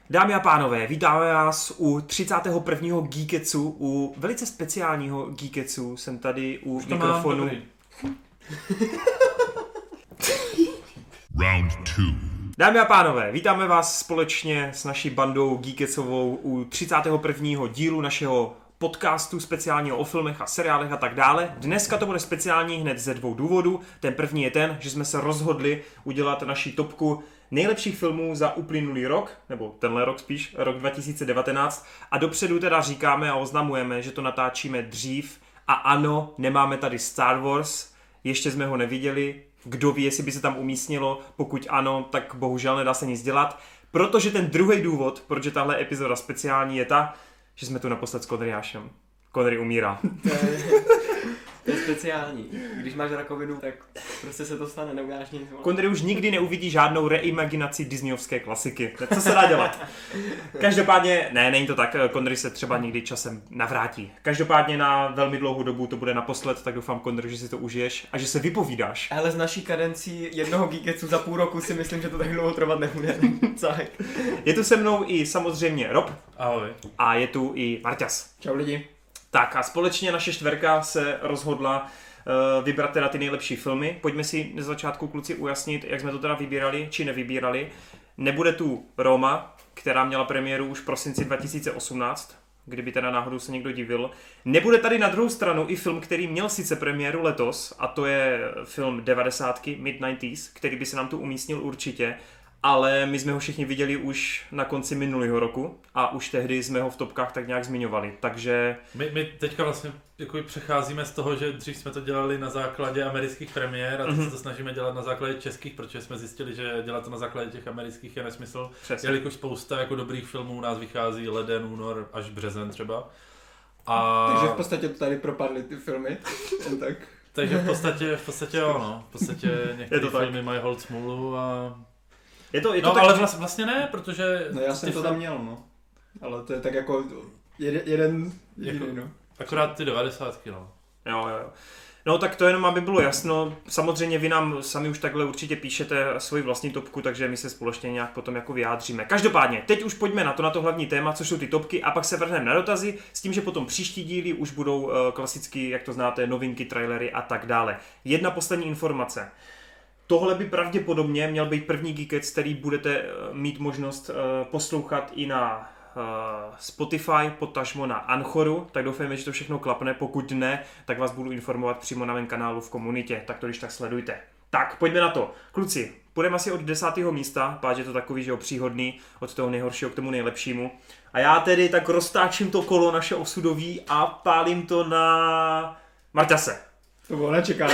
Dámy a pánové, vítáme vás u 31. Geeketsu, u velice speciálního Geeketsu. Jsem tady u mikrofonu. Round 2. Dámy a pánové, vítáme vás společně s naší bandou Geeketsovou u 31. dílu našeho podcastu speciálního o filmech a seriálech a tak dále. Dneska to bude speciální hned ze dvou důvodů. Ten první je ten, že jsme se rozhodli udělat naši topku nejlepších filmů za uplynulý rok, nebo tenhle rok spíš, rok 2019. A dopředu teda říkáme a oznamujeme, že to natáčíme dřív. A ano, nemáme tady Star Wars, ještě jsme ho neviděli. Kdo ví, jestli by se tam umístnilo, pokud ano, tak bohužel nedá se nic dělat. Protože ten druhý důvod, proč je tahle epizoda speciální, je ta, že jsme tu naposled s Conryášem. Conry umírá. To je speciální. Když máš rakovinu, tak prostě se to stane, neuděláš nic. Conry už nikdy neuvidí žádnou reimaginaci disneyovské klasiky. Co se dá dělat? Každopádně, není to tak, Conry se třeba někdy časem navrátí. Každopádně na velmi dlouhou dobu to bude naposled, tak doufám, Conry, že si to užiješ a že se vypovídáš. Ale z naší kadencí jednoho Geeketsu za půl roku si myslím, že to tak dlouho trvat nebude. Je tu se mnou i samozřejmě Rob. Ahoj. A je tu i Marťas. Čau lidi. Tak a společně naše čtverka se rozhodla vybrat teda ty nejlepší filmy. Pojďme si na začátku, kluci, ujasnit, jak jsme to teda vybírali, či nevybírali. Nebude tu Roma, která měla premiéru už v prosinci 2018, kdyby teda náhodou se někdo divil. Nebude tady na druhou stranu i film, který měl sice premiéru letos, a to je film 90, mid-90s, který by se nám tu umístnil určitě, ale my jsme ho všichni viděli už na konci minulého roku a už tehdy jsme ho v topkách tak nějak zmiňovali, takže... My teďka vlastně jako přecházíme z toho, že dřív jsme to dělali na základě amerických premiér a teď se to snažíme dělat na základě českých, protože jsme zjistili, že dělat to na základě těch amerických je nesmysl, jelikož spousta jako dobrých filmů u nás vychází leden, únor až březen třeba. Takže v podstatě to tady propadly ty filmy, tak... Takže v podstatě jo, no. V podstatě některé filmy mají hold smůlu a... Je to no, tak, ale vlastně ne, protože... No já jsem to tam měl, no. Ale to je tak jako jeden no. Akorát ty 90, no. Jo. No tak to jenom, aby bylo jasno. Samozřejmě vy nám sami už takhle určitě píšete svoji vlastní topku, takže my se společně nějak potom jako vyjádříme. Každopádně, teď už pojďme na to hlavní téma, což jsou ty topky, a pak se vrhneme na dotazy, s tím, že potom příští díly už budou klasicky, jak to znáte, novinky, trailery a tak dále. Jedna poslední informace. Tohle by pravděpodobně měl být první Geekets, který budete mít možnost poslouchat i na Spotify, potažmo na Anchoru, tak doufejme, že to všechno klapne, pokud ne, tak vás budu informovat přímo na mém kanálu v komunitě, tak to když tak sledujte. Tak, pojďme na to. Kluci, půjdeme asi od 10. místa, páč je to takový, že příhodný, od toho nejhoršího k tomu nejlepšímu. A já tedy tak roztáčím to kolo naše osudový a pálím to na Marťase. To bylo nečekané.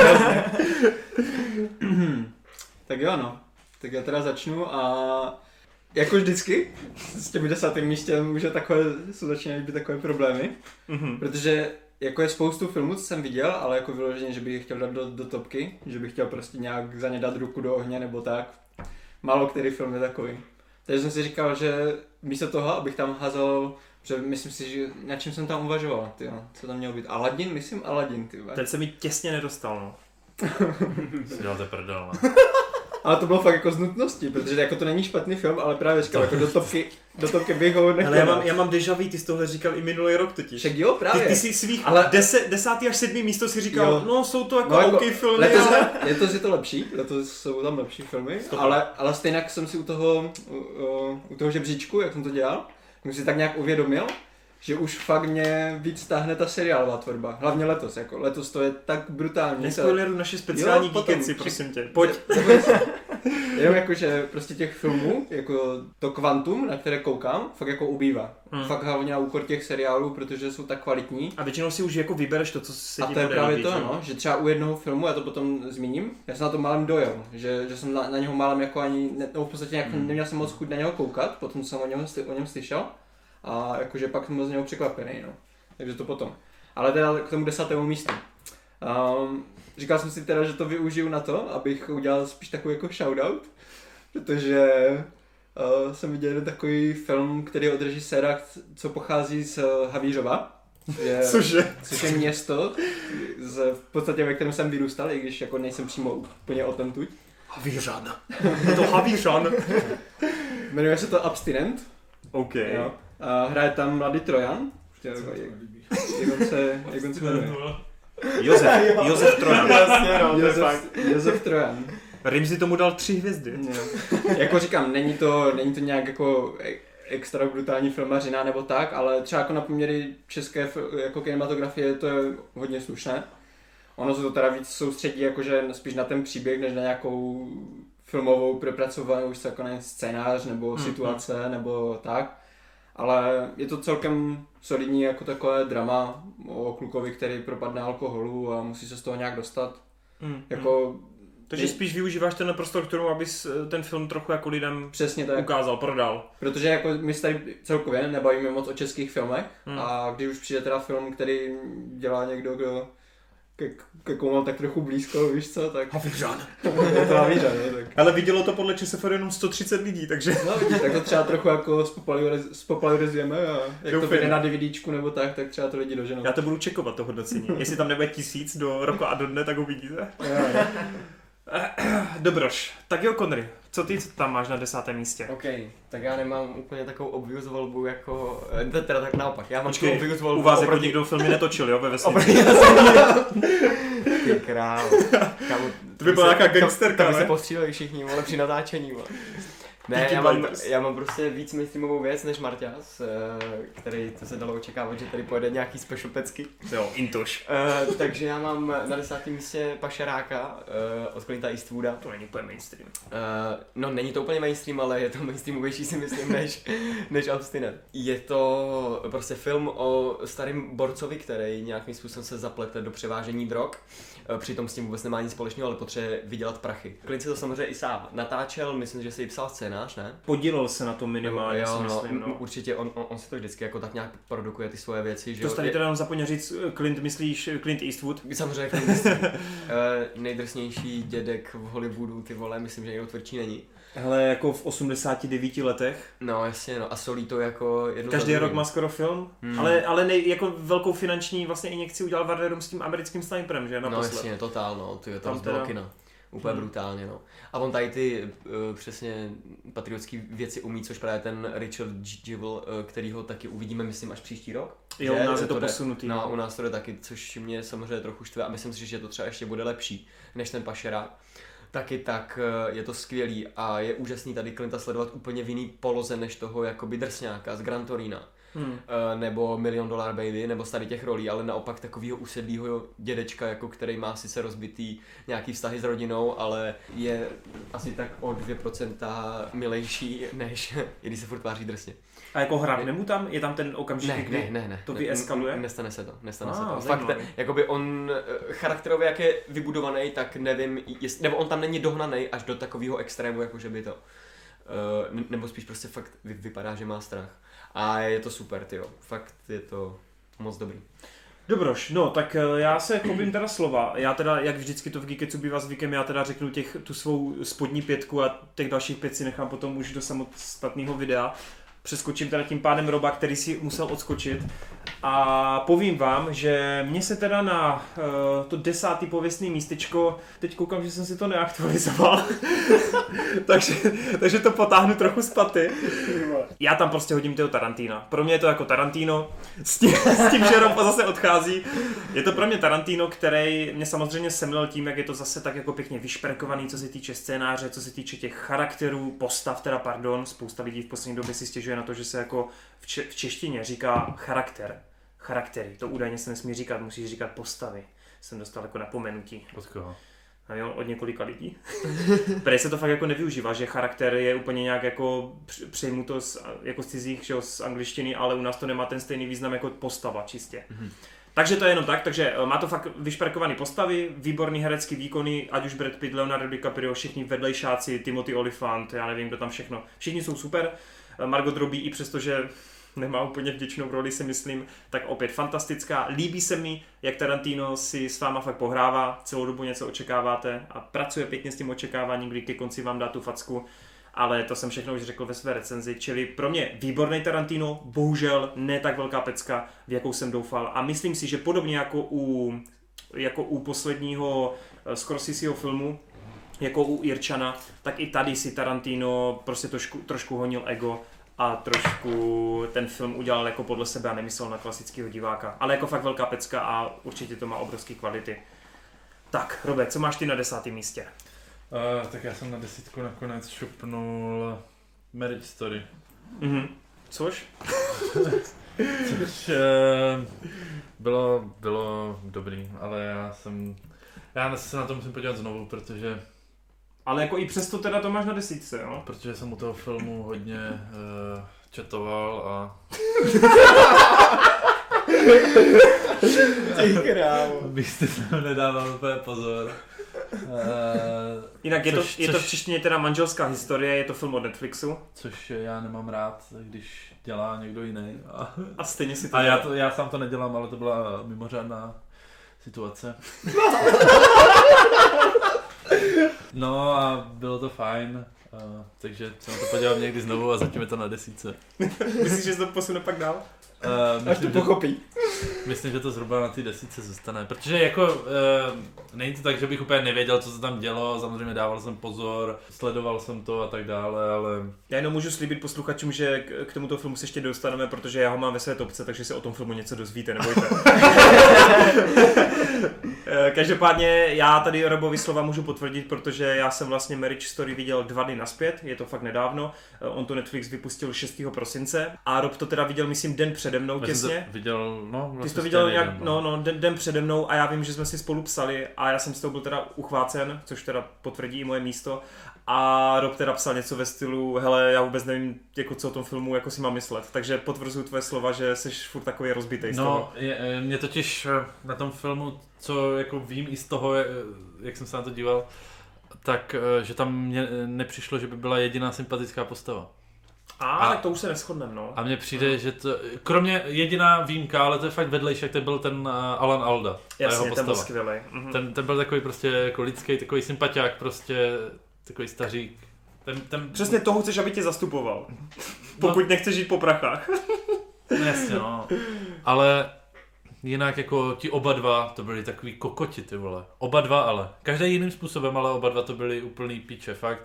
Tak jo, no. Tak já teda začnu a jako vždycky s těmi 10. místě začínají být takové problémy, protože jako je spoustu filmů, co jsem viděl, ale jako vyloženě, že bych je chtěl dát do topky, že bych chtěl prostě nějak za ně dát ruku do ohně nebo tak. Málo který film je takový. Takže jsem si říkal, že místo toho, abych tam házel, že myslím si, že na čem jsem tam uvažoval, tyjo, co tam mělo být. Aladdin, myslím Aladdin, tyjo. Ten se mi těsně nedostal, no. Si děláte prdel, no. Ale to bylo fakt jako z nutnosti, protože jako to není špatný film, ale právě říkal, jako do topky bych ho nechtěl. Ale já mám déjà vu, ty jsi tohle říkal i minulý rok totiž. Však jo, právě. Ty si svých ale... 10. až 7. místo si říkal, jo. No jsou to jako OK filmy, ale... Letos je to lepší, letos jsou tam lepší filmy, ale stejně jsem si u toho žebříčku, jak jsem to dělal, jsem si tak nějak uvědomil, že už fakt mě víc táhne ta seriálová tvorba. Hlavně letos, jako letos to je tak brutální. Nespoileruj naše speciální Geeketsy, prosím tě. Pojď. Jenom jakože prostě těch filmů, jako to kvantum, na které koukám, fakt jako ubývá. Fakt hlavně na úkor těch seriálů, protože jsou tak kvalitní. A většinou si už jako vybereš to, co se ti bude líbit. A to je právě líbit, to, no, že třeba u jednoho filmu, já to potom zmíním, já jsem na to málem dojel, že jsem na něho málem jako ani, v podstatě jako neměl jsem moc chuť na něho koukat, potom jsem o něm slyšel. A jakože pak jsem byl z něho překvapený, no. Takže to potom. Ale teda k tomu 10. místu. Říkal jsem si teda, že to využiju na to, abych udělal spíš takový jako shoutout, protože jsem viděl jeden takový film, který je od režiséra, co pochází z Havířova. Cože? Což je město, v podstatě ve kterém jsem vyrůstal, i když jako nejsem přímo úplně odtamtud. Havířan. Je to Havířan. Jmenuje se to Abstinent. OK. Jo. A hraje tam mladý Trojan. Jak on se jmenuje? Josef Trojan. Jasně, no, Josef Trojan. Rimzi tomu dal 3 hvězdy. Jako říkám, není to nějak jako extra brutální filmařina nebo tak, ale třeba jako na poměry české jako kinematografie to je hodně slušné. Ono se to teda víc soustředí jakože spíš na ten příběh, než na nějakou filmovou propracovanou už jako na scénář nebo situace nebo tak. Ale je to celkem solidní jako takové drama o klukovi, který propadne alkoholu a musí se z toho nějak dostat. Takže spíš využíváš ten prostor k tomu, abys ten film trochu jako lidem přesně tak ukázal, prodal. Protože jako my se tady celkově nebavíme moc o českých filmech a když už přijde teda film, který dělá někdo, kdo ke komu mám tak trochu blízko, víš co, tak... Havířan. Je to Havířan, tak. Ale vidělo to podle ČSFR jenom 130 lidí, takže... No vidíš, tak to třeba trochu jako spopularizujeme a jak to vyjde na DVDčku nebo tak třeba to lidi doženou. Já to budu čekovat, to hodnocení. Jestli tam nebude 1000 do roku a do dne, tak uvidíte. Dobroš, tak jo Connery, co tam máš na 10. místě? OK, tak já nemám úplně takovou obvious volbu jako, teda tak naopak, já mám takovou obvious volbu. U vás jako nikdo filmy netočil, jo, ve vesnici? Ty král. To by byla nějaká gangsterka, ne? ne? Se postříleli všichni, vole, při natáčení, vole. Ne, já mám prostě víc mainstreamovou věc než Marťas, který to se dalo očekávat, že tady pojede nějaký special pecky. Jo, intoš. Takže já mám na 10. místě Pašeráka od Clinta Eastwooda. To není úplně mainstream. No není to úplně mainstream, ale je to mainstreamovější si myslím než Abstinent. Je to prostě film o starém borcovi, který nějakým způsobem se zaplete do převážení drog. Přitom s tím vůbec nemá nic společného, ale potřebuje vydělat prachy. Clint si to samozřejmě i sám natáčel, myslím, že si i psal scénář, ne? Podílel se na to minimálně, jo, myslím, no. Určitě, on si to vždycky jako tak nějak produkuje ty svoje věci, že to tady teda jenom zapomněl říct, myslíš Clint Eastwood? Samozřejmě Clint Eastwood. Nejdrsnější dědek v Hollywoodu, ty vole, myslím, že někdo tvrdší není. Hele, jako v 89 letech. No jasně, no a solí to jako jedno. Každý rok má skoro film, ale jako velkou finanční vlastně injekci udělal Warnerům s tím americkým sniperem, že? No jasně, totál, no, ty je to rozbilo kina. Úplně brutálně, no. A on tady ty přesně patriotský věci umí, což právě ten Richard Jewell, který ho taky uvidíme, myslím, až příští rok. Jo, u nás je to posunutý. No, u nás to jde taky, což mě samozřejmě trochu štve a myslím si, že to třeba ještě bude lepší než ten Pašerák. Taky tak je to skvělý a je úžasný tady Clinta sledovat úplně v jiný poloze než toho jakoby drsňáka z Gran Torina. Nebo $1 Million Baby, nebo z tady těch rolí, ale naopak takovýho usedlýho dědečka, jako který má sice rozbitý nějaký vztahy s rodinou, ale je asi tak o 2% milejší, než když se furt tváří drsně. A jako hravne mu tam? Je tam ten okamžik, kdy to vyeskaluje? Nestane se to. Fakt, jakoby on charakterově jak je vybudovaný, tak nevím, nebo on tam není dohnaný až do takového extrému, jakože by to. Nebo spíš prostě fakt vypadá, že má strach. A je to super, tyjo. Fakt je to moc dobrý. Dobroš, no tak já se chopím teda slova. Já teda, jak vždycky to v Geeketsu bývá zvykem, já teda řeknu tu svou spodní 5 a těch dalších 5 si nechám potom už do samostatného videa. Přeskočím teda tím pádem Roba, který si musel odskočit. A povím vám, že mě se teda na to 10. pověstný místečko, teď koukám, že jsem si to neaktualizoval, takže to potáhnu trochu z paty. Já tam prostě hodím toho Tarantina. Pro mě je to jako Tarantino, s tím, že Rob zase odchází. Je to pro mě Tarantino, který mě samozřejmě semlel tím, jak je to zase tak jako pěkně vyšperkovaný, co se týče scénáře, co se týče těch charakterů, postav, spousta lidí v poslední době si stěžuje na to, že se jako v češtině říká charaktery, to údajně se nesmí říkat, musíš říkat postavy. Jsem dostal jako napomenutí. Od koho? Od několika lidí. Protože se to fakt jako nevyužívá, že charakter je úplně nějak jako přejmuto jako z cizích, že z angličtiny, ale u nás to nemá ten stejný význam jako postava čistě. Takže to je jenom tak, takže má to fakt vyšperkované postavy, výborný herecký výkony, ať už Brad Pitt, Leonardo DiCaprio, všichni vedlejšáci, Timothy Olyphant, já nevím, kdo tam všechno. Všichni jsou super. Margot Robbie, i přesto, že nemá úplně vděčnou roli, si myslím, tak opět fantastická. Líbí se mi, jak Tarantino si s váma fakt pohrává, celou dobu něco očekáváte a pracuje pěkně s tím očekáváním, kdy ke konci vám dá tu facku, ale to jsem všechno už řekl ve své recenzi, čili pro mě výborný Tarantino, bohužel ne tak velká pecka, v jakou jsem doufal a myslím si, že podobně jako u posledního Scorseseho filmu, jako u Irčana, tak i tady si Tarantino prostě trošku honil ego a trošku ten film udělal jako podle sebe a nemyslel na klasického diváka. Ale jako fakt velká pecka a určitě to má obrovské kvality. Tak, Robert, co máš ty na 10. místě? Tak já jsem na 10 nakonec šupnul Marriage Story. Což? Což bylo dobrý, ale já se na to musím podívat znovu, protože... Ale jako i přesto teda to máš na 10, jo? Protože jsem u toho filmu hodně chatoval a... Ty krávo. Bych si tam nedával úplně pozor. Jinak je to v češtině teda Manželská historie, je to film od Netflixu. Což já nemám rád, když dělá někdo jiný. A stejně si to a já sám to nedělám, ale to byla mimořádná situace. No a bylo to fajn, takže se na to podívám někdy znovu a zatím je to na 10. Myslíš, že se to posune pak dál? Až to pochopí. Myslím, že to zhruba na té 10 zůstane, protože jako není to tak, že bych úplně nevěděl, co se tam dělo, samozřejmě dával jsem pozor, sledoval jsem to a tak dále, ale... Já jenom můžu slíbit posluchačům, že k tomuto filmu se ještě dostaneme, protože já ho mám ve své topce, takže se o tom filmu něco dozvíte, nebojte. Každopádně já tady Robovi slova můžu potvrdit, protože já jsem vlastně Marriage Story viděl 2 dny nazpět, je to fakt nedávno, on to Netflix vypustil 6. prosince a Rob to teda viděl, myslím, den přede mnou těsně. Viděl, no, ty jsi to viděl nějak, den přede mnou a já vím, že jsme si spolu psali a já jsem z toho byl teda uchvácen, což teda potvrdí i moje místo. A Rob teda psal něco ve stylu, hele, já vůbec nevím, jako co o tom filmu jako si mám myslet. Takže potvrzuju tvoje slova, že jsi furt takový rozbitej z toho. Mě totiž na tom filmu, co jako vím i z toho, jak jsem se na to díval, tak, že tam mně nepřišlo, že by byla jediná sympatická postava. Tak to už se neshodneme, no. A mně přijde, že to, kromě jediná výjimka, ale to je fakt vedlejšek, to byl ten Alan Alda. Jasně, ten byl skvělý. Ten byl takový prostě jako lidský, takový sympatiák, prostě takový stařík. Přesně toho chceš, aby tě zastupoval. Pokud nechceš žít po prachách. Jasně, no. Ale jinak jako ti oba dva, to byli takový kokoti, ty vole. Oba dva ale. Každý jiným způsobem, ale oba dva to byli úplný píče, fakt.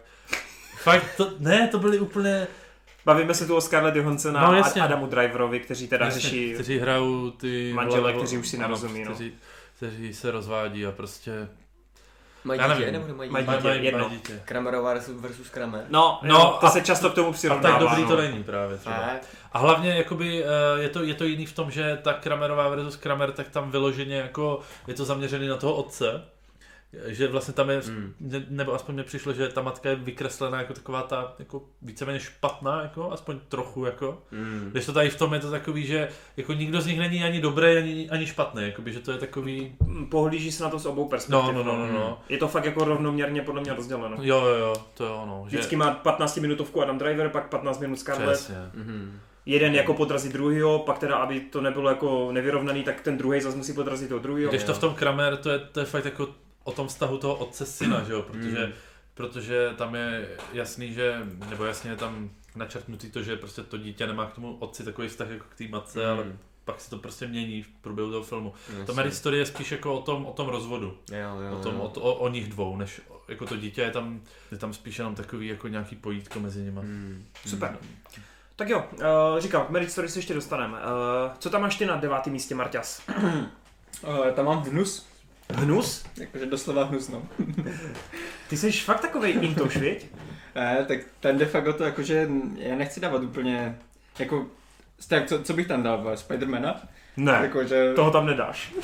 To byli úplně... Bavíme se tu o Scarlett Johansson a Adamu Driverovi, kteří teda řeší... Kteří hrajou ty... manžele, kteří už si nerozumí, kteří se rozvádí a prostě... Mají dítě, nebo nemají jedno. dítě? Kramerová versus Kramer. No, to se často k tomu přirovnává. A tak dobrý to není právě třeba. A hlavně jakoby, je to jiný v tom, že ta Kramerová versus Kramer, tak tam vyloženě jako je to zaměřený na toho otce. Že vlastně tam je, nebo aspoň mi přišlo, že ta matka je vykreslená jako taková ta jako víceméně špatná, jako aspoň trochu jako. Když to tady v tom je to takový, že jako nikdo z nich není ani dobrý, ani špatný, jakoby, že to je takový... Pohlíží se na to z obou perspektiv. No. Je to fakt jako rovnoměrně podle mě rozděleno. Jo, to je ono. Vždycky má 15 minutovku Adam Driver, pak 15 minut Scarlett. Jeden jako podrazí druhýho, pak teda, aby to nebylo jako nevyrovnaný, tak ten druhý zase musí podrazit toho druhýho. Když to v tom Kramer, to je fakt jako o tom vztahu toho otce syna, že jo, protože tam je jasný, že, nebo jasně je tam načrtnutý to, že prostě to dítě nemá k tomu otci takový vztah jako k té matce, ale pak se to prostě mění v průběhu toho filmu. To Marriage Story je spíš jako o tom rozvodu, o nich dvou, než jako to dítě je tam spíš jenom takový jako nějaký pojítko mezi nima. Super. Tak jo, říkám, k Marriage Story se ještě dostaneme. Co tam máš ty na 9. místě, Marťas? Tam mám Hnus. Hnus? Jakože doslova hnus, no. Ty jsi fakt takovej intoš, viď? Tak ten de facto to jakože, já nechci dávat úplně, jako, tak co bych tam dal, Spidermana? Ne, jakože... toho tam nedáš.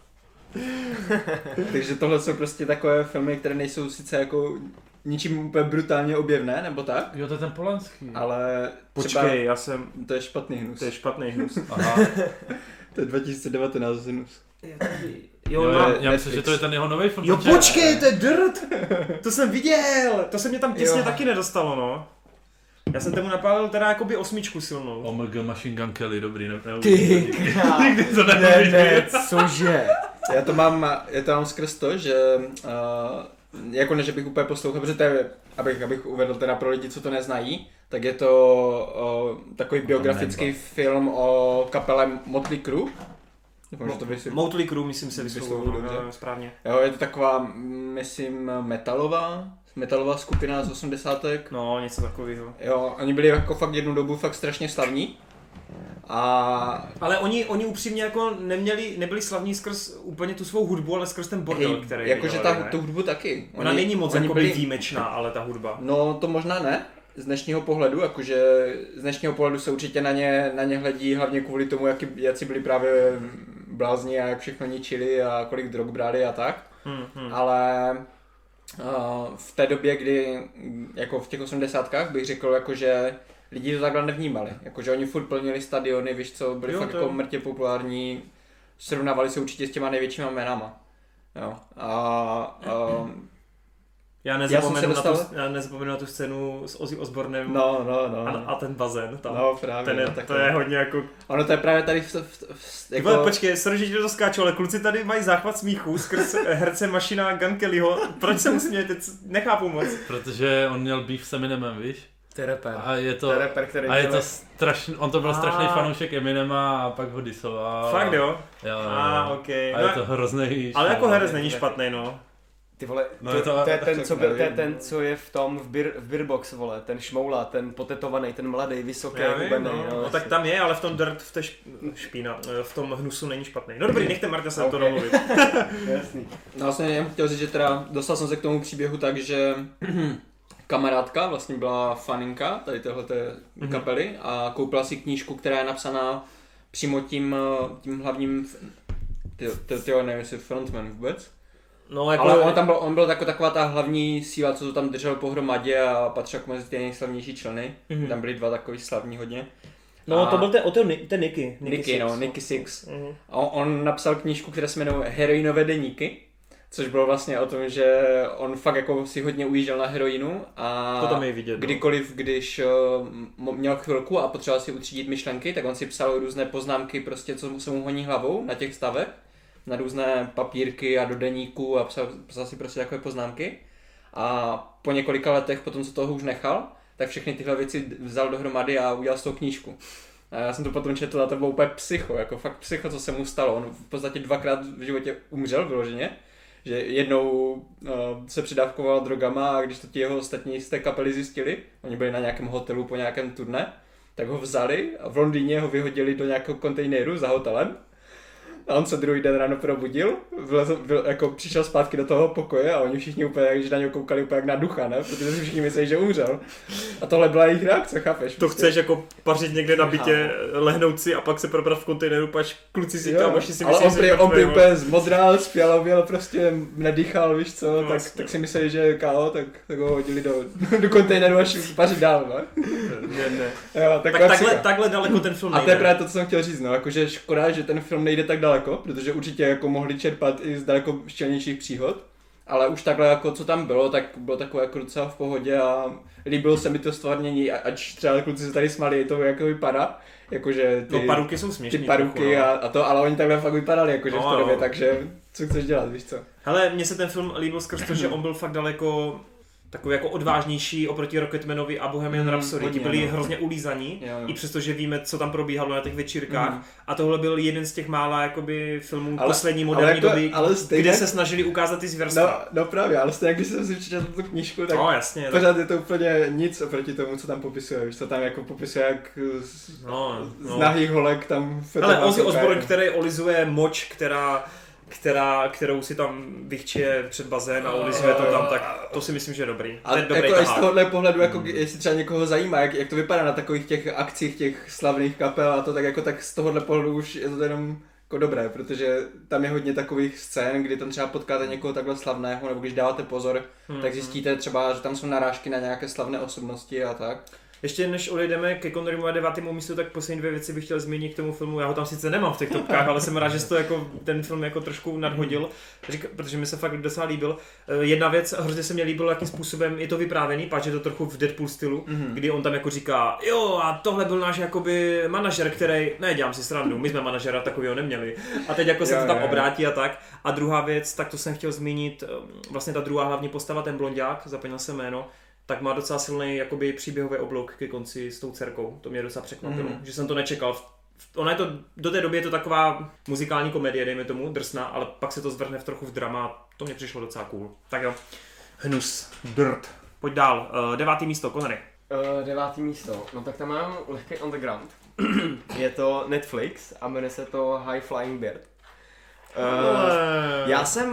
Takže tohle jsou prostě takové filmy, které nejsou sice jako ničím úplně brutálně objevné, nebo tak? Jo, to je ten Polanský. Ale počkej, to je špatný hnus. To je špatný hnus. Aha. To je 2019 hnus. Já myslím, že to je ten jeho nový film. Jo, počkej, to je Dirt! To jsem viděl! To se mě tam těsně taky nedostalo, no. Já jsem tomu napálil teda jakoby 8 silnou. Omega Machine Gun Kelly, dobrý, Ty nikdy to ne, cože? Já to mám skrz to, že jako ne, že bych úplně poslouchal, protože to je, abych uvedl teda pro lidi, co to neznají, tak je to takový biografický film o kapele Motley Crue. Motley Crue, myslím se vyslovuju správně. Jo, je to taková, myslím, metalová metalová skupina z 80. No, něco takového. Jo, oni byli jako fakt jednu dobu fakt strašně slavní. Ale oni upřímně jako nebyli slavní skrz úplně tu svou hudbu, ale skrz ten bordel, který jakože tu hudbu taky. Ona není moc jako výjimečná, ale ta hudba. No to možná ne, z dnešního pohledu, jakože z dnešního pohledu se určitě na ně hledí hlavně kvůli tomu, jací byli právě blázni a jak všechno ničili a kolik drog brali a tak. Ale v té době, kdy jako v těch 80kách bych řekl, jakože lidi to takhle nevnímali, jakože oni furt plnili stadiony, víš co, byli fakt jako mrtě populární, srovnávali se určitě s těma největšíma jménama. Jo. Já nezapomenu na tu scénu s Ozzy Osbournem a ten bazén tam. No právě. To je hodně jako... Ono to je právě tady jako... Počkej, sorry, že ti to skáču, ale kluci tady mají záchvat smíchu skrz herce Machina Gun Kellyho. Proč se mu smějete? Nechápu moc. Protože on měl beef s Eminemem, víš? To je rapper. A je to strašný, on to byl strašný fanoušek Eminema a pak ho disoval. Fakt jo? Jo. Okay. A je to hrozný. Ale jako herec není špatný, no. Ty vole, to je ten, co je v tom v Beerbox, vole, ten šmoula, ten potetovaný, ten mladý, vysoký, hubený. No tak tam je, ale v tom dirt, v té v tom hnusu není špatný. No dobrý, nechte Marta se to domluvit. Jasný. No vlastně já chtěl říct, že teda dostal jsem se k tomu příběhu tak, že kamarádka vlastně byla faninka tady téhleté kapely a koupila si knížku, která je napsaná přímo tím hlavním, nevím, jestli frontman vůbec. No, jako... Ale on byl taková ta hlavní síla, co to tam držel pohromadě a patřil mezi ty nejslavnější členy. Tam byli dva takový slavní hodně. No, to byl ten Nicky. Nicky Six. A on napsal knížku, která se jmenuje Heroinové deníky, což bylo vlastně o tom, že on fakt jako si hodně ujížděl na heroinu a to tam je vidět, kdykoliv, když měl chvilku a potřeboval si utřídit myšlenky, tak on si psal různé poznámky, prostě co se mu honí hlavou na těch stavech, na různé papírky a do deníku a psal si prostě takové poznámky. A po několika letech, potom co toho už nechal, tak všechny tyhle věci vzal dohromady a udělal z toho knížku. A já jsem to potom četl a to bylo úplně psycho, jako fakt psycho, co se mu stalo. On v podstatě 2krát v životě umřel vyloženě, že jednou se přidávkoval drogama a když to ti jeho ostatní z té kapely zjistili, oni byli na nějakém hotelu po nějakém turné, tak ho vzali a v Londýně ho vyhodili do nějakého kontejneru za hotelem. A on se druhý den ráno probudil, jako přišel zpátky do toho pokoje a oni všichni úplně, když na něho koukali úplně jak na ducha, ne? Protože si všichni mysleli, že umřel. A tohle byla jejich reakce, chápeš? To chceš jako pařit někde na bytě, lehnout si a pak se probrat v kontejneru, pač kluci si tam, až si myslí, že on byl úplně zmodral, spělověl, prostě nedýchal, víš co, no, tak si mysleli, že je KO, tak ho hodili do kontejneru až pařit dál, ne? Ne. Jo, takhle daleko ten film nejde. A to je právě to, co jsem chtěl říct, no, jakože škoda, že ten film nejde tak daleko, protože určitě jako mohli čerpat i z daleko štělnějších příhod, ale už takhle jako co tam bylo, tak bylo takové jako docela v pohodě a líbilo se mi to stvárnění, ač třeba kluci se tady smáli, to jako vypadá, jakože ty, paruky jsou směšný. Ty paruky a to, ale oni takhle fakt vypadali jakože v té době, takže co chceš dělat, víš co? Hele, mně se ten film líbil skrz to, že on byl fakt daleko takový jako odvážnější oproti Rocketmanovi a Bohemian Rhapsody. Ti byli hrozně ulízaní, i přesto, že víme, co tam probíhalo na těch večírkách. A tohle byl jeden z těch mála jakoby filmů poslední moderní doby, kde se snažili ukázat ty zvěrstva. No právě, ale stejně, když jsem si přečetl tu knížku, tak jasně, pořád je to úplně nic oproti tomu, co tam popisuje. Víš, co tam jako popisuje, jak z nahých holek tam... Ale Ozzy Osbourne, který olizuje moč, kterou si tam vychčije před bazén a olizuje to tam, tak to si myslím, že je dobrý. A jako z tohohle pohledu, jako jestli třeba někoho zajímá, jak to vypadá na takových těch akcích těch slavných kapel a to, tak z tohohle pohledu už je to jenom jako dobré, protože tam je hodně takových scén, kdy tam třeba potkáte někoho takhle slavného, nebo když dáváte pozor, tak zjistíte třeba, že tam jsou narážky na nějaké slavné osobnosti a tak. Ještě než odejdeme ke Connerymu a 9. místu, tak poslední 2 věci bych chtěl zmínit k tomu filmu. Já ho tam sice nemám v těch topkách, ale jsem rád, že to jako ten film jako trošku nadhodil, protože mi se fakt docela líbil. Jedna věc, hrozně se mě líbilo, jakým způsobem je to vyprávěný, páč je to trochu v Deadpool stylu, kdy on tam jako říká, jo a tohle byl náš jakoby manažer, který, ne, dělám si srandu, my jsme manažera takového neměli. A teď jako se to tam obrátí a tak. A druhá věc, tak to jsem chtěl zmínit, vlastně ta druhá hlavní postava, ten blonďák, zapomněl jsem jméno, tak má docela silný jakoby příběhový oblouk ke konci s tou dcerkou. To mě docela překvapilo, že jsem to nečekal. Ona je to, do té doby je to taková muzikální komedie, dejme tomu, drsná, ale pak se to zvrhne v trochu v drama a to mě přišlo docela cool. Tak jo. Hnus. Dirt. Pojď dál. 9. místo, Connery. 9. místo. No tak tam mám lehký underground. Je to Netflix a jmenuje se to High Flying Bird. Já jsem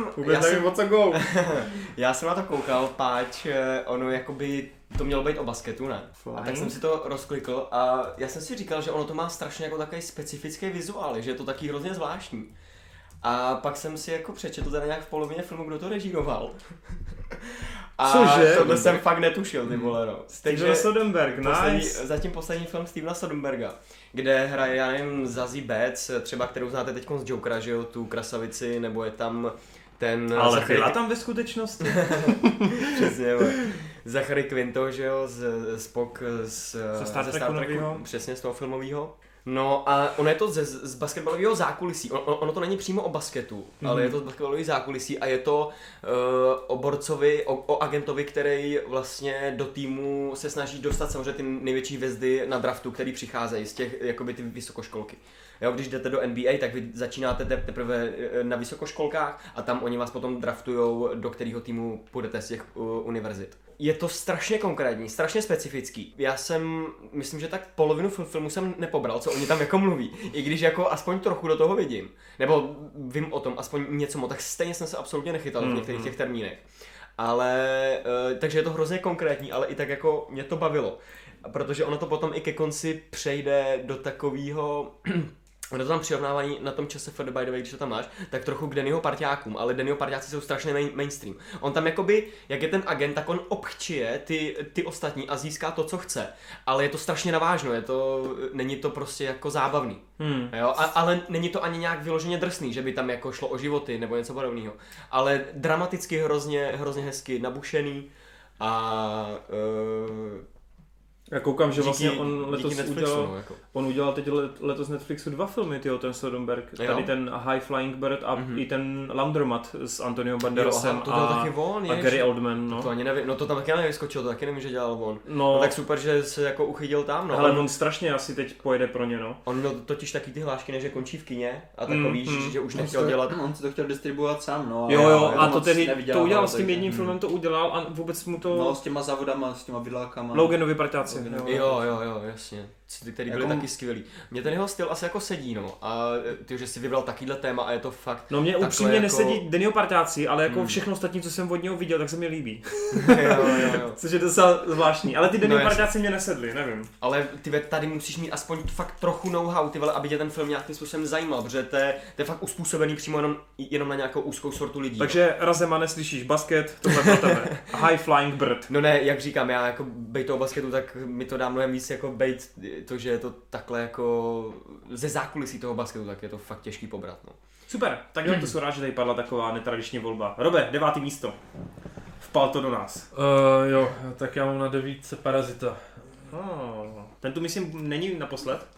na to koukal, páč ono jakoby to mělo být o basketu, ne? A tak jsem si to rozklikl a já jsem si říkal, že ono to má strašně jako takový specifický vizuál, že je to taky hrozně zvláštní. A pak jsem si jako přečetl teda nějak v polovině filmu, kdo to režíroval. A cože? Tohle jsem fakt netušil, ty vole, no. Steven Soderbergh, nice. Zatím poslední film Stevena Soderbergha, kde hraje, já nevím, Zazie Betts, třeba kterou znáte teď z Jokera, že jo, tu krasavici, nebo je tam ten... Ale byla tam ve skutečnosti. Přesně, Zachary Quinto, že jo, Spock ze Star Treku, přesně z toho filmového. No a ono je to z basketbalového zákulisí, ono to není přímo o basketu, ale je to z basketbalového zákulisí a je to o borcovi, o agentovi, který vlastně do týmu se snaží dostat samozřejmě ty největší hvězdy na draftu, který přicházejí z těch jakoby ty vysokoškolky. Jo, když jdete do NBA, tak vy začínáte teprve na vysokoškolkách a tam oni vás potom draftujou, do kterého týmu půjdete z těch univerzit. Je to strašně konkrétní, strašně specifický. Já myslím, že tak polovinu filmu jsem nepobral, co oni tam jako mluví. I když jako aspoň trochu do toho vidím. Nebo vím o tom aspoň něco moc, tak stejně jsem se absolutně nechytal v některých těch termínech. Ale, takže je to hrozně konkrétní, ale i tak jako mě to bavilo. Protože ono to potom i ke konci přejde do takového... Ono to tam přirovnávání na tom čase by the way, když to tam máš, tak trochu k Dannyho parťákům, ale Dannyho parťáci jsou strašně mainstream. On tam jakoby, jak je ten agent, tak on obchčije ty ostatní a získá to, co chce. Ale je to strašně navážno, není to prostě jako zábavný. Jo? Ale není to ani nějak vyloženě drsný, že by tam jako šlo o životy nebo něco podobného. Ale dramaticky hrozně hezky nabušený a... Já koukám, že vlastně on letos Netflixu, udělal teď letos Netflixu 2 filmy, ten Soderbergh. Tady ten High Flying Bird a i ten Laundromat s Antonio Banderasem a Gary Oldman. No. To ani nevím, no to tam taky nevyskočil, to taky nevím, že dělal on. No tak super, že se jako uchytil tam, no. Ale on strašně asi teď pojede pro ně, no. On měl totiž taky ty hlášky, že končí v kině a takový, že už nechtěl dělat. On si to chtěl distribuovat sám, no. Jo, a to udělal s tím jedním filmem, to udělal a vůbec mu to... No, s těma závodama, s těma vidlákama. Loganovi parťáci. Jo, jasně. Který byli taky skvělý. Mně ten jeho styl asi jako sedí, no. A ty, že si vybral takovýhle téma a je to fakt... No mě upřímně jako... nesedí Dannyho parťáci, ale jako všechno ostatní, co jsem od něho viděl, tak se mi líbí. jo. Což je docela zvláštní. Ale ty Dannyho parťáci mě nesedly, nevím. Ale ty tady musíš mít aspoň fakt trochu know-how, ty vole, aby tě ten film nějakým způsobem zajímal, protože to je fakt uspůsobený přímo jenom na nějakou úzkou sortu lidí. Takže Razema, neslyšíš basket, tohle pro tebe. High Flying Bird. No ne, jak říkám, já jako bejt toho basketu, tak mi to dá mnohem víc jako bejt to, že je to takhle jako ze zákulisí toho basketu, tak je to fakt těžký pobrat, no. Super, tak to jsou rád, že tady padla taková netradiční volba. Robe, 9. místo. Vpal to do nás. Jo, tak já mám na 9 Parazita. Ten tu myslím není naposled.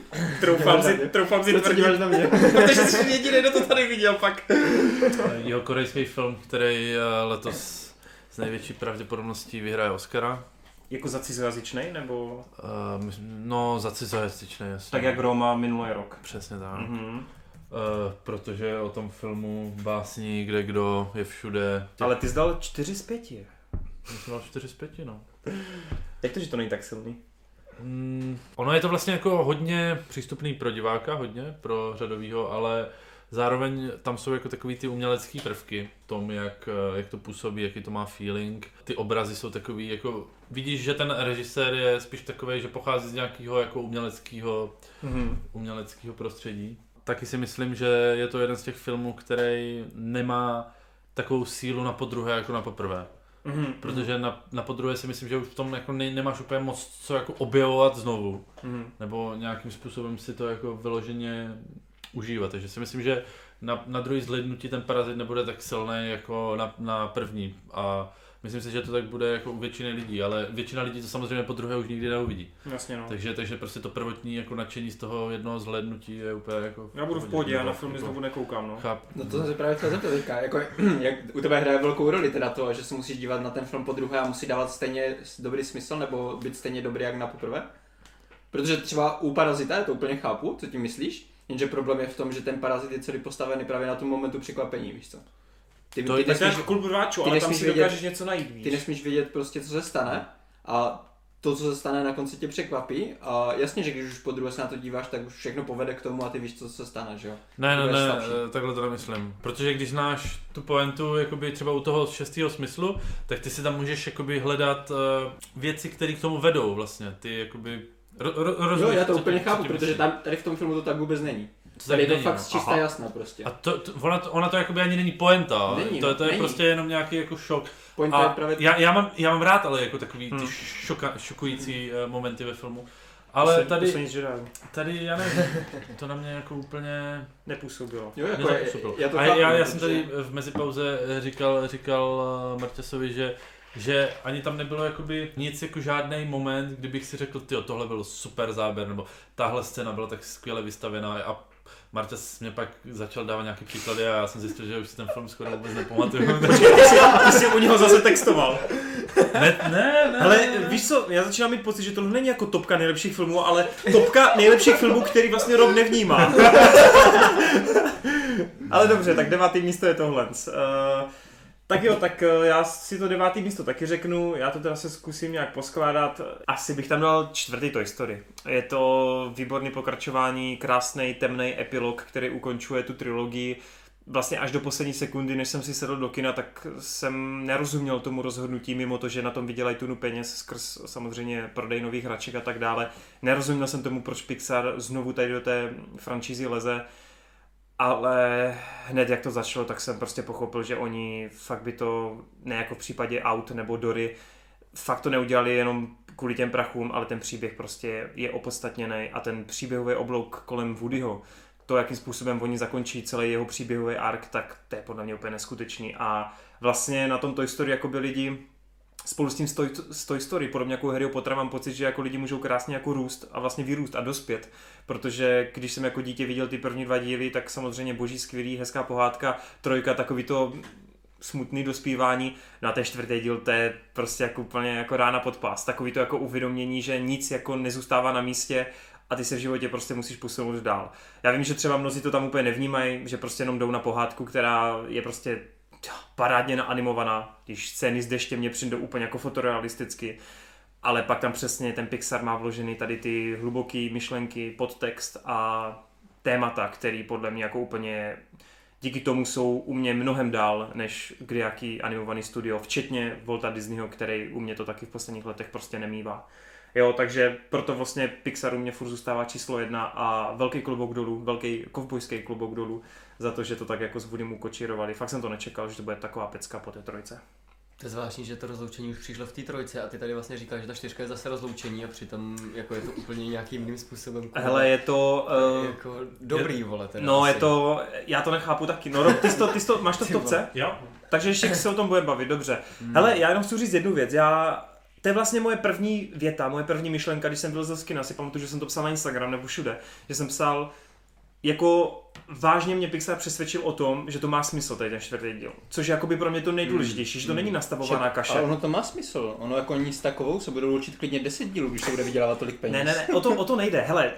Troufám si tvrdit. Na mě. Protože jsi jediný, kdo to tady viděl pak. Jeho korejský film, který letos s největší pravděpodobností vyhraje Oscara. Jako za cizojazyčnej, nebo? No, za cizojazyčnej, jasně. Tak jak Roma minulý rok. Přesně tak. Protože o tom filmu básní, kde kdo je všude. Ale ty jsi dal 4 z 5. Já jsem dal 4 z 5, no. Jak to, že to není tak silný? Ono je to vlastně jako hodně přístupný pro diváka, hodně pro řadovýho, ale zároveň tam jsou jako takový ty umělecký prvky v tom, jak to působí, jaký to má feeling. Ty obrazy jsou takový, jako vidíš, že ten režisér je spíš takový, že pochází z nějakého jako uměleckého prostředí. Taky si myslím, že je to jeden z těch filmů, který nemá takovou sílu na podruhé jako na poprvé. Protože na podruhé si myslím, že už v tom jako nemáš úplně moc co jako objevovat znovu. Nebo nějakým způsobem si to jako vyloženě užívat. Takže si myslím, že na druhý zhlédnutí ten Parazit nebude tak silný jako na první. A myslím si, že to tak bude jako u většiny lidí, ale většina lidí to samozřejmě po druhé už nikdy neuvidí. Jasně, no. Takže prostě to prvotní jako nadšení z toho jednoho zhlédnutí je úplně jako... Já budu v pohodě, já na filmy znovu nekoukám, no. No to jsem se právě chtěl zeptat teďka, jako jak u tebe hraje velkou roli teda to, že se musíš dívat na ten film po druhé a musí dávat stejně dobrý smysl nebo být stejně dobrý jak na poprvé? Protože třeba u Parazita, to úplně chápu, co tím myslíš, jenže problém je v tom, že ten Parazit je celý postavený právě na tom momentu překvapení, víš co? Ty to je jako klub rváčů, ale tam si dokážeš něco najít, víš. Ty nesmíš vědět prostě, co se stane a to, co se stane na konci tě překvapí a jasně, že když už po druhé se na to díváš, tak už všechno povede k tomu a ty víš, co se stane, že jo? Ne, takhle to nemyslím, protože když znáš tu pointu, jakoby třeba u toho 6. smyslu, tak ty si tam můžeš jakoby hledat věci, které k tomu vedou vlastně, ty jakoby jo, já to úplně chápu, protože tady v tom filmu to tak vůbec není. Tady je to fakt čistá jasná prostě. A ona to jakoby ani není pointa, to je prostě jenom nějaký jako šok. Pointa je právě... já mám rád ale jako takový ty šokující momenty ve filmu. Ale tady já nevím, to na mě jako úplně nepůsobilo. Jo, jako já jsem tady v mezipauze říkal Marťasovi, že ani tam nebylo jakoby nic jako žádný moment, kdybych si řekl, tyjo, tohle byl super záběr, nebo tahle scéna byla tak skvěle vystavená a Marťas mě pak začal dávat nějaký příklady a já jsem zjistil, že už si ten film skoro vůbec nepamatuju. Ty jsi u něho zase textoval. Ne. Ale víš co, já začínám mít pocit, že tohle není jako topka nejlepších filmů, ale topka nejlepších filmů, který vlastně Rob nevnímá. Ale dobře, tak 9. místo je tohle. Tak jo, tak já si to 9. místo taky řeknu, já to teda se zkusím nějak poskládat. Asi bych tam dal 4. Toy Story. Je to výborný pokračování, krásný temný epilog, který ukončuje tu trilogii. Vlastně až do poslední sekundy, než jsem si sedl do kina, tak jsem nerozuměl tomu rozhodnutí, mimo to, že na tom vydělají tunu peněz skrz samozřejmě prodej nových hraček a tak dále. Nerozuměl jsem tomu, proč Pixar znovu tady do té franšízy leze. Ale hned jak to začalo, tak jsem prostě pochopil, že oni fakt by to, ne jako v případě Aut nebo Dory, fakt to neudělali jenom kvůli těm prachům, ale ten příběh prostě je opodstatněný a ten příběhový oblouk kolem Woodyho, to, jakým způsobem oni zakončí celý jeho příběhový ark, tak to je podle mě úplně neskutečný. A vlastně na tom Toy Story jakoby lidi spolu s tím Toy Story, podobně jako Harryho Pottera, mám pocit, že jako lidi můžou krásně jako růst a vlastně vyrůst a dospět, protože když jsem jako dítě viděl ty první 2 díly, tak samozřejmě boží, skvělý, hezká pohádka, 3, takový to smutný dospívání, no a ten 4. díl, to je prostě jako úplně jako rána pod pás, takový to jako uvědomění, že nic jako nezůstává na místě a ty se v životě prostě musíš posunout dál. Já vím, že třeba mnozí to tam úplně nevnímají, že prostě jenom jdou na pohádku, která je prostě parádně naanimovaná, když scény z deště mě přijdou úplně jako fotorealisticky, ale pak tam přesně ten Pixar má vložený tady ty hluboké myšlenky, podtext a témata, který podle mě jako úplně díky tomu jsou u mě mnohem dál, než kdejaký animovaný studio, včetně Walta Disneyho, který u mě to taky v posledních letech prostě nemívá. Jo, takže proto vlastně Pixar u mě furt zůstává číslo 1 a velký klobouk dolů, velký kovbojský klobouk dolů za to, že to tak jako s Woodym ukočírovali. Fakt jsem to nečekal, že to bude taková pecka po té 3. To je zvláštní, že to rozloučení už přišlo v té 3 a ty tady vlastně říkal, že ta 4 je zase rozloučení a přitom jako je to úplně nějakým jiným způsobem. Hele, je to... jako dobrý, vole, teda. No, asi. Je to... Já to nechápu taky. No, Rob, ty to máš to v topce? Jo. Takže ještě se o tom bude bavit, dobře. Hele, já jenom chci říct jednu věc. To je vlastně moje první věta, moje první myšlenka, když jsem byl z kina. Si pamatuju, že jsem to psal na Instagram nebo všude. Že jsem psal, jako vážně mě Pixar přesvědčil o tom, že to má smysl, tady ten 4. díl. Což je jakoby pro mě to nejdůležitější, že to není nastavovaná kaše. Ale ono to má smysl. Ono jako nic takovou se budou určit klidně 10 dílů, když se bude vydělávat tolik peněz. Ne, o to nejde. Hele,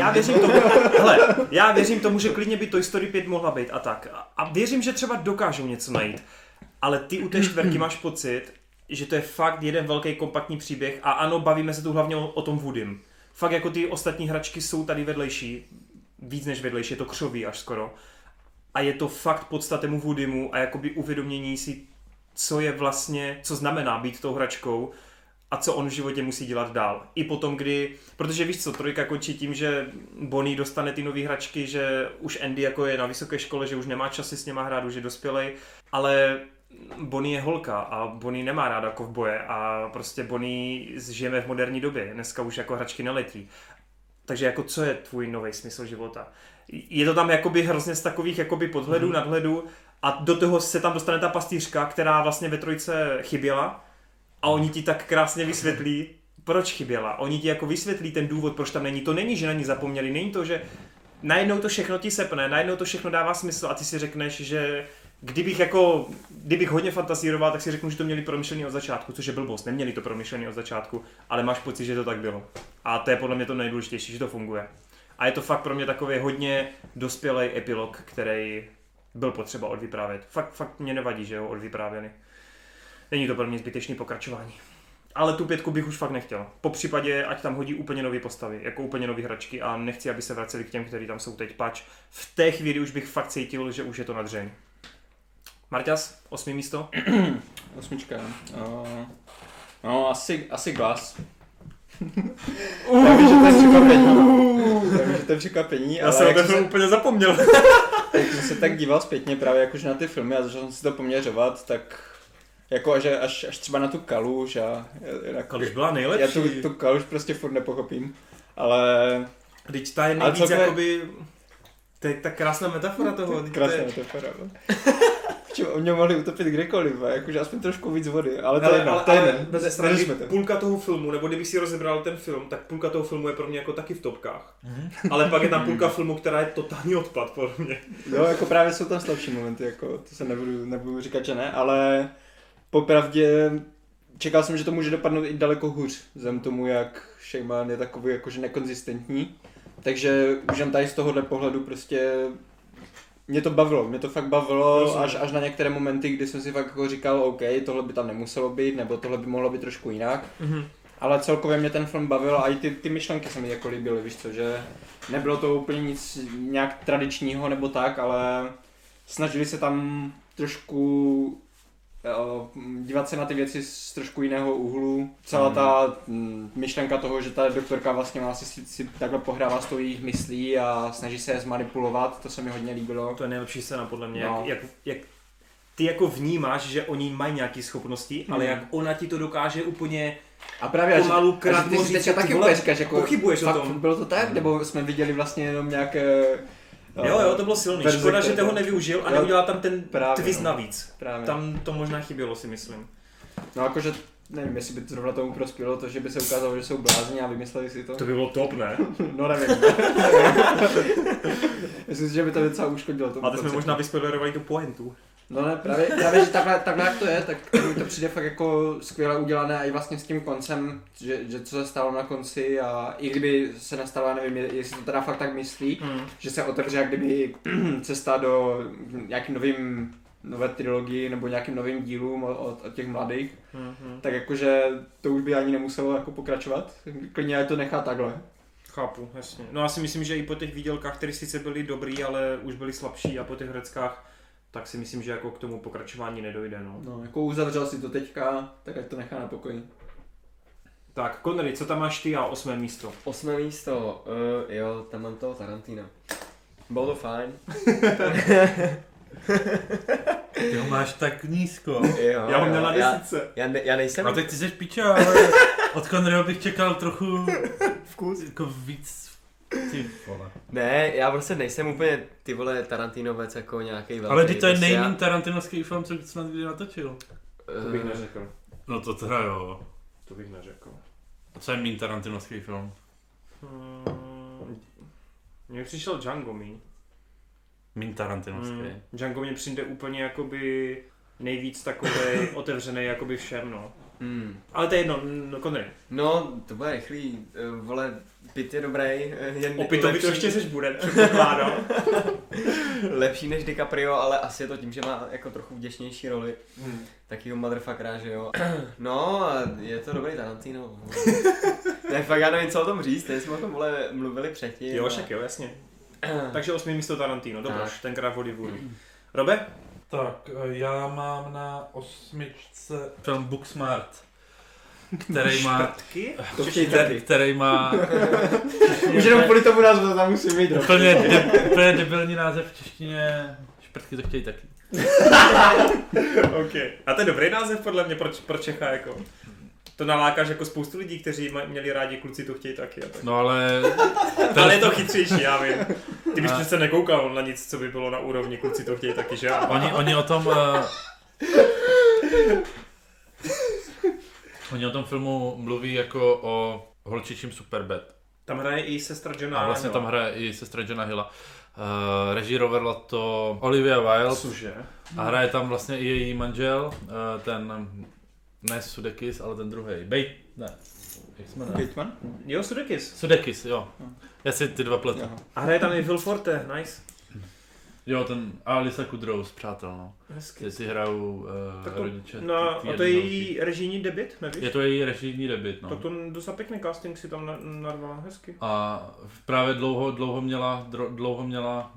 já věřím tomu, že klidně by Toy Story 5 mohla být a tak. A věřím, že třeba dokážou něco najít. Ale ty u té 4 máš pocit, že to je fakt jeden velký kompaktní příběh a ano, bavíme se tu hlavně o tom Woodym. Fakt jako ty ostatní hračky jsou tady vedlejší, víc než vedlejší, je to křoví až skoro. A je to fakt podstatému Woodymu a jakoby uvědomění si, co je vlastně, co znamená být tou hračkou a co on v životě musí dělat dál. I potom, protože víš co, 3 končí tím, že Bonnie dostane ty nové hračky, že už Andy jako je na vysoké škole, že už nemá časy s něma hrát, už je dospělej, ale Bonnie je holka a Bonnie nemá ráda kovboje a prostě Bonnie žijeme v moderní době, dneska už jako hračky neletí. Takže jako co je tvůj nový smysl života? Je to tam jakoby hrozně z takových jakoby podhledů, nadhledů a do toho se tam dostane ta pastýřka, která vlastně ve 3 chyběla a oni ti tak krásně vysvětlí, proč chyběla. Oni ti jako vysvětlí ten důvod, proč tam není. To není, že na ní zapomněli, není to, že najednou to všechno ti sepne, najednou to všechno dává smysl a ty si řekneš, že kdybych hodně fantazíroval, tak si řeknu, že to měli promyšlený od začátku, což je blbost, neměli to promyšlený od začátku, ale máš pocit, že to tak bylo. A to je podle mě to nejdůležitější, že to funguje. A je to fakt pro mě takový hodně dospělej epilog, který byl potřeba odvyprávět. Fakt mě nevadí, že ho odvyprávěli. Není to pro mě zbytečný pokračování. Ale tu 5 bych už fakt nechtěl. Po případě, ať tam hodí úplně nové postavy, jako úplně nové hračky a nechci, aby se vraceli k těm, kteří tam jsou teď, pač v té chvíli už bych fakt cítil, že už je to nadřeň. Marťas, 8. místo? 8. No, asi Glass. Já vím, že to je překvapení. Já jsem na to úplně zapomněl. Jak jsem se tak díval zpětně právě jakože na ty filmy a začal jsem si to poměřovat, tak jako až třeba na tu kaluž a... Kaluž byla nejlepší. Já tu kaluž prostě furt nepochopím, ale... Vždyť ta je nejvíc celkově... jakoby... To je tak krásná metafora toho. Krásná metafora. Oni mohli utopit kdekoliv, jakože aspoň trošku víc vody, ale to je půlka toho filmu, nebo kdybych si rozebral ten film, tak půlka toho filmu je pro mě jako taky v topkách. Ale pak je tam půlka filmu, která je totální odpad pro mě. Jo, jako právě jsou tam slabší momenty, jako to se nebudu říkat, že ne, ale popravdě čekal jsem, že to může dopadnout i daleko hůř, vzhledem tomu, jak Shyamalan je takový jakože nekonzistentní. Takže už jen tady z tohohle pohledu prostě mě to fakt bavilo až na některé momenty, kdy jsem si fakt jako říkal, OK, tohle by tam nemuselo být, nebo tohle by mohlo být trošku jinak. Ale celkově mě ten film bavil a i ty myšlenky se mi jako líbily, víš co, že nebylo to úplně nic nějak tradičního nebo tak, ale snažili se tam trošku dívat se na ty věci z trošku jiného úhlu. Celá ta myšlenka toho, že ta doktorka vlastně si takhle pohrává s tou jejich myslí a snaží se je zmanipulovat, to se mi hodně líbilo. To je nejlepší scéna podle mě, jak ty jako vnímáš, že oni mají nějaké schopnosti, ale jak ona ti to dokáže úplně a právě pomalu krátko říct, že taky úplně říkáš, jako pochybuješ o tom. Bylo to tak, nebo jsme viděli vlastně jenom nějaké... Jo, to bylo silný. Škoda, že toho nevyužil a neudělal tam ten twist navíc. Právě. Tam to možná chybělo, si myslím. No jakože, nevím, jestli by zrovna tomu prospělo to, že by se ukázalo, že jsou blázni a vymysleli si to. To by bylo top, ne? No nevím. Myslím si, že by to docela uškodilo tomu. A teď jsme možná vyspoilerovali tu pointu. No ne, právě že takhle jak to je, tak mi to přijde fakt jako skvěle udělané a i vlastně s tím koncem, že co se stalo na konci a i kdyby se nestalo, nevím, jestli to teda fakt tak myslí, že se otevře jak kdyby cesta do nějakým nové trilogii nebo nějakým novým dílům od těch mladých, tak jakože to už by ani nemuselo jako pokračovat, klidně to nechá takhle. Chápu, jasně. No já si myslím, že i po těch výdělkách, které sice byly dobrý, ale už byly slabší a po těch hereckách, tak si myslím, že jako k tomu pokračování nedojde, no. No, jako uzavřel si to teďka, tak ať to nechá na pokoji. Tak, Connery, co tam máš ty a 8. místo? 8. místo, jo, tam mám toho Tarantina. Bylo to fajn. Ty ho máš tak nízko. Jo, já ho měl na 10. Já nejsem... A teď ty seš piča, ale od Conneryho bych čekal trochu vkus. Jako víc. Ty vole. Ne, já prostě nejsem úplně ty vole Tarantinovec jako nějaký velký. Ale to je nejméně tarantinovský film, co snad kdy natočil. To bych neřekl. No to teda jo. To bych neřekl. A co je míň tarantinovský film? Mně přišel Django míň. Míň tarantinovský. Django mě přijde úplně jakoby nejvíc takovej otevřený jakoby všem, no. Ale to je jedno, Connery. No, to bude rychlý, vole, Pitt je dobrý. Opět to ještě seš bude, předpokládám. Lepší než DiCaprio, ale asi je to tím, že má jako trochu vděčnější roli. Takýho motherfuckera, že jo. No, je to dobrý Tarantino. Ne, fakt já nevím, co o tom říct, jsme o tom mluvili předtím. Jo, však jo, jasně. Takže 8. místo Tarantino, dobroš, tenkrát v Hollywoodu. Robe? Tak, já mám na 8. film Booksmart, který má... který má... Už jenom kvůli tomu názvu to tam musím mít. Úplně debilní název v češtině, Šprtky to chtějí taky. OK. A to je dobrý název podle mě pro Čecha, jako. To nalákáš jako spoustu lidí, kteří měli rádi Kluci to chtějí taky. A tak. No ale... Ale je to chytřejší, já vím. Ty bys přece nekoukal na nic, co by bylo na úrovni Kluci to chtějí taky, že? Oni o tom... Oni o tom filmu mluví jako o holčičím Superbad. Tam hraje i sestra Johna Hilla. A vlastně tam hraje i sestra Johna Hilla. Režírovala to Olivia Wilde. Cože? A hraje tam vlastně i její manžel, ten... Ne Sudeikis, ale ten druhý. Jak se jmenuje? Bateman? Jo, Sudeikis. Sudeikis, jo. Já si ty dva pletu. A hraje tam i Will Forte, nice. Jo, ten Alisa Kudrow z Přátel, no. Hezky. Si hrajou rodiče. No, a to je její režijní debut, nevíš? Je to její režijní debut, no. Tak to docela pěkný casting si tam narvala, hezky. A právě dlouho měla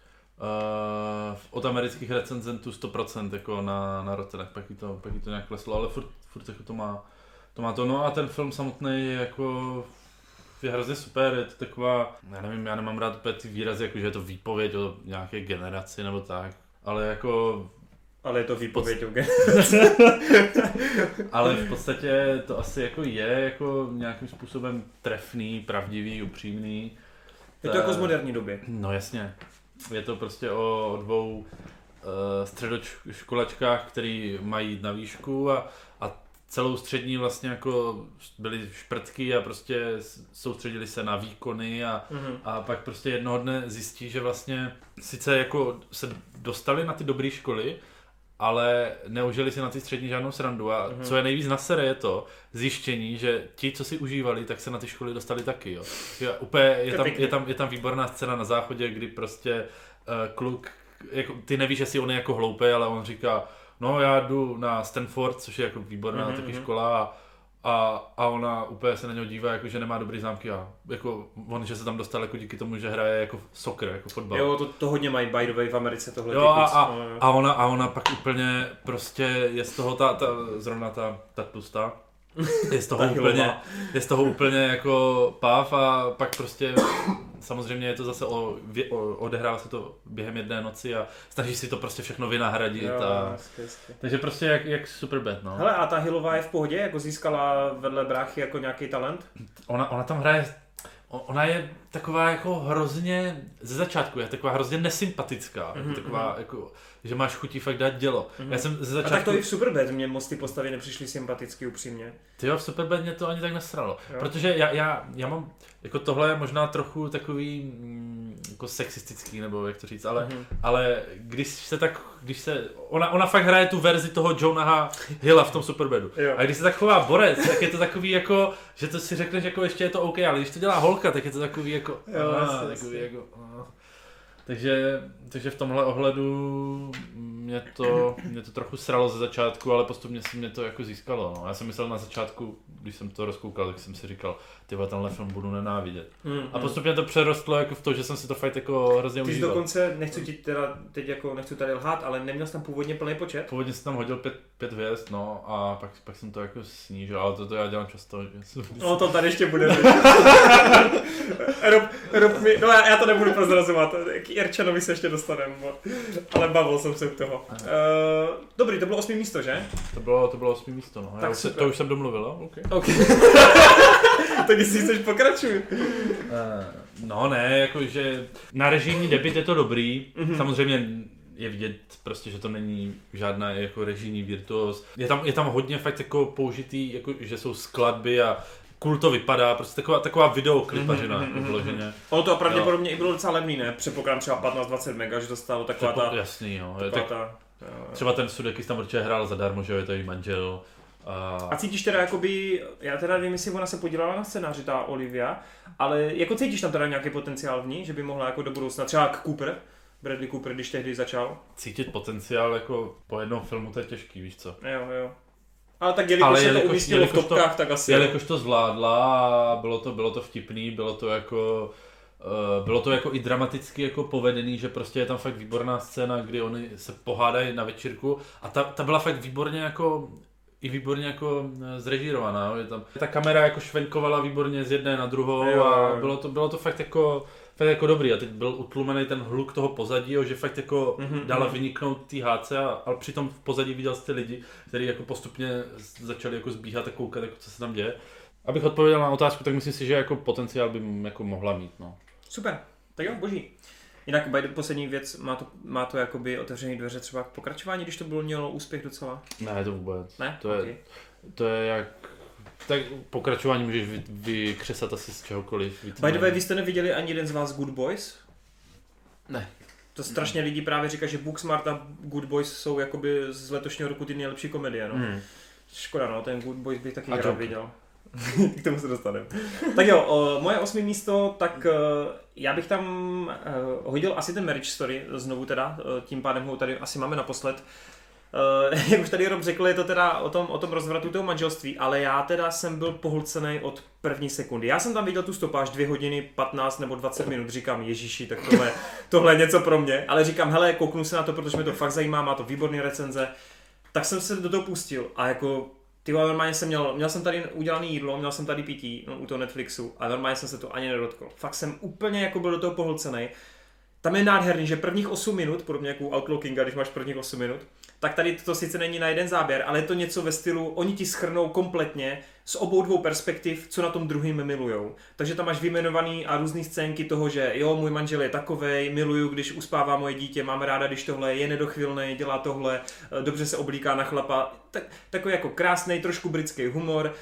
od amerických recenzentů 100% jako na Rottenech, pak jí to nějak kleslo, ale furt jako to má. No a ten film samotný jako je hrozně super, je to taková, já nemám rád úplně ty výrazy, jako že je to výpověď o nějaké generaci nebo tak, ale jako... Ale je to výpověď o generaci. Ale v podstatě to asi jako je jako nějakým způsobem trefný, pravdivý, upřímný. Je to jako z moderní doby. No jasně. Je to prostě o dvou středoškolačkách, který mají jít na výšku a celou střední vlastně jako byly šprtky a prostě soustředili se na výkony a pak prostě jednoho dne zjistí, že vlastně sice jako se dostali na ty dobré školy, ale neužili si na ty střední žádnou srandu a co je nejvíc na sere je to zjištění, že ti, co si užívali, tak se na ty školy dostali taky, jo. Úplně je tam výborná scéna na záchodě, kdy prostě kluk, jako, ty nevíš, jestli on je jako hloupý, ale on říká, no já jdu na Stanford, což je jako výborná taky škola a ona úplně se na něho dívá, jako, že nemá dobrý známky a jako on, že se tam dostal jako díky tomu, že hraje jako soccer, jako fotbal. Jo, to hodně mají by the way v Americe tohle. Jo, a ona pak úplně prostě je z toho zrovna ta tlustá. Je z toho úplně jako páv a pak prostě samozřejmě je to zase odehrává se to během jedné noci a snaží si to prostě všechno vynahradit. Jo, a takže prostě jak Superbad, no. Hele, a ta Hillová je v pohodě, jako získala vedle bráchy jako nějaký talent? Ona tam hraje, ona je taková jako hrozně, ze začátku je taková hrozně nesympatická, taková jako, že máš chutí fakt dát dělo. Já jsem ze začátku... A tak to i v Superbad, mě moc ty postavy nepřišly sympaticky upřímně. Tyjo, v Superbad mě to ani tak nesralo, protože já mám, jako tohle je možná trochu takový jako sexistický, nebo jak to říct, ale když se, ona fakt hraje tu verzi toho Jonaha Hilla v tom Superbadu. A když se tak chová borec, tak je to takový jako, že to si řekneš jako ještě je to OK, ale když to dělá holka, tak je to takový jako, Takže v tomhle ohledu mě to trochu sralo ze začátku, ale postupně si mě to jako získalo. No. Já jsem myslel na začátku, když jsem to rozkoukal, tak jsem si říkal, tyhle tenhle film budu nenávidět. A postupně to přerostlo jako v to, že jsem si to fakt jako hrozně užíval. Ty jsi dokonce, nechci tady lhát, ale neměl jsi tam původně plný počet? Původně jsem tam hodil 5 hvězd, no a pak jsem to jako snížil, ale to já dělám často. No to tady ještě bude. Rob mi, no já to nebudu prozrazovat, k Irčanovi se ještě dostaneme, ale bavil jsem se u toho. Dobrý, to bylo 8. místo, že? To bylo 8. místo, no. To už jsem domluvil, jo? Okay. Tak jestli chceš pokračuj. No ne, jakože na režijní debut je to dobrý, samozřejmě je vidět prostě, že to není žádná jako režijní virtuos. Je tam hodně fakt jako použitý, jako, že jsou skladby a cool to vypadá, prostě taková videoklipařina vloženě. Ono to pravděpodobně i bylo docela levný, ne? Předpokládám třeba 15-20 mega, že to stálo taková ta... Jasný, jo. Třeba ten Sudeikis tam určitě hrál zadarmo, že jo, je to její manžel. A cítíš teda jakoby, já teda nevím, jestli ona se podílela na scénáři, ta Olivia, ale jako cítíš tam teda nějaký potenciál v ní, že by mohla jako do budoucna, třeba jak Bradley Cooper, když tehdy začal? Cítit potenciál jako po jednom filmu, to je těžký, víš co? Jo. Ale tak jelikož se to umístilo v topkách, tak asi... Jelikož to zvládla, bylo to vtipný, bylo to jako i dramaticky jako povedený, že prostě je tam fakt výborná scéna, kdy oni se pohádají na večírku a ta byla fakt výborně jako zrežírovaná. Ta kamera jako švenkovala výborně z jedné na druhou a bylo to fakt jako dobrý a teď byl utlumený ten hluk toho pozadí, že fakt jako dala vyniknout té hádce, ale přitom v pozadí viděl jste lidi, kteří jako postupně začali jako zbíhat a koukat, jako co se tam děje. Abych odpověděl na otázku, tak myslím si, že jako potenciál by jako mohla mít, no. Super, tak jo, boží. Jinak poslední věc, má to jakoby otevřené dveře třeba k pokračování, když to mělo úspěch docela? Ne, to vůbec. Ne? To je jak... Tak pokračování můžeš vykřesat asi z čehokoliv. By the way, vy jste neviděli ani jeden z vás Good Boys? Ne. To strašně lidi právě říká, že Booksmart a Good Boys jsou jakoby z letošního roku ty nejlepší komedie, no. Škoda, no, ten Good Boys bych taky rád viděl. K tomu se dostaneme. Tak jo, moje 8. místo, tak já bych tam hodil asi ten Marriage Story znovu teda, tím pádem ho tady asi máme naposled. Jak už tady Rob řekl, je to teda o tom rozvratu toho manželství, ale já teda jsem byl pohlcený od první sekundy. Já jsem tam viděl tu stopáž 2 hodiny 15 nebo 20 minut, říkám ježiši, tak tohle je něco pro mě, ale říkám hele, kouknu se na to, protože mě to fakt zajímá, má to výborné recenze, tak jsem se do toho pustil a jako normálně jsem měl jsem tady udělaný jídlo, měl jsem tady pití u toho Netflixu a normálně jsem se to ani nedotkl. Fakt jsem úplně jako byl do toho pohlcený. Tam je nádherný, že prvních 8 minut, podobně jako u Outlaw Kinga, když máš prvních 8 minut, tak tady to sice není na jeden záběr, ale je to něco ve stylu, oni ti shrnou kompletně z obou dvou perspektiv, co na tom druhým milujou. Takže tam máš vyjmenovaný a různý scénky toho, že jo, můj manžel je takovej, miluju, když uspává moje dítě, mám ráda, když tohle je nedochvilný, dělá tohle, dobře se oblíká na chlapa. Takový jako krásný, trošku britský humor.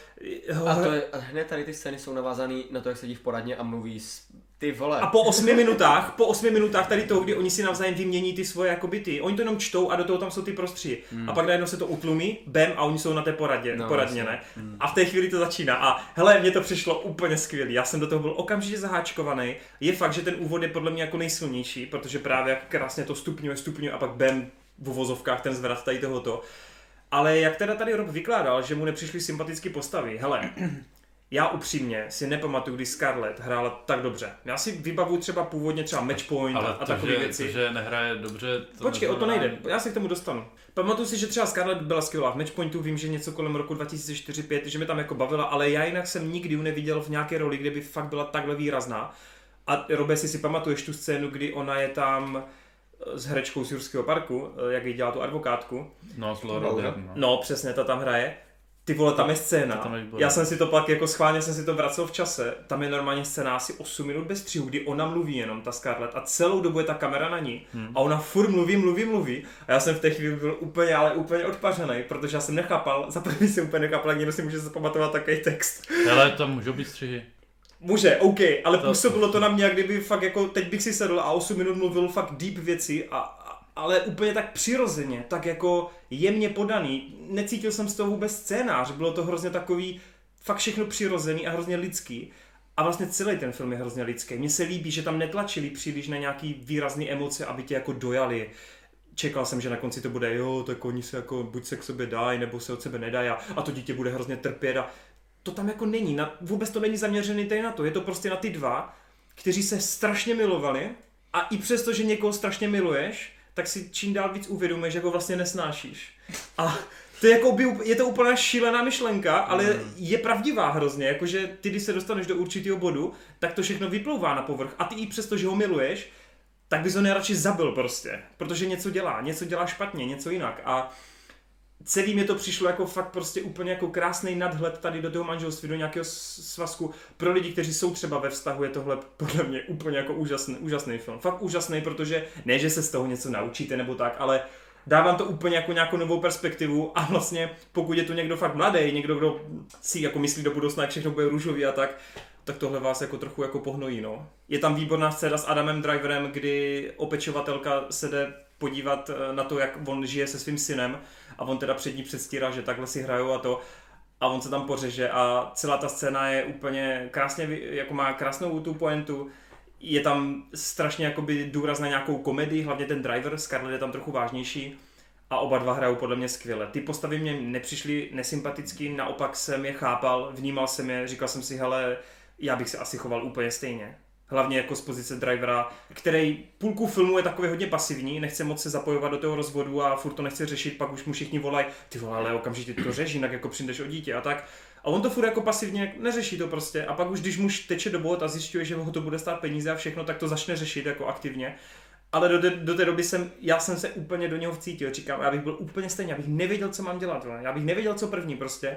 A hned tady ty scény jsou navázaný na to, jak sedí v poradně a mluví ty vole. A po 8 minutách tady toho, kdy oni si navzájem vymění ty svoje jako byty. Oni to jenom čtou a do toho tam jsou ty prostři. A pak najednou se to utlumí, bam, a oni jsou na té poradně, ne? A v té chvíli to začíná. A hele, mně to přišlo úplně skvělý. Já jsem do toho byl okamžitě zaháčkovaný. Je fakt, že ten úvod je podle mě jako nejsilnější, protože právě jak krásně to stupňuje a pak bam, v uvozovkách ten zvrat tady tohoto. Ale jak teda tady Rob vykládal, že mu nepřišly sympatické postavy. Hele, já upřímně si nepamatuju, kdy Scarlett hrála tak dobře. Já si vybavuju třeba původně třeba Matchpoint a takové věci. Ale že nehraje dobře, to počkej, o to nejde, já se k tomu dostanu. Pamatuju si, že třeba Scarlett byla skvělá v Matchpointu, vím, že něco kolem roku 2004-2005, že mi tam jako bavila, ale já jinak jsem nikdy ju neviděl v nějaké roli, kde by fakt byla takhle výrazná. A Robe, si pamatuješ tu scénu, kdy ona je tam s herečkou z Jurského parku, jak jí dělá tu advokátku. No, s Laura. No, přesně, ta tam hraje. Ty vole, tam je scéna. Já jsem si to pak jako schválně jsem si to vracel v čase. Tam je normálně scéna asi 8 minut bez střihu, kdy ona mluví jenom, ta Scarlett, a celou dobu je ta kamera na ní. A ona furt mluví. A já jsem v té chvíli byl úplně odpařený, protože já jsem nechápal, za první jsem úplně nechápal, jak někdo si může zapamatovat takový text. Hele, tam můžou být střihy. Může, OK, ale působilo to na mě, jak kdyby fakt jako, teď bych si sedl a 8 minut mluvil fakt deep věci ale úplně tak přirozeně, tak jako jemně podaný. Necítil jsem z toho vůbec scénář, bylo to hrozně takový, fakt všechno přirozený a hrozně lidský. A vlastně celý ten film je hrozně lidský. Mně se líbí, že tam netlačili příliš na nějaký výrazný emoce, aby tě jako dojali. Čekal jsem, že na konci to bude, jo, tak oni se jako buď se k sobě dají, nebo se od sebe nedají a to dítě bude hrozně trpět a to tam jako není, vůbec to není zaměřený tady na to, je to prostě na ty dva, kteří se strašně milovali a i přesto, že někoho strašně miluješ, tak si čím dál víc uvědomuješ, že ho vlastně nesnášíš. A to je, jako je to úplně šílená myšlenka, ale je pravdivá hrozně, jakože ty, když se dostaneš do určitého bodu, tak to všechno vyplouvá na povrch a ty i přesto, že ho miluješ, tak bys ho nejradši zabil prostě, protože něco dělá špatně, něco jinak a celý mě to přišlo jako fakt prostě úplně jako krásný nadhled tady do toho manželství, do nějakého svazku. Pro lidi, kteří jsou třeba ve vztahu, je tohle podle mě úplně jako úžasný film. Fakt úžasný, protože ne, že se z toho něco naučíte nebo tak, ale dávám to úplně jako nějakou novou perspektivu a vlastně pokud je tu někdo fakt mladý, někdo, kdo si jako myslí do budoucna, jak všechno bude růžový a tak tohle vás jako trochu jako pohnojí, no. Je tam výborná scéna s Adamem Driverem, kdy opečovatelka se jde podívat na to, jak on žije se svým synem a on teda před ní předstírá, že takhle si hrajou a on se tam pořeže a celá ta scéna je úplně krásně, jako má krásnou tu pointu, je tam strašně jakoby důraz na nějakou komedii, hlavně ten Driver, Scarlett je tam trochu vážnější a oba dva hrajou podle mě skvěle. Ty postavy mě nepřišly nesympatický, naopak jsem je chápal, vnímal jsem je, říkal jsem si, hele, já bych se asi choval úplně stejně. Hlavně jako z pozice Drivera, který půlku filmu je takový hodně pasivní, nechce moc se zapojovat do toho rozvodu a furt to nechce řešit, pak už mu všichni volají, ty vole, ale okamžitě to řeší, jinak jako přijdeš o dítě a tak. A on to furt jako pasivně neřeší to prostě a pak už když muž teče do bod a zjišťuje, že ho to bude stát peníze a všechno, tak to začne řešit jako aktivně. Ale do té doby já jsem se úplně do něho vcítil, říkám, já bych byl úplně stejný, já bych nevěděl, co mám dělat, já bych nevěděl, co první prostě.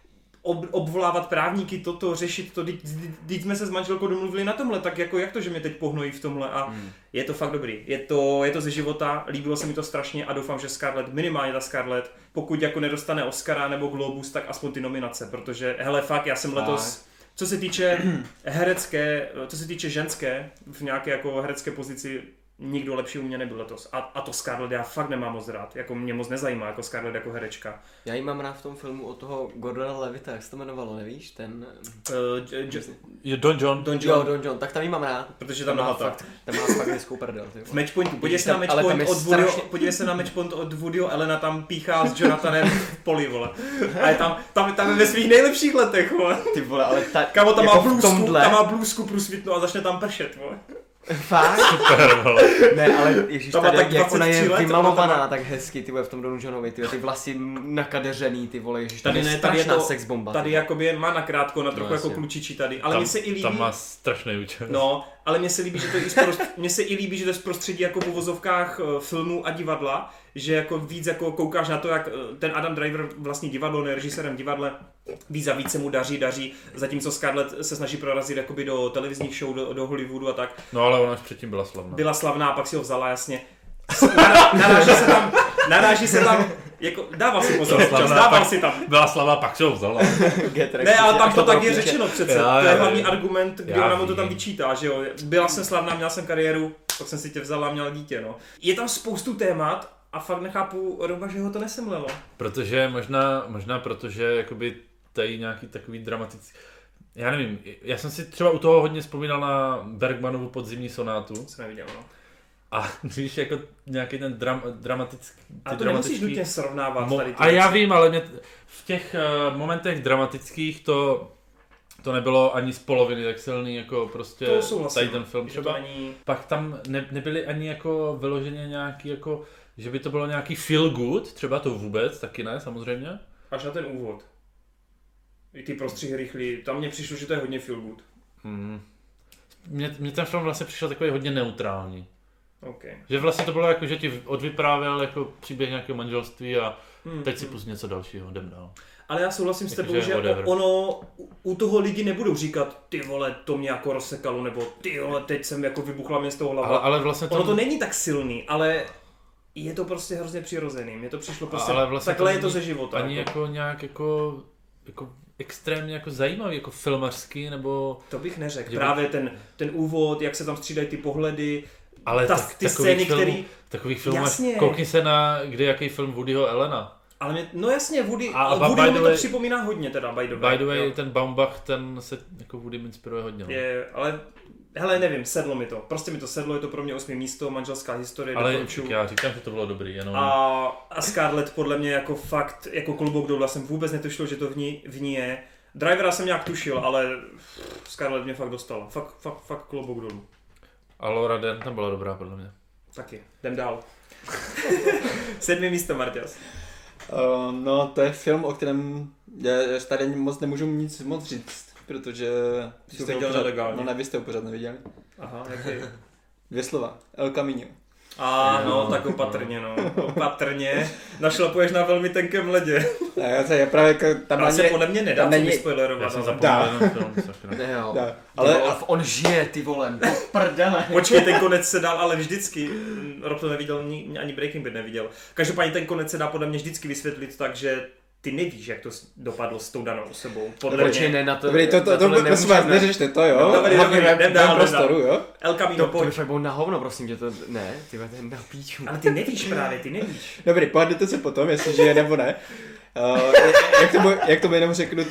Obvolávat právníky, řešit to, teď jsme se s manželkou domluvili na tomhle, tak jako jak to, že mě teď pohnojí v tomhle a je to fakt dobrý. Je to ze života, líbilo se mi to strašně a doufám, že Scarlett, minimálně ta Scarlett, pokud jako nedostane Oscara nebo Globus, tak aspoň ty nominace, protože hele fakt, já jsem letos, co se týče herecké, co se týče ženské, v nějaké jako herecké pozici, nikdo lepší u mě nebyl letos. A to Scarlett já fakt nemám moc rád, jako mě moc nezajímá jako Scarlett jako herečka. Já ji mám rád v tom filmu od toho Gordona Levita, jak se to jmenovalo, nevíš? Ten... Don John. Don John, tak tam ji mám rád. Protože tam nahata. Tam má fakt hezkou prdel. V Matchpointu, podívej se na Matchpoint od Woodyho Allena, tam píchá s Jonathanem v poli, vole. A je tam je ve svých nejlepších letech, vole. Ty vole, ale Kámo, tam jako má blůzku průsvitnu a začne tam pršet, vole. Fakt? Super, vole. Ne, ale ježíš, tady jak ona je vymalovaná tak hezky, ty vole, v tom Donu Johnovi, ty vlasy nakadeřený, ty vole, ježíš, tady je strašná sexbomba. Tady jakoby má nakrátko, na trochu jako klučičí tady, ale mně se i líbí. Tam má strašný účel. No, ale mně se líbí, že to mně se i líbí, že to je z prostředí jako v uvozovkách filmu a divadla, že jako víc jako koukáš na to, jak ten Adam Driver vlastní divadlo, ne režisérem divadle, víc a víc se mu daří, zatímco Scarlett se snaží prorazit jakoby do televizních show, do Hollywoodu a tak. No ale ona už předtím byla slavná. Byla slavná a pak si ho vzala, jasně. Naráží se tam, jako, dával si pozor, dával si tam. Byla slavná, pak si ho vzala. Ne, ale tam to tak je řečeno přece, to je hlavní argument, kdy ona mu to tam vyčítá, že jo. Byla jsem slavná, měla jsem kariéru, pak jsem si tě vzala a měla dítě, no. Je tam spoustu témat a fakt nechápu Roba, že ho to nesemlelo. Protože možná protože jakoby tady nějaký takový dramatický... Já nevím, já jsem si třeba u toho hodně vzpomínal na Bergmanovu Podzimní sonátu. Jsem neviděl, no. A víš, jako nějaký ten dramatický... A to nemusíš nutně srovnávat tady ty a já vím, ale mě v těch momentech dramatických to nebylo ani z poloviny tak silný, jako prostě tady ten film třeba. Není... Pak tam nebyly ani jako vyloženě nějaký jako, že by to bylo nějaký feel good, třeba to vůbec, taky ne, samozřejmě. Až na ten úvod. I ty prostřihy rychlý, tam mně přišlo, že to je hodně feel good. Mně ten film vlastně přišel takový hodně neutrální. Okay. Že vlastně to bylo jako, že ti odvyprávěl jako příběh nějakého manželství a teď si pust něco dalšího, jdem dál. Ale já souhlasím s tebou, že ono, u toho lidi nebudou říkat, ty vole, to mě jako rozsekalo, nebo ty vole, teď jsem jako vybuchla mě z toho hlava. Ale vlastně ono to není tak silný, ale je to prostě hrozně přirozený. Mně to přišlo prostě, ale vlastně takhle je to ze života. Ani jako nějak jako extrémně jako zajímavý, jako filmařský, nebo... To bych neřekl. Právě ten úvod, jak se tam střídají ty pohledy, ale ty scény, které... Takových filmů, koukni se na jaký film Woodyho Allena. Ale mě, no jasně, Woody mi to připomíná hodně teda, by the way. Ten Baumbach, ten se jako Woody inspiruje hodně. Je, ale hele, nevím, sedlo mi to. Prostě mi to sedlo, je to pro mě 8. místo, manželská historie. Ale já říkám, že to bylo dobrý, jenom... A Scarlett podle mě jako fakt, jako klobouk dolů, já jsem vůbec netušil, že to v ní je. Drivera jsem nějak tušil, ale Scarlett mě fakt dostala. Fakt klobouk dolů. A Laura Dern tam byla dobrá podle mě. Taky, jdem dál. 7. místo, Marťas. No, to je film, o kterém já tady moc nemůžu nic moc říct, protože... Jsi viděl nelegálně. No ne, vy jste ho pořád neviděli. Aha, jaký? 2 slova. El Camino. No, tak opatrně. Našlapuješ na velmi tenkém ledě. Je právě tam ale se podle mě nedá co vyspoilerovat. Já jsem zapomněl ten film, sakra. Ale on žije, ty vole, prdele. Počkej, ten konec se dal, ale vždycky, Rob to neviděl, ani Breaking Bad neviděl. Každopádně ten konec se dá podle mě vždycky vysvětlit tak, že ty nevíš, jak to dopadlo s tou danou osobou. Podle mě. Ne, na to, dobrý, to prosím vás, neřešte to, jo? Dobrý, jdem dál. Prostoru, jo? El Camino, pojď. To by fakt bylo na hovno, prosím tě, to ne, ty máte na píču. Ale ty nevíš právě, ty nevíš. Dobrý, pohádejte se potom, jestli žije nebo ne. Jak tomu jenom řeknu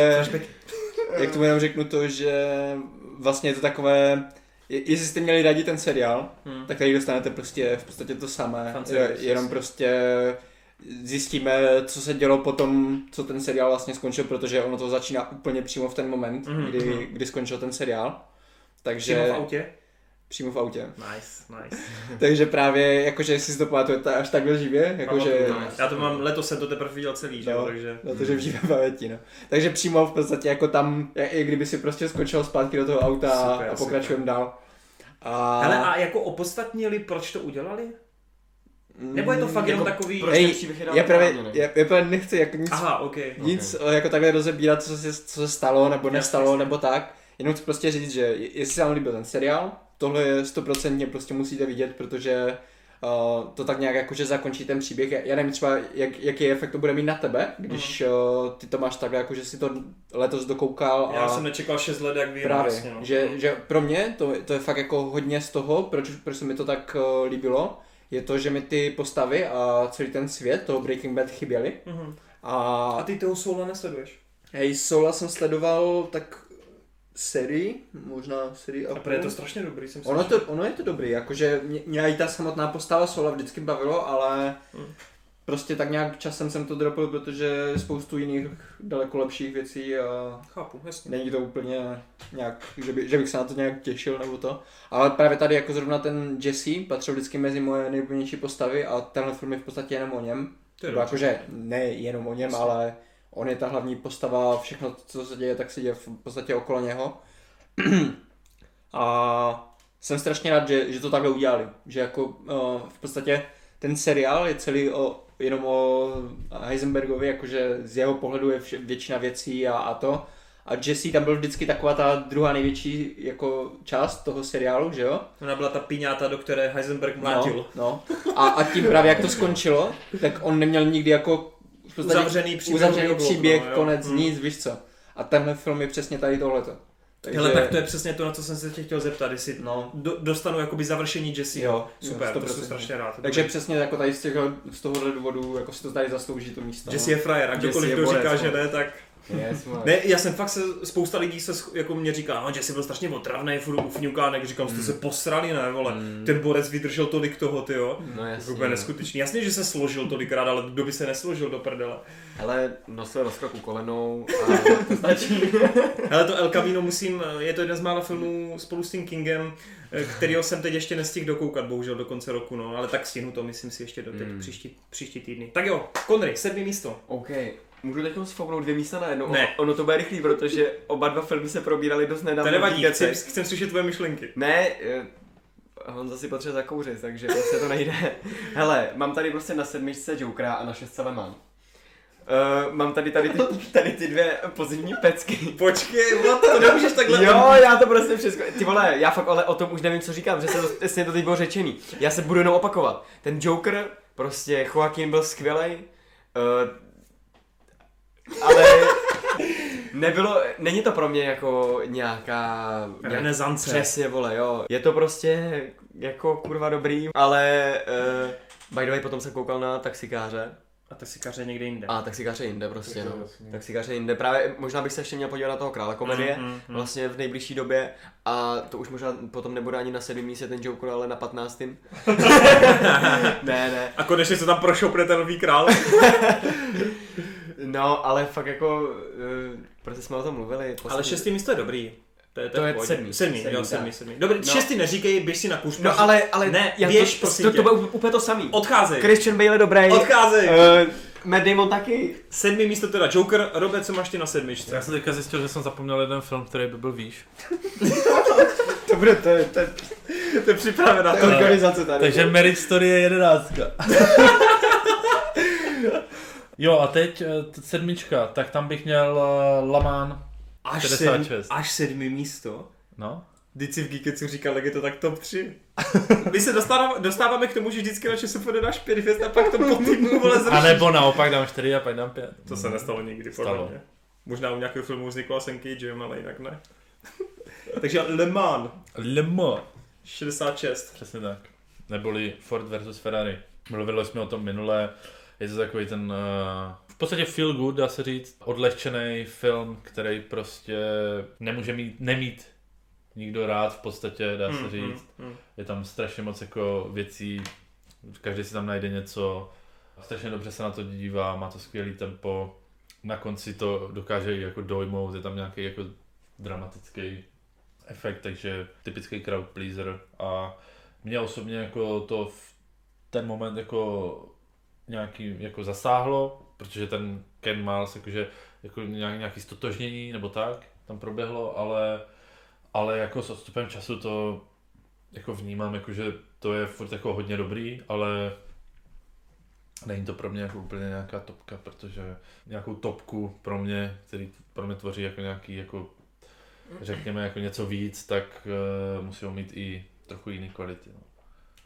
to, že vlastně je to takové, jestli jste měli rádi ten seriál, tak tady dostanete prostě v podstatě to samé, jenom prostě zjistíme, co se dělo potom, co ten seriál vlastně skončil, protože ono to začíná úplně přímo v ten moment, kdy skončil ten seriál. Takže... Přímo v autě? Přímo v autě. Nice. Takže právě, jakože jestli si to pamatujete až takhle živě, jakože... Já to mám, letos jsem to teprve viděl celý, že jo, takže... No to, že v živé paměti, no. Takže přímo v podstatě jako tam, i kdyby si prostě skočil zpátky do toho auta a pokračujeme dál. Hele, a jako opodstatnili, proč to udělali? Nebo je to fakt jenom takový... Já právě nechci jako nic, nic jako takhle rozebírat, co se stalo, nebo nestalo, nebo tak. Jenom chci prostě říct, že jestli se vám líbil ten seriál, tohle je 100% prostě musíte vidět, protože to tak nějak jakože zakončí ten příběh. Já nevím třeba, jaký efekt to bude mít na tebe, když ty to máš takhle, jakože si to letos dokoukal. Já jsem nečekal 6 let, jak vím. Právě, vlastně, no. že pro mě to je fakt jako hodně z toho, proč se mi to tak líbilo, je to, že mi ty postavy a celý ten svět toho Breaking Bad chyběly. A ty toho Soula nesleduješ? Hej, Soula jsem sledoval tak sérii, možná sérii a půl. A je to strašně dobrý, jsem si ono je to dobrý, jakože mě i ta samotná postava Soula vždycky bavilo, ale prostě tak nějak časem jsem to dropl, protože spoustu jiných daleko lepších věcí a chápu, jasně. Není to úplně nějak, že bych se na to nějak těšil nebo to, ale právě tady jako zrovna ten Jesse patřil vždycky mezi moje nejoblíbenější postavy a tenhle film je v podstatě jenom o něm. Jakože ne jenom o něm, ale on je ta hlavní postava, všechno, co se děje, tak se děje v podstatě okolo něho. A jsem strašně rád, že to takhle udělali. Že jako v podstatě ten seriál je celý jenom o Heisenbergovi, jakože z jeho pohledu je většina věcí a to. A Jesse tam byl vždycky taková ta druhá největší jako část toho seriálu, že jo? Ona byla ta piňáta, do které Heisenberg mlátil. No. A tím právě jak to skončilo, tak on neměl nikdy jako uzavřený příběh, konec, nic, víš co. A tenhle film je přesně tady tohleto. Hele, tak to je přesně to, na co jsem se tě chtěl zeptat, jestli dostanu jakoby završení Jesse. Jo, super, to jsem strašně rád. Takže přesně jako tady z tohohle důvodu, jako si to tady zaslouží to místo. Jesse je frajer a kdokoliv to říká, že ne, tak... Ne, já jsem fakt spousta lidí jako mě říká, že jsi byl strašně otravný, furt ufňukánek, říkám, jste se posrali, ne, vole, ten borec vydržel tolik toho, tyjo, no jasně, úplně neskutečný, jasně, že se složil tolikrát, ale kdo by se nesložil do prdele. Hele, nosil rozkroku kolenou a to stačí. Hele, to El Camino je to jeden z mála filmů spolu s tím Kingem, kterýho jsem teď ještě nestihl dokoukat, bohužel do konce roku, no, ale tak stihnu to, myslím si ještě do teď příští týdny. Tak jo, Connery, 7. místo. OK. Můžu teď sfouknout 2 místa na jedno? Ne. Ono to bude rychlý, protože oba dva filmy se probírali dost nedávno. To nevadí, chcem slyšet tvoje myšlenky. Ne, Honza si potřebuje zakouřit, takže prostě to nejde. Hele, mám tady prostě na 7. Jokera a na 6. Le Mans. Mám tady ty 2 pozimní pecky. Počkej, to nemůžeš takhle... Jo, já to prostě všechno... Ty vole, já fakt ale o tom už nevím, co říkám, že se to teď bylo řečený. Já se budu jenom opakovat. Ten Joker, prostě Joaquin byl skvělej. Ale není to pro mě jako nějaká renesance. Přesně, vole, jo. Je to prostě jako kurva dobrý, ale by the way, potom jsem koukal na Taxikáře. A Taxikáře někde jinde. A Taxikáře jinde prostě, no. Taxikáře jinde. Právě možná bych se ještě měl podívat na toho Krále komedie, vlastně v nejbližší době. A to už možná potom nebude ani na 7. místě ten Joker, ale na 15. ne. A konečně se tam prošoupne ten nový král. No, ale fakt jako, protože jsme o tom mluvili. Ale 6. místo je dobrý. To je 7. Dobrý, 6. neříkej, běž si na kůž. No ale ne, běž, to bude úplně to samý. Odcházej. Christian Bale je dobrý. Odcházej. Matt Damon taky. 7. místo teda Joker. Robert, co máš ty na 7? Já jsem teďka zjistil, že jsem zapomněl jeden film, který by byl výš. To je připravená organizace tady. Takže Merit Story je 11. Jo a teď 7, tak tam bych měl Le Mans 66. Až 7. místo? No. Vždyť si v Geekecu říkal, jak je to tak top 3. My se dostáváme k tomu, že vždycky na ČSFD dáš 5 hvězd a pak to po týdnu vole zrušíš. A nebo naopak dám 4 a pak dám 5. To se nestalo nikdy, podle mě. Možná u nějakého filmu s Nicolasem Cagem, ale jinak ne. Takže Le Mans. 66. Přesně tak. Neboli Ford versus Ferrari. Mluvili jsme o tom minule. Je to takový ten v podstatě feel good, dá se říct, odlehčený film, který prostě nemůže nemít nikdo rád v podstatě, dá se říct. Je tam strašně moc jako věcí, každý si tam najde něco, strašně dobře se na to dívá, má to skvělý tempo, na konci to dokáže jako dojmout, je tam nějaký jako dramatický efekt, takže typický crowd pleaser a mě osobně jako to v ten moment jako nějaký jako zasáhlo, protože ten Ken Miles jakože jako nějaký stotožnění nebo tak tam proběhlo, ale jako s odstupem času to jako vnímám, jakože to je furt jako hodně dobrý, ale není to pro mě jako úplně nějaká topka, protože nějakou topku pro mě, který pro mě tvoří jako nějaký jako řekněme jako něco víc, tak musí mít i trochu jiný kvality. No.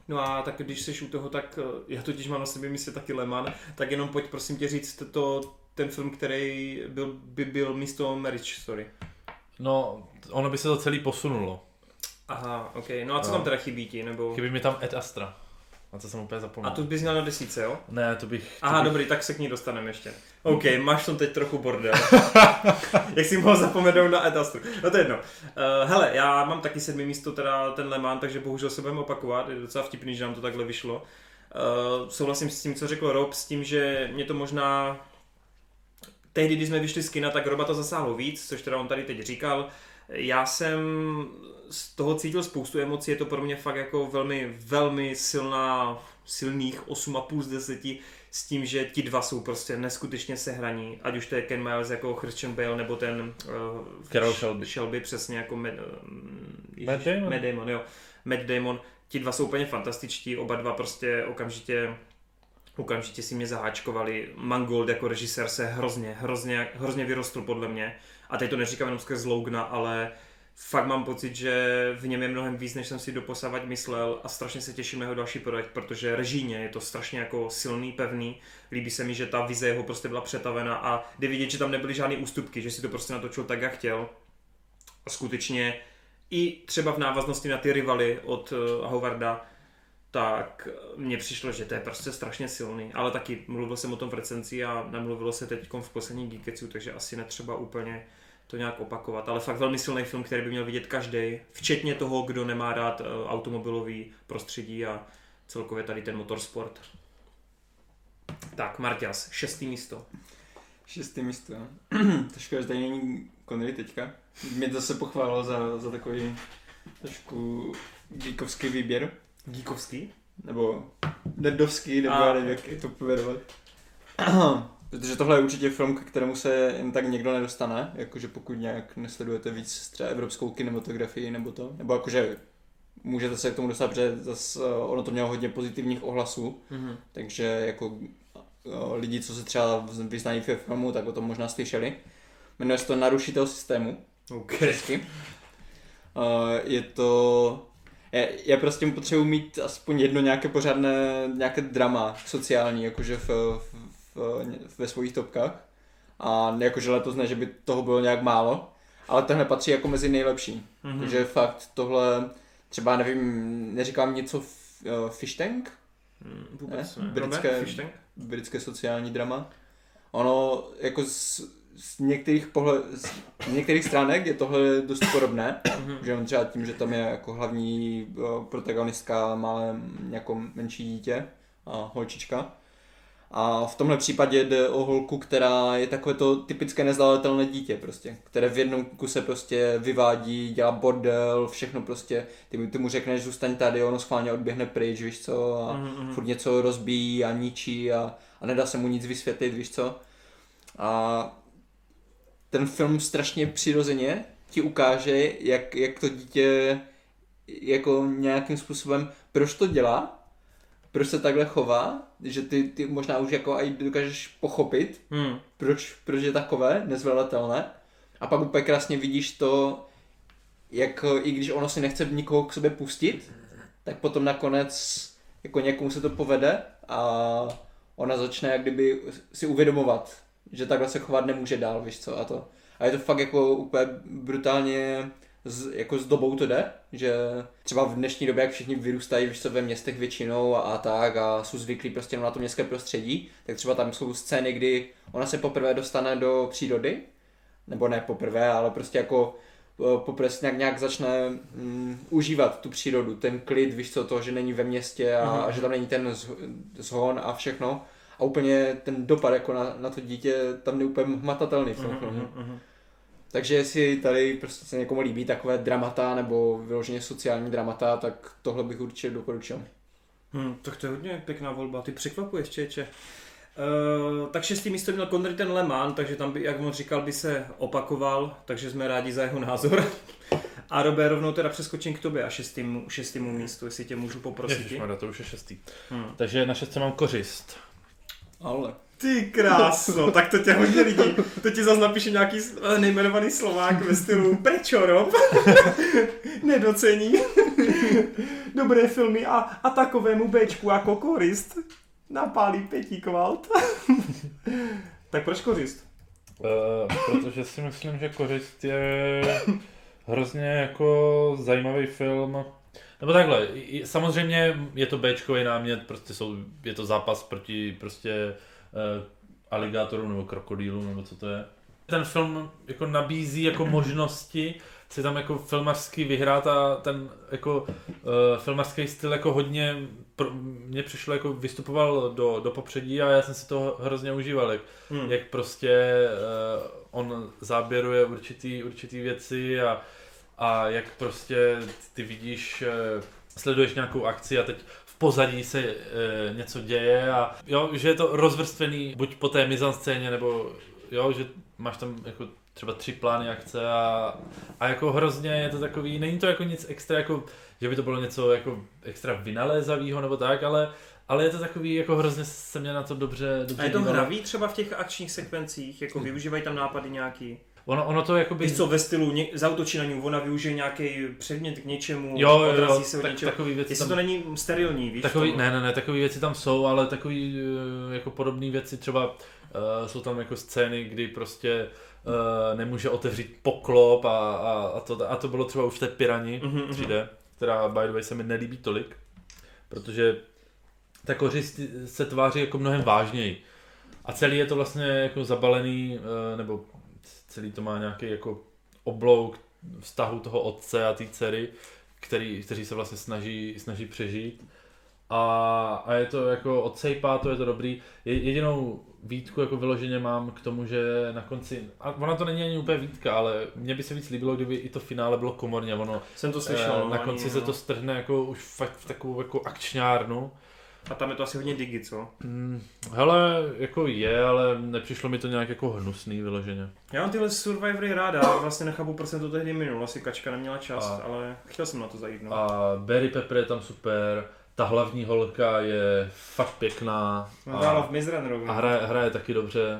No a tak když jsi u toho, tak já totiž mám na sobě místě taky Le Mans, tak jenom pojď prosím tě říct ten film, který by byl místo Marriage Story. No, ono by se to celý posunulo. Aha, ok. No a co tam teda chybí ti, nebo? Chybí mi tam Ad Astra. A to jsem úplně zapomněl. A tu bys měl na 10, jo? Ne, to bych... Dobrý, tak se k ní dostaneme ještě. OK, máš tam teď trochu bordel. Jak jsi mohl zapomenout na Ad Astra. No to je jedno. Hele, já mám taky 7. místo, teda ten Le Mans, takže bohužel se budeme opakovat. Je docela vtipný, že nám to takhle vyšlo. Souhlasím s tím, co řekl Rob, s tím, že mě to možná... Tehdy, když jsme vyšli z kina, tak Roba to zasáhlo víc, což teda on tady teď říkal. Já jsem z toho cítil spoustu emocí, je to pro mě fakt jako velmi, velmi silných 8,5 z 10, s tím, že ti dva jsou prostě neskutečně sehraní, ať už to je Ken Miles jako Christian Bale, nebo ten Carroll Shelby přesně jako Matt Damon, jo. Matt Damon, ti dva jsou úplně fantastičtí, oba dva prostě okamžitě si mě zaháčkovali. Mangold jako režisér se hrozně vyrostl podle mě. A teď to neříkám jenom skrz Logana, ale fakt mám pocit, že v něm je mnohem víc, než jsem si doposavad myslel a strašně se těším na jeho další projekt, protože režijně je to strašně jako silný, pevný. Líbí se mi, že ta vize jeho prostě byla přetavena a jde vidět, že tam nebyly žádné ústupky, že si to prostě natočil tak, jak chtěl. A skutečně i třeba v návaznosti na ty rivaly od Howarda, tak mně přišlo, že to je prostě strašně silný, ale taky mluvil jsem o tom v recenzi a nemluvilo se teď v poslední Geeketsu, takže asi netřeba úplně to nějak opakovat, ale fakt velmi silný film, který by měl vidět každý, včetně toho, kdo nemá rád automobilový prostředí a celkově tady ten motorsport. Tak, Marťas, 6. místo. 6. místo. To škoda, že tady není Connery teďka. Mě to se pochválilo za takový trošku geekovský výběr. Geekovský? Nebo nerdovský, nebo já nevím, jak to povedovat. Protože tohle je určitě film, k kterému se jen tak někdo nedostane, jakože pokud nějak nesledujete víc třeba evropskou kinematografii nebo to, nebo jakože můžete se k tomu dostat, protože zase ono to mělo hodně pozitivních ohlasů, takže jako lidi, co se třeba vyznají v filmu, tak o tom možná slyšeli. Jmenuje se to Narušitel systému. Česky. Je to... Já prostě potřebuji mít aspoň jedno nějaké pořádné, nějaké drama sociální, jakože ve svých topkách. A jakože letos ne, že by toho bylo nějak málo, ale tohle patří jako mezi nejlepší. Takže fakt tohle, třeba nevím, neříkám něco Fish Tank? Vůbec ne? Britské sociální drama. Ono jako z některých stránek je tohle dost podobné, že on třeba tím, že tam je jako hlavní protagonistka má nějakou menší dítě a holčička. A v tomhle případě jde o holku, která je takové to typické nezvládatelné dítě prostě, které v jednom kuse prostě vyvádí, dělá bordel, všechno prostě, ty mu řekneš zůstaň tady, ono schválně odběhne pryč, víš co, a furt něco rozbíjí a ničí a nedá se mu nic vysvětlit, víš co. A ten film strašně přirozeně ti ukáže, jak to dítě jako nějakým způsobem, proč to dělá, proč se takhle chová, že ty možná už jako aj dokážeš pochopit, proč je takové nezvladatelné. A pak úplně krásně vidíš to, jak i když ono si nechce nikoho k sobě pustit, tak potom nakonec jako někomu se to povede a ona začne jak kdyby si uvědomovat, že takhle se chovat nemůže dál, víš co, a to. A je to fakt jako úplně brutálně jako s dobou to jde, že třeba v dnešní době, jak všichni vyrůstají, víš co, ve městech většinou a tak a jsou zvyklí prostě na to městské prostředí, tak třeba tam jsou scény, kdy ona se poprvé dostane do přírody, nebo ne poprvé, ale prostě jako poprvé nějak začne užívat tu přírodu, ten klid, víš co, to, že není ve městě a že tam není ten zhon a všechno. A úplně ten dopad jako na to dítě tam je úplně hmatatelný v tom filmu. Takže jestli tady prostě se někomu líbí takové dramata nebo vyloženě sociální dramata, tak tohle bych určitě doporučil. Tak to je hodně pěkná volba, ty překvapuješ, čeče. Tak 6. místo měl Connery ten Le Mans, takže tam by, jak on říkal, by se opakoval, takže jsme rádi za jeho názor. A Robé, rovnou teda přeskočím k tobě a 6. místu, jestli tě můžu poprosit. Ježišmarja, to už je 6. Takže na 6. mám Kořist. Ale. Ty krásno, tak to tě hodně lidí, to ti zase napíše nějaký nejmenovaný Slovák ve stylu prečo, Rob? Nedocení. Dobré filmy a takovému Bčku jako korist napálí 5 kvalt. Tak proč korist? Protože si myslím, že Kořist je hrozně jako zajímavý film. Nebo takhle, samozřejmě je to Bčkový námět, prostě je to zápas proti prostě aligátoru nebo krokodýlu, nebo co to je. Ten film jako nabízí jako možnosti si tam jako filmařsky vyhrát a ten jako filmařský styl jako hodně mně přišlo jako vystupoval do popředí a já jsem si to hrozně užíval, jak prostě on záběruje určitý věci a jak prostě ty vidíš, sleduješ nějakou akci a teď v pozadí se něco děje a jo, že je to rozvrstvený buď po té mizanscéně nebo jo, že máš tam jako třeba 3 plány akce a jako hrozně je to takový, není to jako nic extra, jako, že by to bylo něco jako extra vynalézavýho nebo tak, ale je to takový, jako hrozně se mě na to dobře a je to hravý třeba v těch akčních sekvencích, jako využívají tam nápady nějaký? Ono to jakoby... Víš co, ve stylu zautočí na ní, ona využije nějaký předmět k něčemu, odrazí se od něčeho. Takový věci jestli tam... to není sterilní, víš? Ne, takový věci tam jsou, ale takový jako podobné věci třeba jsou tam jako scény, kdy prostě nemůže otevřít poklop a to bylo třeba už v té Pirani 3D, která by the way se mi nelíbí tolik, protože ta Kořist se tváří jako mnohem vážněji a celý je to vlastně jako zabalený, nebo celý to má nějaký jako oblouk vztahu toho otce a té dcery, kteří se vlastně snaží přežít. A je to jako odsejpá, to je to dobrý. Jedinou výtku jako vyloženě mám k tomu, že na konci, a ona to není ani úplně výtka, ale mně by se víc líbilo, kdyby i to finále bylo komorně. Ono, jsem to slyšel. Na konci se to strhne jako už fakt v takovou jako akčňárnu. A tam je to asi hodně digi, co? Hele, jako je, ale nepřišlo mi to nějak jako hnusný vyloženě. Já mám tyhle Survivory ráda, vlastně nechápu, proč jsem to tehdy minul, asi Kačka neměla čas, ale chtěl jsem na to zajít. No. A Barry Pepper je tam super, ta hlavní holka je fakt pěkná. Hrála v Maze Runnerovi. A hraje taky dobře,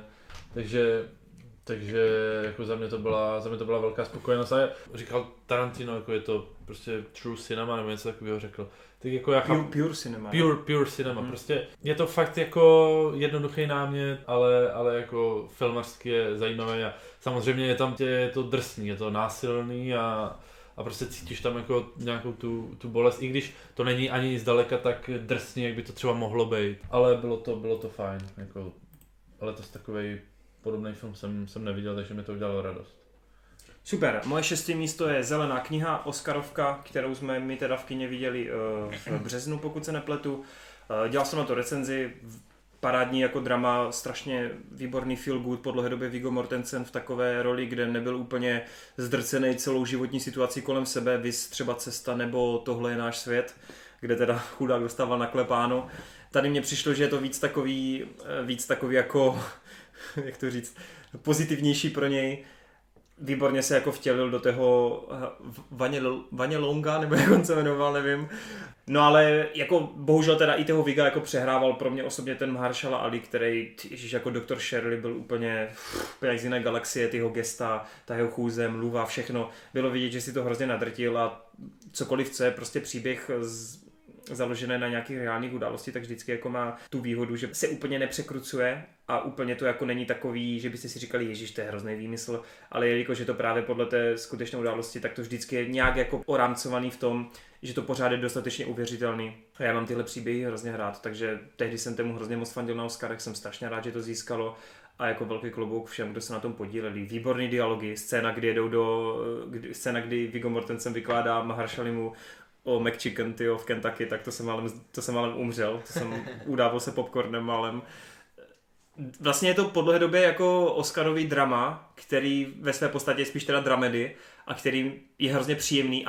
takže jako za mě to byla velká spokojenost. A říkal Tarantino, jako je to prostě true cinema, nebo něco takového řekl. Tak jako pure cinema. Pure cinema, prostě je to fakt jako jednoduchý námět, ale jako filmařsky je zajímavé a samozřejmě je to drsný, je to násilný a prostě cítíš tam jako nějakou tu bolest, i když to není ani zdaleka tak drsný, jak by to třeba mohlo být, ale bylo to fajn, jako, ale to takovej podobný film jsem neviděl, takže mi to udělalo radost. Super, moje 6. místo je Zelená kniha, Oscarovka, kterou jsme my teda v kině viděli v březnu, pokud se nepletu. Dělal jsem na to recenzi, parádní jako drama, strašně výborný feel good, po dlouhé době Viggo Mortensen v takové roli, kde nebyl úplně zdrcený celou životní situací kolem sebe, viz třeba Cesta nebo Tohle je náš svět, kde teda chudák dostával naklepáno. Tady mně přišlo, že je to víc takový jako, jak to říct, pozitivnější pro něj. Výborně se jako vtělil do toho Vaně Longa, nebo jak on se jmenoval, nevím. No ale jako bohužel teda i toho Vigga jako přehrával pro mě osobně ten Mahershala Ali, který ježiš, jako doktor Shirley byl úplně jak z jiné galaxie, ty jeho gesta, ta jeho chůze, mluva, všechno. Bylo vidět, že si to hrozně nadrtil a cokoliv, co je prostě příběh založené na nějakých reálných události, tak vždycky jako má tu výhodu, že se úplně nepřekrucuje a úplně to jako není takový, že byste si říkali, ježiš, to je hrozný výmysl, ale jelikož je to právě podle té skutečné události, tak to vždycky je nějak jako orámcovaný v tom, že to pořád je dostatečně uvěřitelný. A já mám tyhle příběhy hrozně rád, takže tehdy jsem tomu hrozně moc fandil na Oscarech, jsem strašně rád, že to získalo a jako velký klobouk všem, kdo se na tom podíleli. Výborný dialogy, scéna, kdy Viggo Mortensen vykládá Mahershalimu o McChicken, tyjo, v Kentucky, tak to jsem málem umřel, udával se popcornem málem. Vlastně je to po dlouhé době jako Oscarový drama, který ve své podstatě je spíš teda dramedy a který je hrozně příjemný a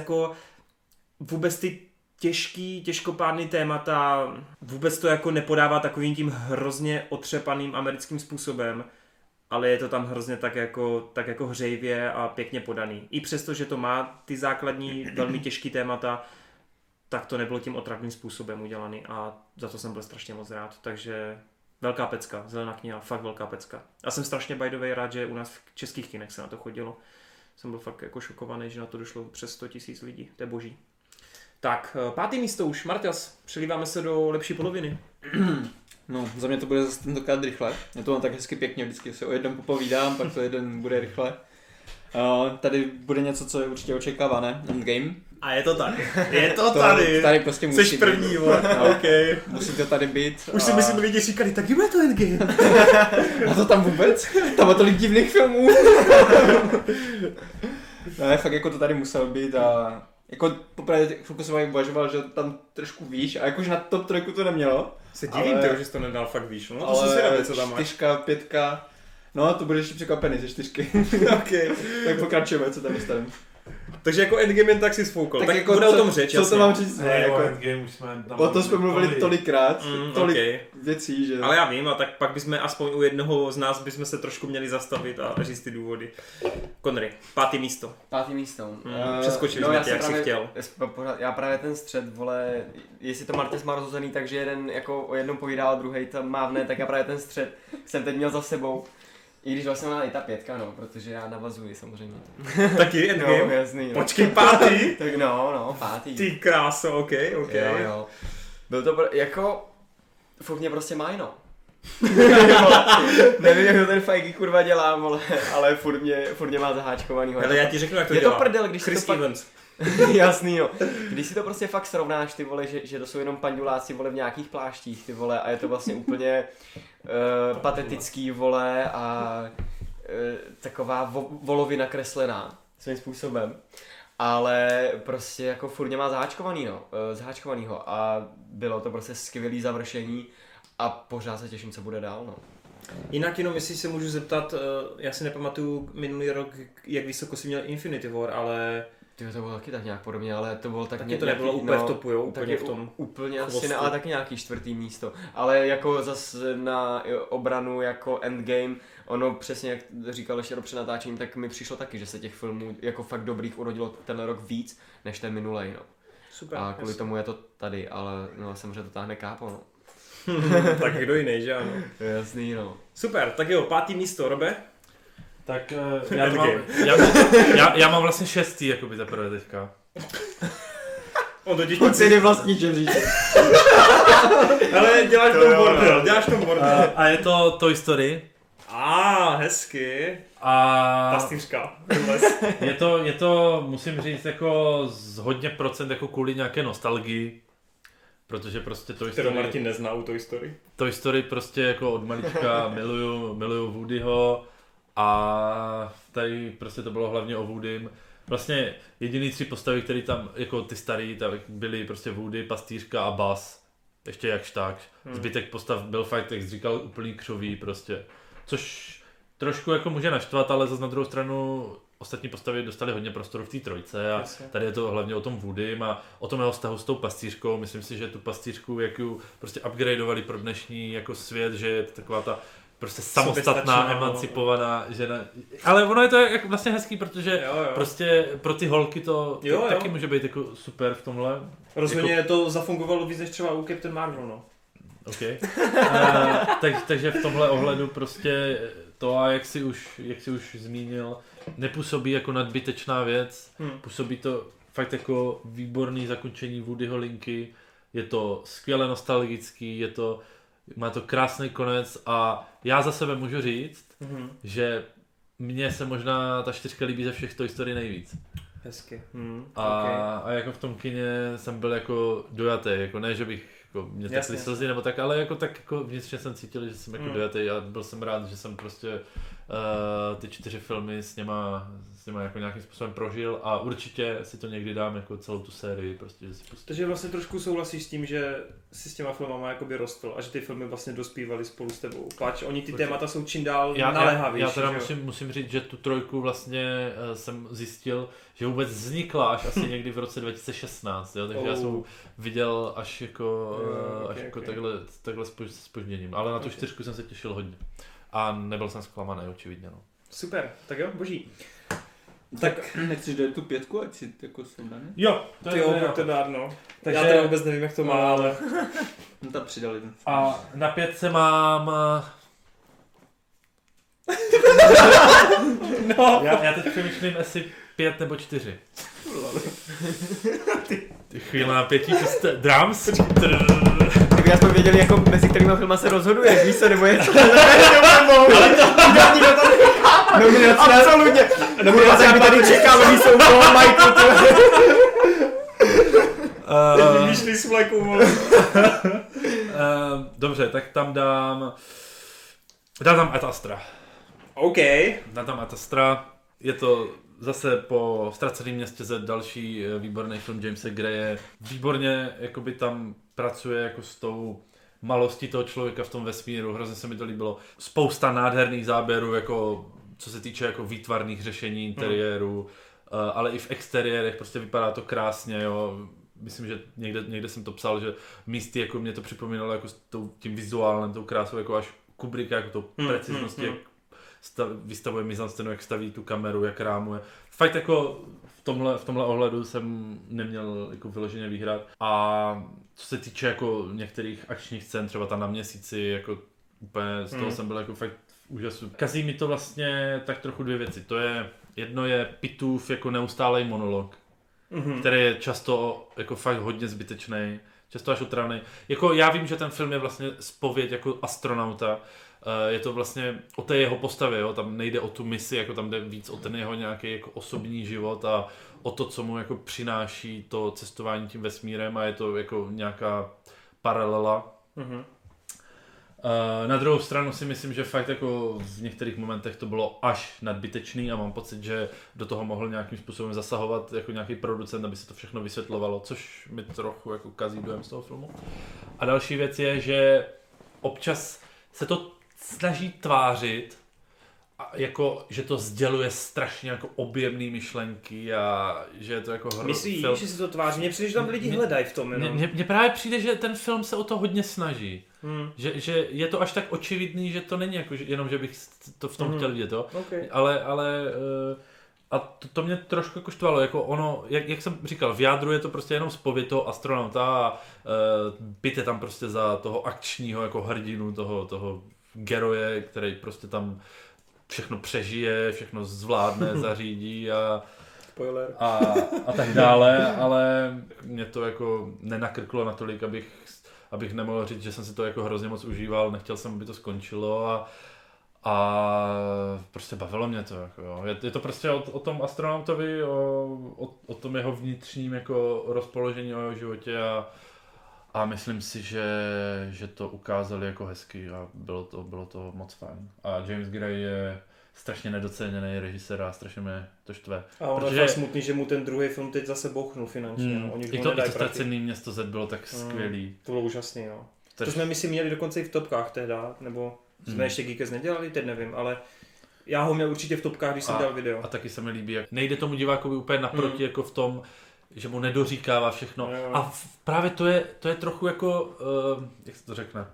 vůbec ty těžkopádný témata, vůbec to jako nepodává takovým tím hrozně otřepaným americkým způsobem, ale je to tam hrozně tak jako hřejivě a pěkně podaný. I přesto, že to má ty základní velmi těžký témata, tak to nebylo tím otravným způsobem udělaný a za to jsem byl strašně moc rád, takže velká pecka, Zelená kniha, fakt velká pecka. Já jsem strašně by the way rád, že u nás v českých kinech se na to chodilo. Jsem byl fakt jako šokovaný, že na to došlo přes 100 000 lidí, to je boží. Tak, 5. místo už, Marťas, přelíváme se do lepší poloviny. No, za mě to bude zase tentokrát rychle. Je to tak hezky pěkně, vždycky se o jednom popovídám, pak to jeden bude rychle. Tady bude něco, co je určitě očekávané, Endgame. A je to tady. Je to tady. Tady prostě musí Jseš první, vole. No, Okay. musí to tady být. Už si myslím, lidi říkali, tak kdy bude to Endgame? A to tam vůbec? Tam má tolik divných filmů. Ne, fakt jako to tady muselo být a jako popravdě chvilku jsem uvažoval, že tam trošku výš a jakože na top 3 to nemělo. Se divím, ale... že jsi to nedal fakt výš, no to jsem si rád, co tam máš. 4, 5, no to budeš ještě překvapený ze 4. Okay. Tak pokračujeme, co tam dostaneme. Takže jako Endgame jen tak si spoukol, tak jako bude o tom řeč, co to mám říct? Ne, jako, Endgame už jsme tam o tom jsme mluvili tolikrát, tolik věcí, že... Ale já vím, a tak pak bychom aspoň u jednoho z nás bychom se trošku měli zastavit a říct ty důvody. Connery, 5. místo. 5. místo. Přeskočili jsme tě, jak jsi chtěl. Já právě ten střed, vole, jestli to Martes má rozhozený, takže jeden jako o jednom povídá a druhej tam mávne, tak já právě ten střed jsem teď měl za sebou. I když vlastně má i ta 5, no, protože já navazuji samozřejmě. Taky Endgame? No, jasný, no. Počkej, 5. Tak no, 5. Ty kráso, ok. Jo. Byl to jako, furt mě prostě mají, no. Nevím, jak to ten Feige kurva dělá, vole, ale furt mě má zaháčkovaný. Ale já ti řeknu, jak to je dělá. Je to prdel, když Chris si to Evans. Jasný, no. Když si to prostě fakt srovnáš, ty vole, že to jsou jenom panduláci, vole, v nějakých pláštích, ty vole, a je to vlastně úplně patetický, vole, a taková volovina kreslená svým způsobem. Ale prostě jako furt mě má zaháčkovanýho a bylo to prostě skvělý završení a pořád se těším, co bude dál, no. Jinak jenom, jestli se můžu zeptat, já si nepamatuju minulý rok, jak vysoko si měl Infinity War, ale... To bylo taky tak nějak podobně, ale to bylo taky to nebylo úplně v topu, jo? Úplně v tom úplně asi ne, ale taky nějaký 4. místo. Ale jako zas na obranu jako Endgame, ono přesně jak říkal ještě před natáčením, tak mi přišlo taky, že se těch filmů jako fakt dobrých urodilo ten rok víc, než ten minulej, no. Super. A kvůli tomu je to tady, ale no samozřejmě to táhne kápo, no. Tak kdo jiný, že ano? Jasný, no. Super, tak jo, 5. místo, Robe? Tak já mám vlastně 6. jakoby teprve teďka. On si jde vlastní žebříček. Ale děláš tom bordel. A je to Toy Story. Hezky. A pastýřka. je to, musím říct, jako z hodně procent jako kvůli nějaké nostalgii. Protože prostě Toy Story... Kterou Martin nezná u Toy Story. Toy Story prostě jako od malička miluju Woodyho. A tady prostě to bylo hlavně o Woodym. Vlastně jediný 3 postavy, které tam, jako ty starý, tak byly prostě Woody, pastýřka a Buzz. Ještě jakž tak. Zbytek postav byl fakt, jak jsi říkal, úplný křový prostě. Což trošku jako může naštvat, ale zase na druhou stranu ostatní postavy dostali hodně prostoru v té trojce a tady je to hlavně o tom Woodym a o tom jeho vztahu s tou pastýřkou. Myslím si, že tu pastýřku, jak ju prostě upgradeovali pro dnešní jako svět, že je to taková ta prostě samostatná, emancipovaná žena. Ale ono je to jak vlastně hezký, protože prostě pro ty holky to taky může být jako super v tomhle. Rozhodně jako... to zafungovalo víc než třeba u Captain Marvel, no. OK. Takže v tomhle ohledu prostě to, a jak si už zmínil, nepůsobí jako nadbytečná věc. Působí to fakt jako výborný zakončení Woodyho linky. Je to skvěle nostalgický, má to krásný konec a já za sebe můžu říct, že mně se možná ta 4 líbí ze všech Toy Story nejvíc. Hezky. A jako v tom kině jsem byl jako dojatý, jako ne, že bych jako mě tekly slzy nebo tak, ale jako tak jako vnitřně jsem cítil, že jsem jako dojatý a byl jsem rád, že jsem prostě ty 4 filmy s něma jako nějakým způsobem prožil a určitě si to někdy dám jako celou tu sérii prostě, že si pustím. Takže vlastně trošku souhlasíš s tím, že si s těma filmama jakoby rostl a že ty filmy vlastně dospívaly spolu s tebou. Páč, oni ty témata jsou čím dál naléhavější. Já teda musím říct, že tu 3 vlastně jsem zjistil, že vůbec vznikla až asi někdy v roce 2016, jo? Takže já jsem viděl až jako, takhle zpožděním, ale na tu 4 jsem se těšil hodně a nebyl jsem zklamaný očividně. No. Super, tak jo, boží. Tak nechceš dát tu 5, ať si jako soudaně? Jo, to dát, no. Takže já teda vůbec nevím, jak to má, ale... No tam přidali. A na 5 mám... Já teď přemýšlím, jestli 5 nebo 4. Chvíle napětí, drums. Kdyby aspoň věděli, jako mezi kterými filmy se rozhoduje, víš co, nebo je to... Ale to nominace. Absolutně. Nominace, my tady čekáme, když jsou toho Michael. Vyšli s vlekou. Dobře, tak tam dám Ad Astra. OK. Dám tam Ad Astra. Je to zase po Ztraceném městě Z další výborný film Jamesa Graye. Výborně jakoby tam pracuje jako s tou malostí toho člověka v tom vesmíru. Hrozně se mi to líbilo. Spousta nádherných záběrů, jako co se týče jako výtvarných řešení interiéru, ale i v exteriérech prostě vypadá to krásně, jo. Myslím, že někde jsem to psal, že místy jako mě to připomínalo jako s tím vizuálem, tou krásou, jako až Kubricka, jako tou precizností, jak vystavuje mizanscénu, jak staví tu kameru, jak rámuje. Fakt jako v tomhle ohledu jsem neměl jako vyloženě výhrad. A co se týče jako některých akčních scén, třeba tam na Měsíci, jako úplně z toho jsem byl jako fakt v úžasu. Kazí mi to vlastně tak trochu dvě věci. Jedno je Pitův jako neustálej monolog, který je často jako fakt hodně zbytečný, často až otravný. Jako já vím, že ten film je vlastně zpověď jako astronauta. Je to vlastně o té jeho postavě, jo? Tam nejde o tu misi, jako tam jde víc o ten jeho nějaký jako osobní život a o to, co mu jako přináší to cestování tím vesmírem, a je to jako nějaká paralela. Na druhou stranu si myslím, že fakt jako v některých momentech to bylo až nadbytečný a mám pocit, že do toho mohl nějakým způsobem zasahovat jako nějaký producent, aby se to všechno vysvětlovalo, což mi trochu jako kazí dojem z toho filmu. A další věc je, že občas se to snaží tvářit, jako, že to sděluje strašně jako objemný myšlenky a že je to jako Myslíš, že se to tváří? Mně přijde, že tam lidi hledají v tom. Mně právě přijde, že ten film se o to hodně snaží. Že je to až tak očividný, že to není jako jenom, že bych to v tom chtěl vidět, jo? Okay. Ale a to mě trošku jako štvalo, jako ono, jak jsem říkal, v jádru je to prostě jenom zpověď toho astronauta a byte tam prostě za toho akčního jako hrdinu, toho geroje, který prostě tam všechno přežije, všechno zvládne, zařídí a tak dále, ale mě to jako nenakrklo natolik, abych nemohl říct, že jsem si to jako hrozně moc užíval, nechtěl jsem, aby to skončilo a prostě bavilo mě to. Jako, jo. Je to prostě o tom astronautovi, o tom jeho vnitřním jako rozpoložení o jeho životě a myslím si, že to ukázali jako hezky a bylo to moc fajn. A James Gray je strašně nedoceněný režisér a strašně mě to štve. A ono je smutný, že mu ten druhý film teď zase bouchnul finančně. I to Ztracený město Z bylo tak skvělý. To bylo úžasný, jo. To jsme myslím měli dokonce i v topkách tehda, nebo jsme ještě Geekers nedělali, teď nevím, ale já ho měl určitě v topkách, když jsem dělal video. A taky se mi líbí, jak nejde tomu divákovi úplně naproti, jako v tom, že mu nedoříkává všechno. Jo. A právě to je trochu jako, jak se to řekne,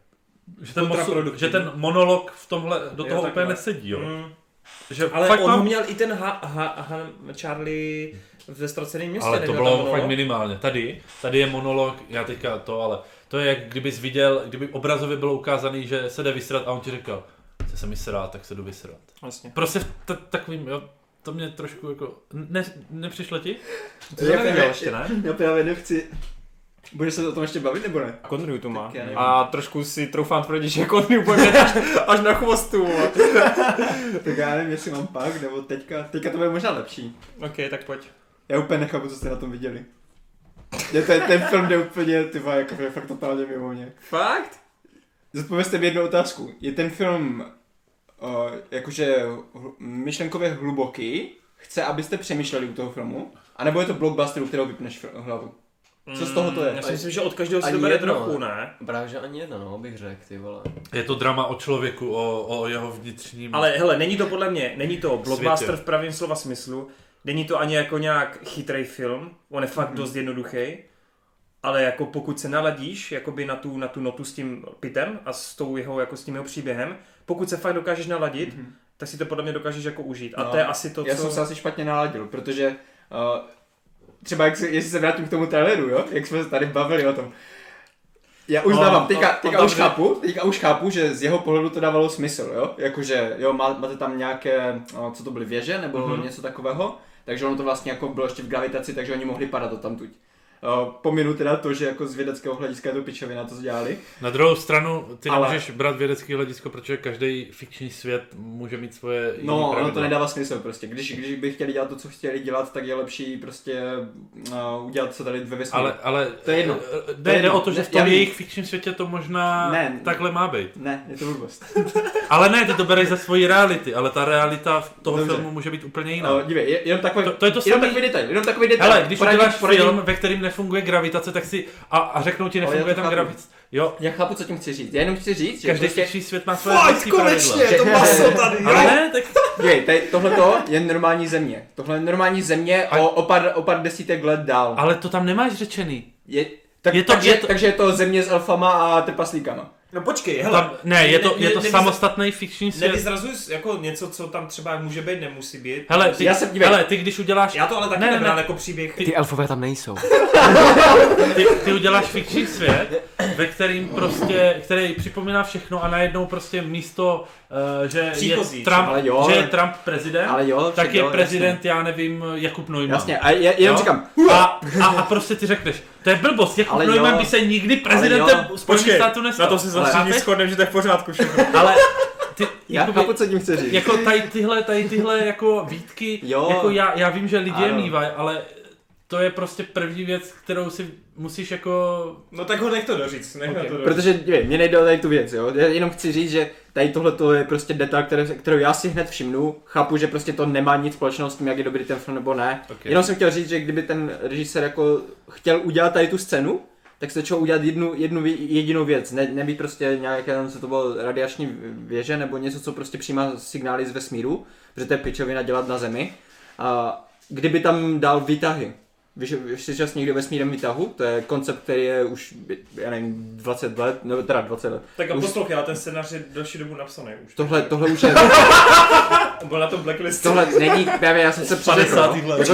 že ten monolog v tomhle do toho úplně nesedí, jo. Že ale fakt on měl i ten Charlie ve Ztraceném městě. Ale to bylo fakt minimálně. Tady je monolog, já teďka ale to je jak kdyby obrazově bylo ukázaný, že se jde vysrat a on ti říkal, chce se mi srát, tak se jdu vysrat. Vlastně. Prostě takovým, jo, to mě trošku jako, nepřišlo ti? To nevěděl ještě, ne? Já právě nechci. Budeš se o tom ještě bavit, nebo ne? Connery tu má. A trošku si troufám tvrdit, že Connery bude až na chvostu. Tak já nevím, jestli mám pak, nebo teďka to bude možná lepší. Ok, tak pojď. Já úplně nechápu, co jste na tom viděli. Ten film jde úplně, jako je fakt totálně mimo mě. Fakt? Zodpovězte mi jednu otázku. Je ten film jakože myšlenkově hluboký? Chce, abyste přemýšleli u toho filmu? A nebo je to blockbuster, u kterého vypneš hlavu? Co z toho to je? Já si myslím, že od každého si to bere trochu, ne? Právě, že ani jedno, bych řekl, ty vole. Je to drama o člověku, o jeho vnitřním. Ale hele, není to podle mě, není to blockbuster v pravém slova smyslu, není to ani jako nějak chytrý film, on je fakt dost jednoduchý, ale jako pokud se naladíš jakoby na tu notu s tím Pitem a s tím jeho příběhem, pokud se fakt dokážeš naladit, tak si to podle mě dokážeš jako užít. A to je asi to, já jsem se asi špatně naladil, protože třeba jestli se vrátím k tomu traileru, jo? Jak jsme se tady bavili o tom. Já uznávám, teďka už chápu, že z jeho pohledu to dávalo smysl, jo? Jakože, jo, máte tam nějaké, co to byly, věže, nebo něco takového, takže ono to vlastně jako bylo ještě v gravitaci, takže oni mohli padat odtamtud. Pominu teda to, že jako z vědeckého hlediska je to pičovina, to dělali. Na druhou stranu, ty nemůžeš brát vědecký hledisko, protože každý fikční svět může mít svoje jiné pravidla. No to nedává smysl prostě. Když by chtěli dělat to, co chtěli dělat, tak je lepší prostě udělat co tady ve vesmíru. Ale to je jedno. Jde o to, že v tom jejich fikčním světě to možná takhle má být. Ne, je to blbost. Ale ne, ty to bereš za svoji reality, ale ta realita toho filmu může být úplně jiná. Dívej, jenom takový, to je to jenom takový detail. Hele, když uděláš film, ve kterým nefunguje gravitace, tak si a řeknou ti, nefunguje tam gravitace. Jo. Já chápu, co tím chci říct. Já jenom chci říct, že každý fikční svět má svoje vědecký pravidla. Konečně, to maso tady, jo. Ale ne, tak... Tohleto je normální země. Tohle je normální země o pár desítek let dál. Ale to tam nemáš řečený. Takže je to země s elfama a trpaslíkama. No počkej, hele. Je to samostatný fikční svět. Nevyzrazuj jako něco, co tam třeba může být, nemusí být. Hele, ty když uděláš... Já to ale taky nebral jako příběh. Ty elfové tam nejsou. Ty uděláš fikční svět, ve kterým který připomíná všechno a najednou prostě místo, že je Trump prezident, tak je prezident, jasně. Já nevím, Jakub Neumann. Jasně, a já jenom říkám. A prostě ty řekneš, to je blbost, Jakub Neumann by se nikdy prezidentem Spojených států nestal. Na to si zase shodneme, že to je v pořádku všechno. Ale já chápu, co tím chci říct. Jako tady tyhle jako výtky, jako já vím, že lidi je mývají, ale to je prostě první věc, kterou si musíš jako... No tak ho nech to doříct. Protože mě nejde o tady tu věc, jo. Já jenom chci říct, že tady tohle je prostě detail, kterou já si hned všimnu. Chápu, že prostě to nemá nic společného s tím, jak je dobrý ten film nebo ne. Okay. Jenom jsem chtěl říct, že kdyby ten režisér jako chtěl udělat tady tu scénu, tak se začal udělat jednu jedinou věc. Nebýt prostě nějaké, co to bylo radiační věže nebo něco, co prostě přijímá signály z vesmíru, protože to je pičovina dělat na Zemi. A kdyby tam dal výtahy. Víš si čas někdo vesmírem výtahu? To je koncept, který je už, já nevím, 20 let, nebo teda 20 let. Tak a poslouchej, ale ten scénář je další dobu napsaný už. Tohle už je... Byl na tom blacklistu. Tohle není, já jsem se předekl.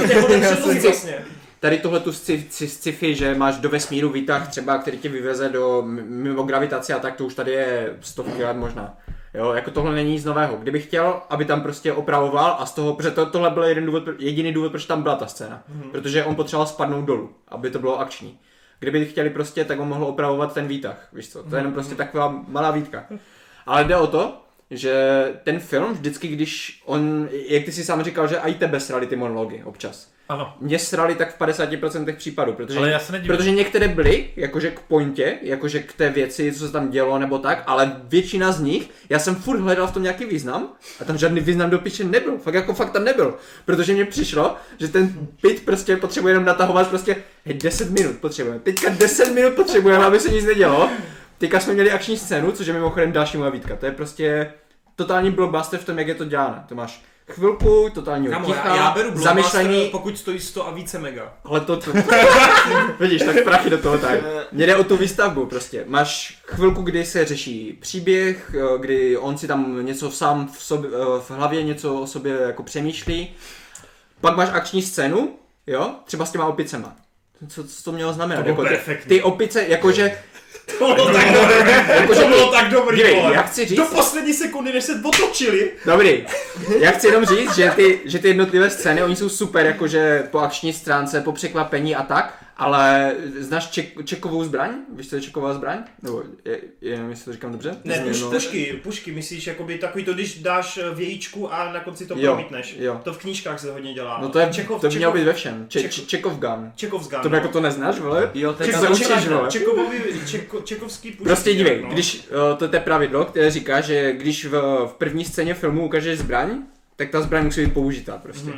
Tady tohle tu sci-fi, že máš do vesmíru výtah třeba, který tě vyveze do mimo gravitace a tak, to už tady je 100 let možná. Jo, jako tohle není nic nového. Kdyby chtěl, aby tam prostě opravoval a z toho, protože tohle byl jediný důvod, proč tam byla ta scéna. Protože on potřeboval spadnout dolů, aby to bylo akční. Kdyby chtěli prostě, tak on mohl opravovat ten výtah, víš co. To je jenom prostě taková malá výtka. Ale jde o to, že ten film vždycky, když on, jak ty si sám říkal, že i tebe srali ty monology občas. Ano. Mě srali tak v 50% případů, protože některé byly, jakože k pointě, jakože k té věci, co se tam dělo nebo tak, ale většina z nich, já jsem furt hledal v tom nějaký význam a tam žádný význam do piče nebyl, fakt tam nebyl, protože mně přišlo, že ten pit prostě potřebuje jenom natahovat prostě 10 minut potřebujeme, teďka 10 minut potřebujeme, aby se nic nedělo, teďka jsme měli akční scénu, což je mimochodem další moja výtka, to je prostě totální blockbuster v tom, jak je to děláno, to máš chvilku totálního ticha, já beru zamyšlení, pokud stojí 100 a více mega. Ale to vidíš, tak prachy do toho tak. Mě jde o tu výstavbu prostě. Máš chvilku, kdy se řeší příběh, kdy on si tam něco sám v hlavě něco o sobě jako přemýšlí. Pak máš akční scénu, jo, třeba s těma opicema. Co to mělo znamenat? To jako perfektní. Ty opice, jakože... To bylo tak dobrý, já chci říct... Do poslední sekundy, než se otočili. Dobrý. Já chci jenom říct, že ty jednotlivé scény, oni jsou super, jakože po akční stránce, po překvapení a tak, ale znáš čekovou zbraň? Víš, co je čeková zbraň? Nebo jenom jestli to říkám dobře? Ne, pušky, myslíš, jakoby takový to, když dáš vějíčku a na konci to promítneš. Jo. To v knížkách se hodně dělá. No to mělo být ve všem. Čekov gun. To jako to neznáš, vole? Jo, to se učíš, vole. Čekovský pušky. Prostě dívej, když to je pravidlo, které říká, že když v první scéně filmu ukážeš zbraň, tak ta zbraň musí být použitá prostě.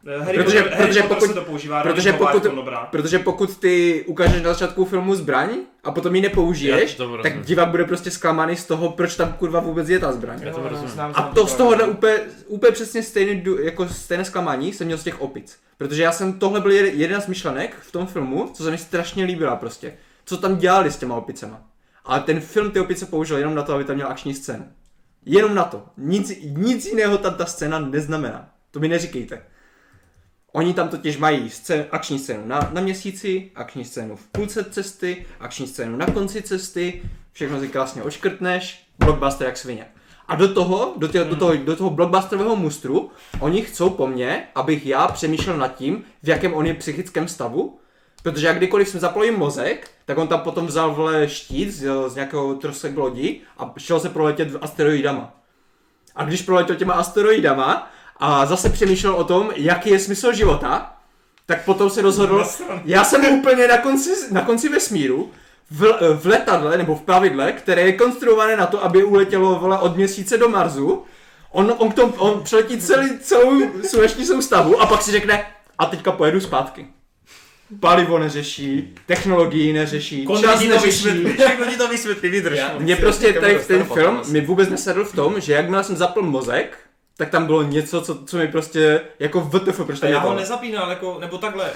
Protože pokud ty ukážeš na začátku filmu zbraň a potom ji nepoužiješ, tak divák bude prostě zklamaný z toho, proč tam kurva vůbec je ta zbraň. A to z tohohle úplně přesně stejné zklamání jsem měl z těch opic. Protože tohle byl jeden z myšlenek v tom filmu, co se mi strašně líbila prostě. Co tam dělali s těma opicema. Ale ten film ty opice použil jenom na to, aby tam měl akční scénu. Jenom na to. Nic jiného tam ta scéna neznamená. To mi neříkejte. Oni tam totiž mají akční scénu na měsíci, akční scénu v půlce cesty, akční scénu na konci cesty, všechno si krásně oškrtneš, blockbuster jak svině. A do toho blockbusterového mustru oni chcou po mně, abych já přemýšlel nad tím, v jakém on je psychickém stavu, Protože jak kdykoliv jsem zapl jim mozek, tak on tam potom vzal vle štít z nějakého trosek lodi a šel se proletět asteroidama. A když proletěl těma asteroidama a zase přemýšlel o tom, jaký je smysl života, tak potom se rozhodl, já jsem úplně na konci vesmíru, v letadle nebo v plavidle, které je konstruované na to, aby uletělo vole od Měsíce do Marsu. On přeletí celou sluneční soustavu a pak si řekne, a teďka pojedu zpátky. Palivo neřeší, technologii neřeší, čas neřeší. Všechno ti to vysvětlí, vydrž. Mně prostě tady ten film mi vůbec nesedl v tom, že jakmile jsem zapl mozek, tak tam bylo něco, co mi prostě jako WTF, proč já ho nezapínal, jako, nebo takhle.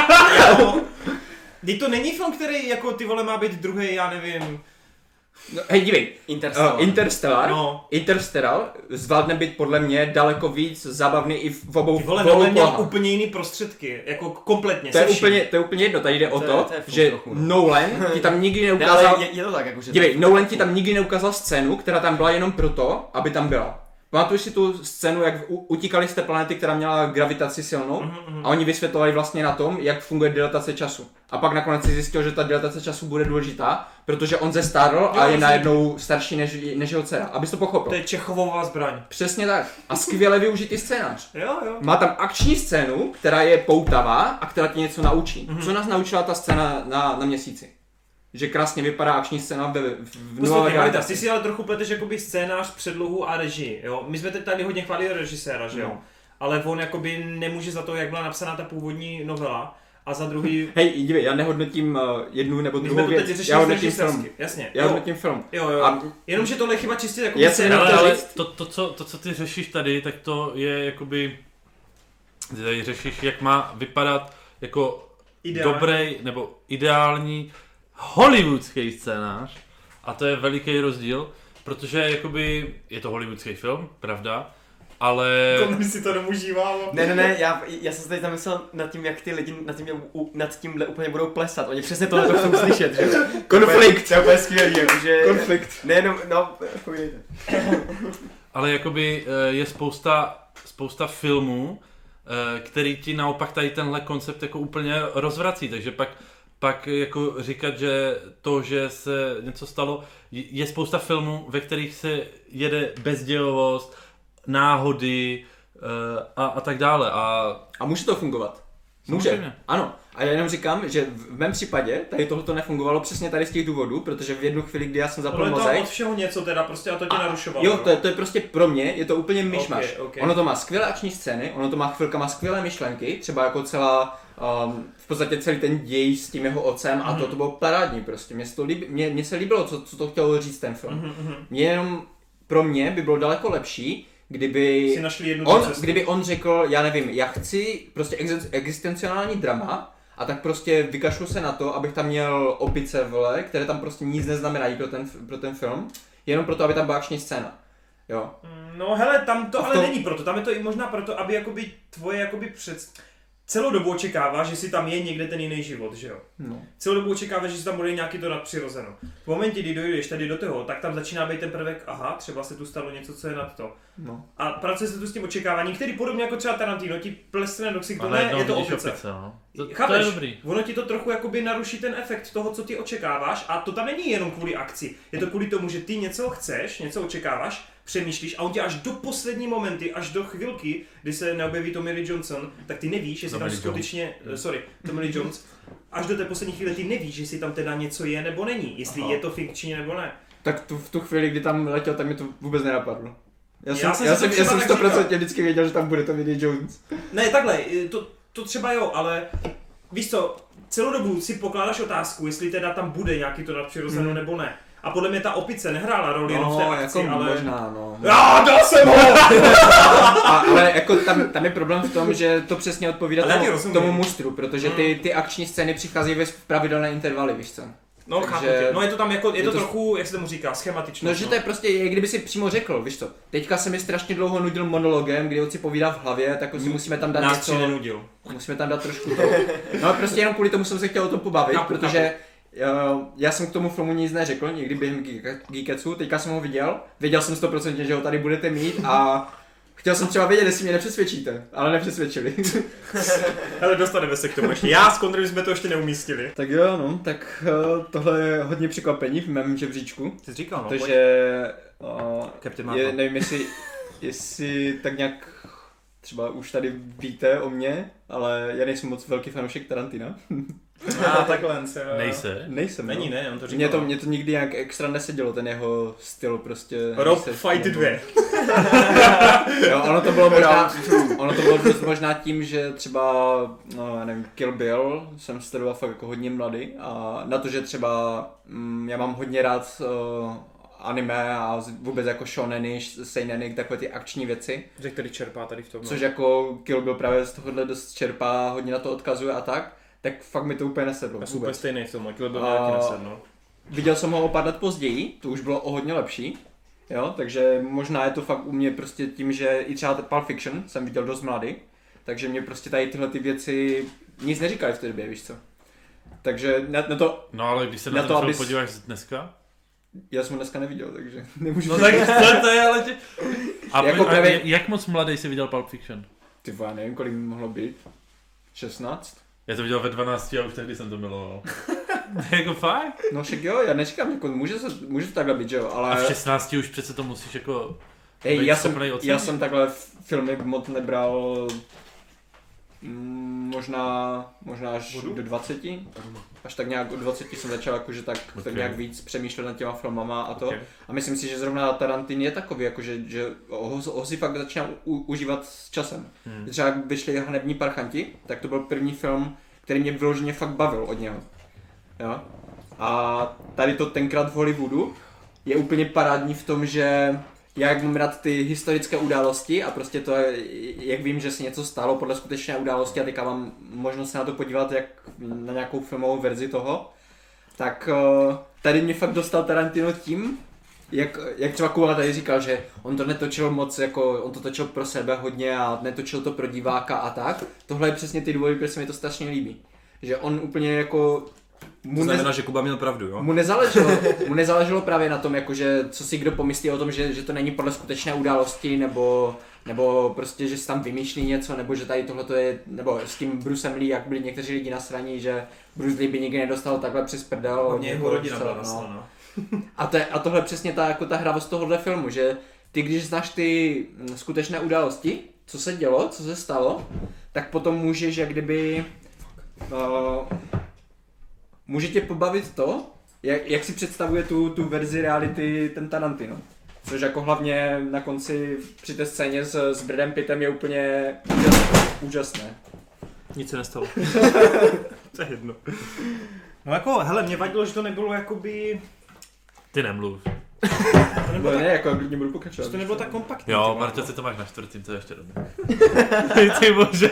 Teď to není film, který jako ty vole má být druhý, já nevím. No, hej, dívej, Interstellar zvládne být podle mě daleko víc zábavný i v obou ty vole, Nolan měl úplně jiný prostředky, jako kompletně. To je úplně jedno, tady jde o to že Nolan ti tam nikdy neukázal... Je to tak, jako, že dívej, Nolan ti tam nikdy neukázal scénu, která tam byla jenom proto, aby tam byla. Pamatuješ si tu scénu, jak utíkali z té planety, která měla gravitaci silnou a oni vysvětlovali vlastně na tom, jak funguje dilatace času. A pak nakonec si zjistil, že ta dilatace času bude důležitá, protože on zestárl a je najednou starší než jeho dcera. Abys to pochopil. To je Čechovová zbraň. Přesně tak. A skvěle využitý scénář. Jo. Má tam akční scénu, která je poutavá a která ti něco naučí. Co nás naučila ta scéna na Měsíci? Že krásně vypadá akční scéna v nové gravitaci. Ty si ale trochu pleteš jakoby scénář, předlohu a režii, jo. My jsme teď tady hodně chválili režiséra, že jo. No. Ale on jakoby nemůže za to, jak byla napsaná ta původní novela. A za druhý... Hej, dívej, já nehodnotím jednu nebo druhou věc. Já hodnotím film. Jasně. Já hodnotím film. Jo. A jenomže tohle je chyba čistě jako ale to, co ty řešíš tady, tak to je jakoby... Ty tady řešíš, jak má vypadat jako dobrý nebo ideální hollywoodský scénář. A to je veliký rozdíl, protože jakoby je to hollywoodský film, pravda, ale... To si to neužívalo. Ne, já jsem se teď zamyslel nad tím, jak ty lidi nad tímhle úplně budou plesat. Oni přesně tohle chcou slyšet, že? Konflikt. To je úplně skvělý, jakože... Konflikt. Nejenom, no, ale jakoby je spousta filmů, který ti naopak tady tenhle koncept jako úplně rozvrací, takže pak jako říkat, že to, že se něco stalo, je spousta filmů, ve kterých se jede bezdělovost, náhody a tak dále. A může to fungovat. Může, ano. A já jenom říkám, že v mém případě tady tohleto nefungovalo přesně tady z těch důvodů, protože v jednu chvíli, kdy já jsem zapl mozek... Ale to od všeho něco teda prostě a to tě narušovalo. Jo, to je prostě pro mě, je to úplně myšmaš. Okay. Ono to má skvělé akční scény, ono to má chvilkama skvělé myšlenky, třeba jako v podstatě celý ten děj s tím jeho otcem a to bylo parádní prostě. Mně se líbilo, co to chtělo říct ten film. Pro mě by bylo daleko lepší, kdyby on řekl, já nevím, já chci prostě existenciální drama a tak prostě vykašlu se na to, abych tam měl opice vole, které tam prostě nic neznamenají pro ten film, jenom proto, aby tam byla akční scéna. Jo. No hele, tam to ale není proto, tam je to i možná proto, aby jakoby tvoje jakoby celou dobu očekáváš, že si tam je někde ten jiný život, že jo? No. Celou dobu očekáváš, že si tam bude nějaký to nadpřirozeno. V momentě, kdy dojdeš tady do toho, tak tam začíná být ten prvek, aha, třeba se tu stalo něco, co je nad to. No. A pracuje se tu s tím očekáváním, který podobně jako třeba Tarantino ti plesne do ksichtu, ne, je to opice. No. Chápeš? To je dobrý. Ono ti to trochu jakoby naruší ten efekt toho, co ty očekáváš a to tam není jenom kvůli akci. Je to kvůli tomu, že ty něco chceš, něco očekáváš, přemýšlíš a on tě až do poslední momenty, až do chvilky, kdy se neobjeví Tommy Lee Johnson, tak ty nevíš, jestli tam skutečně, Tommy Lee Jones, až do té poslední chvíle ty nevíš, jestli tam teda něco je nebo není, jestli je to fikčně nebo ne. Tak v tu chvíli, kdy tam letěl, tak mi to vůbec nenapadlo. Já jsem 100% vždycky věděl, že tam bude Tommy Lee Jones. Ne, takhle, to třeba jo, ale víš co, celou dobu si pokládáš otázku, jestli teda tam bude nějaký to nadpřirozeno nebo ne. A podle mě ta opice nehrála roli jenom v té akci, jako ale... možná, no. Já, dal jsem ho! Ale jako tam je problém v tom, že to přesně odpovídá tomu mustru, protože ty akční scény přicházejí ve pravidelné intervaly, víš co? No, chápu tě. No je to tam jako, je to trochu, jak se tomu říká, schematično. No, že to je prostě, jak kdyby si přímo řekl, víš co, teďka se mi strašně dlouho nudil monologem, kdy on si povídá v hlavě, tak si musíme tam dát něco. Nenudil. Musíme tam dát trošku to. No prostě jenom kvůli tomu jsem se chtěl o tom pobavit, protože já jsem k tomu filmu nic neřekl, někdy během Geeketsu, teďka jsem ho viděl, věděl jsem 100%, že ho tady budete mít a Chtěl jsem třeba vědět, jestli mě nepřesvědčíte, ale nepřesvědčili. Ale dostaneme se k tomu ještě. Já s Kondrym jsme to ještě neumístili. Tak jo, no, tak tohle je hodně překvapení v mém žebříčku. Ty jsi říkal, no. Takže nevím, jestli tak nějak třeba už tady víte o mně, ale já nejsem moc velký fanoušek Tarantina. Takhle. Nejsem. Není, no. On to říkal. Mě to nikdy nějak extra nesedělo, ten jeho styl prostě. Rob Fight 2. Jo, ono to bylo možná tím, že třeba, no, nevím, Kill Bill jsem sledoval fakt jako hodně mladý a na to, že třeba já mám hodně rád anime a vůbec jako shoneny, seineny, takové ty akční věci. Ze který čerpá tady v tom. Což jako Kill Bill právě z tohohle dost čerpá, hodně na to odkazuje a tak fakt mi to úplně nesedlo. Já jsem úplně stejný film, Kill Bill mi taky nesedlo. Viděl jsem ho o pár let později, to už bylo o hodně lepší. Jo, takže možná je to fakt u mě prostě tím, že i třeba Pulp Fiction jsem viděl dost mladý, takže mě prostě tady tyhle ty věci nic neříkali v té době, víš co. Takže na to... No ale když se na ten film podíváš dneska? Já jsem ho dneska neviděl, takže nemůžu... No tak to je ale... A jako právě... jak moc mladý jsi viděl Pulp Fiction? Ty já nevím, kolik mohlo být. 16? Já to viděl ve 12 a už tehdy jsem to miloval. Jako fakt? No však jo, já nečekám, jako může to takhle být, že jo, ale... A v 16 už přece to musíš jako... Hej, já jsem takhle filmy moc nebral... Možná až do 20. Až tak nějak od 20 jsem začal jakože tak nějak víc přemýšlet nad těma filmama a to. Okay. A myslím si, že zrovna Tarantino je takový, jakože, že ho si fakt začíná užívat s časem. Třeba jak vyšli Hanební parchanti, tak to byl první film, který mě vyloženě fakt bavil od něho. Jo? A tady to tenkrát v Hollywoodu je úplně parádní v tom, že já jak mám rád ty historické události a prostě to, jak vím, že se něco stalo podle skutečné události a teďka mám možnost se na to podívat jak na nějakou filmovou verzi toho, tak tady mě fakt dostal Tarantino tím, jak třeba Kuba tady říkal, že on to netočil moc, jako on to točil pro sebe hodně a netočil to pro diváka a tak. Tohle je přesně ty důvody, protože se mi to strašně líbí. Že on úplně jako... To znamená, že Kuba měl pravdu, jo? Mu nezáleželo právě na tom, jakože, co si kdo pomyslí o tom, že to není podle skutečné události, nebo prostě, že si tam vymýšlí něco, nebo že tady tohleto je, nebo s tím Brucem Lee, jak byli někteří lidi nasraní, že Bruce Lee by nikdy nedostal takhle přes prdel. Hlavně jeho rodina byla nasraná. A tohle přesně ta hravost tohohle filmu, že ty, když znáš ty skutečné události, co se dělo, co se stalo, tak potom můžeš, jak kdyby... může tě pobavit to, jak si představuje tu verzi reality ten Tarantino. Což jako hlavně na konci při té scéně s Bradem Pittem je úplně úžasné. Nic se nestalo. To je jedno. No jako, hele, mě vadilo, že to nebylo jakoby... Ty nemluv. To ne, jako klidně budu pokračovat. To nebylo tak kompaktní. Jo, Marta, si to máš na 4., to je ještě dobré. Ty bože.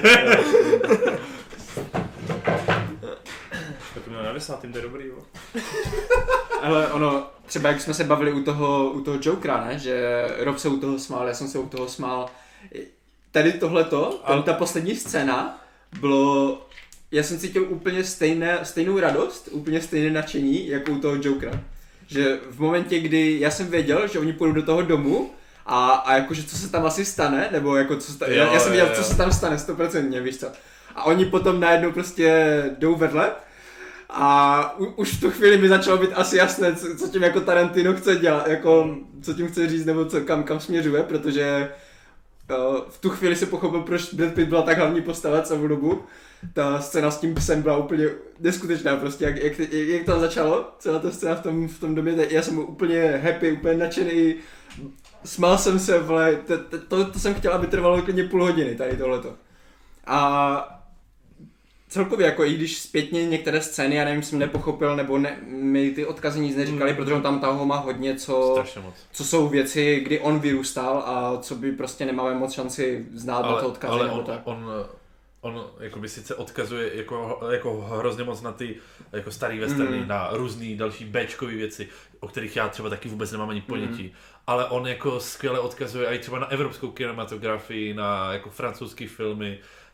Tak to mělo na 10., to je dobrý, jo. Ale ono, třeba jak jsme se bavili u toho Jokera, ne? Že Rob se u toho smál, já jsem se u toho smál. Tady tohleto, ta poslední scéna, bylo... Já jsem cítil úplně stejnou radost, úplně stejné nadšení, jako u toho Jokera. Že v momentě, kdy já jsem věděl, že oni půjdou do toho domu a jakože co se tam asi stane, nebo jako já jsem věděl, co se tam stane 100%, víš co. A oni potom najednou prostě jdou vedle a už v tu chvíli mi začalo být asi jasné, co tím jako Tarantino chce dělat, jako co tím chce říct, nebo kam směřuje, protože v tu chvíli se pochopil, proč Brad Pitt byla tak hlavní postava celou dobu. Ta scéna s tím psem byla úplně neskutečná, prostě jak to začalo, celá ta scéna v tom domě, já jsem úplně happy, úplně nadšený, smál jsem se, vle, to jsem chtěl, aby trvalo klidně půl hodiny, tady tohleto. A celkově, jako i když zpětně některé scény, já nevím, jsem nepochopil, nebo mi ty odkazy nic neříkali, protože on tam toho má hodně, co jsou věci, kdy on vyrůstal a co by prostě nemáme moc šanci znát na to odkazy. Ale nebo tak. On jakoby sice odkazuje jako hrozně moc na ty jako starý westerny, na různý další Bčkový věci, o kterých já třeba taky vůbec nemám ani ponětí. Ale on jako skvěle odkazuje i třeba na evropskou kinematografii, na jako francouzský filmy,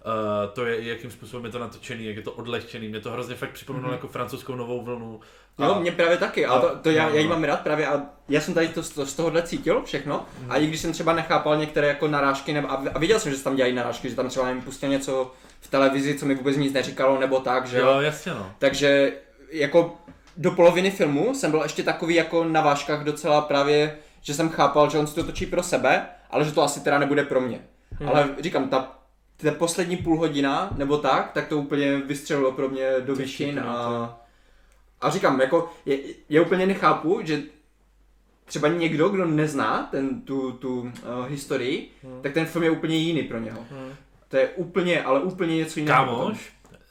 to je, jakým způsobem je to natočený, jak je to odlehčený, mě to hrozně fakt připomínalo jako francouzskou novou vlnu. Jo, mě právě taky, a to já ji mám rád právě a já jsem tady to z tohohle cítil všechno a i když jsem třeba nechápal některé jako narážky, a viděl jsem, že se tam dělají narážky, že tam třeba nevím, pustil něco v televizi, co mi vůbec nic neříkalo, nebo tak, že jo, jasně no. Takže jako do poloviny filmu jsem byl ještě takový jako na vážkách docela právě, že jsem chápal, že on si to točí pro sebe, ale že to asi teda nebude pro mě. Ale říkám, ta poslední půl hodina, nebo tak to úplně vystřelilo pro mě do výšin a říkám, jako, já úplně nechápu, že třeba někdo, kdo nezná tu historii, tak ten film je úplně jiný pro něho. To je úplně, ale úplně něco jiného. Kámoš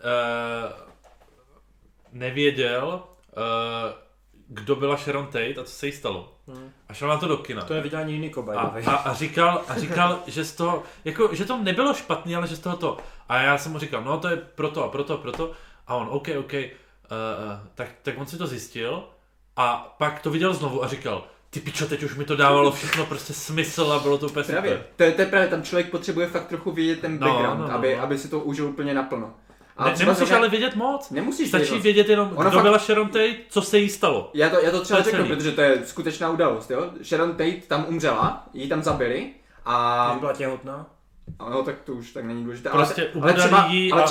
nevěděl, kdo byla Sharon Tate a co se jí stalo. A šel na to do kina. To je vydání jiný kobaj. A říkal, že z toho, jako, že to nebylo špatný, ale že z toho to. A já jsem mu říkal, no to je proto a proto. A on, OK, tak on si to zjistil a pak to viděl znovu a říkal, ty pičo, teď už mi to dávalo všechno prostě smysl a bylo to úplně super. To je právě, tam člověk potřebuje fakt trochu vidět ten background, aby si to užil úplně naplno. Nemusíš ale vědět moc. Nemusíš Stačí vědět jenom, kdo byla Sharon Tate, co se jí stalo. Já to třeba řeknu, protože to je skutečná událost, jo. Sharon Tate tam umřela, ji tam zabili a... Když byla těhotná? No tak to už tak není důležité. Prostě ale třeba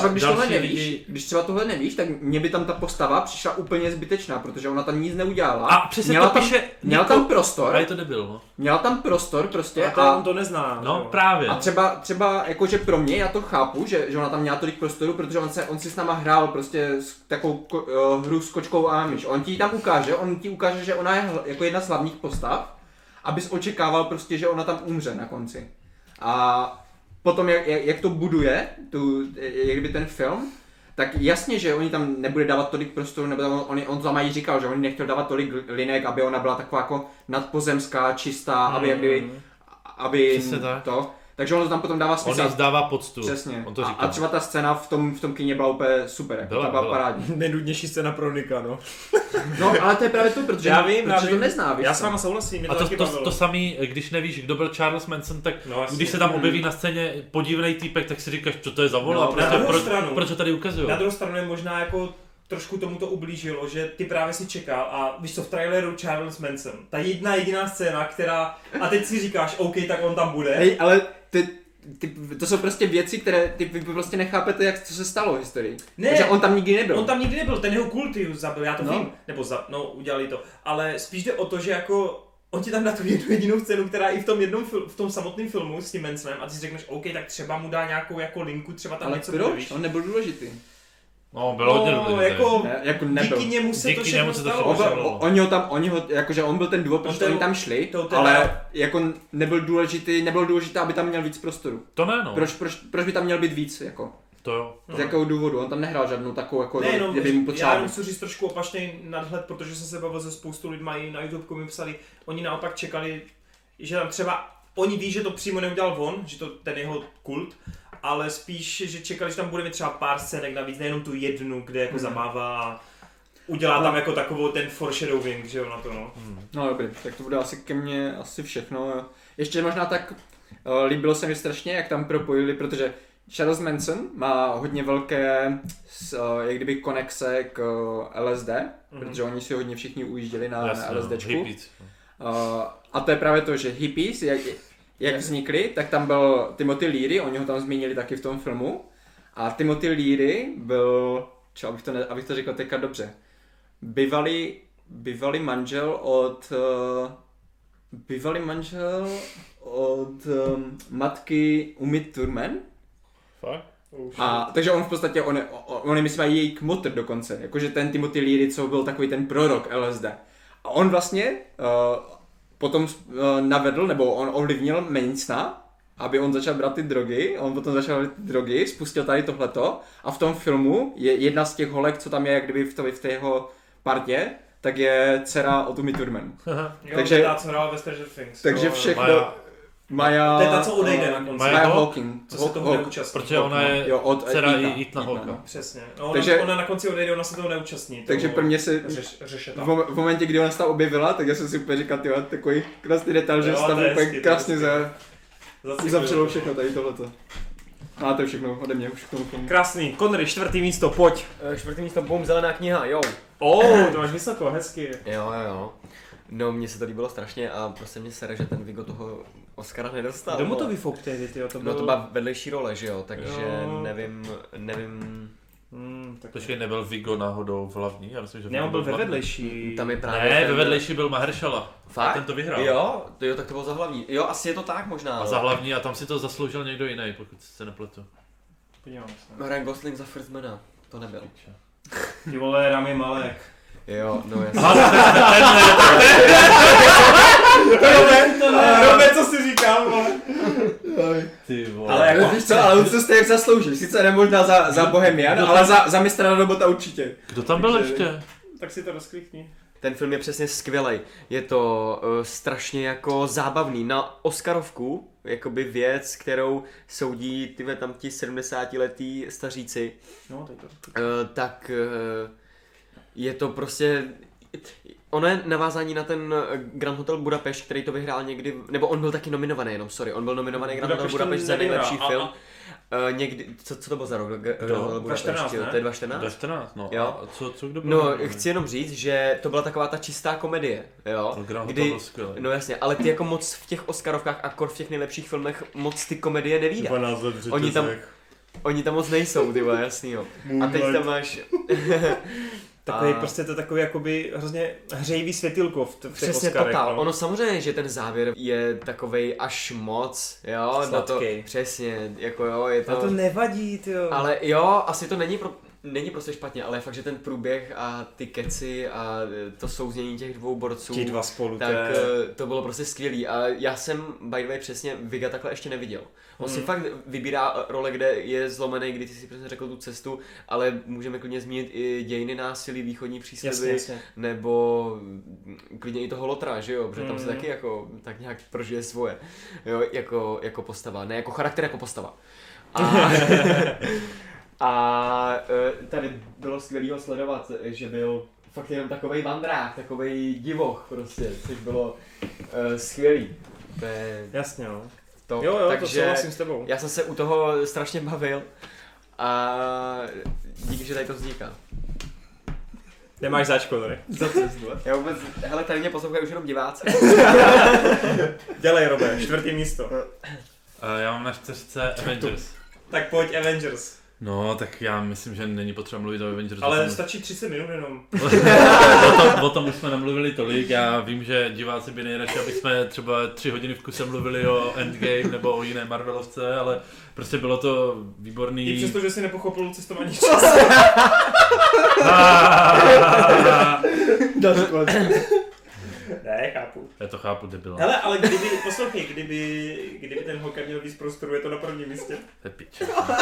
když třeba tohle nevíš, tak mě by tam ta postava přišla úplně zbytečná, protože ona tam nic neudělala. A přesně to píše... Měla tam prostor. A je to debil, no. Měla tam prostor prostě a on to nezná. No jo. Právě. A třeba jakože pro mě, já to chápu, že ona tam měla tolik prostoru, protože on si s náma hrál prostě takovou hru s kočkou a myš. On ti tam ukáže, že ona je jako jedna z hlavních postav, abys očekával prostě, že ona tam umře na konci. A potom, jak to buduje, jakby ten film, tak jasně, že oni tam nebude dávat tolik prostoru, nebo on to tam i říkal, že oni nechtěl dávat tolik linek, aby ona byla taková jako nadpozemská, čistá, aby to. Takže on to tam potom dává smysl. On jí zdává poctu. Přesně. On to říká. A třeba ta scéna v tom kině byla úplně super, jako byla parádní. Nejnudnější scéna pro Nika, no. No, ale to je právě to, protože to nezná, víš. Já s váma souhlasím, a to samý, když nevíš, kdo byl Charles Manson, tak když se tam objeví na scéně podivnej týpek, tak si říkáš, co to je za vola, proč to tady ukazují. Na druhou stranu je možná jako trošku tomu to ublížilo, že ty právě si čekal a víš co, v traileru Charles Manson, ta jediná scéna, která, a teď si říkáš, OK, tak on tam bude. Hej, ale to jsou prostě věci, které vy prostě nechápete, co se stalo v historii. Ne, protože on tam nikdy nebyl. On tam nikdy nebyl, ten jeho kult zabil, já to vím, nebo udělali to, ale spíš jde o to, že jako on ti tam dá tu jednu jedinou scénu, která i v tom samotném filmu s tím Mansonem a ty si řekneš, OK, tak třeba mu dá nějakou jako linku, třeba tam ale něco proč? Víš. On nebyl důležitý. No, bylo hodně důležité. Jako nebyl. Díky němu se to všechno stalo. Oni ho, jakože on byl ten důvod, proč oni tam šli, ale jako nebyl důležité, aby tam měl víc prostoru. To ne, no. Proč by tam měl být víc, jako? To jo. Z jakého důvodu? On tam nehrál žádnou takovou, jako, kdyby mu potřeboval. Já jenom chci říct trošku opačný nadhled, protože jsem se bavil se spoustu lidma i na YouTube mi psali, oni naopak čekali, že tam třeba, oni ví, že to přímo neudělal on, že to ten jeho kult, ale spíš, že čekali, že tam bude mít třeba pár scének navíc, nejenom tu jednu, kde jako zamává a udělá tam jako takovou ten foreshadowing, že jo, na to, no. No dobrý, tak to bude asi ke mně asi všechno. Ještě možná tak, líbilo se mi strašně, jak tam propojili, protože Charles Manson má hodně velké, jak kdyby konexe k LSD, protože oni si hodně všichni ujížděli na LSDčku. A to je právě to, že hippies, jak vznikli, tak tam byl Timothy Leary, oni ho tam zmínili taky v tom filmu. A Timothy Leary byl, abych to řekl teďka dobře, bývalý manžel od matky Uma Thurman. Fakt? A takže on v podstatě, on myslím mají její kmotr dokonce, jakože ten Timothy Leary, co byl takový ten prorok LSD. A on vlastně potom navedl, nebo on ovlivnil Mansona, aby on začal brát ty drogy, on potom začal brát ty drogy, spustil tady tohleto a v tom filmu je jedna z těch holek, co tam je jak kdyby v té jeho partě, tak je dcera od Uma Thurman. Takže ta, co hrála ve Stranger Things. Takže všechno... Maja... To je ta, co odejde na konci. Maja Hawking. Co se toho neúčastní. Protože ona je dcera Ethana Hawka. Přesně. No, ona na konci odejde, ona se toho neúčastní. Takže pro mě se... V momentě, kdy ona se tam objevila, tak já jsem si úplně říkal, tyhle, takový krásný detail, že se tam úplně krásně zavřelo všechno tady tohleto. A to je všechno ode mě, už k tomu. Krásný. Connery, 4. místo, pojď. 4. místo, boom, zelená kniha, jo. To máš vysoko, hezky. Jo. No, mně se to líbilo strašně a prostě mě sere, že ten Viggo toho Oscara nedostal. Kdo mu to vyfouk tehdy, tyjo? To bylo... No to byla vedlejší role, že jo, takže nevím... Počkej, nebyl Viggo náhodou v hlavní? Já myslím, že ne, on byl ve vedlejší. Tam je právě ne, ve vedlejší byl Mahershala. Fakt? A ten to vyhrál. Jo, tak to bylo za hlavní. Jo, asi je to tak možná. A za hlavní a tam si to zasloužil někdo jiný, pokud se nepletu. Podívám se. Ryan Gosling za First Mana, to nebyl. Ty vole, Rami Malek. Jo, no jasně. Robe, co si říkám, vole. Ty vole. Ale jako, víš co, ale on se stejně zaslouží. Sice ne možná za Bohemian, ale za Mistra Robota určitě. Kdo tam byl ještě? Tak si to rozklikni. Ten film je přesně skvělej. Je to strašně jako zábavný. Na Oscarovku, jakoby věc, kterou soudí tam ti 70letí staříci, No, tak je to prostě... Ono je navázání na ten Grand Hotel Budapešť, který to vyhrál někdy, nebo on byl taky nominovaný jenom, on byl nominovaný Grand Hotel Budapešť za nejlepší film. Někdy, co to bylo za rok? 2014, ne? To je 2014? 2014, no. Jo. A co kdo byl? No, chci jenom říct, že to byla taková ta čistá komedie, jo? Kdy, no jasně, ale ty jako moc v těch Oscarovkách a v těch nejlepších filmech moc ty komedie nevídáš. 12 let Oni tam moc nejsou, ty vole, jasný jo. A teď tam máš... Takový prostě to takový jakoby hrozně hřejivý světýlko v těch přesně Oscarech. Totál. No. Ono samozřejmě, že ten závěr je takovej až moc, jo. Sladkej. Přesně, jako jo, je to... A to nevadí, tyjo. Ale jo, asi to není prostě špatně, ale fakt, že ten průběh a ty keci a to souznění těch dvou borců, ti dva spolu, tak to bylo prostě skvělý a já jsem by the way přesně Vigga takhle ještě neviděl. On si fakt vybírá role, kde je zlomený, kdy ty si přesně řekl tu cestu, ale můžeme klidně zmínit i dějiny násilí, východní přísliby, jasně. nebo klidně i toho Lotra, že jo, protože tam se taky jako tak nějak prožije svoje, jo, jako postava, ne jako charakter, jako postava. A tady bylo skvělého sledovat, že byl fakt jenom takovej vandrák, takovej divoch prostě, což bylo skvělý. Jasně, no. Jo, takže to souhlasím s tebou. Já jsem se u toho strašně bavil a díky, že tady to vzniká. Nemáš záčko, tady. Za cestu. Já vůbec, hele, tady mě poslouchají už jenom diváci. Dělej, Robe, 4. místo. Já mám na 4. Avengers. Tak pojď Avengers. No, tak já myslím, že není potřeba mluvit o Avengers. Ale stačí 30 minut jenom. O tom už jsme nemluvili tolik, já vím, že diváci by nejradši, aby jsme třeba 3 hodiny v kuse mluvili o Endgame nebo o jiné Marvelovce, ale prostě bylo to výborný. I přesto, že si nepochopil cestování času. Ne, chápu. Já to chápu, debil. Hele, ale poslouchej, kdyby ten Hawkeye měl víc prostoru, je to na prvním místě. To je pič.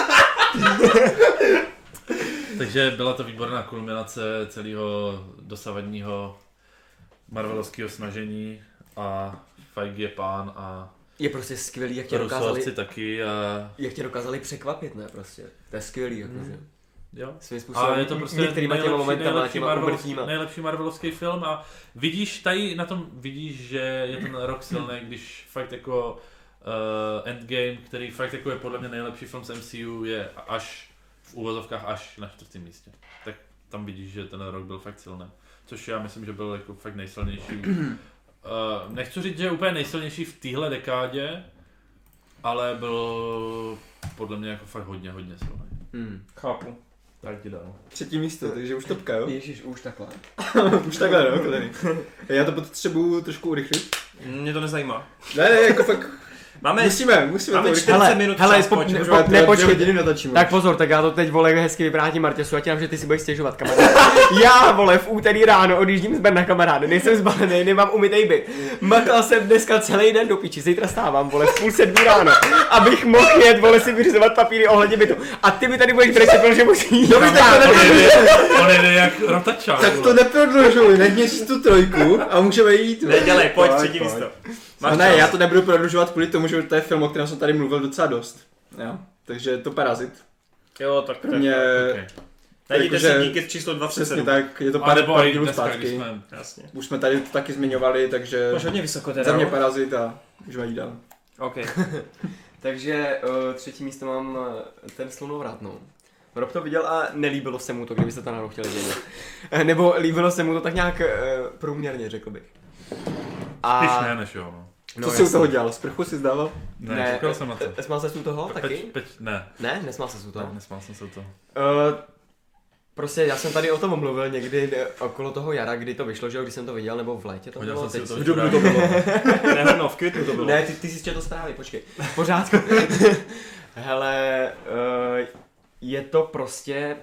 Takže byla to výborná kulminace celého dosavadního marvelovského snažení a Feige je pán a je prostě skvělý, jak tě dokázali překvapit, ne prostě. To je skvělý, jakože. Jo. Svým způsobem. A je to prostě nejlepší marvelovský film a vidíš tady na tom, že je ten rok silný, když fakt jako Endgame, který fakt jako je podle mě nejlepší film z MCU, je až v úvozovkách až na 4. místě. Tak tam vidíš, že ten rok byl fakt silný. Což já myslím, že byl jako fakt nejsilnější. Nechci říct, že je úplně nejsilnější v téhle dekádě, ale byl podle mě jako fakt hodně silný. Chápu. Tak ti dám. 3. místo, takže už topka, jo? Ježiš, už takhle. Už takhle, no, tady. Já to potřebuju trošku urychlit. Mě to nezajímá. Ne, jako fakt... Musíme máme to 40 minut čas, nepočkej, natačíme. Tak pozor, tak já to teď, vole, hezky vyvrátím Martěsu, ať nám, že ty si budeš stěžovat, kamarád. Já, vole, v úterý ráno odjíždím z Brna, kamaráde, nejsem zbalený, nemám umytej byt. Makal jsem dneska celý den do piči, zítra stávám, vole, v 6:30 ráno, abych mohl jet, vole, si vyřizovat papíry ohledně bytu. A ty mi tady budeš brečet, že musí jít. On jde jak rotačák. Tak to neprodlužuj, neměř tu 3 a můžeme jít. Nedělej, pojď 3. místo. No ne, já to nebudu prodlužovat kvůli tomu, že to je film, o kterém jsem tady mluvil docela dost. Jo, takže to Parazit. Jo, tak pro mě... Najděte si díky číslo 27. Přesně tak, je to pár dílů zpátky. Jasně. Už jsme tady to taky zmiňovali, takže... Máš hodně vysoko teda. Za mě Parazit a můžeme jít dál. OK. Takže třetí místo mám ten Slunovrat, no. Rob to viděl a nelíbilo se mu to, kdybyste to náhodou chtěli vědět. Nebo líbilo se mu to tak nějak průměrně, řekl bych. Spíš ne, než jo, no. Co jsi u toho dělal? Sprchu si zdával? Ne, čekal jsem na to. Nesmál se u toho taky? Ne. Ne? Nesmál se u toho? Ne, nesmál jsem se u toho. Prostě já jsem tady o tom mluvil někdy okolo toho jara, kdy to vyšlo, že jo, když jsem to viděl, nebo v létě to bylo. V dubnu to bylo. Ne, v květnu to bylo. Ne, ty jsi četl zprávy, počkej. V pořádku. Hele, je to prostě...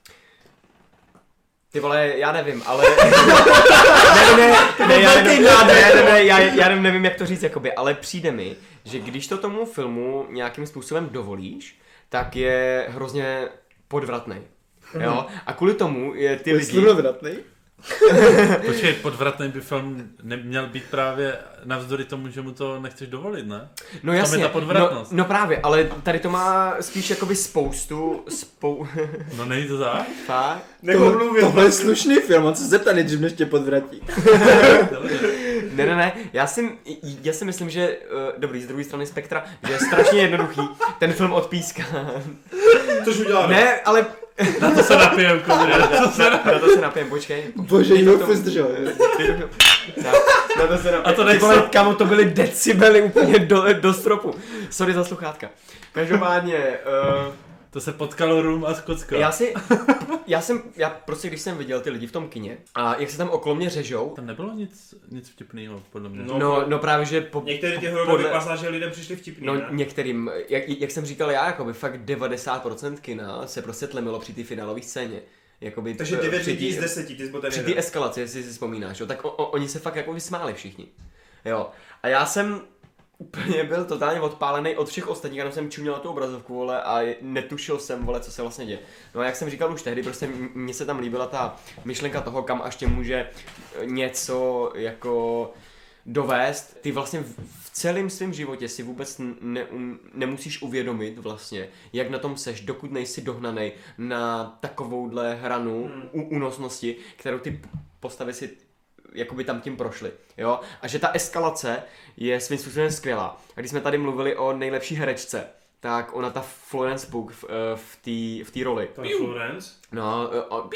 Ty vole, já nevím, ale... Já nevím, jak to říct, jakoby, ale přijde mi, že když to tomu filmu nějakým způsobem dovolíš, tak je hrozně podvratnej. Jo? A kvůli tomu je ty lidi... Slunovratnej? Počkej, podvratný by film neměl být právě navzdory tomu, že mu to nechceš dovolit, ne? No jasně, tam je ta podvratnost. No právě, ale tady to má spíš jakoby No není to tak? Fakt? Tohle je slušný film, on se zeptá nejdřív, než tě podvratí. Ne, já si myslím, že, dobrý, z druhé strany spektra, že je strašně jednoduchý ten film odpíská. Což uděláme. Ne, ale... Na to se napijem, Na to se napijem, počkej. Bože, jinou zdržel. Na to se napijem. A to nejsou. Kamo, to byly decibely úplně do stropu. Sorry za sluchátka. Každopádně... To se potkalo rum a skocka. Já prostě, když jsem viděl ty lidi v tom kině a jak se tam okolo mě řežou... Tam nebylo nic vtipného, podle mě. No právě, že... Některé ty hororové pasáže lidem přišli vtipný, no, ne? Některým, jak jsem říkal já, jakoby fakt 90% kina se prostě tlemilo při té finálové scéně. Jakoby, takže 9 lidí z 10, ty jsi byl ten při té eskalaci, jestli si vzpomínáš, jo, tak oni se fakt jako vysmáli všichni. Jo. A já jsem úplně byl totálně odpálený od všech ostatních, jenom jsem čuměl na tu obrazovku, vole, a netušil jsem, vole, co se vlastně děje. No a jak jsem říkal už tehdy, prostě mně se tam líbila ta myšlenka toho, kam až tě může něco jako dovést. Ty vlastně v celém svém životě si vůbec nemusíš uvědomit vlastně, jak na tom seš, dokud nejsi dohnanej na takovouhle hranu únosnosti, kterou ty postavy si jakoby tam tím prošli, jo? A že ta eskalace je svým způsobem skvělá. A když jsme tady mluvili o nejlepší herečce, tak ona ta Florence Pugh v té roli. To je Florence? No.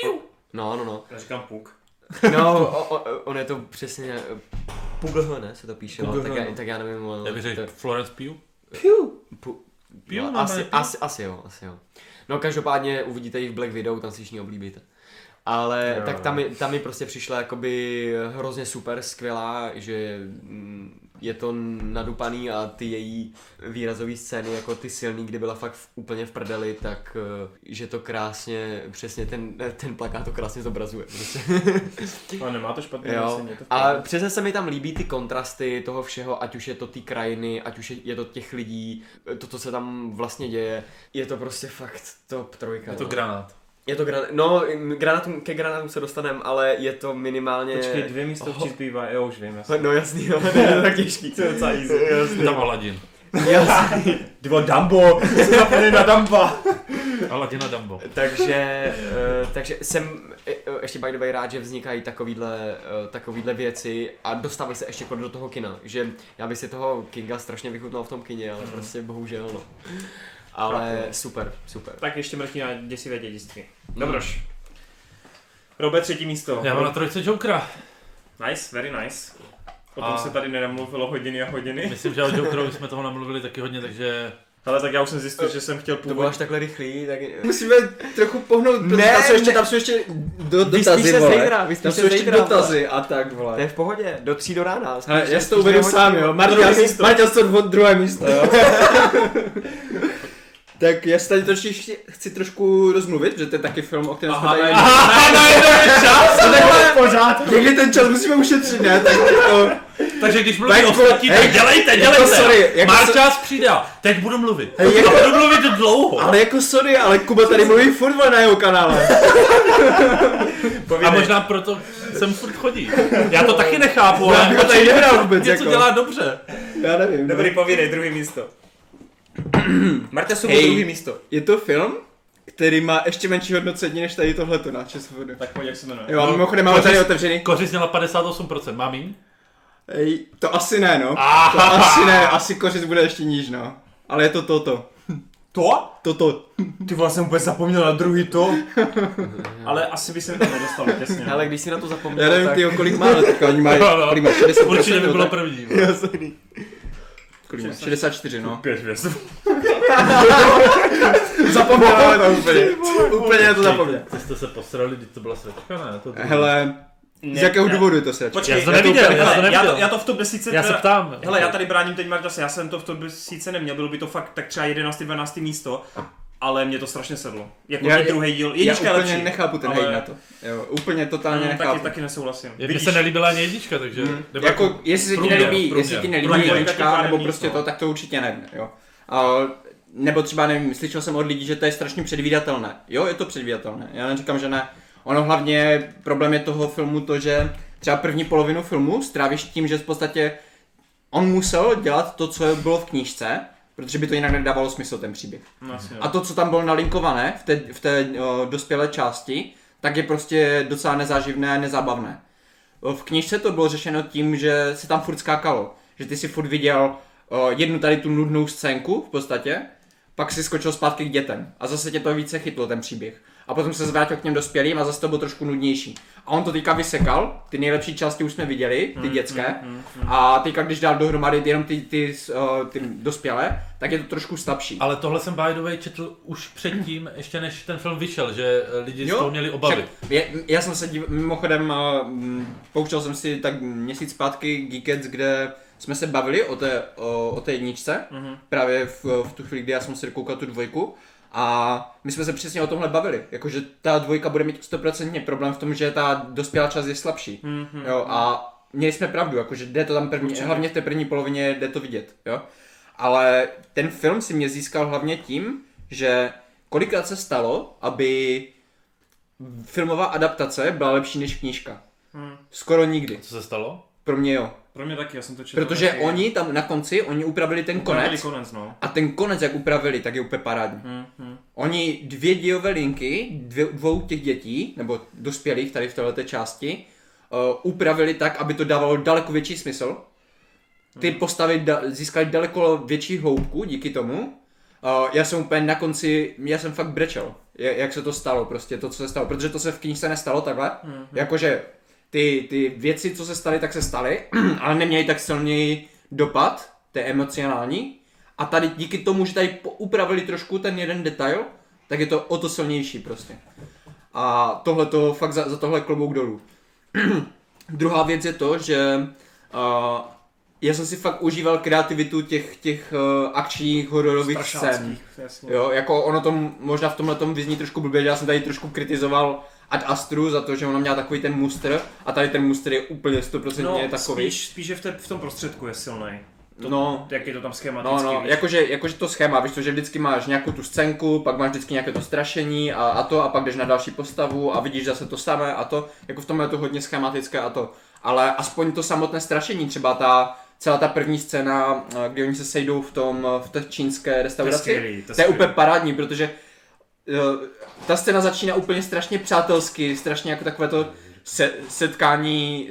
Já říkám Pugh. No, on je to přesně Pugh, ne, se to píše, tak já nevím. Já bych řekl Florence Pugh? Pugh, no, asi jo. No každopádně uvidíte ji v Black Widow, tam si ji oblíbíte. Ale jo. Tak tam mi prostě přišla jakoby hrozně super, skvělá, že je to nadupaný a ty její výrazové scény, jako ty silný, kdy byla fakt úplně v prdeli, tak že to krásně, přesně ten plakát to krásně zobrazuje. Ale nemá to špatně. A přesně se mi tam líbí ty kontrasty toho všeho, ať už je to ty krajiny, ať už je to těch lidí, to, co se tam vlastně děje. Je to prostě fakt top trojka. Je to granát. Je to ke granátům se dostaneme, ale je to minimálně... Počkej, 2 místo zbývá, jo už vím, jasný. No jasný, no, to je tak těžký. To je docela easy. Tam Aladin. Jasný. Dva Dumbo, jsem zapomněl na Dumba. Aladin a Dumbo. Takže jsem ještě by the way rád, že vznikají takovýhle věci a dostávají se ještě do toho kina, že já bych si toho Kinga strašně vychutnal v tom kině, ale prostě bohužel no. Ale super. Tak ještě mrkni na děsivé dědictví. Dobroš. Robe, 3. místo. Já mám na 3. Jokera. Nice, very nice. O tom se tady nenamluvilo hodiny a hodiny. Myslím, že o Jokerovi jsme toho namluvili taky hodně, takže... Ale tak já už jsem zjistil, že jsem chtěl To bylo až takhle rychlý, tak... Musíme trochu pohnout, tam jsou ještě dotazy, vole. Tam jsou ještě dotazy a tak, vole. To je v pohodě, do 3 do rána. Já si to uvedu sám, jo. Marťas to druhé místo, jo. Tak já si tady chci trošku rozmluvit, že to je taky film, o kterém jsme tady... Pořád. Někdy ten čas musíme ušetřit, ne? Tak jako... Takže když mluví ostatní, tak dělejte. Máš čas přidá. Teď budu mluvit. Budu mluvit dlouho. Ale jako sorry, ale Kuba tady mluví furt na jeho kanále. A možná proto sem furt chodí. Já to taky nechápu, ale to tady nehrál vůbec, něco dělá dobře. Já nevím. Dobrý, povídej, 2. místo. Marta jsou 2. místo. Je to film, který má ještě menší hodnocení než tady tohleto na ČSFD. Tak pojď, jak se jmenuje. Jo, mimochodem máme tady otevřený. Kořist měla 58%, mám jí? To asi ne, no. To asi ne, asi kořist bude ještě níž, no. ale je to toto. To? Toto. Ty vole, jsem úplně zapomněl na druhý to. Ale asi by se to nedostal těsně. Ale když si na to zapomněl, Já nevím, tak... tyjo, kolik má, teďka oni mají, kolik má, 60%. Určitě by bylo první. Kolik má, 64, no. 5 hvězd. Zapomněl to úplně. Úplně to zapomněl. Ty jste se posrali, když to byla svěčka, ne? To Hele, z jakého důvodu je to svět? Počkej, Já to neviděl, já to v top 10. Já se ptám. Hele, já tady bráním teď Martase, já jsem to v top 10 neměl, bylo by to fakt tak třeba 11. 12. místo, ale mě to strašně sedlo. Jako ten druhý díl, jednička já je úplně lepší. nechápu ten hejt na to. Jo, úplně totálně nechápu. Taky nesouhlasím. Mně se nelíbila ani jednička, takže... Jako, jestli se ti nelíbí, Průměr. jednička, nebo prostě místo. to, tak to určitě ne, jo. Nebo třeba nevím, slyšel jsem od lidí, že to je strašně předvídatelné. Jo, je to předvídatelné, já neříkám, že ne. Ono hlavně, problém je toho filmu to, že třeba první polovinu filmu strávíš tím, že v podstatě on musel dělat to, co bylo v knížce, protože by to jinak nedávalo smysl ten příběh. A to, co tam bylo nalinkované v té dospělé části, tak je prostě docela nezáživné a nezábavné. V knížce to bylo řešeno tím, že se tam furt skákalo. Že ty si furt viděl jednu tady tu nudnou scénku v podstatě, pak si skočil zpátky k dětem a zase tě to více chytlo ten příběh. A potom se zvrátil k těm dospělým a zase to bylo trošku nudnější. A on to teďka vysekal, ty nejlepší části už jsme viděli, ty dětské. A teďka když dal dohromady jenom ty dospělé, tak je to trošku slabší. Ale tohle jsem by the way četl už předtím, ještě než ten film vyšel, že lidi z toho měli obavy. Já jsem se mimochodem, pouštěl jsem si tak měsíc zpátky Geekets, kde jsme se bavili o té jedničce, právě v tu chvíli, kdy já jsem si koukal tu dvojku. A my jsme se přesně o tomhle bavili, jakože ta dvojka bude mít 100% problém v tom, že ta dospělá část je slabší, jo, a měli jsme pravdu, jakože jde to tam hlavně v té první polovině jde to vidět, jo, ale ten film si mě získal hlavně tím, že kolikrát se stalo, aby filmová adaptace byla lepší než knížka, skoro nikdy. Co se stalo? Pro mě jo. Pro mě taky, já jsem to četl. Protože taky. Oni tam na konci, oni upravili ten konec. No. A ten konec, jak upravili, tak je úplně parádní. Oni 2 dějové linky, dvou těch dětí, nebo dospělých tady v této části, upravili tak, aby to dávalo daleko větší smysl. Ty postavy získaly daleko větší hloubku díky tomu. Já jsem úplně na konci, já jsem fakt brečel, jak se to stalo, prostě to, co se stalo. Protože to se v knížce nestalo takhle, jakože ty věci, co se staly, tak se staly, ale neměly tak silný dopad, té emocionální. A tady díky tomu, že tady upravili trošku ten jeden detail, tak je to o to silnější prostě. A tohle to fakt za tohle klobouk dolů. Druhá věc je to, že já jsem si fakt užíval kreativitu těch akčních hororových scén. Jo, jako ono to možná v tomhletom vyzní trošku blbě, že já jsem tady trošku kritizoval Ad Astru za to, že ona měla takový ten muster a tady ten muster je úplně 100% takový. Spíš že v tom prostředku je silný. Jak je to tam schematicky. Jakože to schéma, víš to, že vždycky máš nějakou tu scénku, pak máš vždycky nějaké to strašení a pak jdeš na další postavu a vidíš zase to samé a to, jako v tomhle je to hodně schematické a to. Ale aspoň to samotné strašení, třeba celá ta první scéna, kdy oni se sejdou v té čínské restauraci, to je úplně parádní, protože ta scéna začíná úplně strašně přátelsky, strašně jako takové to setkání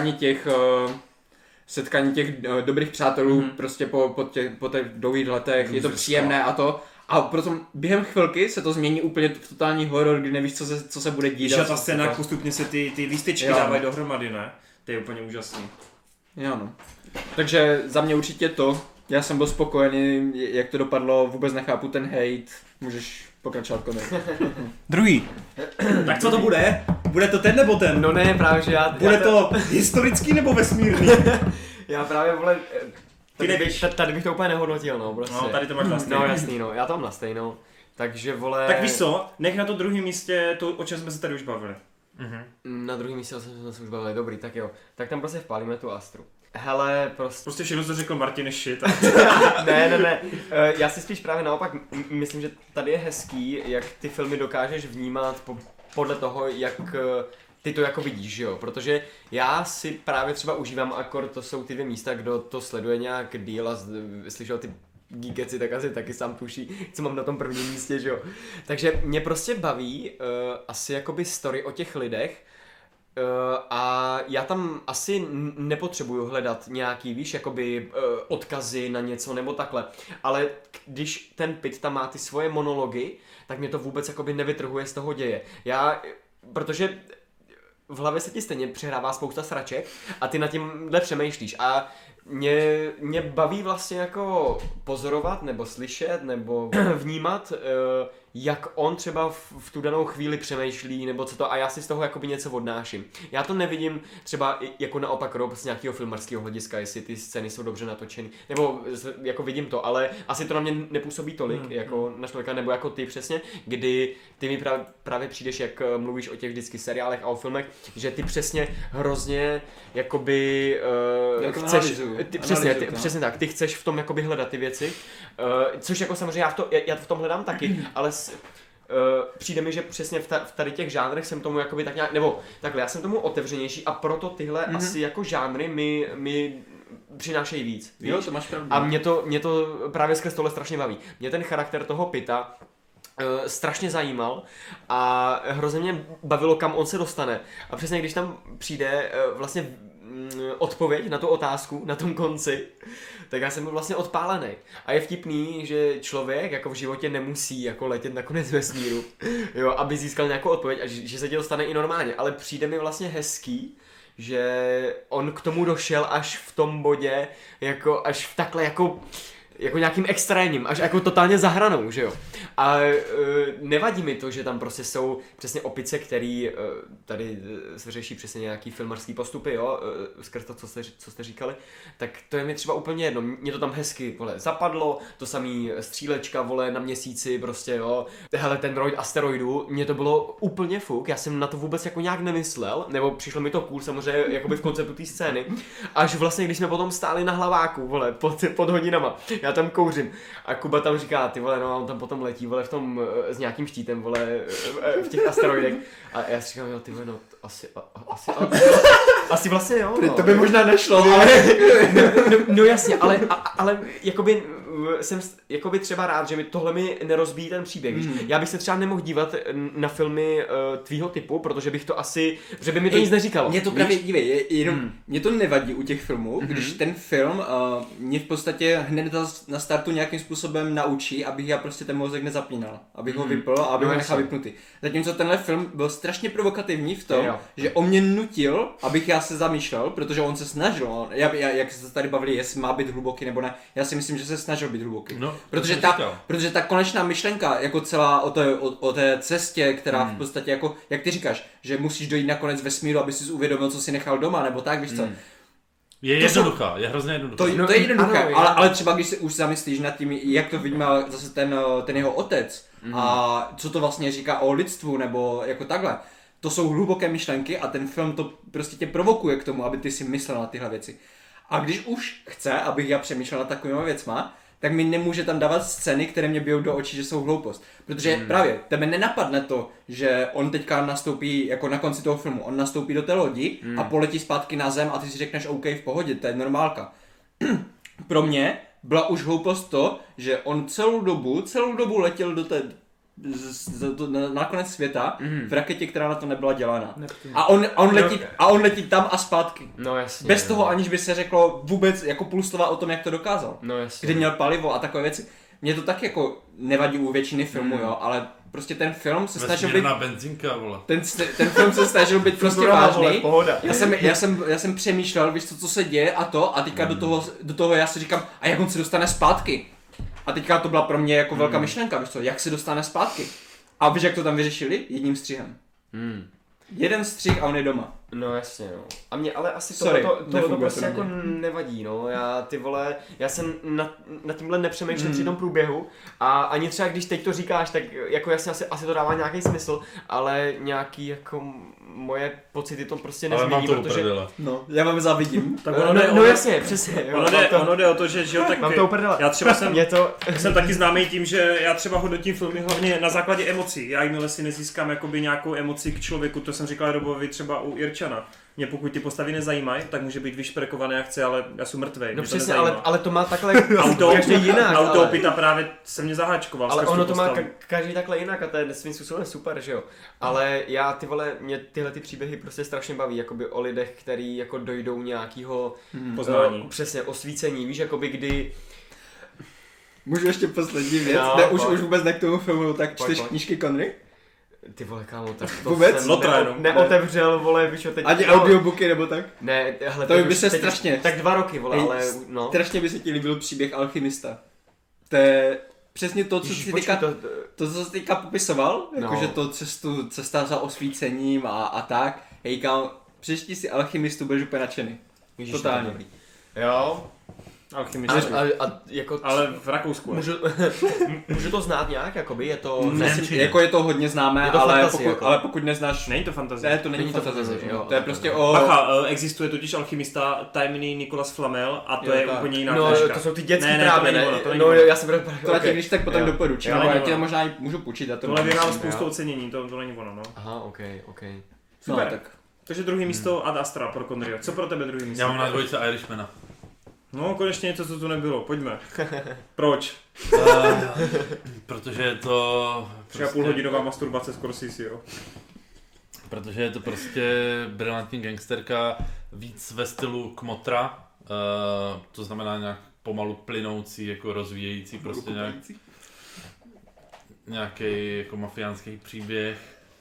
těch dobrých přátelů prostě po těch dlouhých letech, je to příjemné a to. A potom během chvilky se to změní úplně v totální horor, kdy nevíš, co se bude dít. Že ta scéna, jak postupně se ty lístečky dávají dohromady, ne? To je úplně úžasný. Jo no. Takže za mě určitě to. Já jsem byl spokojený, jak to dopadlo, vůbec nechápu ten hate. Můžeš pokračovat, Konec. Druhý. Tak co to bude? Bude to ten nebo ten? No ne, právě že Bude to historický nebo vesmírný? Já právě, vole, Ty nevíš. Tady bych to úplně nehodnotil, no, prostě. No, tady to máš na stejnou. No, jasný, no, já to mám na stejnou. Takže, vole... Tak víš co, nech na to druhém místě to, o čem jsme se tady už bavili. Na druhém místě jsme se už bavili, dobrý, tak jo. Tak tam prostě vpálíme tu Astru. Hele, Prostě všechno, co řekl Martin, je shit. Ne. Já si spíš právě naopak myslím, že tady je hezký, jak ty filmy dokážeš vnímat podle toho, jak ty to jako vidíš, jo, protože já si právě třeba užívám akord, to jsou ty 2 místa, kdo to sleduje nějak díl a slyšel ty geekeci, tak asi taky sám tuší, co mám na tom prvním místě, že jo. Takže mě prostě baví asi jakoby story o těch lidech, A já tam asi nepotřebuju hledat nějaký, víš, jakoby odkazy na něco nebo takhle, ale když ten Pitt tam má ty svoje monology, tak mě to vůbec jakoby nevytrhuje z toho děje. Protože v hlavě se ti stejně přehrává spousta sraček a ty nad tímhle přemýšlíš a mě baví vlastně jako pozorovat nebo slyšet nebo vnímat, jak on třeba v tu danou chvíli přemýšlí nebo co to a já si z toho jakoby něco odnáším. Já to nevidím třeba jako naopak Rob z nějakého filmarského hlediska, jestli ty scény jsou dobře natočeny, nebo jako vidím to, ale asi to na mě nepůsobí tolik jako na člověka, nebo jako ty přesně, kdy ty mi právě přijdeš, jak mluvíš o těch vždycky seriálech a o filmech, že ty přesně hrozně jakoby chceš, přesně tak, ty chceš v tom jakoby hledat ty věci, což jako samozřejmě já v tom hledám taky, ale přijde mi, že přesně v tady těch žánrech jsem tomu jakoby tak nějak, nebo takhle, já jsem tomu otevřenější a proto tyhle asi jako žánry mi přinášejí víc, víš? Jo, to máš pravdu. A mě to právě skrz tohle strašně baví. Mě ten charakter toho Pitta strašně zajímal a hrozně mě bavilo, kam on se dostane. A přesně když tam přijde vlastně odpověď na tu otázku na tom konci, tak já jsem byl vlastně odpálený. A je vtipný, že člověk jako v životě nemusí jako letět na konec vesmíru, jo, aby získal nějakou odpověď a že se ti to stane i normálně. Ale přijde mi vlastně hezký, že on k tomu došel až v tom bodě, jako až v takhle jako nějakým extrémním, až jako totálně za hranou, že jo. A nevadí mi to, že tam prostě jsou přesně opice, který tady se řeší přesně nějaký filmarský postupy, jo, skrz to, co jste říkali, tak to je mi třeba úplně jedno. Mě to tam hezky, vole, zapadlo, to samý střílečka, vole, na měsíci, prostě, jo. Hele, ten droid asteroidu, mě to bylo úplně fuk, já jsem na to vůbec jako nějak nemyslel, nebo přišlo mi to cool, samozřejmě, jakoby v konceptu té scény, až vlastně, když jsme potom stáli na hlaváku, vole, pod hodinama, já tam kouřím a Kuba tam říká, ty vole, no on tam potom letí, vole, v tom s nějakým štítem, vole, v těch asteroidech a já si říkám, jo, ty vole, no, asi vlastně jo, no. To by možná nešlo, ale... No jasně, ale jakoby jsem jakoby třeba rád, že tohle mi nerozbíjí ten příběh, víš. Já bych se třeba nemohl dívat na filmy tvýho typu, protože bych to asi, že by mi to nic neříkalo. Mě to právě dívej, jenom mě to nevadí u těch filmů, když ten film mě v podstatě hned na startu nějakým způsobem naučí, abych já prostě ten mozek nezapínal, abych ho vypl a abych ho nechal vypnutý. Zatímco tenhle film byl strašně provokativní v tom, že on mě nutil, abych já se zamýšlel, protože on se snažil, jak se tady bavili, jestli má být hluboký nebo ne, já si myslím, že se snažil být hluboký. No, protože ta konečná myšlenka, jako celá o té cestě, která v podstatě jako, jak ty říkáš, že musíš dojít na konec vesmíru, aby si uvědomil, co si nechal doma, nebo tak, víš co. Je jednoduchá, je hrozně jednoduchá. To je jednoduché, ale třeba když se už zamyslíš nad tím, jak to vnímal zase ten jeho otec a co to vlastně říká o lidstvu, nebo jako takhle. To jsou hluboké myšlenky a ten film to prostě tě provokuje k tomu, aby ty si myslel na tyhle věci. A když už chce, abych já přemýšlel nad takovými věcma, tak mi nemůže tam dávat scény, které mě bijou do očí, že jsou hloupost. Protože právě tebe nenapadne to, že on teďka nastoupí, jako na konci toho filmu, on nastoupí do té lodi a poletí zpátky na zem a ty si řekneš OK, v pohodě, to je normálka. Pro mě byla už hloupost to, že on celou dobu letěl do té na konec světa v raketě, která na to nebyla dělána. A on letí tam a zpátky. No jasně. Bez toho, aniž by se řeklo vůbec jako půl slova o tom, jak to dokázal. No jasně. Kdy měl palivo a takové věci. Mě to tak jako nevadí u většiny filmů, jo, ale prostě ten film se snažil být... benzinka, vole. Ten film se snažil být prostě vážný. Pohoda. Já jsem přemýšlel, víš co se děje a teďka do toho já si říkám, a jak on se dostane zpátky? A teďka to byla pro mě jako velká myšlenka, víš co, jak se dostane zpátky. A víš, jak to tam vyřešili? Jedním střihem. Jeden střih a on je doma. No jasně, no. A mě ale asi tohle prostě jako nevadí, no. Já jsem nad tímhle nepřemýšlel při tom průběhu a ani třeba když teď to říkáš, tak jako jasně asi to dává nějaký smysl, ale nějaký jako moje pocity to prostě nezmění, protože... No, já vám závidím. Tak no jasně, přesně. Ono jde o to, že tak... Mám to uprdele. Já třeba jsem taky známý tím, že já třeba hodnotím filmy hlavně na základě emocí. Já jakmile si nezískám jakoby nějakou emoci k člověku, to jsem říkal Robovi třeba u Irčana. Mě pokud ty postavy nezajímají, tak může být vyšperkované akce, ale já jsem mrtvej. No přesně, ale to má takhle každý jinak. Autopita právě se mě zaháčkoval. Ale ono to má každý takhle jinak a to je svým způsobem super, že jo. Ale já mě tyhle ty příběhy prostě strašně baví, jakoby o lidech, který jako dojdou nějakýho poznání. Přesně, osvícení, víš, jakoby kdy... Můžu ještě poslední věc? No, ne, už vůbec ne k tomu filmu, tak čteš knížky Connery? Ty vole, kámo, tak to vůbec? jsem neotevřel, vole, víš, teď... Ani audiobooky nebo tak? Ne, hele, to by se strašně... Tak 2 roky, vole, ale no. Strašně by se ti líbil příběh Alchymista. To je přesně to, co jsi teďka popisoval, jakože to cesta za osvícením a tak. Hej, kámo, přečti si Alchymistu, budeš úplně nadšený. Totálně. Jo. Ale v Rakousku. Můžu to znát nějak, jakoby, je to... Jako je to hodně známé, to ale pokud neznáš... Není to fantazie. Ne, to není fantazie. To je prostě Bacha, existuje totiž Alchymista, tajemný Nicolas Flamel a to je úplně jiná knížka. To jsou ty dětský právě, ne? No, já jsem to já ti když tak potom doporučím, nebo já tě možná můžu půjčit. Tohle vyhrál spoustu ocenění, to není ono, no. Aha, ok. Super, tak. Takže druhý místo Ad Astra pro Conneryho. Co pro tebe druhý místo? Já mám na dvojce Irishmana. No, konečně něco, co tu nebylo, pojďme. Proč? Protože je to... 3,5hodinová masturbace Scorsese, jo. Protože je to prostě brilantní gangsterka, víc ve stylu Kmotra, to znamená nějak pomalu plynoucí, jako rozvíjející, prostě nějaký jako mafiánský příběh.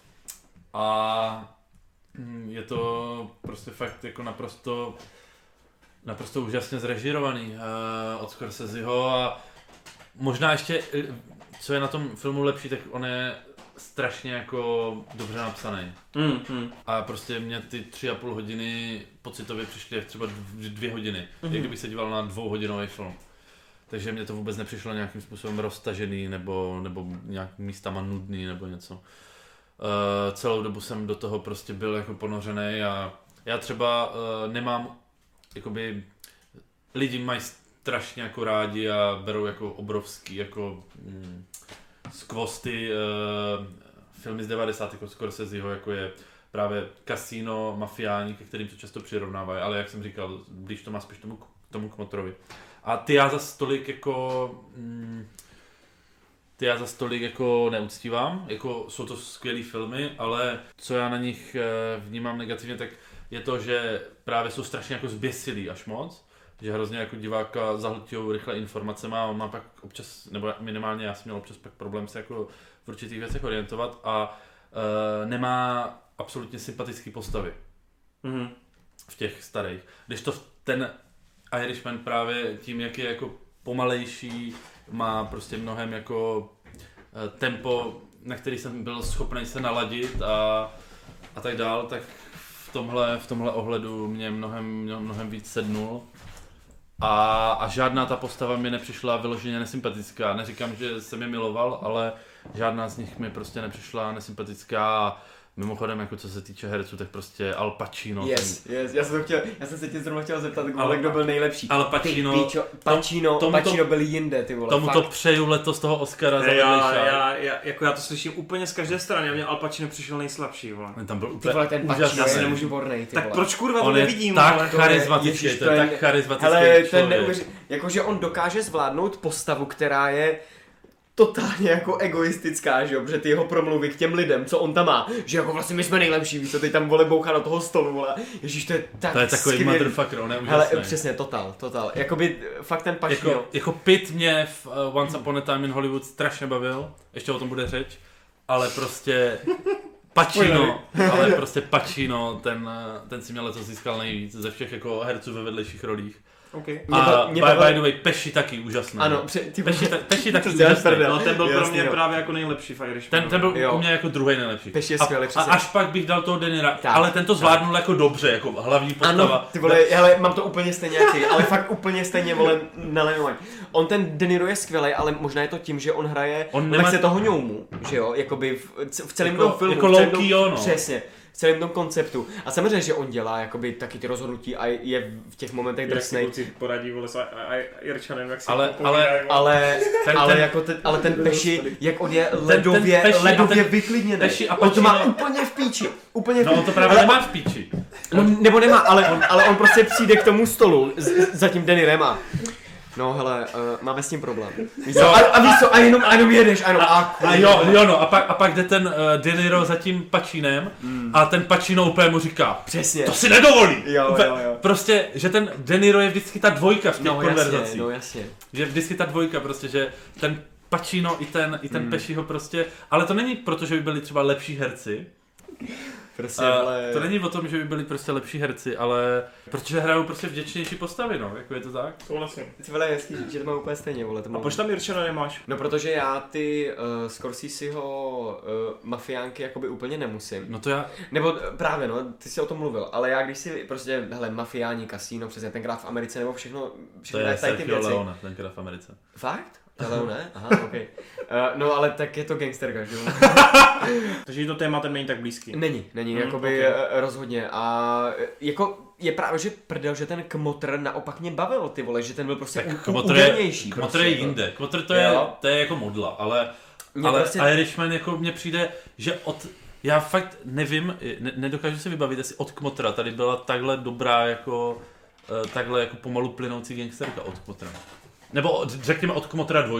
A je to prostě fakt jako naprosto úžasně zrežírovaný od Scorseseho a možná ještě, co je na tom filmu lepší, tak on je strašně jako dobře napsaný. A prostě mě ty 3,5 hodiny pocitově přišly jak třeba 2 hodiny, jak kdybych se díval na 2hodinový film. Takže mě to vůbec nepřišlo nějakým způsobem roztažený nebo nějak místama nudný nebo něco. Celou dobu jsem do toho prostě byl jako ponořený a já třeba nemám jakoby lidi mají strašně jako rádi a berou jako obrovský jako skvosty filmy z 90. jako Scorseseho, jako je právě Casino, Mafiáni, ke kterým to často přirovnávají, ale jak jsem říkal, blíž to má spíš tomu Kmotrovi. A ty já zas tolik jako neuctívám, jako jsou to skvělý filmy, ale co já na nich vnímám negativně, tak je to, že právě jsou strašně jako zběsilí až moc, že hrozně jako diváka zahltijou rychle informacemi a on má pak občas, nebo minimálně já jsem měl občas pak problém se jako v určitých věcech orientovat a nemá absolutně sympatické postavy v těch starých. Když to ten Irishman právě tím, jak je jako pomalejší, má prostě mnohem jako tempo, na který jsem byl schopný se naladit a tak dál, tak v tomhle ohledu mě mnohem víc sednul. A žádná ta postava mi nepřišla vyloženě nesympatická. Neříkám, že jsem je miloval, ale žádná z nich mi prostě nepřišla nesympatická. Mimochodem, jako co se týče herců, tak prostě Al Pacino. Yes. Já jsem se tě zrovna chtěl zeptat, kdo byl nejlepší. Al Pacino. Pacino byl jinde, ty vole. Tomu to přeju letos toho Oscara za já to slyším úplně z každé strany, a mě Al Pacino přišel nejslabší, vole. Tam byl úplně ten Pacino je výbornej, ty vole. Tak proč kurva to nevidím? Tak charizmatický, to je tak charizmatický člověk. Jakože on dokáže zvládnout postavu, která je totálně jako egoistická, že jo, protože ty jeho promluvy k těm lidem, co on tam má, že jako vlastně my jsme nejlepší, víš co, teď tam vole bouchá do toho stolu, vole, ježíš, to je tak to je takový skvělý. motherfucker, on je úžasný. Hele, přesně, totál, jakoby fakt ten Pacino. Jako Pitt mě v Once Upon a Time in Hollywood strašně bavil, ještě o tom bude řeč, ale prostě Pacino, ten si mě letos získal nejvíc ze všech jako herců ve vedlejších rolích. Okay. A by the way, Pesci taky úžasný. Ano, Pesci taky úžasný. No, ten byl pro mě právě jako nejlepší v Irishmanu. Ten byl u mě jako druhý nejlepší. Pesci je skvělý, a až pak bych dal toho De Nira, ale ten to zvládnul jako dobře, jako hlavní postava. Ano, ty vole, hele, mám to úplně stejně jak ty, ale fakt úplně stejně, vole, nalénovaný. On ten De Niro je skvělý, ale možná je to tím, že on hraje lehce toho ňoumu, že jo, jakoby v celém tom filmu. Jako low-key, no. Přesně. V celém tom konceptu. A samozřejmě, že on dělá jakoby taky ty rozhodnutí a je v těch momentech drsnej. Jak si poradí, vole, s Irčanem, jak si ale ten Pesci, jak on je ledově vyklidněný. On to má úplně v píči. No, on to právě nemá v píči. Nebo nemá, ale on prostě přijde k tomu stolu za tím Denirem a no hele, máme s tím problém. Víš co, a jenom jedeš, a pak jde ten De Niro za tím Pacinem a ten Pacino úplně mu říká, přesně, to si nedovolí. Jo. Prostě, že ten De Niro je vždycky ta dvojka v těch konverzacích. No jasně. Že vždycky ta dvojka prostě, že ten Pacino i ten Pesciho prostě, ale to není proto, že by byli třeba lepší herci. Prostě, ale... To není o tom, že by byli prostě lepší herci, ale protože hrajou prostě vděčnější postavy, no, jako je to tak? Souhlasím. Ty vole, hezký, že to má úplně stejně, vole. A proč tam Jirčana nemáš? No protože já ty Scorseseho mafiánky jakoby úplně nemusím. No to já... Nebo právě, no, ty jsi o tom mluvil, ale já když si prostě, hele, mafiáni, kasíno, přesně tenkrát v Americe, nebo všechno to je tady ty věci. Leone, tenkrát v Americe. Fakt? Leone? Aha, ok. No ale tak je to gangsterka, že jo? Takže to téma ten není tak blízký. Není, jakoby rozhodně. A jako je právě, že prdel, že ten Kmotr naopak mě bavil, ty vole, že ten byl prostě údernější. Kmotr je jinde. Kmotr to je jako modla, ale prostě... Irishman jako mně přijde, že já fakt nevím, nedokážu si vybavit, jestli od Kmotra tady byla takhle dobrá jako takhle jako pomalu plynoucí gangsterka od Kmotra. Nebo řekněme od Kmotra 2.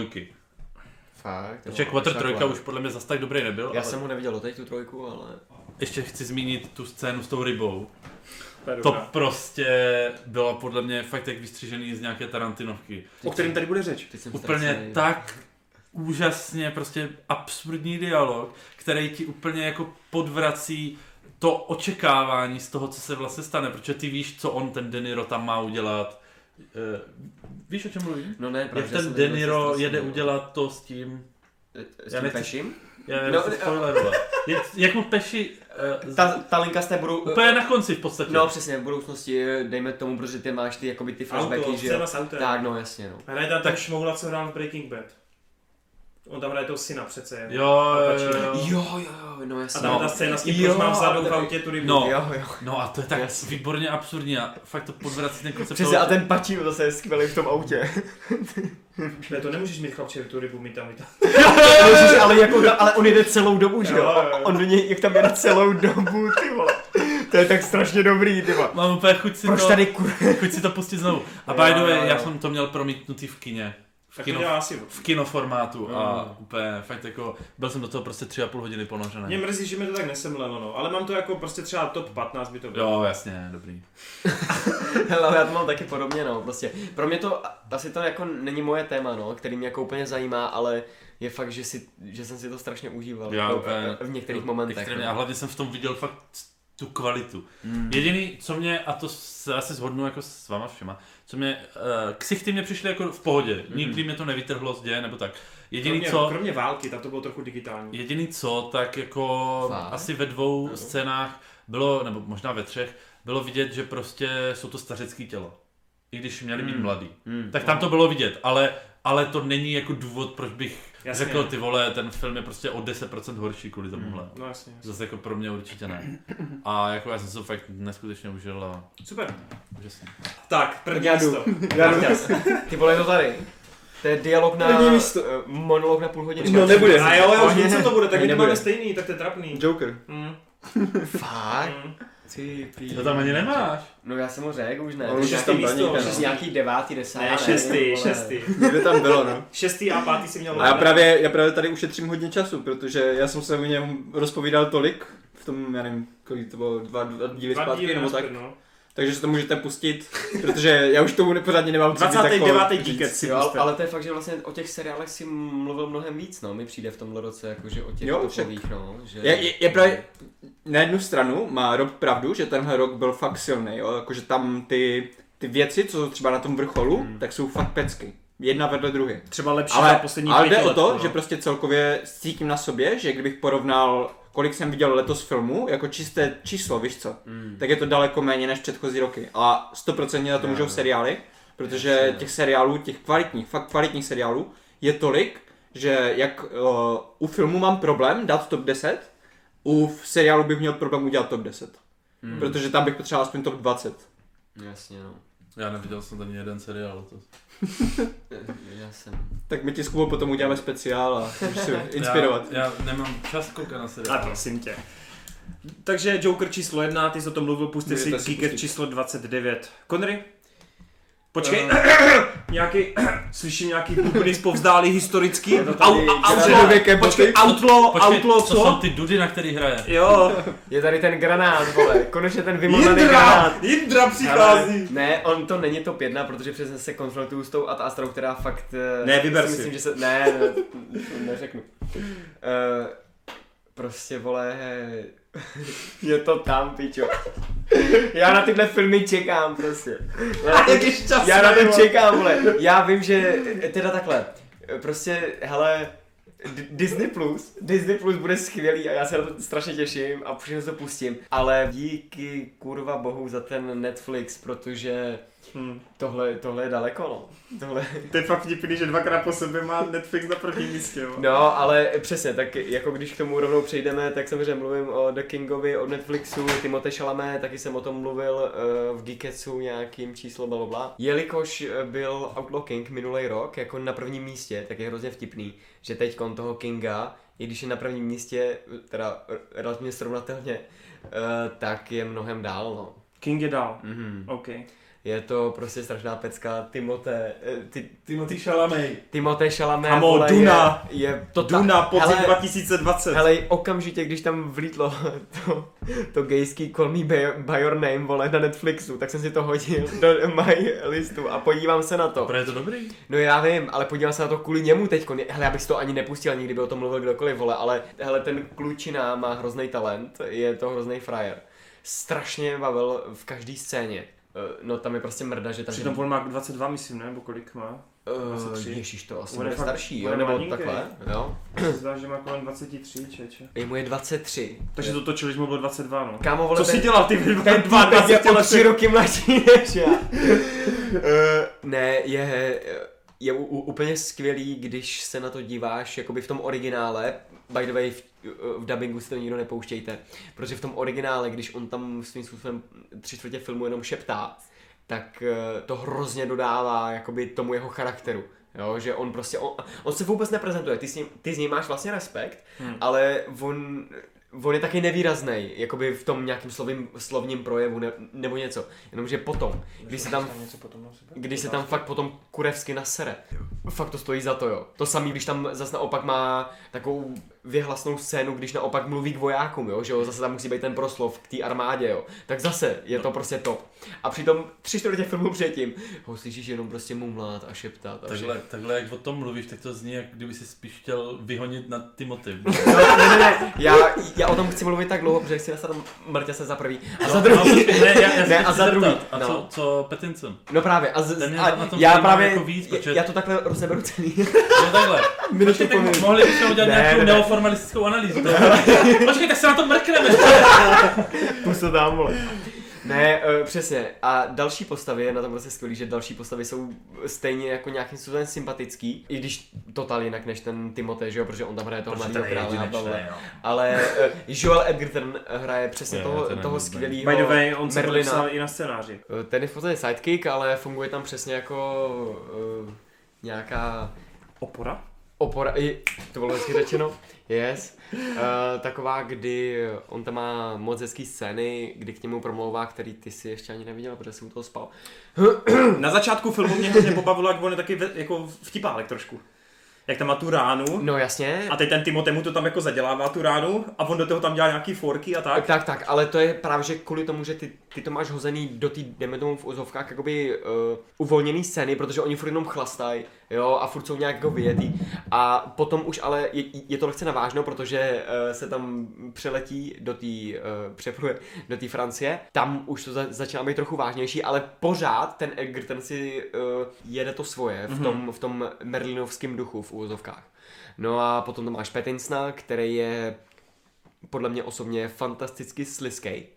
Fakt? Protože Kmotr 3 už podle mě zase tak dobrý nebyl. Já jsem ho neviděl doteď tu 3, ale... Ještě chci zmínit tu scénu s tou rybou. To prostě bylo podle mě fakt jak vystřižený z nějaké Tarantinovky. O kterým tady bude řeč. Úplně tak úžasně prostě absurdní dialog, který ti úplně jako podvrací to očekávání z toho, co se vlastně stane, protože ty víš, co on ten De Niro tam má udělat. Víš, o čem mluvím? No ne, jak ten De Niro jede udělat to s tím... S tím Pešim? Já nechci spoilerovat. Jak mu Peši... Ta linka z té budou... Úplně na konci v podstatě. No přesně, v budoucnosti, dejme tomu, protože ty máš ty, jakoby ty flashbacky, že jo? Tak, no jasně, no. Hraje tam tak šmoula, co hrál v Breaking Bad. On tam hraje toho syna přece. Jo, no jasně. A tam ta scéna s tím, proč mám vzadu v autě tu rybu. No a to je tak výborně absurdní a fakt to podvrací ten koncept. Přesně, a ten Pacino zase je skvělý v tom autě. Ne, to nemůžeš mít chlapče, tu rybu mít tam. Ale on jede celou dobu, že jo? On do něj, jak tam jede celou dobu, ty vole. To je tak strašně dobrý, ty vole. Mám úplně chuť si to pustit znovu. A by the way, já jsem to měl promítnutý v kině. V kinoformátu a úplně fakt jako, byl jsem do toho prostě 3,5 hodiny ponořený. Mě mrzí, že mi to tak nesemlelo, no, ale mám to jako prostě třeba top 15 by to bylo. Jo, jasně, dobrý. Hele, já to mám taky podobně, no, prostě. Pro mě to, asi to jako není moje téma, no, který mě jako úplně zajímá, ale je fakt, že jsem si to strašně užíval. V některých momentech. Extrémně, no. A hlavně jsem v tom viděl fakt tu kvalitu. Jediný, co mě, a to se asi shodnu jako s váma všema, co mě, ksichty mě přišly jako v pohodě, nikdy mě to nevytrhlo z děje, nebo tak. Kromě války, tam to bylo trochu digitální. Jediný co, tak jako asi ve 2 scénách bylo, nebo možná ve 3, bylo vidět, že prostě jsou to stařecký těla. I když měli být mladý. Tak tam to bylo vidět, ale to není jako důvod, proč bych řekl, ty vole, ten film je prostě o 10% horší kvůli tomuhle. No jasně. Zase jako pro mě určitě ne. A jako já jsem se fakt neskutečně užil a... Super. Úžasný. Tak, první místo. Ty vole, je to tady. To je dialog na... monolog na půl hodiny. No nebude. A jo, co to bude, tak my to máme stejný, tak to je trapný. Joker. Fakt? To tam ani nemáš. No já jsem ho řekl, už ne. Už tam místo, nějaký 9., 10. Ne, 6. Někde tam bylo, no. 6. a 5. si měl. A já právě tady ušetřím hodně času, protože já jsem se o něm rozpovídal tolik, v tom, já nevím, kolik to bylo, 2 díly zpátky, nebo tak. No. Takže si to můžete pustit, protože já už tomu pořádně nemám co říct. 29. díket si pustit. Ale to je fakt, že vlastně o těch seriálech si mluvil mnohem víc, no. Mi přijde v tomhle roce, jakože o těch topových, no. Že... Je právě, na jednu stranu má Rob pravdu, že tenhle rok byl fakt silný, jo. Jakože tam ty věci, co jsou třeba na tom vrcholu, tak jsou fakt pecky. Jedna vedle druhé. Třeba lepší za poslední 5 let. Ale jde o to, že prostě celkově cítím na sobě, že kdybych porovnal, kolik jsem viděl letos filmů, jako čisté číslo, víš co, tak je to daleko méně než předchozí roky. A 100% na to můžou seriály, protože těch seriálů, těch kvalitních, fakt kvalitních seriálů je tolik, že jak u filmu mám problém dát top 10, u seriálu bych měl problém udělat top 10. Protože tam bych potřeboval aspoň top 20. Jasně, no. Já neviděl jsem ani jeden seriál letos. Já jsem. Tak my ti s Kubou potom uděláme speciál a můžeš si inspirovat. Já nemám čas koukat na seriál. A prosím tě. Takže Joker číslo 1, ty jsi o tom mluvil, pusti si Geekett číslo 29. Connery? Počkej, slyším nějaký bubny zpovzdálý historický. Outlaw, co? To jsou ty dudy, na který hraje. Jo. Je tady ten granát, vole, konečně ten vymotaný granát. Jindra přichází. Ne, on to není top 1, protože přesně se konfrontuju s tou Ad Astrou, která fakt... Ne, vyber si. Myslím, že se... Ne, neřeknu. Prostě, vole... Je to tam, pičo. Já na tyhle filmy čekám prostě. Já na to čekám, vole. Já vím, že teda takhle. Prostě, hele, Disney Plus bude skvělý a já se na to strašně těším a všechno se to pustím. Ale díky kurva bohu za ten Netflix, protože tohle je daleko, no. To je fakt vtipný, že dvakrát po sobě má Netflix na prvním místě, jo. No, ale přesně, tak jako když k tomu rovnou přejdeme, tak samozřejmě mluvím o The Kingovi od Netflixu, Timothée Chalamet, taky jsem o tom mluvil v Geeketsu nějakým číslo blablabla. Jelikož byl Outlaw King minulý rok jako na prvním místě, tak je hrozně vtipný, že teďkon toho Kinga, i když je na prvním místě, teda relativně srovnatelně, tak je mnohem dál, no. King je dál, OK. Je to prostě strašná pecka, Timothée Chalamet. Timothée Chalamet, Hamo, Duna. Je to Duna, podzim 2020. Hele, okamžitě, když tam vlítlo to gejský Call Me By Your Name, vole, na Netflixu, tak jsem si to hodil do my listu a podívám se na to. Protože je to dobrý? No já vím, ale podívám se na to kvůli němu teďko. Hele, já bych si to ani nepustil, nikdy by o tom mluvil kdokoliv, vole, ale hele, ten klučina má hrozný talent, je to hrozný frajer. Strašně bavil v každý scéně. No tam je prostě mrda, že tam... Přitom on má 22, myslím, ne? Nebo kolik má? 23. Ježíš, to asi bude starší, jo? Nebo takhle, jo? Zdá, že má kolem 23, čeče. Jemu je 23. Takže to točil, když mu bylo 22, no. Kámo, vole, co jsi dělal, ty ten 22 3 roky mladší než já. Ne, je úplně skvělý, když se na to díváš jakoby v tom originále. By the way, v dabingu si to nikdo nepouštějte, protože v tom originále, když on tam svým způsobem 3/4 filmu jenom šeptá, tak to hrozně dodává jakoby tomu jeho charakteru. Jo, že on prostě, on se vůbec neprezentuje, ty s ním máš vlastně respekt, ale on je taky nevýraznej, jakoby v tom nějakým slovním projevu nebo něco. Jenomže potom, když se tam fakt potom kurevsky nasere, fakt to stojí za to, jo. To samý, když tam zase naopak má takovou věhlasnou scénu, když naopak mluví k vojákům, jo, že jo, zase tam musí být ten proslov k té armádě, jo. Tak zase je to prostě top. A přitom 3/4 filmu předtím ho slyšíš jenom prostě mumlat a šeptat. Takhle jak o tom mluvíš, tak to zní, jak kdyby si spíš chtěl vyhonit na Timothy. No, ne, já o tom chci mluvit tak dlouho, protože chci nastat mrtě se za první. A za druhý. A za druhý. A co Pattinson? No právě. Já právě jako víc, já to takhle rozeberu celý. No takhle. Mohli bychom udělat nějakou neoformalistickou analýzu. Počkej, tak se na to mrkneme. Pust to tam, vole. Ne, přesně. A další postavy, je na tom prostě skvělý, že další postavy jsou stejně jako nějakým způsobem sympatický, i když total jinak než ten Timothée, že jo, protože on tam hraje toho mladého krále. Ale Joel Edgerton hraje přesně toho skvělýho By the way, on se podepsal i na scénáři. Ten je v podstatě sidekick, ale funguje tam přesně jako nějaká... Opora, to bylo hezky řečeno, yes. Taková, kdy on tam má moc hezký scény, kdy k němu promlouvá, který ty si ještě ani neviděl, protože jsi u toho spal. Na začátku filmu mě hrozně pobavilo, jak on je taky jako vtipálek trošku. Jak tam má tu ránu. No jasně. A teď ten Timothée mu to tam jako zadělává tu ránu a on do toho tam dělá nějaký forky a tak. Tak, ale to je právě, že kvůli tomu, že ty to máš hozený do té, dejme tomu v úzovkách, jakoby uvolněný scény, protože oni furt jenom chlastají, jo, a furt jsou nějak jako vyjetý. A potom už ale je to lehce navážno, protože se tam přeletí přepluje do té Francie. Tam už to začíná být trochu vážnější, ale pořád ten Egerton si jede to svoje v tom merlinovském duchu v úvozovkách. No a potom tam máš Pattinsona, který je podle mě osobně fantasticky slizkej.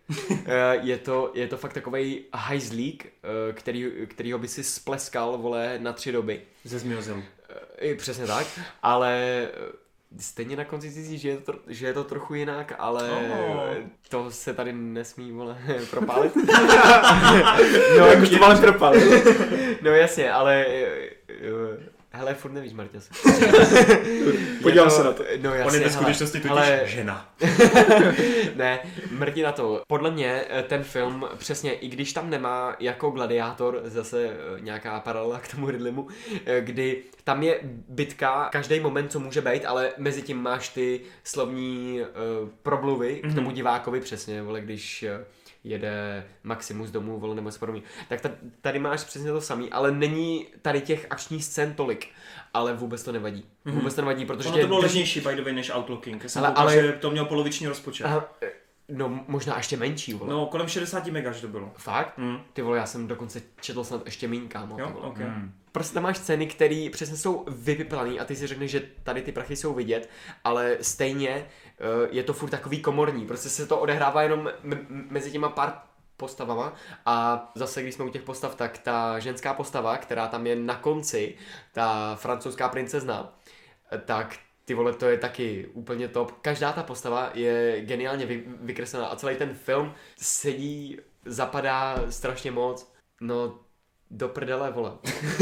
Je to fakt takovej hajzlík, kterýho by si spleskal, vole, na 3 doby. Ze Zmiozilu. Přesně tak, ale stejně na konci zjistíš, že je to trochu jinak, ale to se tady nesmí, vole, propálit. No, jak už to máme propálit. No jasně, ale Hele, furt nevíš, Marťas. Podívám se na to. No, jasně, on je ve skutečnosti totiž žena. Ne, mrdí na to. Podle mě ten film přesně, i když tam nemá jako Gladiátor, zase nějaká paralela k tomu Ridleymu, kdy tam je bitka, každý moment, co může být, ale mezi tím máš ty slovní promluvy k tomu divákovi přesně, vole, když jede Maximus domů, vole, nebo podobně. Tak tady máš přesně to samý, ale není tady těch akčních scén tolik, ale vůbec to nevadí. Vůbec to nevadí, protože... Ono to bylo levnější, by the way, než Outlooking. Ale že to měl poloviční rozpočet. No, možná ještě menší, vole. No, kolem 60 megaž to bylo. Fakt? Ty vole, já jsem dokonce četl snad ještě míň, kámo. Jo, okay. Prostě tam máš scény, které přesně jsou vypiplaný a ty si řekneš, že tady ty prachy jsou vidět, ale stejně je to furt takový komorní. Prostě se to odehrává jenom mezi těma pár postavama a zase, když jsme u těch postav, tak ta ženská postava, která tam je na konci, ta francouzská princezna, tak ty vole, to je taky úplně top. Každá ta postava je geniálně vykreslená a celý ten film sedí, zapadá strašně moc. No, do prdele, vole.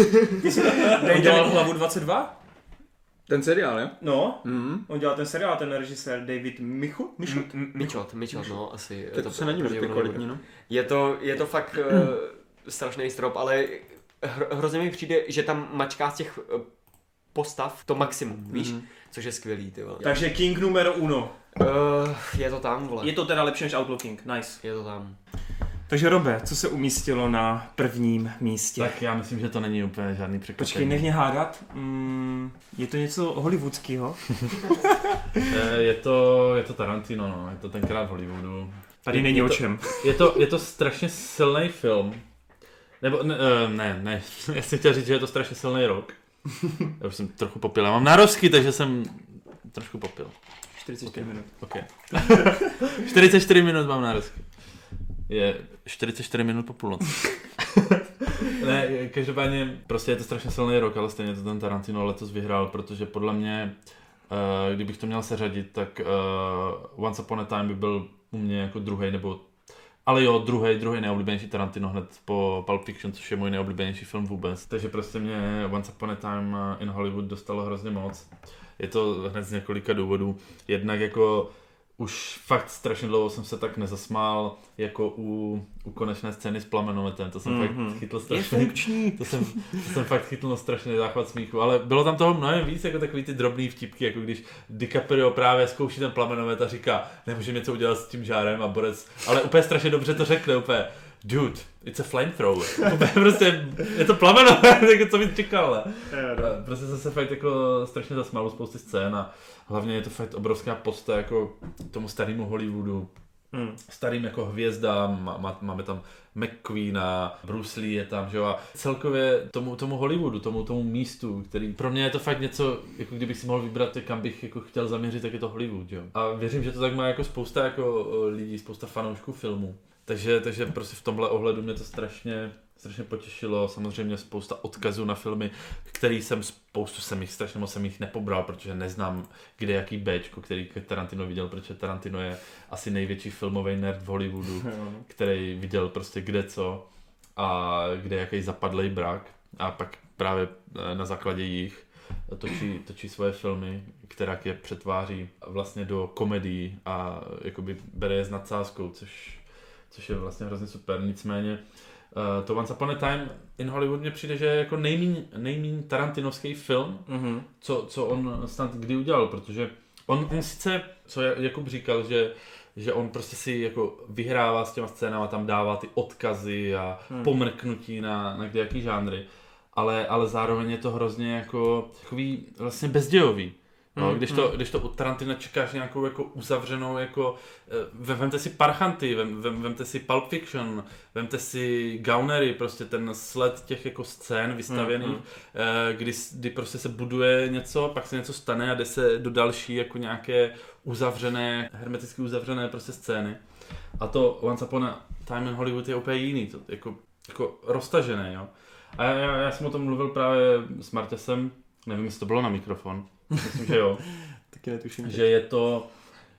On dělal Hlavu 22? Ten seriál, jo? No, on dělal ten seriál, ten režisér David Michot, no, asi. Tak to se není vždy kvalitní, no. Je to fakt strašný strop, ale hrozně mi přijde, že tam mačká z těch postav to maximum, víš? Což je skvělý, ty vole. Takže King numero uno. Je to tam, vole. Je to teda lepší než Outlooking, nice. Je to tam. Takže Robe, co se umístilo na prvním místě? Tak já myslím, že to není úplně žádný překvapení. Počkej, nech mě hádat. Je to něco hollywoodského? je to Tarantino, no. Je to tenkrát v Hollywoodu. Tady není o čem. Je to strašně silný film. Nebo ne, já jsem chtěl říct, že je to strašně silný rok. Já už jsem trochu popil. Já mám nározky, takže jsem trošku popil. 44 minut. Ok. 44 minut mám nározky. Je 44 minut po půlnoci. Ne, každopádně prostě je to strašně silný rok, ale stejně to ten Tarantino letos vyhrál, protože podle mě, kdybych to měl seřadit, tak Once Upon a Time by byl u mě jako druhý, nebo ale jo, druhý nejoblíbenější Tarantino hned po Pulp Fiction, což je můj nejoblíbenější film vůbec. Takže prostě mě Once Upon a Time in Hollywood dostalo hrozně moc. Je to hned z několika důvodů. Jednak jako už fakt strašně dlouho jsem se tak nezasmál jako u konečné scény s plamenometem. To jsem fakt chytl strašně. To jsem fakt chytl strašný záchvat smíchu, ale bylo tam toho mnohem víc, jako takový ty drobný vtipky, jako když DiCaprio právě zkouší ten plamenomet a říká, nemůže něco udělat s tím žárem a borec, ale úplně strašně dobře to řekne, úplně dude, it's a flamethrower. Prostě je to plamenomet, jako co bys čekal. Prostě jsem se fakt jako strašně zasmál u spousty scén a hlavně je to fakt obrovská posta jako tomu starému Hollywoodu. Starým jako hvězdám, máme tam McQueena, Bruce Lee je tam, že jo, a celkově tomu Hollywoodu, tomu místu, který pro mě je to fakt něco, jako kdybych si mohl vybrat, kam bych jako chtěl zaměřit, tak je to Hollywood, jo. A věřím, že to tak má jako spousta jako lidí, spousta fanoušků filmu. Takže prostě v tomhle ohledu mě to strašně potěšilo, samozřejmě spousta odkazů na filmy, který strašně moc jsem jich nepobral, protože neznám, kde jaký Bčko, který Tarantino viděl, protože Tarantino je asi největší filmový nerd v Hollywoodu, který viděl prostě kde co a kde jaký zapadlej brak a pak právě na základě jich točí svoje filmy, která je přetváří vlastně do komedií a jakoby bere je s nadsázkou, což je vlastně hrozně super. Nicméně to Once Upon a Time in Hollywood mně přijde, že je jako nejméně tarantinovský film, co on snad kdy udělal, protože on sice, co Jakub říkal, že on prostě si jako vyhrává s těma scénama, tam dává ty odkazy a pomrknutí na kdejaký žánry, ale zároveň je to hrozně jako takový vlastně bezdějový. No, když to u Tarantina čekáš nějakou jako uzavřenou, jako vemte si Parchanty, vemte si Pulp Fiction, vemte si Gaunery, prostě ten sled těch jako scén vystavěných, kdy prostě se buduje něco, pak se něco stane a jde se do další jako nějaké uzavřené, hermeticky uzavřené prostě scény. A to Once Upon a Time in Hollywood je úplně jiný, to jako roztažené, jo. A já jsem o tom mluvil právě s Marťasem, nevím, jestli to bylo na mikrofon. Myslím, že jo. Taky netuším. Že je to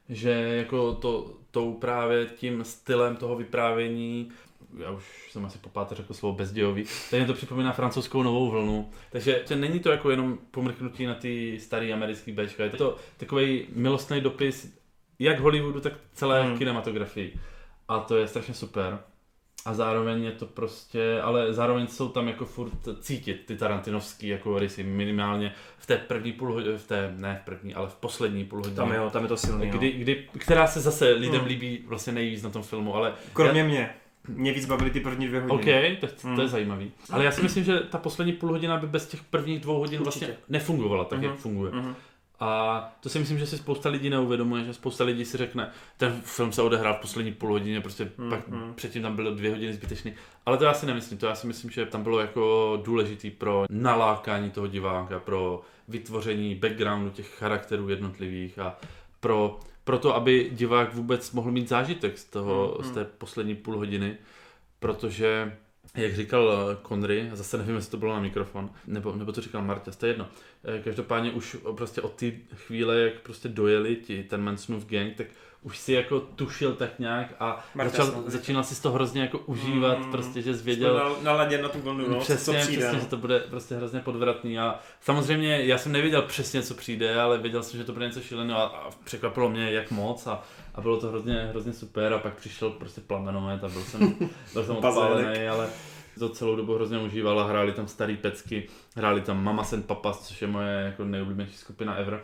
že jako tou právě tím stylem toho vyprávění, já už jsem asi po páté řekl slovo bezdějový, takže to připomíná francouzskou novou vlnu, takže není to jako jenom pomrknutí na ty starý americký Bčka, je to takový milostný dopis jak Hollywoodu, tak celé kinematografii a to je strašně super. A zároveň je to prostě, ale zároveň jsou tam jako furt cítit ty tarantinovský jako rysy, minimálně v té první půlhodině, v poslední půlhodině. Tam je to silný, která se zase lidem líbí vlastně nejvíc na tom filmu, ale... Kromě mě víc bavily ty první 2 hodiny. OK, to je zajímavý. Ale já si myslím, že ta poslední půlhodina by bez těch prvních 2 hodin vlastně nefungovala tak, jak funguje. A to si myslím, že si spousta lidí neuvědomuje, že spousta lidí si řekne, ten film se odehrál v poslední půlhodině, prostě pak předtím tam bylo 2 hodiny zbytečný. Ale to já si nemyslím, to já si myslím, že tam bylo jako důležitý pro nalákání toho diváka, pro vytvoření backgroundu těch charakterů jednotlivých a pro to, aby divák vůbec mohl mít zážitek z té poslední půlhodiny, protože jak říkal Connery, zase nevím, jestli to bylo na mikrofon, nebo to říkal Marta, to je jedno. Každopádně už prostě od té chvíle, jak prostě dojeli ten Mansonův gang, tak už si jako tušil tak nějak a začínal si z toho hrozně jako užívat, prostě, že zvěděl. Naladěn na tu vlnu, přesně, že to bude prostě hrozně podvratný a samozřejmě já jsem nevěděl přesně, co přijde, ale věděl jsem, že to bude něco šíleného a překvapilo mě, jak moc a bylo to hrozně super a pak přišel prostě Plamenomet a byl jsem odpálený, ale to celou dobu hrozně užíval a hráli tam starý pecky, hráli tam Mamas and Papas, což je moje jako nejoblíbenější skupina ever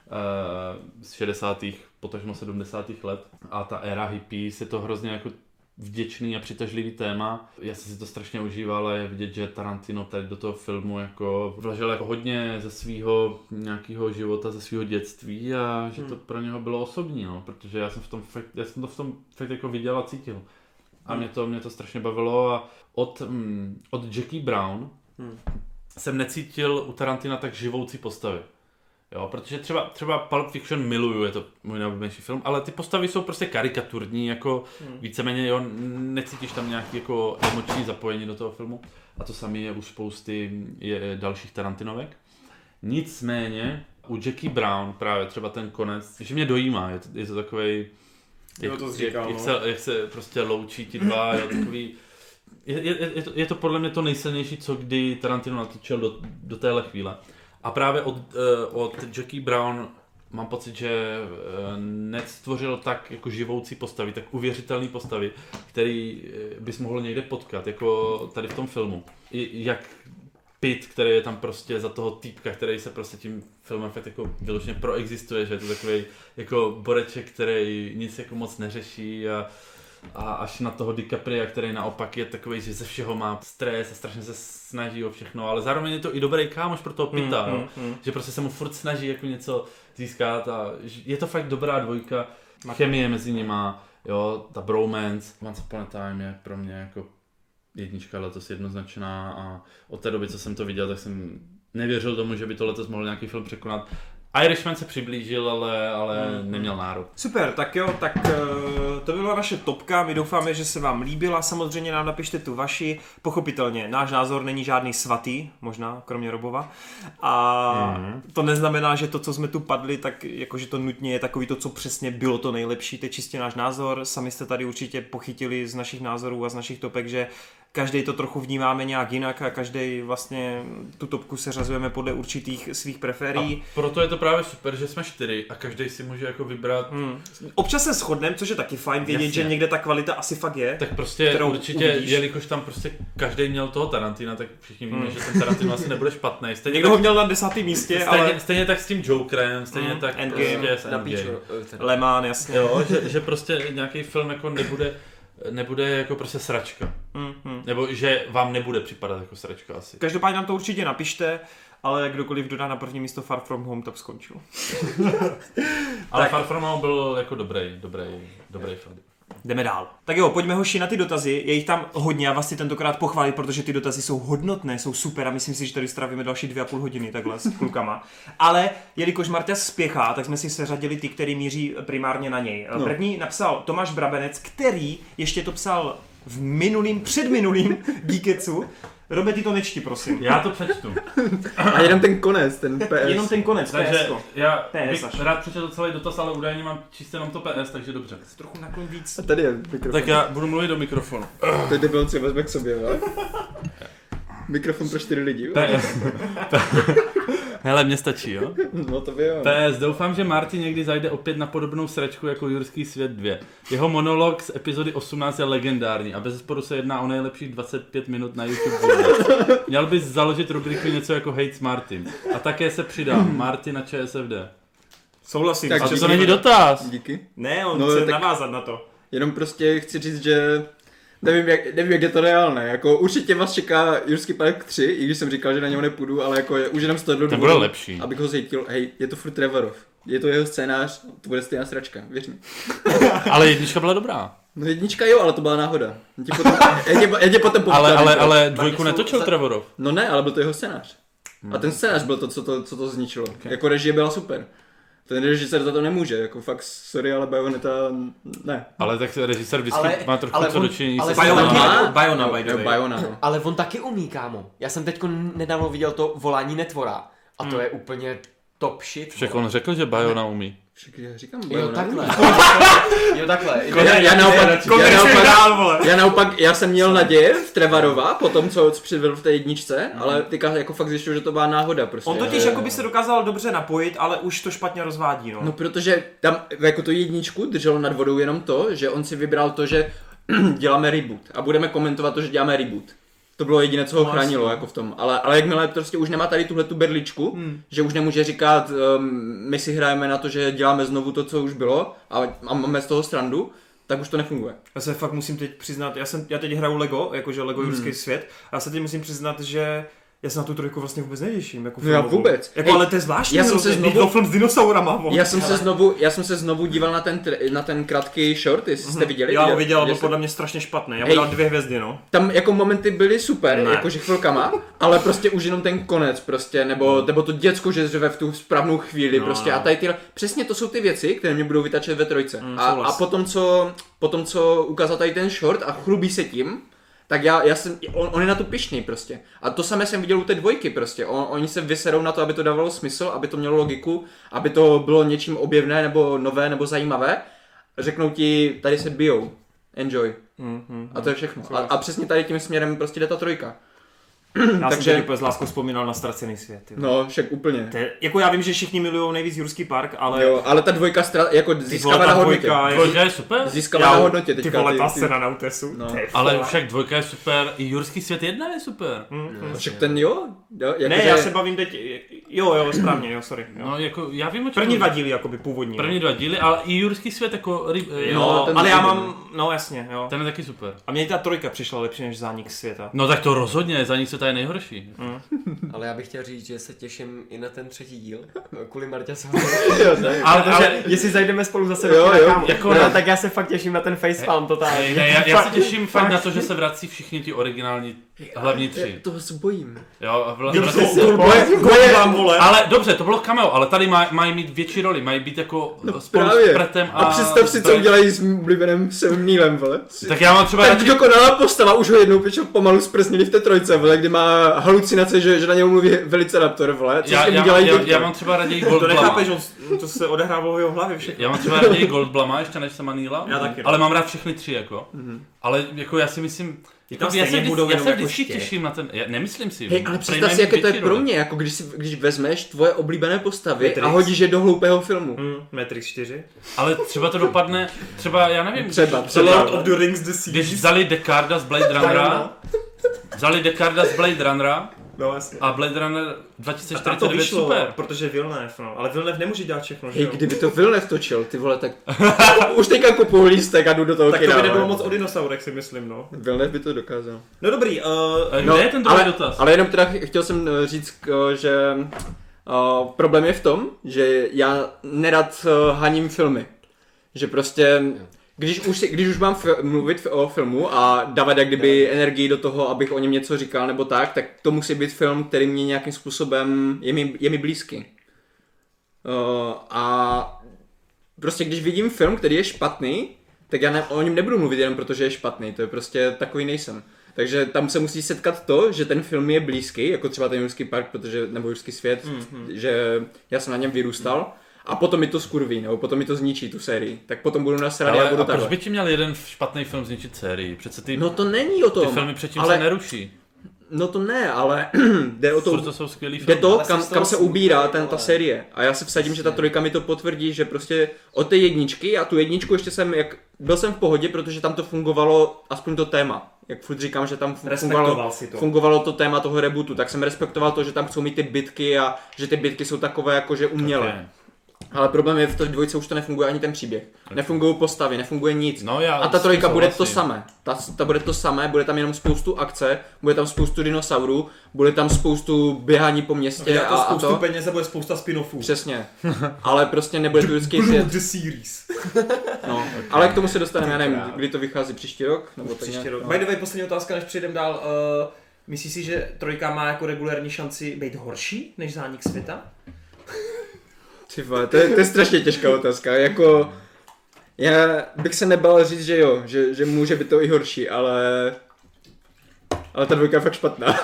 z 60. potažmo 70. let a ta éra hippies je to hrozně jako vděčný a přitažlivý téma. Já jsem si to strašně užíval a je vidět, že Tarantino tady do toho filmu jako vložil jako hodně ze svého nějakého života, ze svého dětství a že to pro něho bylo osobní, no, protože já jsem to v tom fakt jako viděl a cítil. A mě to strašně bavilo a od Jackie Brown jsem necítil u Tarantina tak živoucí postavy. Jo, protože třeba Pulp Fiction miluju, je to můj nejoblíbenější film, ale ty postavy jsou prostě karikaturní, jako víceméně, jo, necítíš tam nějaký jako emoční zapojení do toho filmu a to samé je u spousty dalších Tarantinovek. Nicméně u Jackie Brown právě třeba ten konec, že mě dojímá, je to takovej, jak se prostě loučí ti dva, jo, takový, je to podle mě to nejsilnější, co kdy Tarantino natočil do téhle chvíle. A právě od Jackie Brown mám pocit, že netvořil tak jako živoucí postavy, tak uvěřitelný postavy, který bys mohl někde potkat, jako tady v tom filmu. Jak Pitt, který je tam prostě za toho týpka, který se prostě tím filmem fakt jako vyloženě proexistuje, že je to takový jako boreček, který nic jako moc neřeší a až na toho DiCapria, který naopak je takový, že ze všeho má stres a strašně se snaží o všechno, ale zároveň je to i dobrý kámoš pro toho Pitta, že prostě se mu furt snaží jako něco získat a je to fakt dobrá dvojka, chemie mezi nima, jo, ta bromance. Once Upon a Time je pro mě jako jednička letos jednoznačná a od té doby, co jsem to viděl, tak jsem nevěřil tomu, že by to letos mohl nějaký film překonat. Irishman se přiblížil, ale neměl nárok. Super, tak jo, to byla naše topka, my doufáme, že se vám líbila, samozřejmě nám napište tu vaši, pochopitelně, náš názor není žádný svatý, možná, kromě Robova, a to neznamená, že to, co jsme tu padli, tak jakože to nutně je takový to, co přesně bylo to nejlepší, to je čistě náš názor, sami jste tady určitě pochytili z našich názorů a z našich topek, že každý to trochu vnímáme nějak jinak a každý vlastně tu topku seřazujeme podle určitých svých preferií. A proto je to právě super, že jsme 4 a každý si může jako vybrat. Občas se shodneme, což je taky fajn vědět, jasně, že někde ta kvalita asi fakt je. Tak prostě určitě, uvidíš. Jelikož tam prostě každý měl toho Tarantina, tak všichni víme, že ten Tarantino asi nebude špatný. Někdo ho měl na 10. místě, ale stejně tak s tím Jokerem, stejně tak Endgame, prostě s Endgame. Le Mans, jasně. Jo, že prostě nějaký film jako nebude jako prostě sračka. Nebo že vám nebude připadat jako sračka asi. Každopádně nám to určitě napište, ale kdokoliv dodá na první místo Far From Home, to skončil. Ale Far From Home byl jako dobrý film. Jdeme dál. Tak jo, pojďme hoši na ty dotazy. Je jich tam hodně a vás si tentokrát pochválit, protože ty dotazy jsou hodnotné, jsou super a myslím si, že tady strávíme další 2,5 hodiny takhle s klukama. Ale jelikož Marta spěchá, tak jsme si seřadili ty, který míří primárně na něj. No. První napsal Tomáš Brabenec, který ještě to psal v předminulým Geeketsu. Robe, ty to nečti, prosím. Já to přečtu. A jenom ten konec, ten PS. Jenom ten konec, Takže já PS bych rád přečetl celý dotaz, ale údajně mám čistě jenom to PS, takže dobře. Trochu naklon víc. A tady je mikrofon. Tak já budu mluvit do mikrofonu. Teď debil si vezme k sobě, jo? Mikrofon pro 4 lidi, jo? PS. Hele, mně stačí, jo? No to by jo. PS, doufám, že Marty někdy zajde opět na podobnou sračku jako Jurský svět 2. Jeho monolog z epizody 18 je legendární a bezesporu se jedná o nejlepších 25 minut na YouTube. Měl bys založit rubriku něco jako Hate s Martym. A také se přidám Marty na ČSFD. Souhlasím. Tak, A to není dotaz. Díky. Ne, on No, chce tak- navázat na to. Jenom prostě chci říct, že nevím, jak je to reálné. Jako určitě vás čeká Jurský park 3, i když jsem říkal, že na něho nepůjdu, ale jako už jenom z toho Ten bude lepší. abych ho zejtil. Hej, je to furt Trevorov. Je to jeho scénář, to bude stejná sračka, věř mi. Ale jednička byla dobrá. No jednička jo, ale to byla náhoda. Já tě potom Ale dvojku netočil Trevorov. No ne, ale byl to jeho scénář. A ten scénář byl to, co to zničilo. Okay. Jako režie byla super. Ten režisér za to nemůže, jako fakt sorry, ale Bayonetta ne. Ale tak režisér vždycky má trochu co dočinění se Bayona, Bayona. Ale on taky umí, kámo. Já jsem teďko nedávno viděl to Volání netvora. A to je úplně top shit. Však on řekl, že Bayona umí. Však já říkám Jo, Bayona. takhle. Jo, takhle. Já naopak, já jsem měl naděje v Trevorova, po tom, co předvedl v té jedničce, ale teďka jako fakt zjišťuju, že to byla náhoda prostě. On totiž jako by se dokázal dobře napojit, ale už to špatně rozvádí, no. No protože tam jako tu jedničku drželo nad vodou jenom to, že on si vybral to, že děláme reboot a budeme komentovat to, že děláme reboot. To bylo jediné, co ho chránilo jako v tom. Ale jakmile prostě už nemá tady tuhletu berličku, že už nemůže říkat, my si hrajeme na to, že děláme znovu to, co už bylo a máme z toho srandu, tak už to nefunguje. Já se fakt musím teď přiznat, já teď hraju Lego, jakože Lego Jurský svět, a já se teď musím přiznat, že já se na tu trojku vlastně vůbec netěším. Jako no já vůbec. Jako, ale to je zvláštní, já jsem se znovu film s dinosaurama. Já jsem se znovu díval na ten krátký short, jestli jste viděli. Já ho viděl, byl podle mě strašně špatný. Já mu dal 2 hvězdy, no. Tam jako momenty byly super, jakože chvilkama, ale prostě už jenom ten konec prostě, nebo to děcko, že řve v tu správnou chvíli prostě a tady tyhle, přesně to jsou ty věci, které mě budou vytačet ve trojce. A potom co ukázal tady ten short a chlubí se tím, tak on je na to pyšný prostě. A to samé jsem viděl u té dvojky prostě. Oni se vyserou na to, aby to dávalo smysl, aby to mělo logiku, aby to bylo něčím objevné, nebo nové, nebo zajímavé. Řeknou ti, tady se bijou. Enjoy. A to je všechno. A přesně tady tím směrem prostě jde ta trojka. Já jsem teď úplně s láskou vzpomínal na Ztracený svět. Jo. No, však úplně. Jako já vím, že všichni milujou nejvíc Jurský park, ale... Jo, ale ta dvojka jako získává na hodnotě. Dvojka je super. Získává na hodnotě teďka. Ty vole, ta scéna na útesu. No. Ale však dvojka je super, i Jurský svět 1 je super. Však ten jo? Ne, já se bavím teď, jo, správně, jo, sorry. Jo. No, jako, já vím, o čem první 2 díly, jakoby původní. První 2 díly, ale i Jurský svět jako... ale já mám, no jasně, jo. Ten je taky super. A mně ta trojka přišla lepší než Zánik světa. No tak to rozhodně, Zánik světa je nejhorší. Ale já bych chtěl říct, že se těším i na ten 3. díl, kvůli Marťasovi. Ale jestli zajdeme spolu zase do kina, tak já se fakt těším na ten facepalm totálně. Ne, já se těším fakt na to, že se vrací všichni ti originální hlavní 3. Toho se bojím. Jo, ale dobře, to bylo cameo, ale tady mají mít větší roli, mají být jako spolu s Pretem a představ si, co udělají s oblíbeným Samem Neilem, vole. Tak já mám třeba... Tak dokonalá postava, už ho jednou pičo pomalu sprznili v té trojce, vole, kdy má halucinace, že na něj mluví Velociraptor, vole. Já mám třeba raději Goldblama. To nechápeš, to se odehrávalo v jeho hlavě všechno. Já mám třeba raději Goldblama ještě než Sama Neila, ale mám rád všechny 3 jako. Ale jako já si myslím... Já se vždycky těším na ten, nemyslím si. Hej, ale představ si, jaké to je pro mě, jako když vezmeš tvoje oblíbené postavy Matrix. A hodíš je do hloupého filmu. Matrix 4. Ale třeba to dopadne, třeba já nevím. Třeba. Lord of the Rings The Series. Když vzali Decarda z Blade Runnera, no, jasně. A Blade Runner 2049 vyšlo, super. Protože Villeneuve, no. Ale Villeneuve nemůže dělat všechno, že jo? Kdyby to Villeneuve točil, ty vole, tak už teďka kupuju lístek a jdu do toho tak kina. Tak to by nebylo moc o dinosaurech, si myslím, no. Villeneuve by to dokázal. No dobrý, kde je ten druhý dotaz? Ale jenom teda chtěl jsem říct, že problém je v tom, že já nerad haním filmy. Že prostě... Když už mám mluvit o filmu a dávat jak kdyby energii do toho, abych o něm něco říkal nebo tak to musí být film, který mě nějakým způsobem je mi blízký. A prostě když vidím film, který je špatný, tak já o něm nebudu mluvit jenom protože je špatný, to je prostě takový nejsem. Takže tam se musí setkat to, že ten film je blízký, jako třeba ten Jurský park, nebo Jurský svět, že já jsem na něm vyrůstal. A potom mi to skurví, nebo potom mi to zničí tu sérii. Tak potom budu nasraný a budu takhle. Proč by ti měl jeden špatný film zničit sérii? Přece no to není o tom. Ty filmy předtím se neruší. No to ne, ale jde o to, to jsou skvělý filmy. Jde to, kam se ubírá ta série. A já se vsadím, že ta trojka mi to potvrdí, že prostě od té jedničky, a tu jedničku ještě byl jsem v pohodě, protože tam to fungovalo, aspoň to téma. Jak furt říkám, že tam fungovalo to téma toho rebootu, tak jsem respektoval to, že tam chcou mít ty bitky a že ty bitky jsou takové jakože umělé. Okay. Ale problém je, v té dvojce už to nefunguje ani ten příběh. Okay. Nefungují postavy, nefunguje nic. No, a ta trojka bude to samé. Ta bude to samé, bude tam jenom spoustu akce, bude tam spoustu dinosaurů, bude tam spoustu běhání po městě no, a spoustu peněz a bude spousta spin-offů. Přesně. Ale prostě nebude to vždycky svět. The series. No, okay. Ale k tomu se dostaneme, já nevím, kdy to vychází příští rok? Nebo příští rok. By the way, poslední otázka, než přejdeme dál. Myslíš si, že trojka má jako regulární šanci být horší než Zánik světa? To je strašně těžká otázka, jako já bych se nebal říct, že jo, že může být to i horší, ale ta dvojka je fakt špatná.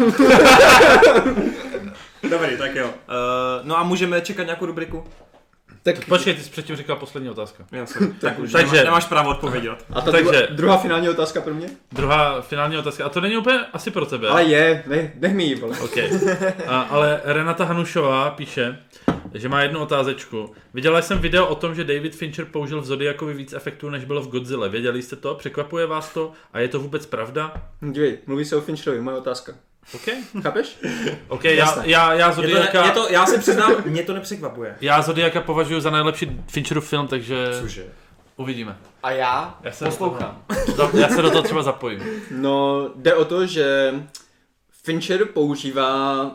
Dobrý, tak jo. No a můžeme čekat nějakou rubriku? Tak počkej, ty jsi předtím říkal poslední otázka. Tak už takže nemáš právo odpovědět. A ta druhá finální otázka pro mě? Druhá finální otázka, a to není úplně asi pro tebe. Ale je, nech mi ji, vole. Okay. Ale Renata Hanušová píše, že má jednu otázečku. Viděla jsem video o tom, že David Fincher použil v Zodiakovi víc efektů, než bylo v Godzilla. Věděli jste to? Překvapuje vás to? A je to vůbec pravda? Dívej, mluví se o Fincherovi, moje otázka. OK. Chápeš? OK, já Zodiaka... Já se přiznám, mě to nepřekvapuje. Já Zodiaka považuji za nejlepší Fincherův film, takže... Cože? Uvidíme. A já se poslouchám. Já se do toho třeba zapojím. No, jde o to, že Fincher používá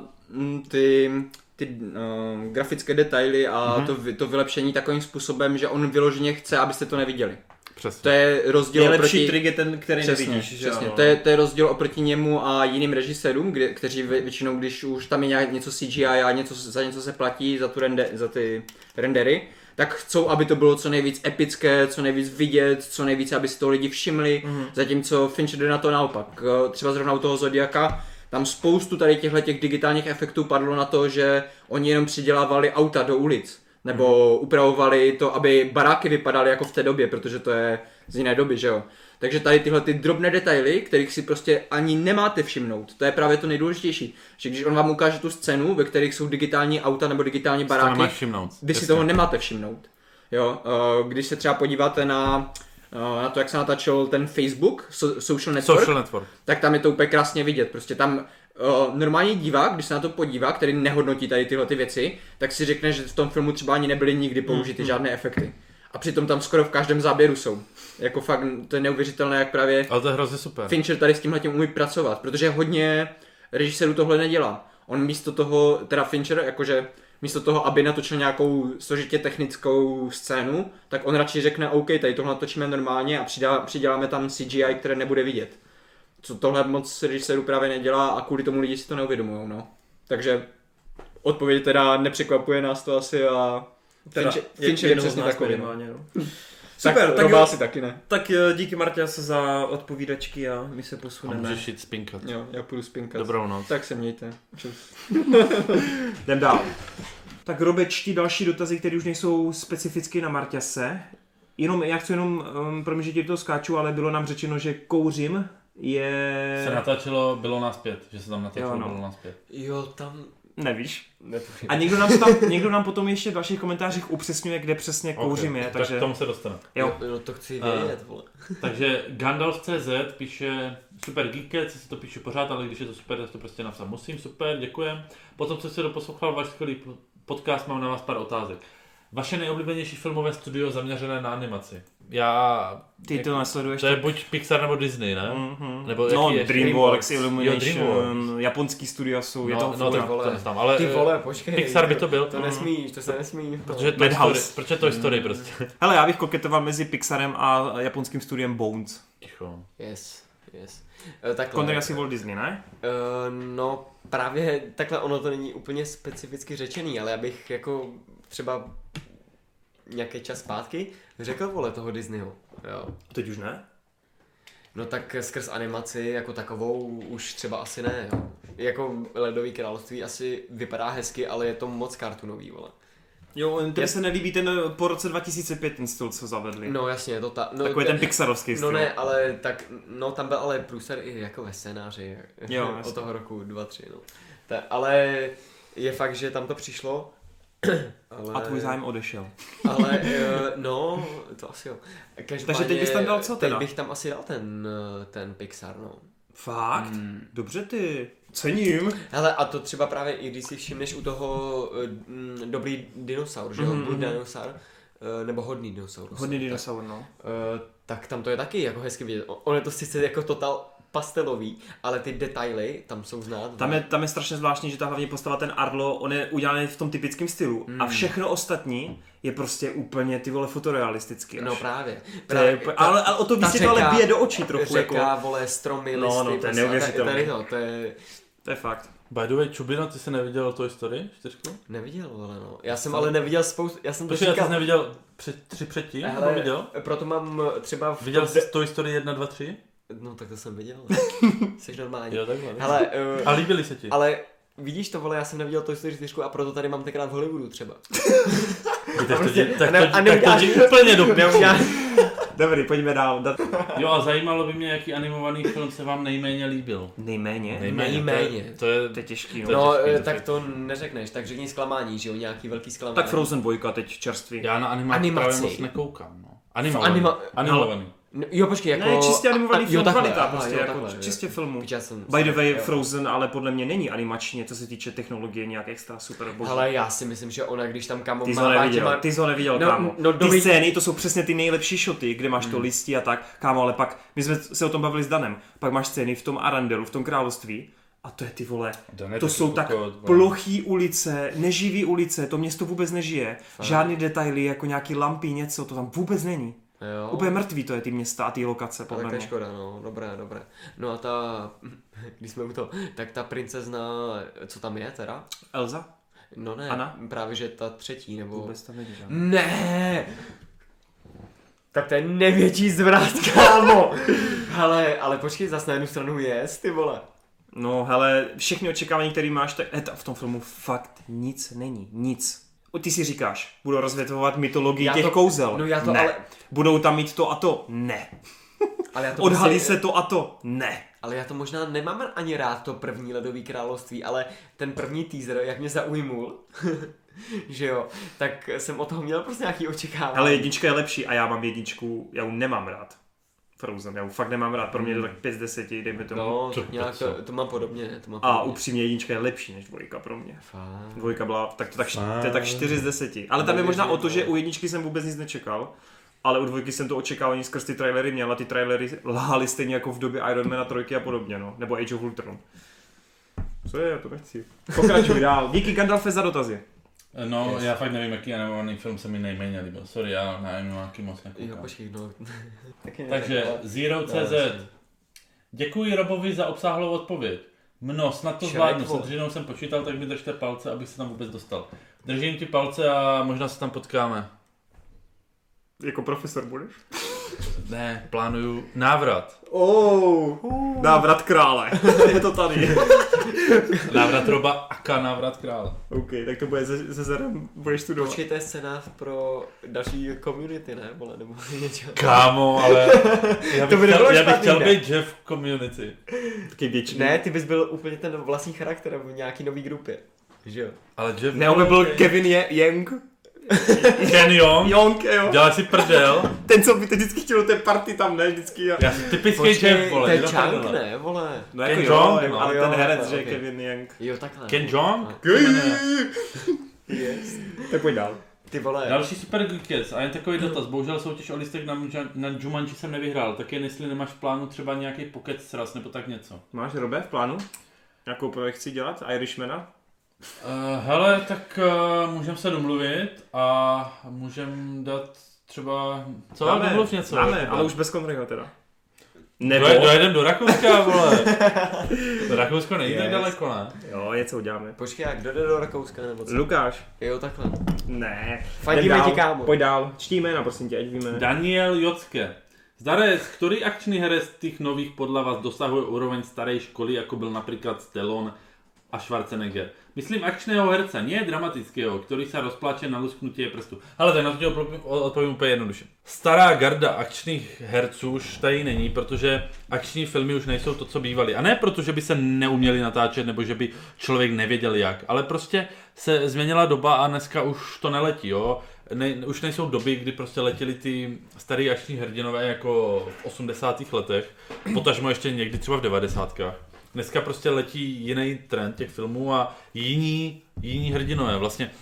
ty grafické detaily a to vylepšení takovým způsobem, že on vyloženě chce, abyste to neviděli. Přesně. To je rozdíl nejlepší trik je ten, který nevidíš. Přesně. To je rozdíl oproti němu a jiným režisérům, kteří většinou, když už tam je něco CGI a za něco se platí za ty rendery, tak chcou, aby to bylo co nejvíc epické, co nejvíc vidět, co nejvíc, aby si to lidi všimli, zatímco Fincher jde na to naopak. Třeba zrovna u toho Zodiaka, tam spoustu tady těch digitálních efektů padlo na to, že oni jenom přidělávali auta do ulic. Nebo upravovali to, aby baráky vypadaly jako v té době, protože to je z jiné doby, že jo. Takže tady tyhle ty drobné detaily, kterých si prostě ani nemáte všimnout, to je právě to nejdůležitější. Že když on vám ukáže tu scénu, ve kterých jsou digitální auta nebo digitální baráky, vy si toho nemáte všimnout. Jo, když se třeba podíváte na to, jak se natáčel ten Facebook, Social Network, tak tam je to úplně krásně vidět. Prostě tam normální divák, když se na to podívá, který nehodnotí tady tyhle ty věci, tak si řekne, že v tom filmu třeba ani nebyly nikdy použity žádné efekty. A přitom tam skoro v každém záběru jsou. Jako fakt, to je neuvěřitelné, jak právě ale to je hrozně super. Fincher tady s tímhletím umí pracovat, protože hodně režisérů tohle nedělá. On místo toho, teda Fincher, jakože místo toho, aby natočil nějakou složitě technickou scénu, tak on radši řekne OK, tady tohle natočíme normálně a přiděláme tam CGI, které nebude vidět. Co tohle moc režisérů právě nedělá a kvůli tomu lidi si to neuvědomujou, no. Takže odpověď teda nepřekvapuje nás to asi a Fincher je přesně takový. No. Super, tak asi taky ne. Tak díky Marťas za odpovídačky a my se posuneme. A můžeš jít spinkat. Jo, já půjdu spinkat. Dobrou noc. Tak se mějte. Čus. Jdem dál. Tak Robe, čti další dotazy, které už nejsou specificky na Marťase. Já chci promiň, že ti to skáču, ale bylo nám řečeno, že Kouřím se natáčelo, bylo nás 5, že se tam natáčelo, bylo nás 5. Jo, tam... Nevíš? A někdo nám potom ještě v dalších komentářích upřesňuje, kde přesně Kouřím je, takže... Tak k tomu se dostane. Jo, to chci vědět, vole. Takže Gandalf.cz píše super geekec, si to píše pořád, ale když je to super, tak to prostě napsat musím, super, děkujem. Potom, co jsi doposlouchal váš skvělý podcast, mám na vás pár otázek. Vaše nejoblíbenější filmové studio zaměřené na animaci? Ty to nasleduješ. To je buď Pixar nebo Disney, ne? Mm-hmm. Nebo DreamWorks, Illumination, japonský studia jsou, je to ty vole. Ale ty vole, počkej. Pixar by to byl. To nesmíš, to se nesmí. Protože Toy Story prostě. Hele, já bych koketoval mezi Pixarem a japonským studiem Bones. Ticho. Yes. Kontek asi Walt Disney, ne? No právě takhle ono to není úplně specificky řečený, ale já bych jako třeba nějaký čas zpátky řekl vole toho Disneyho. Jo. Teď už ne? No tak skrz animaci jako takovou už třeba asi ne, jo. Jako Ledový království asi vypadá hezky, ale je to moc kartunový, vole. Jo, tebe se nelíbí ten po roce 2005 ten styl, co zavedli. No jasně, je to takový ten pixarovský styl. No ne, ale tak, no tam byl ale průser i jako ve scénáři, jo, od toho roku 2-3, no. Ale je fakt, že tam to přišlo. Ale... A tvůj zájem odešel. Ale, no, to asi jo. Takže teď bys tam dal co teda? Teď bych tam asi dal ten Pixar, no. Fakt? Dobře ty. Cením. Hele, a to třeba právě i když si všimneš u toho dobrý dinosaur, že jo? Dinosaur, nebo hodný dinosaur. Hodný dinosaur, no. Tak tam to je taky jako hezky vidět. On je to sice jako total pastelový, ale ty detaily tam jsou znát. Tam je strašně zvláštní, že ta hlavní postava, ten Arlo, on je udělaný v tom typickém stylu a všechno ostatní je prostě úplně ty vole fotorealistický. No právě. Ale o to víc to ale bije do očí trochu. Řeka, jako... vole, stromy, listy. No, to je neuvěřitelné. To je fakt. By the way, Čubino, ty jsi neviděl Toy Story 4? Neviděl, vole, no. Já jsem ale neviděl já jsem to říkal. Já jsi neviděl předtím? Hele, viděl? Proto mám třeba... Viděl jsi Toy Story 1, 2, 3? No tak to jsem viděl. Jsi normální. Jo, takhle. Hele, a líbily se ti? Ale vidíš to, vole, já jsem neviděl Toy Story 4 a proto tady mám tenkrát v Hollywoodu třeba. Tak to ti úplně dopíšu. Dobrý, pojďme dál. Jo, a zajímalo by mě, jaký animovaný film se vám nejméně líbil. Nejméně? To je těžký. No, tak to neřekneš, tak řekni zklamání, že jo, nějaký velký zklamání. Tak Frozen 2 teď čerstvý. Já na animaci právě moc nekoukám, no. Animovaný. No, jo, počkej, jako... Ne, čistě animovaný film, kvalita, prostě, jo, jako takhle, čistě filmu. Jsem By the way, Frozen ale podle mě není animačně, co se týče technologie, nějak extra super boží. Ale já si myslím, že ona, když tam kámo ty jsi ho neviděl, kámo. Ty scény, to jsou přesně ty nejlepší shoty, kde máš to listí a tak, kámo, ale pak, my jsme se o tom bavili s Danem, pak máš scény v tom Arendelu, v tom království, a to je ty vole, to jsou tak plochý ulice, neživý ulice, to město vůbec nežije, žádný detaily, jako nějaký lampy, něco, to tam vůbec není. Jo. Úplně mrtvý to je ty města a ty lokace, podle mě. To je škoda, no, dobré. No a když jsme u toho, tak ta princezna, co tam je teda? Elza? No ne, Anna? právě že ta třetí, nebo... Vůbec tam nevidím. Ne! Tak to je největší zvrat, kámo! Hele, ale počkej, zas na jednu stranu ty vole. No hele, všechny očekávání, které máš, tak v tom filmu fakt nic není, nic. Ty si říkáš, budou rozvětvovat mytologii těch kouzel. No já to ne. ale... Budou tam mít to a to? Ne. Ale já to odhalí se to a to? Ne. Ale já to možná nemám ani rád, to první Ledový království, ale ten první teaser, jak mě zaujmul, že jo, tak jsem od toho měl prostě nějaký očekávání. Ale jednička je lepší a já mám jedničku, já ji nemám rád. Frozen, já ji fakt nemám rád, pro mě je to tak 5 z 10, dejme tomu. No, tak nějak to mám podobně. A upřímně jednička je lepší než 2 pro mě. Fakt. 2 byla, to je tak 4 z 10. Ale tam je možná o to, že u jedničky jsem vůbec nic nečekal. Ale u 2 jsem to očekávání skrz ty trailery měl a ty trailery lhaly stejně jako v době Iron Mana 3 a podobně, no. Nebo Age of Ultron. Co je, to nechci. Pokračuj dál. Díky Gandalfe za dotazy. No, já fakt nevím, jaký animovaný film se mi nejméně líbil. Sorry, já na animáky moc nekoukám. Jo, počkej, no. Takže Zero.cz. Děkuji Robovi za obsáhlou odpověď. Snad to zvládnu. Se dřinou jsem počítal, tak mi držte palce, abych se tam vůbec dostal. Držím ti palce a možná se tam potkáme. Jako profesor budeš? Ne, plánuju návrat. Návrat krále. Je to tady. Návrat Roba aka návrat krále. OK, tak to bude se Zerem, budeš studovat. Počkej, to je scénář pro další community, ne? Vole, nebo něco. Kámo, ale já bych chtěl být Jeff v Community. Taky většiný. Ne, ty bys byl úplně ten vlastní charakter v nějaký nový grupě. Že jo? Ale Jeff... Ne, on by byl Kevin Young. Ken Jeong, jo. Děláš si prdel. Ten, co by te vždycky chtěl té party tam, ne, vždycky. Já jsem typický Jeff, vole. Ten Chang, ne, vole. No jako Ken Jeong, no, ale ten herec, že je Kevin Young. Jo, takhle. Ken Jeong? Yes. Tak pojď dál. Ty vole. Další Super Geekets a jen takový dotaz. Bohužel soutěž o listek na Jumanji jsem nevyhrál. Tak jen jestli nemáš v plánu třeba nějaký pocket sraz nebo tak něco. Máš, Robe, v plánu? Jakou projekci dělat? Irishmana? Hele, tak můžeme se domluvit a můžeme dát třeba... Co? Domluv něco. Dáme, ale už bez Conryho teda. Nebo... Dojedem do Rakouska, vole. Do Rakouska nejde tak daleko, ne? Jo, něco uděláme. Počkej, jak kdo jde do Rakouska nebo co? Lukáš. Jo, takhle. Ne. Fandíme ti, kámo. Pojď dál. Čtí jména, prosím tě, ať víme. Daniel Jocke. Zdarec, ktorý akčný herec z tých nových podľa vás dosahuje úroveň starej školy, ako byl napríklad Stallone a Schwarzenegger? Myslím akčného herca, nie dramatického, ktorý sa rozpláče na lusknutie prstu. Ale tak na to odpovím úplně jednoduše. Stará garda akčních herců už tady není, protože akční filmy už nejsou to, co bývaly. A ne proto, že by se neuměli natáčet, nebo že by člověk nevěděl jak, ale prostě se změnila doba a dneska už to neletí, jo. Už nejsou doby, kdy prostě letěli ty starý akční hrdinové jako v 80. letech, potažmo ještě někdy třeba v 90. Dneska prostě letí jiný trend těch filmů a jiní hrdinové. Vlastně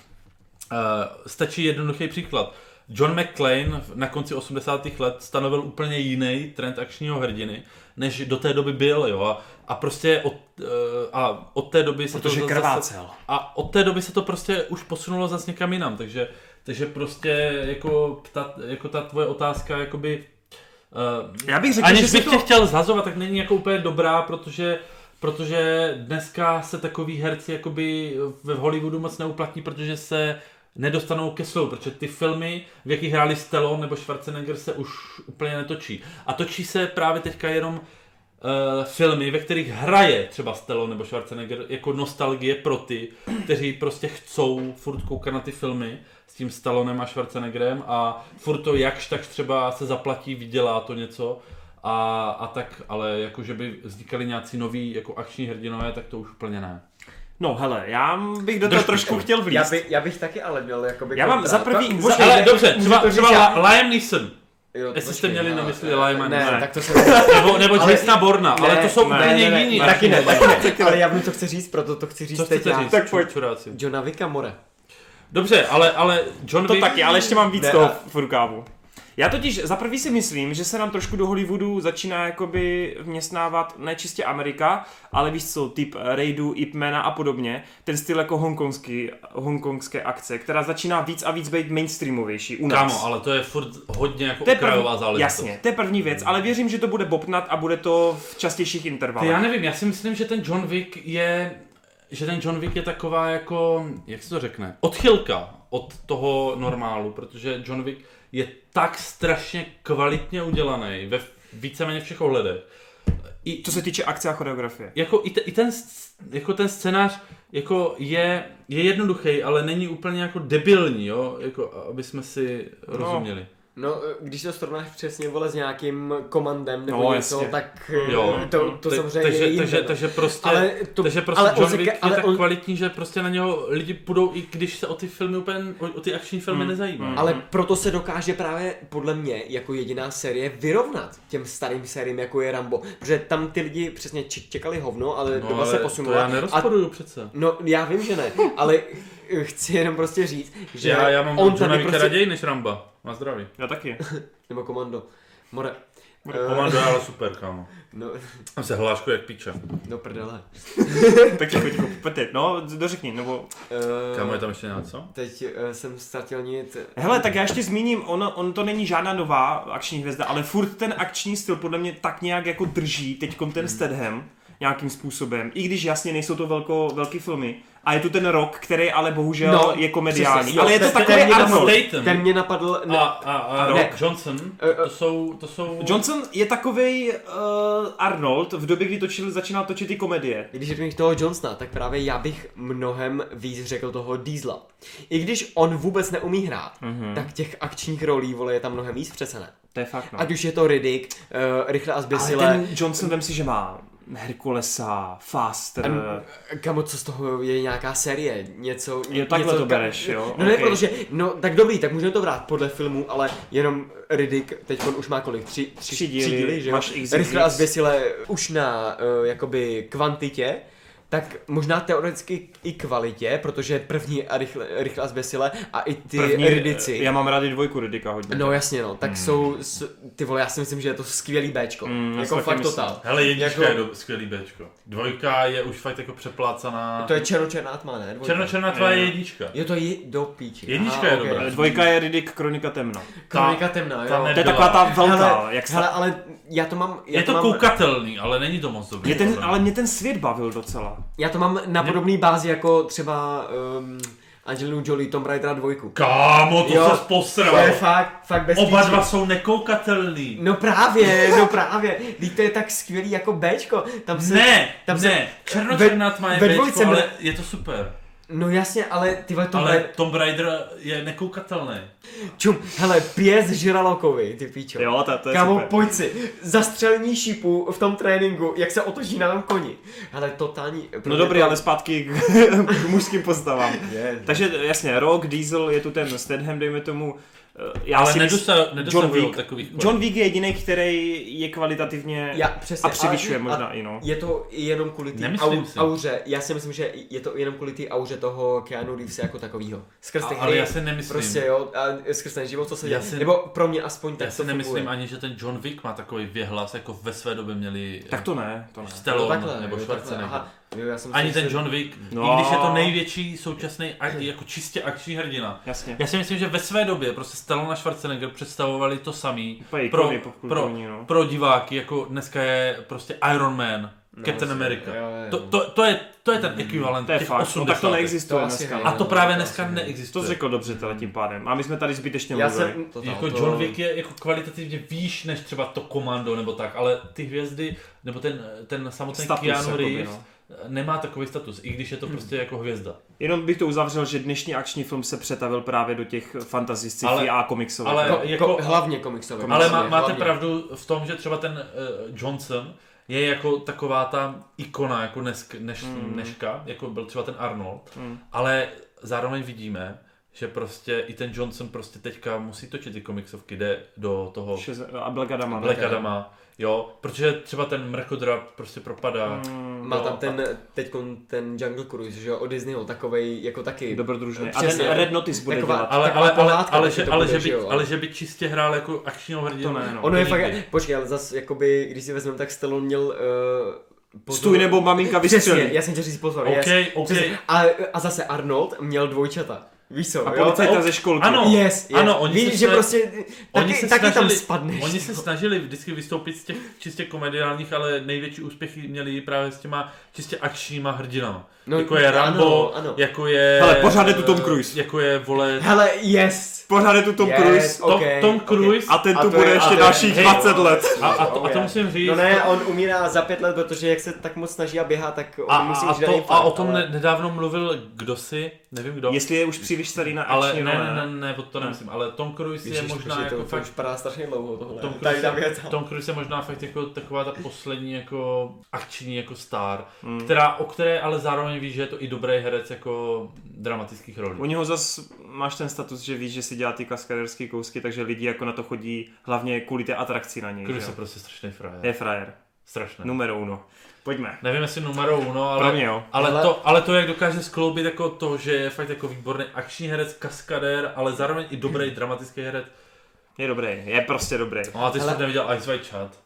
stačí jednoduchý příklad. John McClane na konci 80. let stanovil úplně jiný trend akčního hrdiny, než do té doby byl, jo. A prostě od té doby se protože to krvácel. A od té doby se to prostě už posunulo zase někam jinam, takže prostě jako ta tvoje otázka jakoby já bych řekl, aniž bych tě chtěl zhazovat, tak není jako úplně dobrá, protože dneska se takový herci jakoby v Hollywoodu moc neuplatní, protože se nedostanou ke slovu, protože ty filmy, v jakých hráli Stallone nebo Schwarzenegger, se už úplně netočí. A točí se právě teďka jenom filmy, ve kterých hraje třeba Stallone nebo Schwarzenegger jako nostalgie pro ty, kteří prostě chcou furt koukat na ty filmy s tím Stallonem a Schwarzeneggerem a furt to jakž tak třeba se zaplatí, vydělá to něco a tak, ale jako že by vznikaly nějací noví jako akční hrdinové, tak to už úplně ne. No hele, já bych do toho trošku chtěl vlízt. Já bych taky ale měl jakoby... Já mám za prvý... Ale dobře, třeba Liam Neeson. Jo, jestli jste měli na mysli Liama ne, Neesona. tak to se... nebo Jasona Borna, ale to jsou úplně jiní. Taky ne, ale já vím, co chci říct, proto to chci říct teď já. Tak pojď. Johna Wicka, more. Dobře, ale John to Wick... taky, ale ještě mám víc toho v rukávu. Já totiž za prvý si myslím, že se nám trošku do Hollywoodu začíná jakoby vměstnávat ne čistě Amerika, ale víš co, typ Raidu, Ip Mana a podobně, ten styl jako hongkongské akce, která začíná víc a víc být mainstreamovější u nás. Kámo, ale to je furt hodně jako okrajová záležitost. Jasně, to je první věc, ale věřím, že to bude bobtnat a bude to v častějších intervalech. Já nevím, já si myslím, že ten John Wick je taková jako, jak se to řekne, odchylka od toho normálu, protože John Wick je tak strašně kvalitně udělaný ve víceméně všech ohledech. Co se týče akce a choreografie. Jako ten scénář jako je jednoduchý, ale není úplně jako debilní, jo, jako aby jsme si rozuměli. No, když to srovnáš přesně, vole, s nějakým komandem nebo něco, tak jo, to samozřejmě je jiné. Takže prostě John Wick je tak kvalitní, že prostě na něho lidi půjdou, i když se o ty filmy úplně, o ty akční filmy nezajímají. Ale proto se dokáže právě podle mě jako jediná série vyrovnat těm starým sériím, jako je Rambo. Protože tam ty lidi přesně čekali hovno, ale doba se posunula. To já nerozporuju přece. No, já vím, že ne, ale chci jenom prostě říct, že já mám Johna Wicka raději než Ramba. Na zdraví. Já taky. Nebo Komando. More. Komando je ale super, kámo. No. Tam se hlášku jak píče. No prdele. Tak pojď, no dořekni, nebo... Kámo, je tam ještě něco? Teď jsem ztratil nic. Hele, tak já ještě zmíním, on to není žádná nová akční hvězda, ale furt ten akční styl podle mě tak nějak jako drží teďkom ten Statham nějakým způsobem, i když jasně nejsou to velký filmy. A je tu ten Rock, který ale bohužel je komediální. Přesně, ale je to takový Arnold. Ten mě napadl... A Rock Johnson, to jsou... Johnson je takovej Arnold v době, kdy začínal točit ty komedie. Když řekneš toho Johnsona, tak právě já bych mnohem víc řekl toho Diesela. I když on vůbec neumí hrát, tak těch akčních rolí, vole, je tam mnohem víc přece ne. To je fakt, no. Ať už je to Riddick, Rychle a zběsile. Ale ten Johnson, vem si, že má Herkulesa, Faster. Kamo, co z toho je nějaká série? Něco... Jo, takhle to bereš, jo? No okay. Ne, protože, no tak dobrý, tak můžeme to brát podle filmu, ale jenom Riddick teď on už má kolik? Tři díly, že jo? Rychle a zběsile už na jakoby kvantitě, tak možná teoreticky i kvalitě, protože první a rychle a zběsile a i ty Riddici. Já mám rádi dvojku Riddicka hodně. No jasně no, tak jsou, ty vole, já si myslím, že je to skvělý Bčko, jako fakt totál. Hele, jednička je skvělý Bčko. Dvojka je už fakt jako přeplácaná. To je černá tma, ne? Černá tma je jednička. Jo, to je do píči. Jednička je dobrá. Dvojka je Riddick Kronika temna. Kronika temna, jo. To je taková ta velká, ale já to mám... Je to koukatelný, ale není to moc dobrý. Ale mě ten svět bavil docela. Já to mám na podobný bázi jako třeba Angelinu Jolie, Tomb Raidera 2. Kámo, to se posral. To je fakt bez Oba píči. dva jsou nekoukatelný. No právě. Teď to je tak skvělý jako Bčko. Tam se, Černočerná tma je ve Bčko, dvojce ale je to super. No jasně, ale ty Tomb Raider je nekoukatelný. Hele, pěs žralokovi, ty píčo. Jo, to je Kámo, super. pojď si, zastřelení šípu v tom tréninku, jak se otočí na tom koni. Hele, totální... No dobrý, ale zpátky k mužským postavám. Takže jasně, Rock, Diesel, je tu ten Statham, dejme tomu. Ale nedosahují takových John Wick je jediný, který je kvalitativně a převyšuje možná i no. Je to jenom kvůli té auře, já si myslím, že je to jenom kvůli té auře toho Keanu Reevese jako takovýho. Skrz ty ale já si nemyslím. Prostě jo, a skrz ten život, co se děje. Nebo pro mě aspoň tak to funguje. Já si nemyslím ani, že ten John Wick má takový věhlas, jako ve své době měli... Tak to ne. Stallone nebo Schwarzenegger. Ani ten John Wick, no. I když je to největší současný jako čistě akční hrdina. Jasně. Já si myslím, že ve své době prostě Stallone a Schwarzenegger představovali to samý pro diváky, jako dneska je prostě Iron Man, Captain America. To je ten ekvivalent těch 80. Tak to neexistuje dneska. A to právě dneska neexistuje. To řekl dobře tím pádem. A my jsme tady zbytečně mluvili. Jako John Wick je jako kvalitativně výš než třeba to Komando nebo tak, ale ty hvězdy, nebo ten samotný Keanu Reeves nemá takový status, i když je to prostě jako hvězda. Jenom bych to uzavřel, že dnešní akční film se přetavil právě do těch fantasy, sci-fi a komiksových. Ale hlavně komiksové. Ale máte pravdu v tom, že třeba ten Johnson je jako taková ta ikona, jako dneška, jako byl třeba ten Arnold, ale zároveň vidíme, že prostě i ten Johnson prostě teďka musí točit ty komiksovky, jde do toho a Black Adama. Jo, protože třeba ten mrakodrap prostě propadá. Má tam ten Jungle Cruise, že jo, od Disneyho, takovej jako taky. Dobrodružně. A ten Red Notice bude dělat. Ale že by čistě hrál jako akčního hrdinu. Ono je fakt, počkej, ale zase jakoby, když si vezmeme, tak Stallone měl Stůj nebo maminka vystřelí. Přesně, já jsem chtěl říct pozor. Okay. A zase Arnold měl dvojčata. Víš co, a policajta ze školky. Ano, víš, že prostě taky tam spadneš. Oni se snažili vždycky vystoupit z těch čistě komediálních, ale největší úspěchy měli právě s těma čistě akčníma hrdinama. No, jako je Rambo, jako je... Hele, pořád je tu Tom Cruise. Jako je, vole... Hele, pořád je tu Tom Cruise. Tom Cruise. A ten tu bude ještě dalších 20 let. A to musím říct. No ne, on umírá za 5 let, protože jak se tak moc snaží a běhá, tak on musí už dát infarkt. A o tom nedávno mluvil kdosi, nevím kdo. Jestli je už příliš starý na akční role. Ne, to nemyslím, ale Tom Cruise je možná jako fakt... už padá strašně dlouho tohle. Tom Cruise je možná fakt jako taková ta poslední jako akční jako star, o které ale zároveň víš, že je to i dobrý herec jako dramatických rolí. U něho zas máš ten status, že víš, že si dělá ty kaskaderský kousky, takže lidi jako na to chodí hlavně kvůli té atrakci na něj. Cruise je prostě strašný frajer. Je frajer. Strašný. Numero uno. Pojďme. Nevím, jestli numero uno, ale, pro mě, jo. ale to, jak dokáže skloubit jako to, že je fakt jako výborný akční herec, kaskadér, ale zároveň i dobrý dramatický herec. Je dobrý, je prostě dobrý. No a ty jsi neviděl Ice White Chat.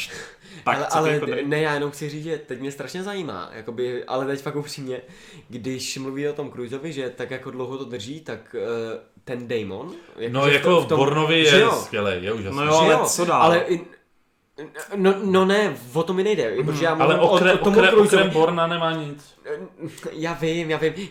Ale ne, já jenom chci říct, že teď mě strašně zajímá, jakoby, ale teď fakt upřímně, když mluví o tom Cruiseovi, že tak jako dlouho to drží, tak ten Damon... Jako v Bornovi je skvělej, je úžasný. No jo, ale co dál? Ale no ne, o to mi nejde, protože já ale okrem Borna nemá nic. Já vím,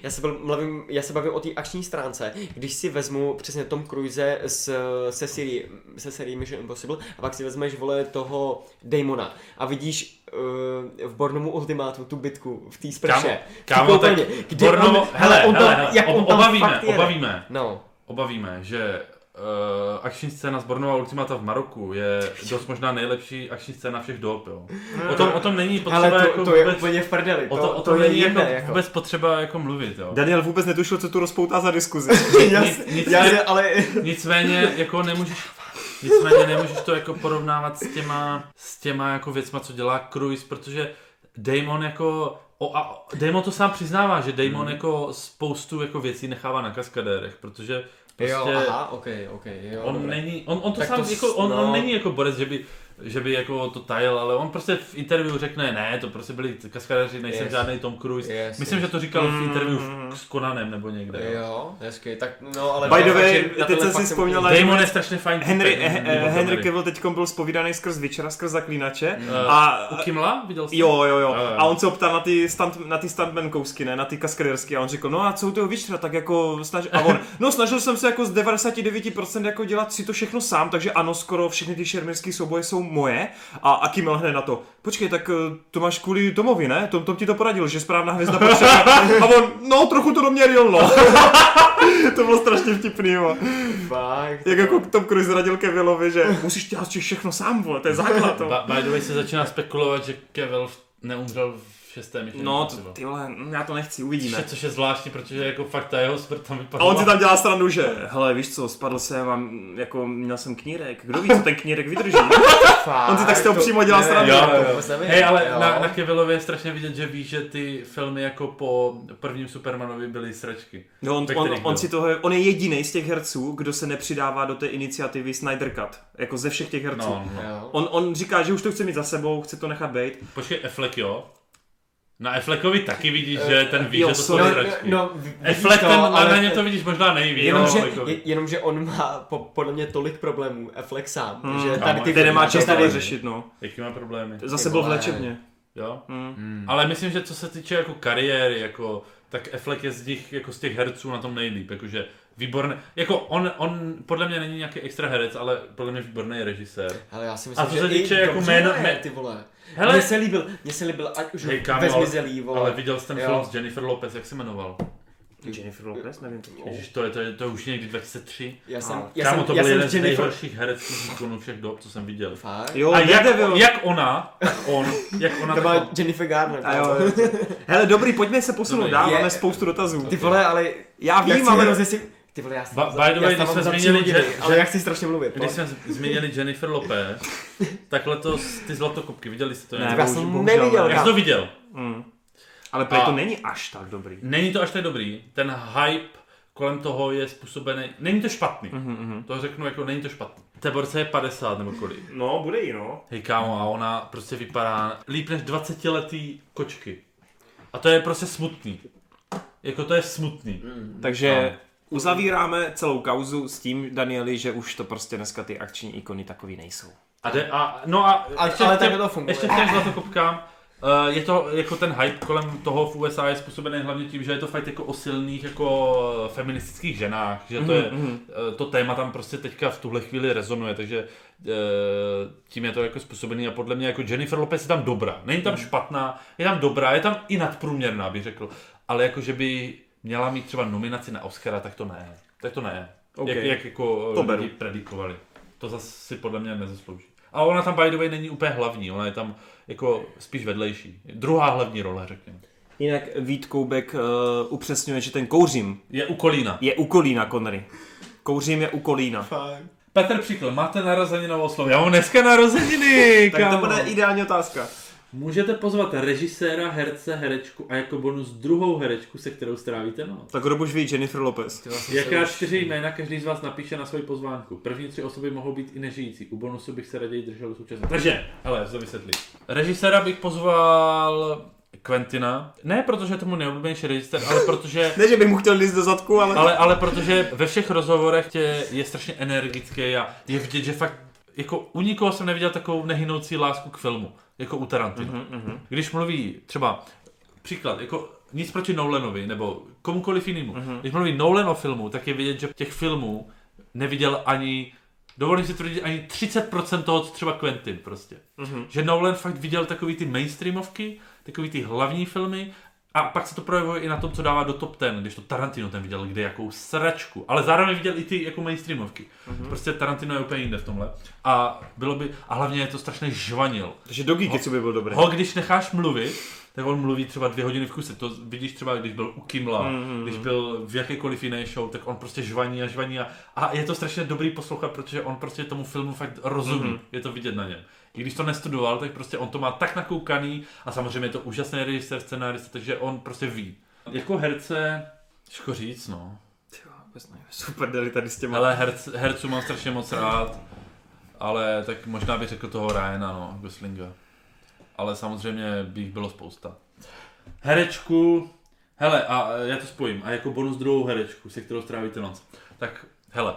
já se bavím o té akční stránce, když si vezmu přesně Tom Cruise se sérií Mission Impossible a pak si vezmeš, vole, toho Damona a vidíš v Bornomu ultimátu tu bitku v té sprše. Kámo, tak Bornovo, obavíme, že akční scéna z Bornova Ultimata v Maroku je dost možná nejlepší akční scéna všech dob, jo. O tom není potřeba ale jako to je úplně v prdeli. O tom není jako vůbec potřeba jako mluvit, jo. Daniel vůbec netušil, co tu rozpoutá za diskuzi. Nicméně jako nemůžeš to jako porovnávat s těma jako věcma, co dělá Cruise, protože Damon jako Damon to sám přiznává, že Damon jako spoustu jako věcí nechává na kaskadérech, protože prostě jo, aha, okay, jo, on není, on to sám jako, on není jako borec, že by že by jako to tajil, ale on prostě v interview řekne, ne, to prostě byli kaskadeři, nejsem žádný Tom Cruise. Myslím, že to říkal v interview s Conanem nebo někde. Jo, hezky, tak no ale... By the way, teď jsem si vzpomněl, Damon je strašně fajn. Henry Cavill teďkom byl zpovídaný skrz Witchera, skrz Zaklínače. U Kimla? Viděl jsi? Jo. A on se optal na ty stuntman kousky, ne, na ty kaskadérský, a on řekl, no a co u toho Witchera, tak jako snažil jsem se jako z 99% jako dělat si to všechno sám, takže ano, skoro všechny ty šermírský souboje jsou moje. A Kimmel hned na to, počkej, tak to máš kvůli Tomovi, ne? Tom ti to poradil, že správná hvězda potřeba. A on, no trochu to do mě ril, no. To bylo strašně vtipný, jo. Fakt. Jak jako Tom Cruise radil Cavillovi, že musíš dělat všechno sám, vole, to je základ. By the way se začíná spekulovat, že Cavill neumřel v 6. myšlení. No, ty vole, já to nechci, uvidíme. Což je zvláštní, protože jako fakt ta jeho smrt tam vypadala. A on si tam dělá srandu, že hele, víš co, spadl jsem a jako měl jsem knírek. Kdo ví, co ten knírek vydrží? On si tak z toho přímo dělá srandu. Hej, ale na Cavillově je strašně vidět, že ví, že ty filmy jako po prvním Supermanovi byly sračky. No, on je jediný z těch herců, kdo se nepřidává do té iniciativy Snyder Cut. Jako ze všech těch herců. No. On říká, že už to chce mít za sebou, chce to nechat být. Počkej, Affleck jo? Na Affleckovi taky vidíš, že ten ví, že to jsou sračky. Affleck na ně to vidíš možná nejvíc. Jenomže on má podle mě tolik problémů, Affleck sám, že tady ty nemá čas tady řešit, no. Jaký má problémy? Zase byl v léčebně. Jo? Ale myslím, že co se týče jako kariéry, jako, tak Affleck je z těch herců na tom nejlíp, jakože výborný. Jako on podle mě není nějaký extra herec, ale podle mě výborný režisér. Ale já si myslím, a co se týče jako jméno, ty vole. Hele, mně se líbil, ať už ve Zmizelí, vole. Ale viděl jsi ten film s Jennifer Lopez, jak se jmenoval? Jennifer Lopez, nevím. Ježiš, to je už někdy 2003. To byl jeden z nejhorších hereckých výkonů všech dob, co jsem viděl. Fakt? Jo, a jak ona to byla Jennifer Garner. Hele, dobrý, pojďme se posunout dál, máme spoustu dotazů. Ty vole, ale já vím, ale ty vole, by the way, když jsme zmínili, ale já chci strašně mluvit. Když jsme zmínili Jennifer Lopez, tak letos ty zlatokopky, viděli jste to? Ne, já jsem neviděl. Já jsem to viděl. Ale prý to není až tak dobrý. Není to až tak dobrý. Ten hype kolem toho je způsobený. Není to špatný. To řeknu jako není to špatný. Té borce je 50 nebo kolik. No, bude jí, no. Hej kámo, a ona prostě vypadá líp než 20letý kočky. A to je prostě smutný. Jako to je smutný. Takže uzavíráme celou kauzu s tím, Danieli, že už to prostě dneska ty akční ikony takový nejsou. Ale tak to funguje. Ještě k těm zlatokopkám. Je to jako ten hype kolem toho v USA je způsobený hlavně tím, že je to fakt jako o silných jako feministických ženách, že to je to téma tam prostě teďka v tuhle chvíli rezonuje, takže tím je to jako způsobený a podle mě jako Jennifer Lopez je tam dobrá, není tam špatná, je tam dobrá, je tam i nadprůměrná, bych řekl, ale jako že by měla mít třeba nominaci na Oscara, tak to ne. Okay. Jak jako to lidi predikovali. To zase si podle mě nezaslouží. A ona tam by the way není úplně hlavní, ona je tam jako spíš vedlejší. Druhá hlavní role, řekněme. Jinak Vít Koubek upřesňuje, že ten Kouřím je u Kolína. Je u Kolína, Connery. Kouřím je u Kolína. Fakt. Petr Příkl, máte narozeninovou slovo. Já mám dneska narozeniny, tak to bude ideální otázka. Můžete pozvat režiséra, herce, herečku a jako bonus druhou herečku, se kterou strávíte noc. Tak kdo už ví, Jennifer Lopez. Jaká 4 jména každý z vás napíše na svoji pozvánku. První 3 osoby mohou být i nežijící. U bonusu bych se raději držel současně. Takže, hele, to vysvětlí. Režiséra bych pozval Quentina. Ne protože je tomu nejoblíbenější režisér, ale protože... ne, že bych mu chtěl líst do zadku, ale... ale protože ve všech rozhovorech je strašně energický a je vidět, že fakt jako u nikoho jsem neviděl takovou nehynoucí lásku k filmu, jako u Tarantina. Když mluví třeba, příklad, jako nic proti Nolanovi, nebo komukoliv jinému. Když mluví Nolan o filmu, tak je vidět, že těch filmů neviděl ani, dovolím si tvrdit, ani 30% toho, co třeba Quentin prostě. Že Nolan fakt viděl takový ty mainstreamovky, takový ty hlavní filmy, a pak se to projevuje i na tom, co dává do top 10, když to Tarantino ten viděl kde jakou sračku, ale zároveň viděl i ty jako mainstreamovky. Prostě Tarantino je úplně jinde v tomhle. A hlavně je to strašně žvanil. Takže do Geeky, co by byl dobrý. Když necháš mluvit, tak on mluví třeba 2 hodiny v kuse. To vidíš třeba, když byl u Kimmla, když byl v jakékoliv jiné show, tak on prostě žvaní a je to strašně dobrý poslouchat, protože on prostě tomu filmu fakt rozumí. Je to vidět na něm. I když to nestudoval, tak prostě on to má tak nakoukaný a samozřejmě je to úžasný režisér, scenárista, takže on prostě ví. Jako herce, těžko říct, no. Super deli tady s těma. Ale herců mám strašně moc rád. ale tak možná bych řekl toho Ryana, no, Goslinga. Ale samozřejmě bych bylo spousta. Herečku, hele, a já to spojím, a jako bonus druhou herečku, se kterou strávíte noc. Tak, hele.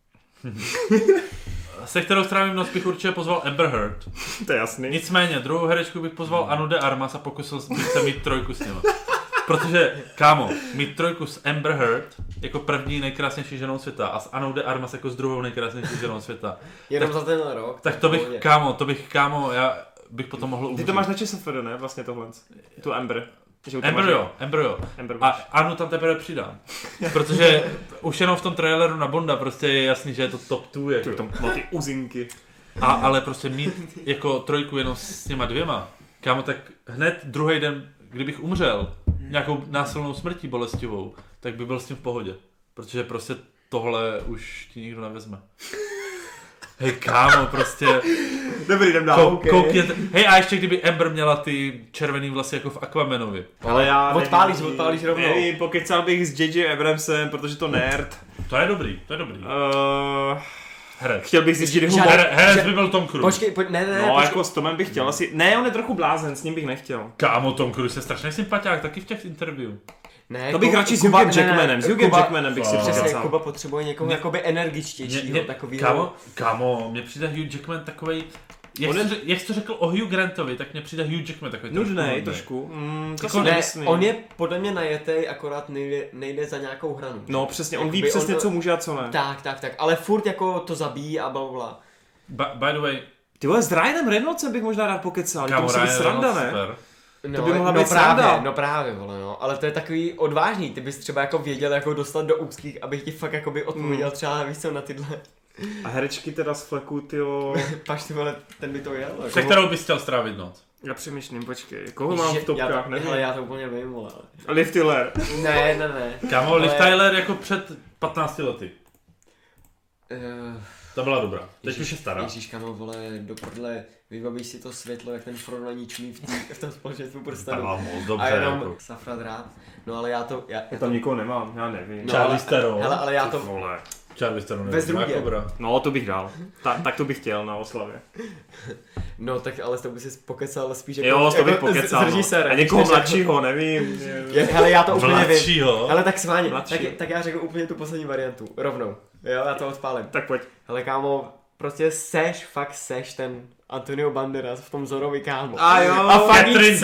Se kterou strávím noc bych určitě pozval Amber Heard. To je jasný. Nicméně, druhou herečku bych pozval Anu de Armas a pokusil bych se mít trojku s nima. Protože, kámo, mít trojku s Amber Heard jako první nejkrásnější ženou světa a s Anou de Armas jako s druhou nejkrásnější ženou světa. Jenom za ten rok. Tak to bych, kámo, já bych potom mohl umřít. Ty to máš na ČSFD, ne? Vlastně tohle. Tu Amber. Amber jo. A Anu tam teprve přidám. Protože už jenom v tom traileru na Bonda prostě je jasný, že je to top 2. Jako. Tam má ty uzinky. Ale prostě mít jako trojku jenom s těma dvěma. Kámo, tak hned druhý den, kdybych umřel nějakou násilnou smrtí bolestivou, tak by byl s tím v pohodě. Protože prostě tohle už ti nikdo nevezme. Hej kámo, prostě... Dobrý, jdem dál. Hej, a ještě kdyby Amber měla ty červený vlasy jako v Aquamanovi. Ale já Odpálíš rovnou. Nevím, pokecal bych s J.J. Abramsem, protože to nerd. To je dobrý. Herec. Chtěl bych zjistit jeho... Herec by byl Tom Cruise. Počkej, ne, no, počkej. Jako s Tomem bych chtěl asi... Ne, on je trochu blázen, s ním bych nechtěl. Kámo, Tom Cruise je strašný sympatiák, taky v těch interview. Ne, to bych radši s Hughem Jackmanem. S Hughem Jackmanem bych si přesně, Kuba potřebuje někoho jakoby energičtějšího, takovýho. Kámo, mně přijde Hugh Jackman takovej... Jak jsi to řekl o Hugh Grantovi, tak mně přijde Hugh Jackman takový nudnej trošku. On je podle mě najetej, akorát nejde za nějakou hranu. No přesně, on ví přesně, co může a co ne. Tak, ale furt jako to zabíjí a blablabla. By the way... Ty vole, s Ryanem Reynoldsem bych možná rád pokecal, kámo, to musí být sranda, ne? No, to by mohla být sranda. No právě, vole, no. Ale to je takový odvážný, ty bys třeba jako věděl, jako dostat do úzkých, abych ti fakt jakoby odpověděl třeba, víš co, na tyhle. A herečky teda z fleku, tyjo... Paš ty vole, ten by to jel. Jako. Se kterou bys chtěl strávit noc? Já přemýšlím, počkej, koho mám v topkách, nevím. Ale já to úplně vím, vole. Liv Tyler. Ne. Kámo, Liv Tyler jako před 15 lety. To byla dobrá. Teď už je stará. Ježíš, kámo, vole, do prdle, vybavíš si to světlo, jak ten Frodo na ní čumí v tom společenstvu prstenu. To moc dobře. A jenom jako. Safra drát. No ale já tam nikoho nemám, já nevím. No, Charlize Theron. Hele, ale já to... Charlize Theron Bez drugie. No, to bych dal. Tak to bych chtěl na oslavě. No, tak ale s tou by si pokecal spíš jako... Jo, s tou bych pokecal. A někoho mladšího, nevím. Hele, já to úplně vím. Hele, tak schválně. Tak já řeknu úplně tu poslední variantu. Rovnou. Jo, já to odpálím. Tak pojď. Hele, kámo, prostě fakt seš ten Antonio Banderas v tom Zorovi, kámo. A jo, a fakt jí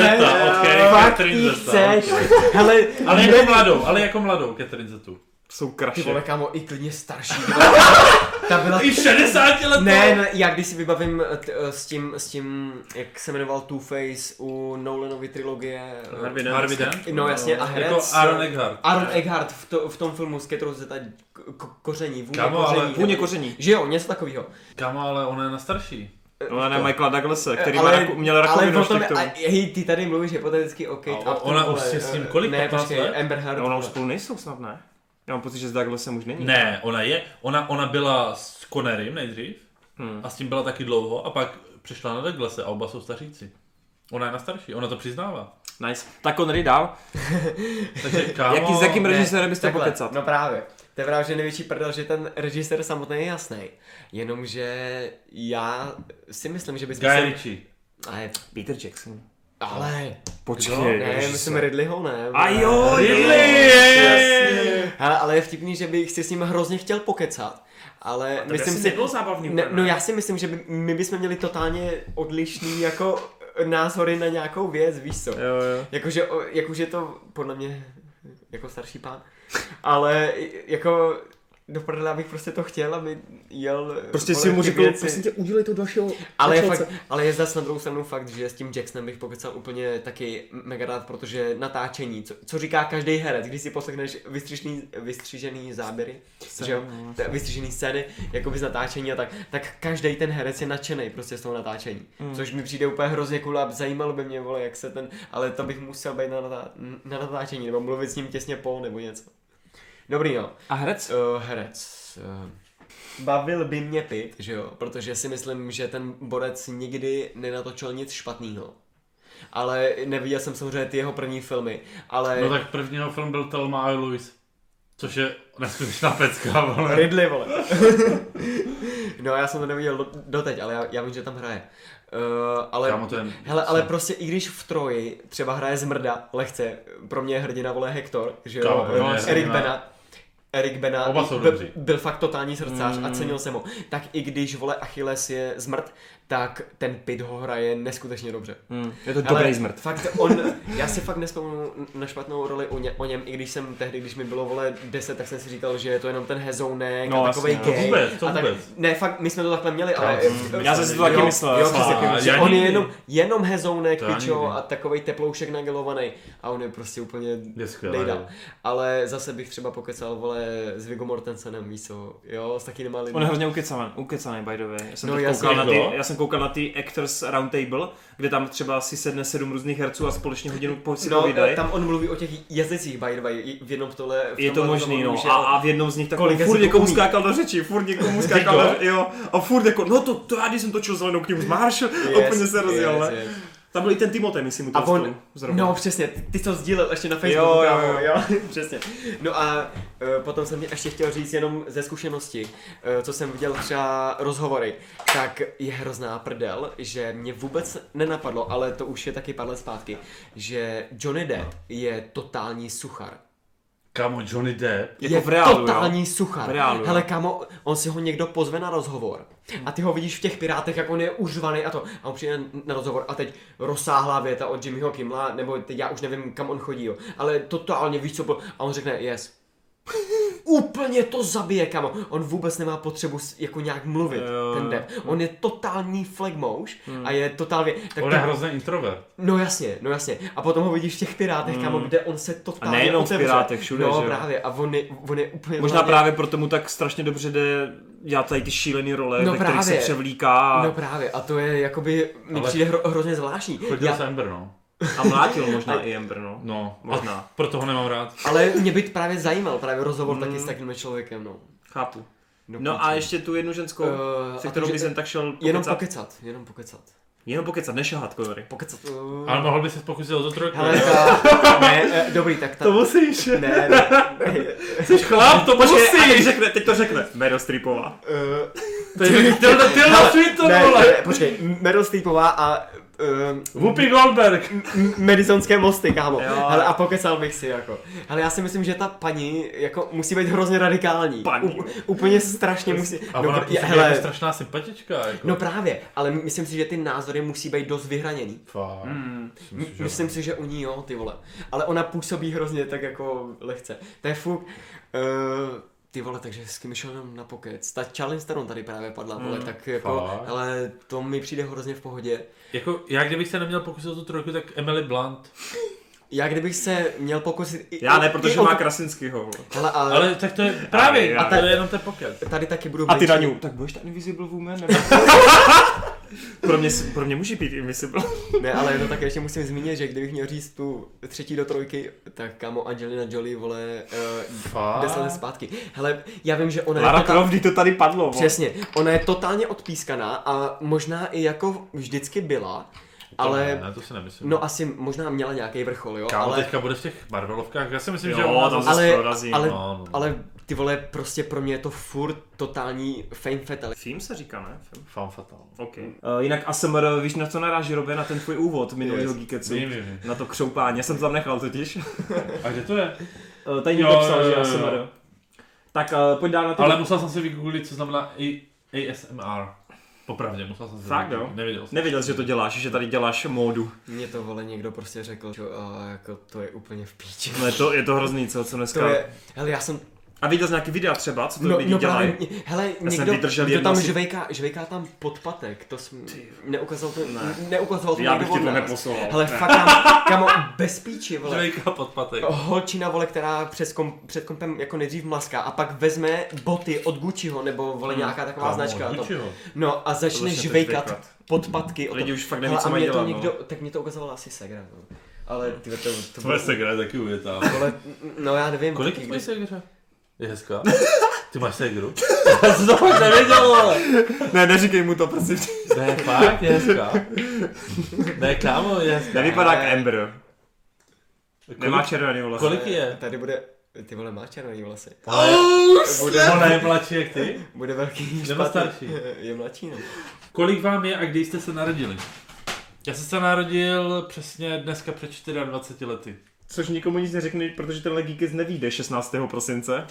chceš. Hele, ale jako mladou Catherine Zetu. Jsou kraše. Ty vole, kámo, i klidně starší. Ta byla... I 60 let. Ne, já když si vybavím s tím, jak se jmenoval Two-Face u Nolanovy trilogie. Harvey Dent? No jasně, a herec. Jako Aaron Eckhart. Aaron Eckhart v tom filmu s Catherine Zeta koření, vůně koření. Že jo, něco takového. Kámo, ale ona je na starší. Ona ne Michaela Douglase, který měl rakovinu ještě k tomu. Hej, ty tady mluvíš hypoteticky o Kate Upton. Ona už je s ním kolik? Ne, počkej, Amber Heard. Ona už spolu nejsou snad, ne? Já mám pocit, že s Douglasem už není. Ne, ona je. Ona byla s Connerym nejdřív a s tím byla taky dlouho a pak přišla na Douglase a oba jsou staříci. Ona je na starší, ona to přiznává. Nice. Tak Connery dál. Takže kámo... S jakým režisérem byste pokecat? No právě. To je právě, že největší prdel, že ten režisér samotný je jasný. Jenomže já si myslím, že bychom Guy Ritchie. Peter Jackson. Ale... Počkej. Ne, myslím Ridleyho, ne. A jo, Ridley! Ale je vtipný, že bych si s ním hrozně chtěl pokecat. Ale myslím si... nebylo zábavný. No já si myslím, že my bychom měli totálně odlišný jako názory na nějakou věc, víš co? Jo. Jakože to podle mě jako starší pán. Ale jako do prdele, abych prostě to chtěl, aby jel... Prostě si mu řekl, prostě tě udělej to do vašeho... Ale je zase na druhou stranu fakt, že s tím Jacksonem bych pokecal úplně taky mega rád, protože natáčení, co říká každý herec, když si poslechneš vystřížený záběry, že jo, vystřížený scény, jakoby z natáčení a tak každý ten herec je nadšený prostě z toho natáčení. Což mi přijde úplně hrozně cool a zajímalo by mě, vole, jak se ten... Ale to bych musel být na natáčení, nebo mluvit s ním těsně po, nebo něco. Dobrý, no. A herec? Herec. Bavil by mě Pitt, že jo, protože si myslím, že ten borec nikdy nenatočil nic špatného. Ale neviděl jsem samozřejmě ty jeho první filmy, ale... No tak prvního film byl Thelma a Louise. Což je neskutečná pecka, vole. Ridley, vole. No já jsem to neviděl doteď, ale já vím, že tam hraje. Ale prostě i když v Troji třeba hraje Zmrda lehce, pro mě je hrdina, vole, Hector, že jo, Eric Bana byl fakt totální srdcář a cenil jsem ho. Tak i když, vole, Achilles je zmrt, tak ten Pitt ho hraje neskutečně dobře. Je to dobrý zmrt. Fakt já si fakt nespomenu na špatnou roli o něm, i když jsem tehdy, když mi bylo, vole, 10, tak jsem si říkal, že je to jenom ten hezounek a takovej gay. To vůbec. Ne, fakt, my jsme to takhle měli, ale... Já jsem si to taky myslel. Jo, že on je jenom hezounek, pičo, a takovej teploušek nagelovaný a on je prostě úplně nejdál. Ale zase bych třeba pokecal, vole, s Viggo Mortensenem, víš co, jo, s taky nemá lidí. On je hrozně ukecaný, by the way. Já jsem koukal na ty Actors Roundtable, kde tam třeba si sedne 7 různých herců a společně hodinu si povídají. Tam on mluví o těch jazycích, by the way, v jednom tohle... Je to možný, no. A v jednom z nich takový furt někomu skákal do řeči, jo. A furt jako, no to já když jsem točil Zelenou knihu z Marshall, úplně se rozjel, ne? Tam byl i ten Timotej, myslím, u toho zrovna. No přesně, ty jsi to sdílel ještě na Facebooku. Jo, přesně. No a potom jsem ještě chtěl říct jenom ze zkušenosti, co jsem viděl třeba rozhovory, tak je hrozná prdel, že mě vůbec nenapadlo, ale to už je taky pár let zpátky, že Johnny Depp je totální suchar. Kámo, Johnny Depp je v reálu, totální suchar. Hele, kámo, on si ho někdo pozve na rozhovor a ty ho vidíš v těch Pirátech, jak on je užvaný a on přijde na rozhovor a teď rozsáhlá věta od Jimmyho Kimmela, nebo teď já už nevím, kam on chodí, jo. Ale totálně víš, co bylo, a on řekne yes. Úplně to zabije, kámo. On vůbec nemá potřebu jako nějak mluvit, ten Depp. On je totální flagmouš a je totálně... On je hrozný introvert. No jasně. A potom ho vidíš v těch Pirátech, kámo, kde on se totálně a nejenom v Pirátech, všude, no, že právě. A on je úplně... Možná právě proto mu tak strašně dobře jde dělat tady ty šílený role, ve kterých se převlíká. No právě. A to je jakoby... Mi přijde hrozně zvláštní. Chodil jsem Amber, no. A mlátil možná i Amber, no. No, možná. Proto ho nemám rád. Ale mě by právě zajímal právě rozhovor taky s takovým člověkem, no. Chápu. No a ještě tu jednu ženskou, se kterou by jsem tak šel pokecat. Jenom pokecat, nešahat, Kory. Pokecat. Ale mohl by se pokusit o to trojku. Ne, dobrý, tak to musíš. Ne. Jsi chlap, to musíš. Teď to řekne. Meryl Streepová. Počkej, Meryl Streepová a Whoopi Goldberg. Madisonské mosty, kámo. Hele, a pokecal bych si, jako. Hele, já si myslím, že ta paní jako musí být hrozně radikální. Úplně strašně musí. A ona je strašná sympatička, jako. No právě, ale myslím si, že ty názory musí být dost vyhraněný. Fakt. Myslím si, že u ní jo, ty vole. Ale ona působí hrozně tak jako lehce. To je fuk. Ty vole, takže s kým šel na pokec. Ta Charlize Theron tady právě padla, vole, tak jako, ale to mi přijde hrozně v pohodě. Jako, já kdybych se neměl pokusit o tu trojku, tak Emily Blunt. Já kdybych se měl pokusit... Já ne, protože má Krasinskýho. Ale tak to je právě, a to je jenom ten pokec. Tady taky budu... A ty Daňu, tak budeš ten Invisible Woman? Pro mě může být Invisible. Ne, ale no tak ještě musím zmínit, že kdybych měl říct tu 3. do 3, tak kámo Angelina Jolie, vole, 10 let zpátky. Hele, já vím, že ona Lara Croft, to tady padlo. Přesně, ona je totálně odpískaná a možná i jako vždycky byla. Ale ne, to si nemyslím. No asi možná měla nějaký vrchol, jo. Kámo, teďka bude v těch Marvelovkách, já si myslím, že ona zase prorazí. Ale ty vole, prostě pro mě je to furt totální fame fatal. Film se říká, ne? Fame fatal. Okay. Jinak ASMR, víš na co naráží, Robě, na ten tvůj úvod minulýho Geeketsu? Na to křoupání, já jsem to tam nechal totiž. A kde to je? Tady někdo psal, že ASMR. Tak pojď dál na to. Ale musel jsem si vygooglit, co znamená ASMR. Popravdě, musel jsem si fakt, jo? Nevěděl, že to děláš, že tady děláš módu. Mně to, vole, někdo prostě řekl, že jako to je úplně v píči. No je to hrozný, co dneska... Hele, já jsem... A viděl jsi nějaký videa třeba, co to lidi dělají? Hele, někdo tam žvejká tam podpatek, to jsem neukazoval to, neukazoval to já bych ti to neposlal. Hele, fakt kámo, bez píči, vole. Žvejká podpatek. Holčina, vole, která před kompem jako nejdřív mlaská a pak vezme boty od Gucciho, nebo vole nějaká taková značka. No a začne žvejkat podpatky. Lidi už fakt neví, co mají dělat. Tak mě to ukazovala asi Segra, no. Ale ty to tvoje Segra je taky ujetá. No já nevím. Kolik je tvoje Segra? Je hezká. Ty máš Segru? Já jsem to fakt nevěděl, ale. Ne, neříkej mu to, prosím. Ne, fakt, je hezká. Ne, kámo, je hezká. Nevypadá jak Amber. Nemá červený vlasy. Kolik je? Tady bude Ty vole, má červený vlasy. Bude mladší jak ty? Bude velký. Nebo starší? Je mladší, no. Kolik vám je a kdy jste se narodili? Já jsem se narodil přesně dneska před 24 lety. Což nikomu nic neřekne, protože tenhle Geekist nevyjde 16. prosince.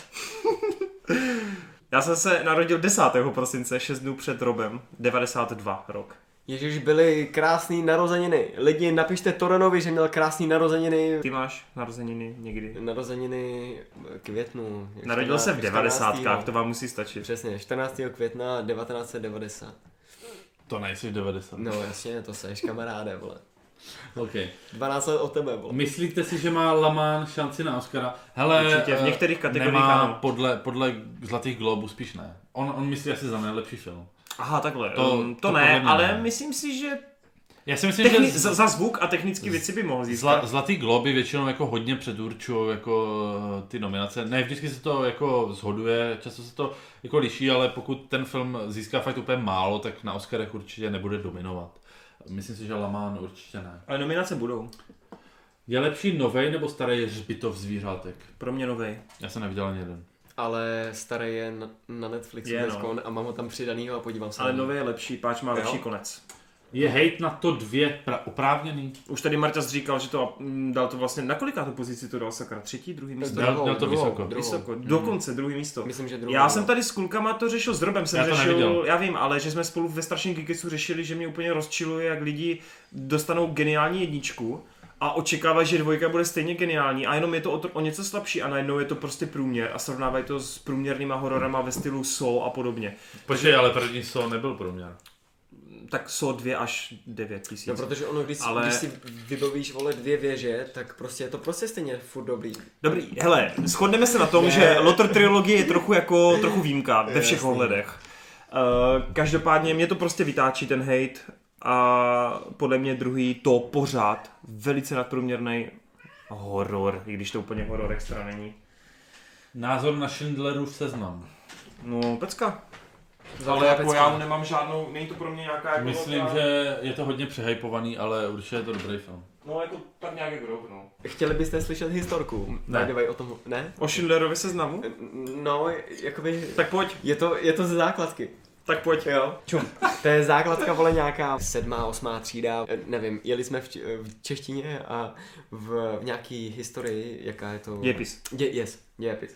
Já jsem se narodil 10. prosince, 6 dnů před Robem, 92 rok. Ježiš, byly krásný narozeniny. Lidi, napište Torenovi, že měl krásný narozeniny. Ty máš narozeniny někdy? Narozeniny květnu. Narodil se v 90. To vám musí stačit. Přesně, 14. května 1990. To nejsi 90. No jasně, to seš kamaráde, vole. Okay. 12 let od tebe, vole. Myslíte si, že má Laman šanci na Oscara? Hele, určitě, v některých kategoriích nemá ano. podle Zlatých globů spíš ne. On myslí asi za nejlepší film. Aha, takhle. To ne, ale myslím si, že já si myslím, že za zvuk a technické věci by mohl získat. Zlatý globy většinou jako hodně předurčují jako ty nominace. Ne vždycky se to jako shoduje, často se to jako liší, ale pokud ten film získá fakt úplně málo, tak na Oscarech určitě nebude dominovat. Myslím si, že La Mans určitě ne. Ale nominace budou. Je lepší novej nebo starý Hřbitov zvířátek? Pro mě novej. Já jsem neviděl ani jeden. Ale starý je na Netflixu dneskon a mám ho tam přidanýho a podívám se. Ale nový je lepší, páč má lepší konec. Je hejt na to 2 oprávněný? Už tady Marta říkal, že to dal to vlastně, na kolikátou pozici to dal sakra? 3., 2. místo? Dal to vysoko. Dokonce 2. místo. Myslím, že druhý. Já jsem tady s klukama to řešil, s Robem jsem řešil, já vím, ale že jsme spolu ve Strašném Geekistu řešili, že mě úplně rozčiluje, jak lidi dostanou geniální jedničku a očekávají, že 2 bude stejně geniální a jenom je to o něco slabší a najednou je to prostě průměr a srovnávají to s průměrnýma hororama ve stylu Saw a podobně. Počkej, ale první Saw nebyl průměr. Tak Saw 2 až 9 000. No protože ono, když si vybavíš, vole, 2 věže, tak prostě je to prostě stejně furt dobrý. Dobrý, hele, shodneme se na tom, že Lothar trilogie je trochu výjimka ve všech ohledech. Každopádně mě to prostě vytáčí ten hate a podle mě druhý to pořád velice nadprůměrný horor, i když to úplně horor extra není. Názor na Schindlerův seznam. No, pecka. Ale jako já nemám žádnou, není to pro mě nějaká jako... Myslím, že je to hodně přehypovaný, ale určitě je to dobrý film. No jako tak nějak jak rok, no. Chtěli byste slyšet historku? Ne. O tom, ne? O Schindlerovi seznamu? No, jakoby... Tak pojď. Je to ze základky. Tak pojď. Jo. Čum. To je základka, vole, nějaká 7., 8. třída, nevím, jeli jsme v češtině a v nějaký historii, jaká je to... Dějepis. Dějepis.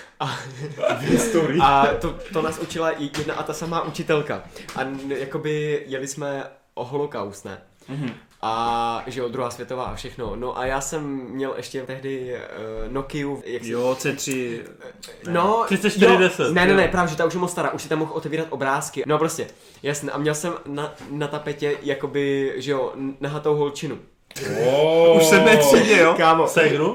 A to nás učila jedna a ta samá učitelka. A jakoby jeli jsme o holokaust, ne? Mm-hmm. A že jo, druhá světová a všechno. No a já jsem měl ještě tehdy Nokiu. Jo, C3. No, 3410. Ne, právě, že ta už je moc stará, už si tam mohl otevírat obrázky. No prostě, jasně. A měl jsem na tapetě jakoby, že jo, nahatou holčinu. Už jsem netřídě, jo? Kámo. Segru?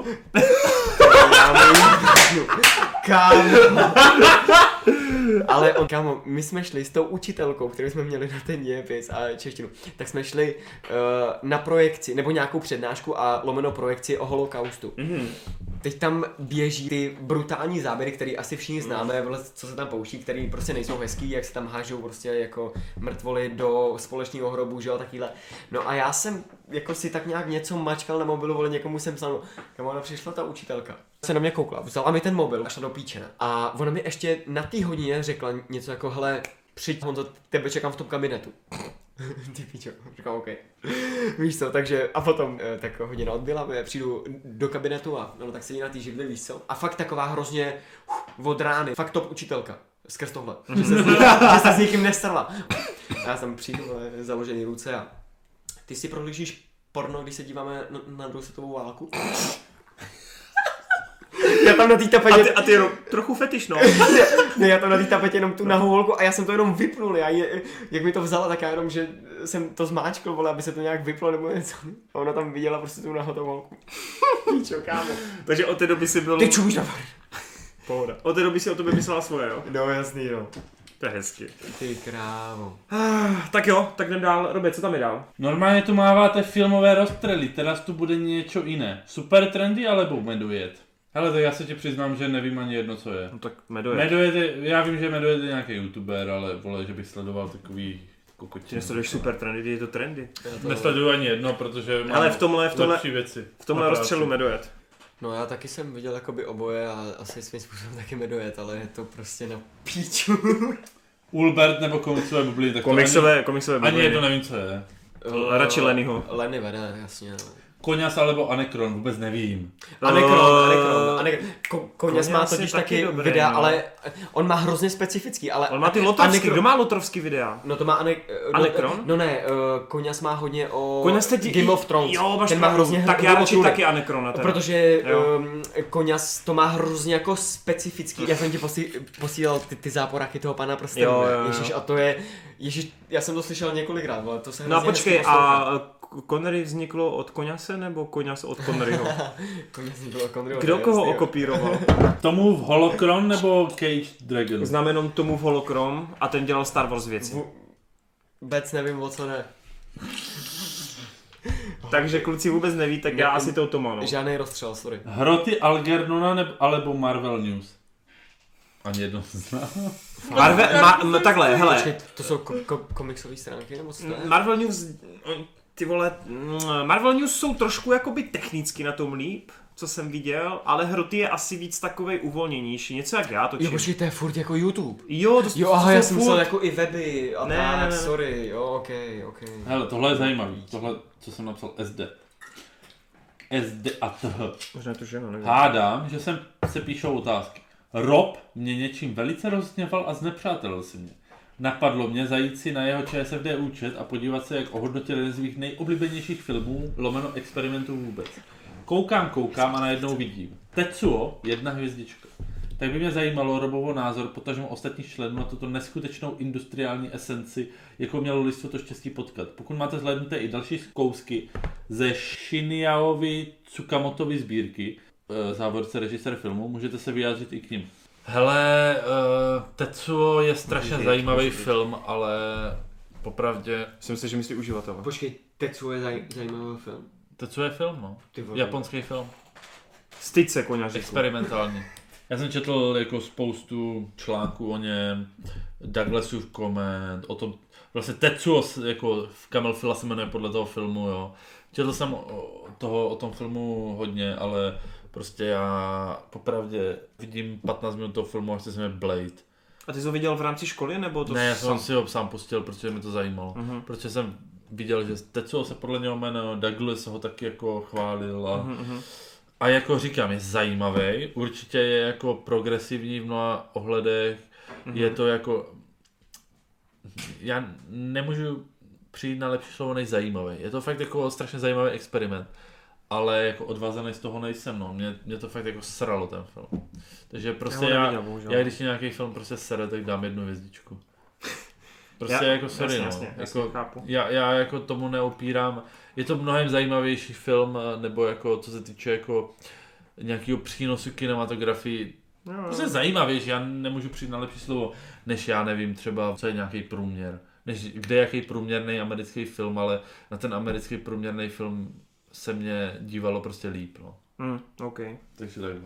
Kámo. Ale kámo, my jsme šli s tou učitelkou, kterou jsme měli na ten dějepis a češtinu, tak jsme šli na projekci, nebo nějakou přednášku a lomeno projekci o holokaustu. Mm-hmm. Teď tam běží ty brutální záběry, které asi všichni známe, co se tam pouští, které prostě nejsou hezký, jak se tam hážou prostě jako mrtvoly do společného hrobu, že jo, takýhle. No a já jsem jako si tak nějak něco mačkal na mobilu, vole, někomu jsem psal, kam ona přišla ta učitelka. Se na mě koukla, vzala mi ten mobil a šla do píčena. A ona mi ještě na té hodině řekla něco jako, hele, přijď, Honzo, tebe čekám v tom kabinetu. Ty píčo, říkám, OK. Víš co, takže a potom tak hodina odbyla, přijdu do kabinetu a no tak sedí na té židli, víš co. A fakt taková hrozně od rány, fakt top učitelka. Skrz tohle, že se s nikým nestarala. A já tam přijdu, založený ruce a ty si prohlížíš porno, když se díváme na druhou světovou válku? Já tam na té tapetě... A ty trochu fetiš, no. Ne, já tam na té tapetě jenom tu nahou holku a já jsem to jenom vypnul. Jak mi to vzala, tak já jenom, že jsem to zmáčkl, vole, aby se to nějak vyplo nebo něco. A ona tam viděla prostě tu nahotou holku. Píčo, kámo. Takže od té doby si byl... Ty čumíš na Pohoda. Od té doby si o tobě myslela svoje, jo? No, jasný, no. To je hezky. Ty krávo. Tak jo, tak jdem dál. Robě, co tam je dál? Normálně tu máváte filmové rozstřely, teraz tu bude něco jiné. Super trendy alebo Medujet? Hele, tak já se ti přiznám, že nevím ani jedno, co je. No tak Medujet. Medujet je, já vím, že Medujet je nějaký youtuber, ale vole, že bych sledoval takový kokotiny. Nesleduješ super trendy, je to trendy. Nesleduju ani jedno, protože mám ale v tomhle lepší věci. V tomhle rozstřelu Medujet. No já taky jsem viděl jakoby oboje a asi svým způsobem taky mi dojet, ale je to prostě na píču. Ulbert nebo komiksové bubliny, tak komiksové bubliny. Ani jedno nevím, co je. Radši Lennyho. Lenny vede, jasně. Koňas alebo Anekron, vůbec nevím. Anekron. Koňas má totiž taky dobré, videa, no. Ale on má hrozně specifický, ale... On má ty lotrovský, kdo má lotrovský videa? No to má Anekron? No ne, Koňas má hodně o teď... Game of Thrones. Jo, máš ten má hrozně tak já radši taky Anekrona. Protože Koňas to má hrozně jako specifický. Já jsem ti posílal ty záporáky toho pana prstenu. Ježiš, a to je... Ježiš, já jsem to slyšel několikrát, ale to se hrozně... No počkej, a Connery vzniklo od Koňase nebo Koňas od Conneryho? Koňas vzniklo od Conneryho. Kdo koho okopíroval? Tomův Holocron nebo Cage Dragon? Znám jenom Tomův Holocron a ten dělal Star Wars věci. Vůbec nevím, o co jde. Takže kluci vůbec neví, tak já asi to mám. Žádnej rozstřel, sorry. Hroty Algernona alebo Marvel News? Ani jedno znám. Takhle, hele. Počkej, to jsou komiksové stránky, nebo co to je? Marvel News, ty vole, Marvel News jsou trošku jakoby technicky na tom líp, co jsem viděl, ale Hroty je asi víc takovej uvolněnější, něco jak já točím. Jo, počkej, to je furt jako YouTube. Jo, aha, já jsem myslel jako i weby a ne. Sorry, jo, okej. Hele, tohle je zajímavý, tohle, co jsem napsal, SD a TH. Možná to ženo, nevím. Hádám, že se píšou otázky. Rob mě něčím velice rozhněval a znepřátelil si mě. Napadlo mě zajít si na jeho ČSFD účet a podívat se, jak ohodnotil jeden z svých nejoblíbenějších filmů, / experimentů vůbec. Koukám a najednou vidím. Tetsuo, 1 hvězdička. Tak by mě zajímalo Robovo názor, potažmo ostatních členů na tuto neskutečnou industriální esenci, jako mělo lidstvo to štěstí potkat. Pokud máte zhlédnuté i další kousky ze Shinyao Tsukamotovy sbírky, závorce režisér filmu, můžete se vyjádřit i k nim. Hele, Tetsuo je strašně zajímavý film, ale popravdě... Jsem si, že myslí uživatele. Počkej, Tetsuo je zajímavý film? Tetsuo je film, no. Japonský film. Styď se, koňaříku. Experimentální. Já jsem četl jako spoustu článků o něm, Douglasův koment, o tom, vlastně Tetsuo, jako v Camelfila se jmenuje podle toho filmu, jo. Četl jsem o tom filmu hodně, ale prostě já popravdě vidím 15 minut toho filmu a chci se mi Blade. A ty jsi ho viděl v rámci školy, nebo to Ne, já jsem si ho sám pustil, protože mi to zajímalo. Protože jsem viděl, že Tetsuo se podle něho jmenuje, Douglas ho taky jako chválil a jako říkám, je zajímavý, určitě je jako progresivní v mnoha ohledech, je to jako, já nemůžu přijít na lepší slovo než zajímavý, je to fakt jako strašně zajímavý experiment, ale jako odvázaný z toho nejsem, no, mě to fakt jako sralo ten film, takže prostě já když nějaký film prostě sere, tak dám 1 hvězdičku. Prostě jako sorry, jasně, jako, já jako tomu neopírám, je to mnohem zajímavější film, nebo jako co se týče jako nějakého přínosu kinematografii, prostě zajímavější, já nemůžu přijít na lepší slovo, než já nevím třeba, co je nějaký průměr, kde je jaký průměrný americký film, ale na ten americký průměrný film se mě dívalo prostě líp, no. Okay. Takže takhle.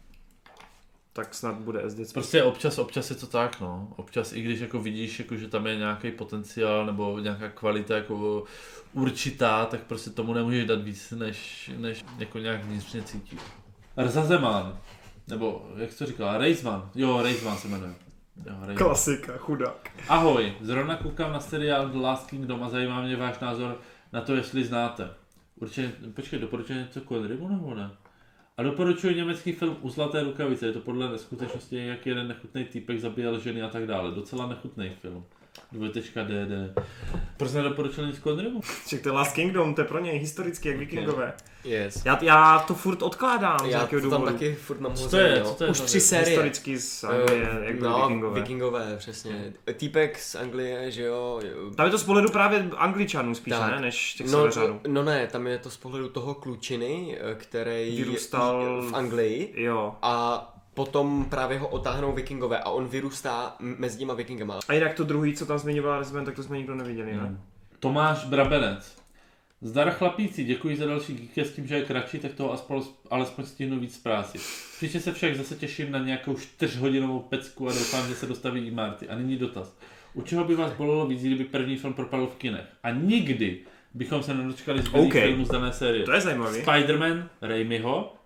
Tak snad bude SD. Prostě občas je to tak, no. Občas i když jako vidíš, jako, že tam je nějaký potenciál nebo nějaká kvalita jako určitá, tak prostě tomu nemůžeš dát víc, než jako nějak vnitřně cítíš. Rzazeman, nebo jak jsi to říkal, Reisman, Reisman se jmenuje. Klasika, chudák. Ahoj, zrovna koukám na seriál The Last Kingdom a zajímá mě váš názor na to, jestli znáte. Určitě, počkej, doporučuji něco Connerymu nebo ne? A doporučuji německý film U zlaté rukavice, je to podle skutečnosti, jak jeden nechutný týpek zabíjel ženy a tak dále. Docela nechutný film. DD. Proč nedoporučil nic Connerymu? Však to je Last Kingdom, to je pro něj historicky jak vikingové. Yes. Já to furt odkládám z nějakého důvodu. Já to tam taky furt mám hozený, už 3 série. Historicky z Anglie, jak byly vikingové. Vikingové, přesně. Týpek z Anglie, že jo. Tam je to z pohledu právě Angličanů spíš, ne, než těch severánů. No ne, tam je to z pohledu toho klučiny, který vyrůstal v Anglii. Jo. A potom právě ho otáhnou vikingové a on vyrůstá mezi těma vikingama. A jinak to druhý, co tam zmiňoval Resben, tak to jsme nikdo neviděli, ne? Tomáš Brabenec. Zdar chlapíci, děkuji za další geeky, s tím, že je kratší, tak toho alespoň stihnu víc práci. Příště se však zase těším na nějakou 4hodinovou pecku a doufám, že se dostaví i Marty. A nyní dotaz. U čeho by vás bolelo víc, kdyby první film propadl v kinech? A nikdy bychom se nedočkali zbylých filmů z dané série. To je zajímavý. Spider-Man, Raimiho,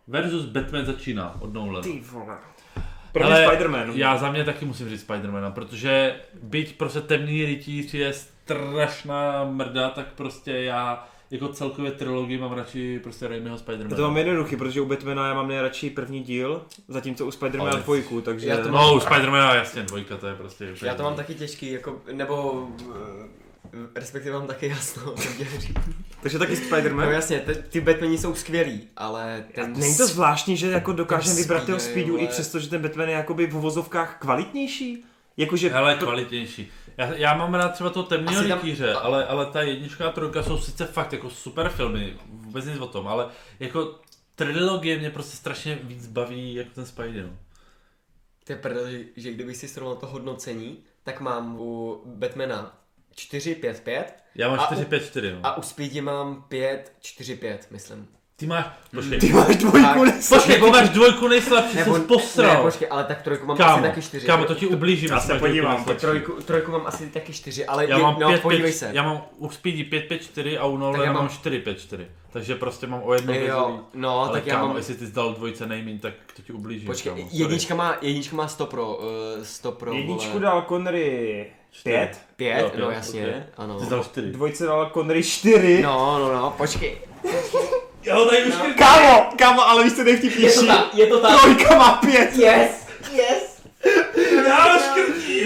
versus Batman začíná od Nolana. Ty vole. Pro mě Spider-Man. Já za mě taky musím říct Spider-Mana, protože byť prostě Temný rytíř je strašná mrda, tak prostě já jako celkově trilogii mám radši prostě Raimiho Spider-Mana. To mám jednoduchý, protože u Batmana já mám nejradši první díl, zatímco u Spider-Mana 2, takže... No, u Spider-Mana jasně 2, to je prostě... Já to mám taky těžký, jako, nebo... Respektive mám taky jasno. Takže taky Spider-Man? No jasně, ty Batmani jsou skvělí, ale ten... Není to zvláštní, že jako dokážeme vybrat toho Speedu i přesto, že ten Batman je jakoby v uvozovkách kvalitnější? Jakože... Hele, kvalitnější. Já mám rád třeba toho Temného rytíře, ale ta 1 a 3 jsou sice fakt jako super filmy, vůbec nic o tom, ale jako trilogie mě prostě strašně víc baví jako ten Spidey, no. To je prdel, že kdybych si srovnal to hodnocení, tak mám u Batmana 4-5-5. Já mám 4-5-4, no. A u Speedy mám 5-4-5, myslím. Ty máš dvojku nejslabší. Počkej, ty máš 2 nejslabší, jsem posral. Ne, počkej, ale tak 3 mám asi taky 4. Kámo, to ti ublížím. Já se podívám. 3 mám asi taky 4, ale já mám 5, podívej se. Já mám u Speedy 5-5-4 a u Nolana mám 4-5-4. Takže prostě mám o jedno jo, no, ale tak kámo, já mám... jestli ty zdal 2 nejmíň, tak to ti ublížím. Počkej, jednička má 100 pro Jedničku dal Connery 5? 5, no jasně, okay. Ano. Ty dal 4. 2 dal Connery 4. No, počkej. Jo, tady už Kámo, ale víš co nejvtipnější? Je to tak. 3 má 5. Yes. Já škrtím,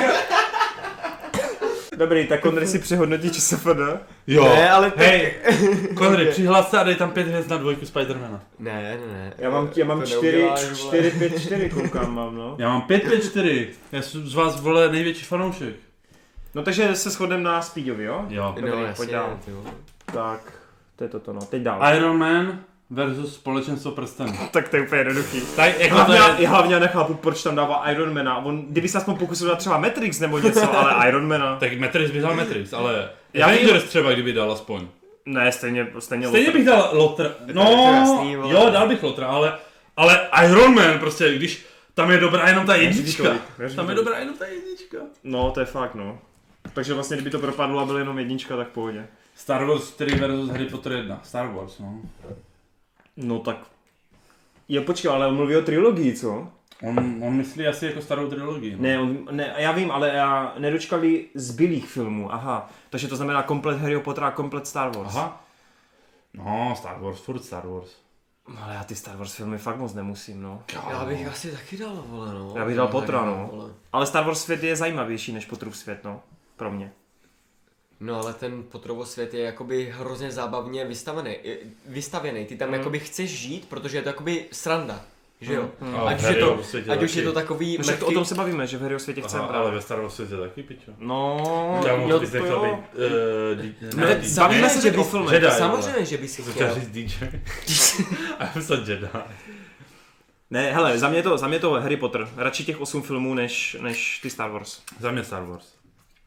Dobrý, tak Connery si přehodnotí ČSFD. Jo, ne, ale hej, Connery, přihlás se a dej tam 5 hvězd na 2 Spidermana. Ne. Já mám 4-5-4 koukám mám, no. Já mám 5-5-4, já jsem z vás, vole, největší fanoušek. No takže se shodneme na Speedovi, jo? Jo. Dobrý, no, pojď dál. Tak, to je toto, no. Teď dál. Iron Man versus Společenstvo prstenů. Tak to je úplně jednoduchý. Tak, jako Hlavně nechápu, proč tam dává Ironmana. Kdyby se aspoň pokusil dát třeba Matrix nebo něco, ale Ironmana. Tak Matrix bych dal Matrix, ale Avengers třeba kdyby dal aspoň. Ne, stejně bych dal Lotra. No, jo, dal bych Lotra, ale Iron Man prostě, když tam je dobrá jenom ta jednička. Tam je dobrá jenom ta jednička. No, to je fakt, no. Takže vlastně, kdyby to propadlo a byla jenom jednička, tak v pohodě. Star Wars 4 versus Harry Potter 1. Star Wars, no. No tak... Jo, počkej, ale on mluví o trilogii, co? On myslí asi jako starou trilogii. No. Ne, já vím, ale já nedočkali zbylých filmů, aha. Takže to znamená komplet Harryho Pottera a komplet Star Wars. Aha. No, furt Star Wars. Ale já ty Star Wars filmy fakt moc nemusím, no. Já bych asi taky dal, vole, no. Já bych dal Pottera, no. Ale Star Wars svět je zajímavější než Potterův svět, no. Pro mě. No ale ten Potterův svět je jakoby hrozně zábavně vystavený. Ty tam jakoby chceš žít, protože je to jakoby sranda. Že jo? Ať už je to takový mrtvý... O tom se bavíme, že v Harryho světě chceme právě. Ale ve Star Wars světě taky, pičo. No, jo, to jo. Bavíme se, že o filmech. Samozřejmě, že by si chtěl. Chtěl říct DJ. A já jsem Jedi. Ne, hele, za mě to Harry Potter. Radši těch 8 filmů, než ty Star Wars. Za mě Star Wars.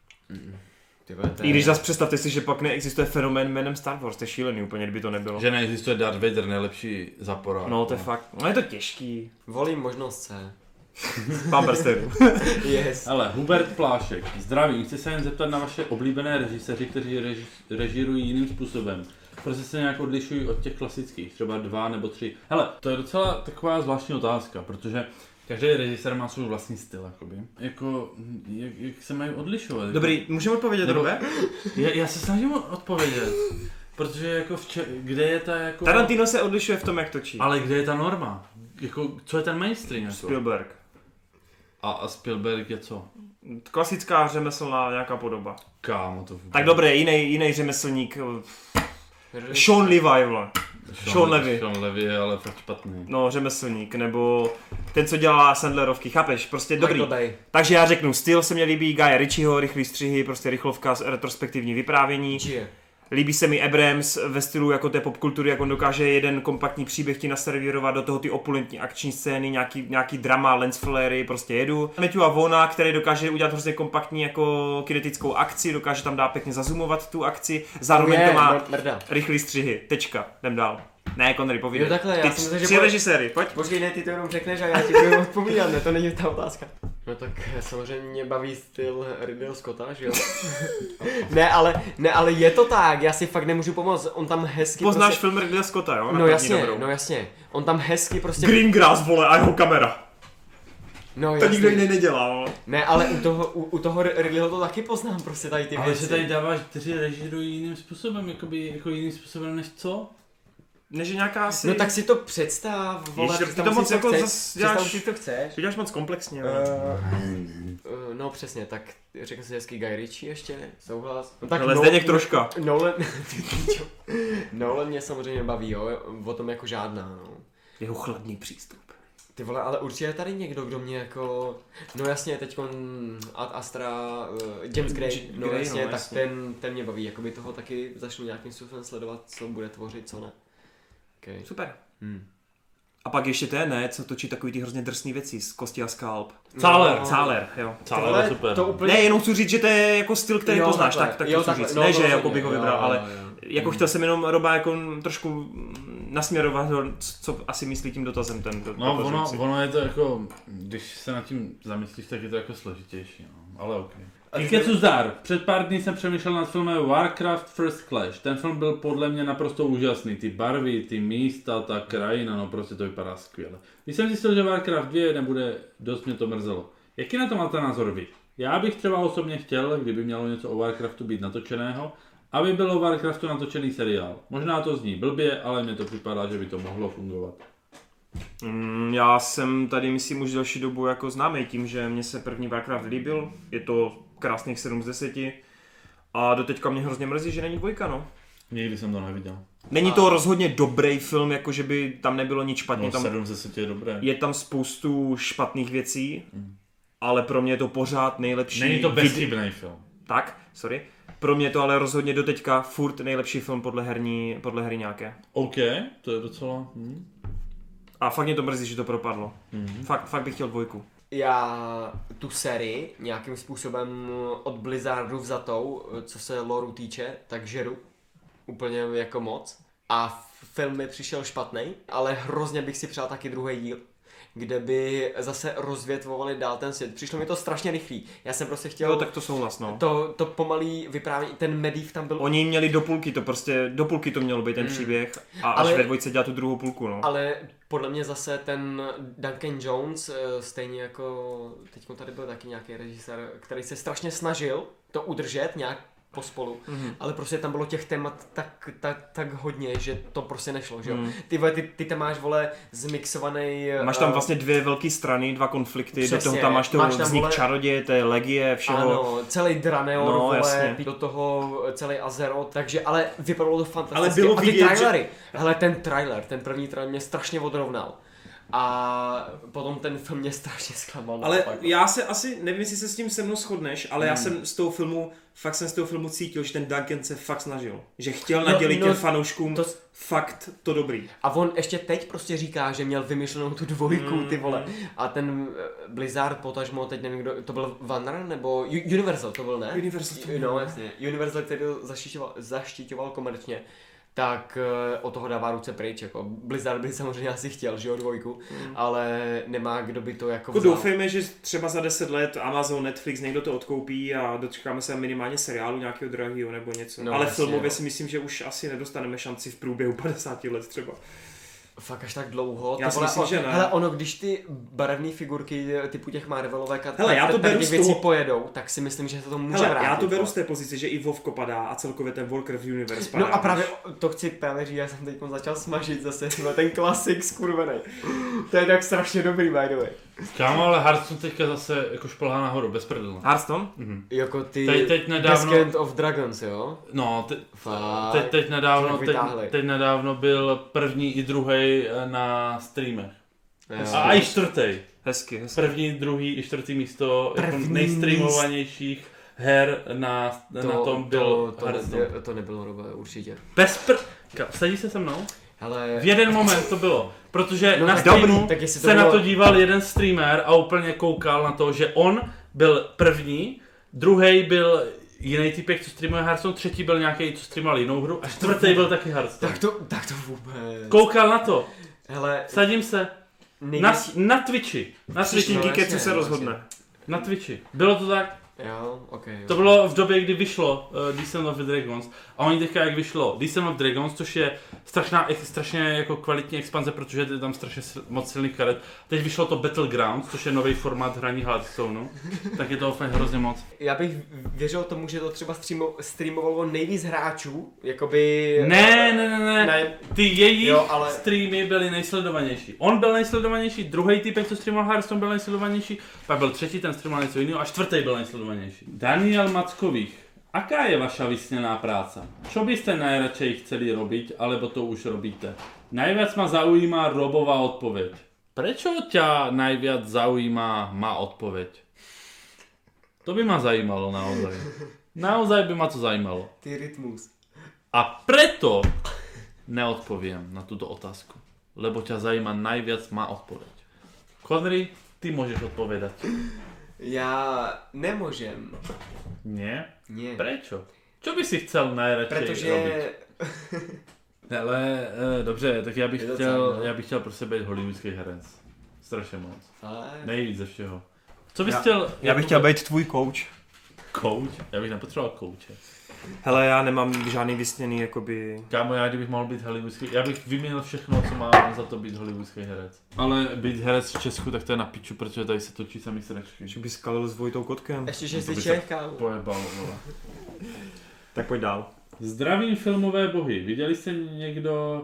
I když zase představte si, že pak neexistuje fenomén jménem Star Wars, to je šílený úplně, kdyby to nebylo. Že neexistuje Darth Vader, nejlepší zapora. No to je fakt, no je to těžký. Volím možnost C. Pán prstenů. Yes. Ale Hubert Plášek, zdravím, chci se jen zeptat na vaše oblíbené režiséři, kteří režírují jiným způsobem. Prostě se nějak odlišují od těch klasických, třeba 2 nebo 3. Hele, to je docela taková zvláštní otázka, protože každý režisér má svůj vlastní styl, jakoby. Jako, jak se mají odlišovat? Dobrý, můžeme odpovědět, Robe? Já se snažím odpovědět, protože jako kde je ta jako... Tarantino se odlišuje v tom, jak točí. Ale kde je ta norma? Jako, co je ten mainstream? Jako? Spielberg. A Spielberg je co? Klasická řemeslná nějaká podoba. Kámo, to vůbec. Tak dobré, jiný řemeslník. Sean Levy, vole. Sean Levy je ale fakt špatný. No, řemeslník, nebo ten, co dělá Sandlerovky, chápeš? Prostě dobrý. Takže já řeknu, styl se mě líbí Guya Ritchieho, rychlý střihy, prostě rychlovka, retrospektivní vyprávění. Líbí se mi Abrams ve stylu jako té popkultury, jak on dokáže jeden kompaktní příběh ti naservírovat, do toho ty opulentní akční scény, nějaký drama, lens flarery, prostě jedu. Matthewa Vaughna, který dokáže udělat hrozně kompaktní jako kinetickou akci, dokáže tam dát pěkně zazumovat tu akci, zároveň to má rychlý střihy, tečka, jdem dál. Ne, Connery, povídej. Jo, takhle, já jsem myslel, že... Tři režiséry, pojď. Počkej, ne, ty to jenom řekneš a já ti budu odpovídat, ne, to není ta otázka. No tak samozřejmě mě baví styl Ridleyho Scotta, že jo? ne, ale je to tak, já si fakt nemůžu pomoct, on tam hezky Poznáš prostě... film Ridleyho Scotta, jo? No jasně, on tam hezky prostě... Greengrass, vole, a jeho kamera. No, to jasně. nikdo jiný nedělá, vole. Ne, ale u toho Ridleyho to taky poznám, prostě tady ty ale věci. že tady dáváš 4 režírují jiným způsobem, jako jiným způsobem než co? Než nějaká asi... No tak si to představ, vole, Ježiš, ty to moc jako zase děláš... to chceš. Ty děláš moc komplexně, No přesně, tak řekl si hezký Guy Ritchie ještě, souhlas. No, tak ale Zdeněk troška. Nolan mě samozřejmě baví, jo, o tom jako žádná, no. Jeho chladný přístup. Ty vole, ale určitě je tady někdo, kdo mě jako... No jasně, teďkon Ad Astra, James Gray, no jasně, tak ten mě baví, jakoby toho taky začnu nějakým způsobem sledovat, co bude tvořit, co ne. Okay. Super. A pak ještě co točí takový ty hrozně drsný věci z Kosti a skalp. Cáler, jo. Cáler je super. To úplně... Ne, jenom chci říct, že to je jako styl, který poznáš, tak to chci říct. Ne, že jako bych ho vybral, ale jako chtěl jsem jenom Roba jako trošku nasměrovat, co asi myslí tím dotazem ten. Ono je to jako, když se nad tím zamyslíš, tak je to jako složitější, no. Ale okej. Iketsu zdar. Před pár dní jsem přemýšlel nad filmem Warcraft First Clash. Ten film byl podle mě naprosto úžasný. Ty barvy, ty místa, ta krajina, no prostě to vypadá skvěle. Když jsem zjistil, že Warcraft 2 nebude, dost mě to mrzelo. Jaký na to máte názor vy? Já bych třeba osobně chtěl, kdyby mělo něco o Warcraftu být natočeného, aby bylo o Warcraftu natočený seriál. Možná to zní blbě, ale mně to připadá, že by to mohlo fungovat. Já jsem tady, myslím, už delší dobu jako známý tím, že mně se první Warcraft líbil. Je to krásných 7 z 10. A doteďka mě hrozně mrzí, že není dvojka, no. Nikdy jsem to neviděl. Není to rozhodně dobrý film, jako že by tam nebylo nic špatně. No, tam 7 z 10 je dobré. Je tam spoustu špatných věcí, ale pro mě je to pořád nejlepší. Není to bezchybný film. Tak, sorry. Pro mě to ale rozhodně doteďka furt nejlepší film podle hry nějaké. OK, to je docela... A fakt mě to mrzí, že to propadlo. Fakt bych chtěl dvojku. Já tu sérii nějakým způsobem od Blizzardu vzatou, co se loru týče, tak žeru úplně jako moc. A film mi přišel špatnej, ale hrozně bych si přál taky druhý díl, kde by zase rozvětvovali dál ten svět. Přišlo mi to strašně rychlý. Já jsem prostě chtěl... Jo, tak to souhlas, no. To pomalý vyprávění, ten Medivh tam byl... Oni měli do půlky to mělo být ten příběh a až ve dvojce dělat tu druhou půlku, no. Ale podle mě zase ten Duncan Jones, stejně jako teď tady byl taky nějaký režisér, který se strašně snažil to udržet nějak pospolu, ale prostě tam bylo těch témat tak hodně, že to prostě nešlo, že jo. Ty tam máš, vole, zmixovaný... Máš tam vlastně dvě velké strany, dva konflikty, do toho tam máš vznik vole... čaroděje, té legie, všeho. Ano, celý Draenor, no, vole, jasně. Do toho celý Azeroth, takže, ale vypadalo to fantasticky. Ale bylo a ty vidět, trailery, hele, ten první trailer mě strašně odrovnal. A potom ten film mě strašně zklamal. Ale já se asi, nevím, jestli se s tím se mnou shodneš, ale já jsem z toho filmu cítil, že ten Duncan se fakt snažil. Že chtěl nadělit těm fanouškům fakt to dobrý. A on ještě teď prostě říká, že měl vymyšlenou tu dvojku, ty vole. A ten Blizzard, potažmo, teď nevím kdo, to byl Warner nebo Universal to byl, ne? Universal to byl. No jasně, Universal, který zaštiťoval komerčně. Tak od toho dává ruce pryč, jako Blizzard by samozřejmě asi chtěl, že jo, dvojku, ale nemá kdo by to jako vzal. Doufejme, že třeba za 10 let Amazon, Netflix někdo to odkoupí a dočkáme se minimálně seriálu nějakého drahého nebo něco, no, ale filmově si myslím, že už asi nedostaneme šanci v průběhu 50 let třeba. Fakt až tak dlouho? Já si myslím, že ne. Hele, ono, když ty barevné figurky typu těch Marvelovek a věci toho... pojedou, tak si myslím, že se to může vrátit. Já to beru z té pozice, že i WoW padá a celkově ten Warcraft Universe padá. No a právě to chci právě říct, já jsem teď začal smažit zase ten klasik skurvenej. To je tak strašně dobrý, by the way. Kámo, ale Hearthstone teďka zase jako šplhá nahoru, bez prdele. Hearthstone? Jako ty teď nedávno... Descent of Dragons, jo? No, teď nedávno byl první i druhý na streamech. A i čtvrtý. Hezky. První, druhý i čtvrtý místo jako nejstreamovanějších her na tom byl Hearthstone. To nebylo, Robe, určitě. Sedí se se mnou? Hele... V jeden moment to bylo, protože na streamu se na to díval jeden streamer a úplně koukal na to, že on byl první, druhý byl jiný typek, co streamuje Hearthstone, třetí byl nějaký, co streamoval jinou hru a čtvrtý byl taky Hearthstone. Tak to vůbec. Koukal na to. Hele, Sadím se. Na Twitchi. Příští díky, co se rozhodne. Na Twitchi. Bylo to tak? Jo, okay. To bylo v době, kdy vyšlo Descent of the Dragons a oni teďka jak vyšlo Descent of Dragons, což je strašně jako kvalitní expanze, protože je tam strašně moc silných karet. Teď vyšlo to Battlegrounds, což je nový formát hraní Hearthstoneu, tak je to úplně hrozně moc. Já bych věřil tomu, že to třeba streamovalo nejvíc hráčů, jakoby... Ne. Ty jejich streamy byly nejsledovanější. On byl nejsledovanější, druhý typek, co streamoval Hearthstone, byl nejsledovanější, pak byl třetí, ten streamoval něco jiného a čtvrtý byl nejsledovanější. Daniel Mackových. Aká je vaša vysněná práca? Čo byste najradšej chceli robiť, alebo to už robíte? Najviac ma zaujíma Robová odpoveď. Prečo ťa najviac zaujíma má odpoveď? To by ma zajímalo naozaj. Naozaj by ma to zajímalo. Ty rytmus. A preto neodpoviem na túto otázku. Lebo ťa zajíma najviac má odpoveď. Konry, ty môžeš odpovedať. Já nemůžem. Nie? Nie. Prečo? Čo by si chcel najradšej robiť? Ale dobře, tak já bych chtěl pro sebe být hollywoodský herec. Strašně moc. Nejvíc ze všeho. Co bys chtěl? Já bych chtěl být tvůj coach. Coach? Já bych nepotřeboval coache. Hele, já nemám žádný vysněný, jakoby... Kámo, já kdybych mohl být hollywoodský, já bych vyměnil všechno, co mám za to být hollywoodský herec. Ale být herec v Česku, tak to je na piču, protože tady se točí samý sračky. Že bys skalil s Vojtou Kotkem. Ještě, že jsi Čech, kámo. Pojebal, vole. Tak pojď dál. Zdravím filmové bohy. Viděli jste někdo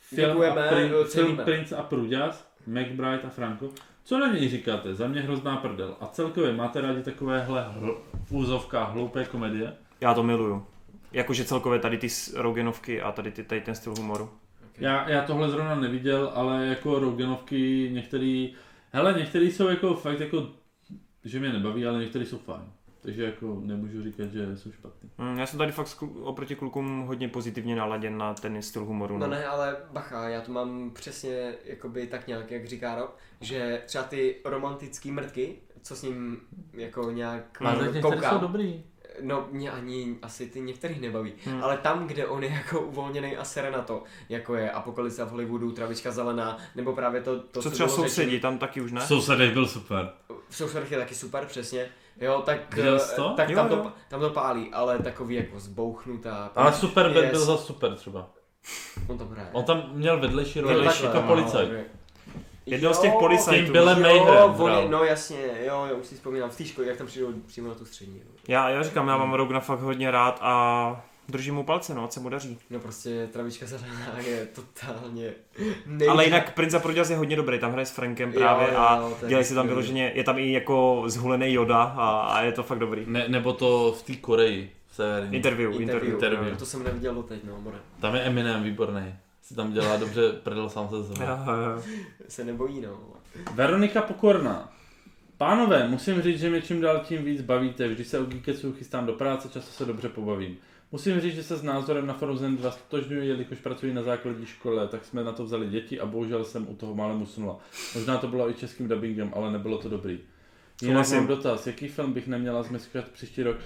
film Prince a Průďas, McBride a Franco? Co na něj říkáte? Za mě hrozná prdel. A celkově máte rádi takovéhle v úzovkách hloupé komedie? Já to miluju. Jakože celkově tady ty Rogenovky a tady ten styl humoru. Okay. Já tohle zrovna neviděl, ale jako Rogenovky některý jsou jako fakt jako, že mě nebaví, ale některý jsou fajn. Takže jako nemůžu říkat, že jsou špatný. Já jsem tady fakt oproti klukům hodně pozitivně naladěn na ten styl humoru. No ne, ale bacha, já to mám přesně jakoby tak nějak, jak říká Rob, že třeba ty romantický mrtky, co s ním jako nějak koukám. Jsou dobrý. No, mě ani asi ty některých nebaví, ale tam, kde on je jako uvolněný a sere na to, jako je Apokalypsa v Hollywoodu, Travička zelená, nebo právě to co třeba Sousedí, tam taky už ne? V Sousedech byl super. V Sousedech je taky super, přesně. Jo, tak tam to pálí, ale takový jako zbouchnutá. Ale super byl za super třeba. On tam hraje. On tam měl vedlejší roli jako policajt. Jednou z těch policajtů. No jasně, jo, už si vzpomínám v té škole, jak tam přijdou přímo na tu střední. Já říkám, já mám Rogna fakt hodně rád a držím mu palce, ať se mu daří. No prostě Travička zelená je totálně ale jinak Prince a Průďas je hodně dobrý, tam hraje s Frankem právě a dělají si tam vyloženě, je tam i jako zhulený Yoda a je to fakt dobrý. Nebo to v té Koreji. Interview. To jsem neviděl doteď, no, more. Tam je Eminem výborný. Si tam dělá dobře prdel sám se sebou. Se nebojí, no. Veronika Pokorná. Pánové, musím říct, že mě čím dál tím víc bavíte. Když se o Geeketsu chystám do práce, často se dobře pobavím. Musím říct, že se s názorem na Frozen 2 stotožňuji, jelikož pracuji na základní škole, tak jsme na to vzali děti a bohužel jsem u toho málem usnula. Možná to bylo i českým dubbingem, ale nebylo to dobrý. Jinak mám dotaz, jaký film bych neměla zmyskat příští rok?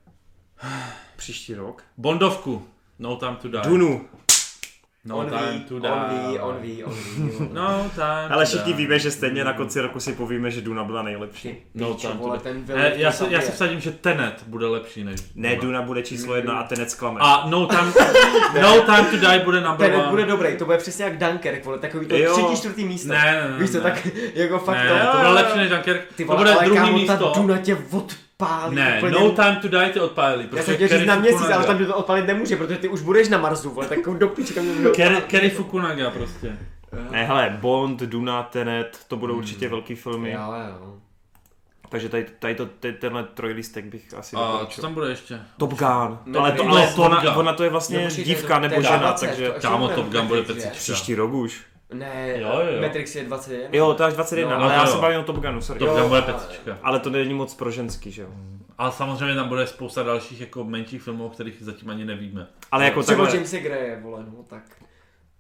Příští rok? Bondovku. No Time to Die. Dunu. No Time to Die. On ví. No Time. Ale všichni víme, že stejně na konci roku si povíme, že Duna byla nejlepší. No Time to Die. Já se vsadím, že Tenet bude lepší než Ne, Duna bude číslo 1 a Tenet zklame. A No Time to Die bude number 1. Tenet bude dobrý, to bude přesně jak Dunkirk, vole, takový to 3., 4. místo. Ne. Víš co, tak jako fakt to bude lepší než Dunkirk. To bude druhý místo. Ta Duna tě odpálí. Ne, No Time to Die tě odpálí. Já jsem chtěl říct na měsíc, ale tam to odpálit nemůže, protože ty už budeš na Marsu, vole, tak do piči tam Kerry Fukunaga prostě. Ne, hele, Bond, Duna, Tenet, to budou určitě velký filmy. Jo. Takže tenhle trojlistek bych asi doporučil. A co tam bude ještě? Top Gun. Ona to je vlastně dívka nebo žena, takže... Kámo, Top Gun bude pecička. Příští rok už. Ne, jo. Matrix je 21. Jo, to až 21, ale já se bavím o Top Gunu, sorry. Top Gun bude pecička. Ale to není moc pro ženský, že jo? A samozřejmě tam bude spousta dalších jako menších filmů, o kterých zatím ani nevíme. Ale jako takhle... Třeba Jamese Graye, vole, no tak...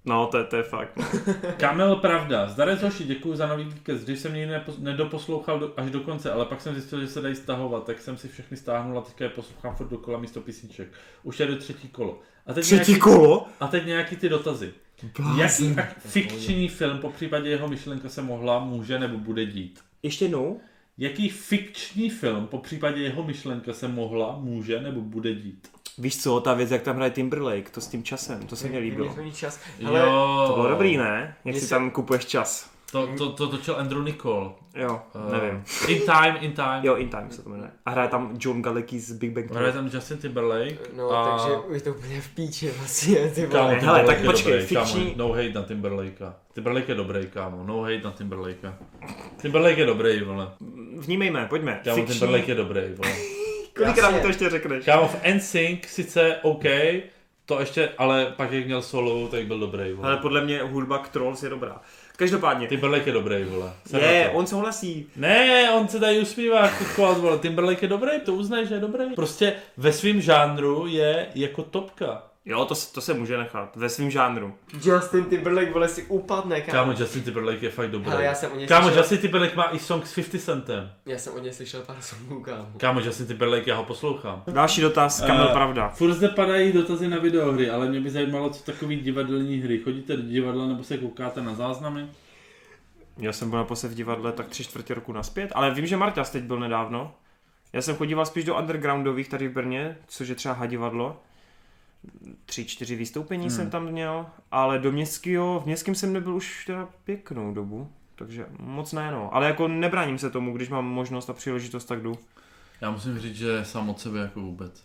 No, to je fakt. Kamil Pravda. Zdarec hoši, děkuji za nový Geekcast. Když jsem někdy nedoposlouchal až do konce, ale pak jsem zjistil, že se dají stahovat, tak jsem si všechny stáhnul a teďka je poslouchám furt dokola místo písniček. Už jde 3. kolo. A teď kolo? A teď nějaký ty dotazy. Jaký fikční film, po případě jeho myšlenka se může nebo bude dít? Ještě jednou? Jaký fikční film, po případě jeho myšlenka se může nebo bude dít? Víš co, ta věc, jak tam hraje Timberlake, to s tím časem, to se mi líbilo. Čas. Hele, to bylo dobrý, ne? Jak si tam kupuješ čas. To točil Andrew Nicole. Jo, nevím. In Time. Jo, In Time se to jmenuje. A hraje tam John Galecki z Big Bang Theory. Hraje tam Justin Timberlake. No, takže je to úplně v píči vlastně, ty vole. Hele, tak počkej, fikční... No hate na Timberlakea. Timberlake je dobrý, kámo. No hate na Timberlakea. Timberlake je dobrý, vole. Vnímejme, pojďme. Kámo, Timberlake je dobrý, vole. Kolikrát mi to ještě řekneš? Kámo, v NSYNC sice OK, to ještě, ale pak jak měl solo, tak byl dobrý, vole. Ale podle mě hudba k Trolls je dobrá. Každopádně. Timberlake je dobrý, vole. On souhlasí. Ne, on se tady usmívá, vole. Timberlake je dobrý, to uznaj, že je dobrý. Prostě ve svém žánru je jako topka. Jo, to se může nechat. Ve svém žánru. Justin Timberlake, vole, si upadne, kámo. Justin Timberlake je fakt dobrý. Hele, já jsem o něj slyšel... Justin Timberlake má i song s 50 Centem. Já jsem o něj slyšel pár songů, kámo. Kámo, Justin Timberlake, já ho poslouchám. Další dotaz, Kamil Pravda. Furt zde padají dotazy na videohry, ale mě by zajímalo, co takový divadelní hry. Chodíte do divadla nebo se koukáte na záznamy? Já jsem byl naposled v divadle tak 3/4 roku nazpět, ale vím, že Marťas teď byl nedávno. Já jsem chodíval spíš do undergroundových tady v Brně, což je třeba Hadivadlo. 3-4 vystoupení jsem tam měl, ale do městského, v městském jsem nebyl už teda pěknou dobu, takže moc ne, no. Ale jako nebráním se tomu, když mám možnost a příležitost, tak jdu. Já musím říct, že sám od sebe jako vůbec.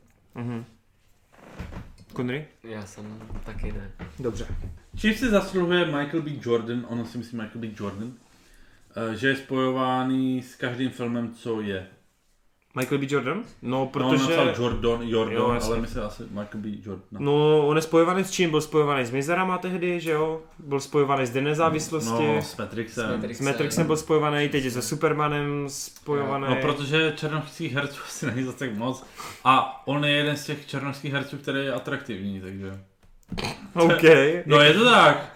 Konry? Já jsem taky ne. Dobře. Čím si zasluhuje Michael B. Jordan, ono si myslí Michael B. Jordan, že je spojovaný s každým filmem, co je? Michael B. Jordan? No, protože... No, on napsal Jordan, jo, ale myslím asi Michael B. Jordan. No, on je spojovaný s čím? Byl spojovaný s Mizerama tehdy, že jo? Byl spojovaný s Den nezávislosti. No, s Matrixem. S Matrixem byl spojovaný, teď je se Supermanem spojovaný. No, protože černošských herců asi není zase tak moc. A on je jeden z těch černošských herců, který je atraktivní, takže... OK. No, je to tak.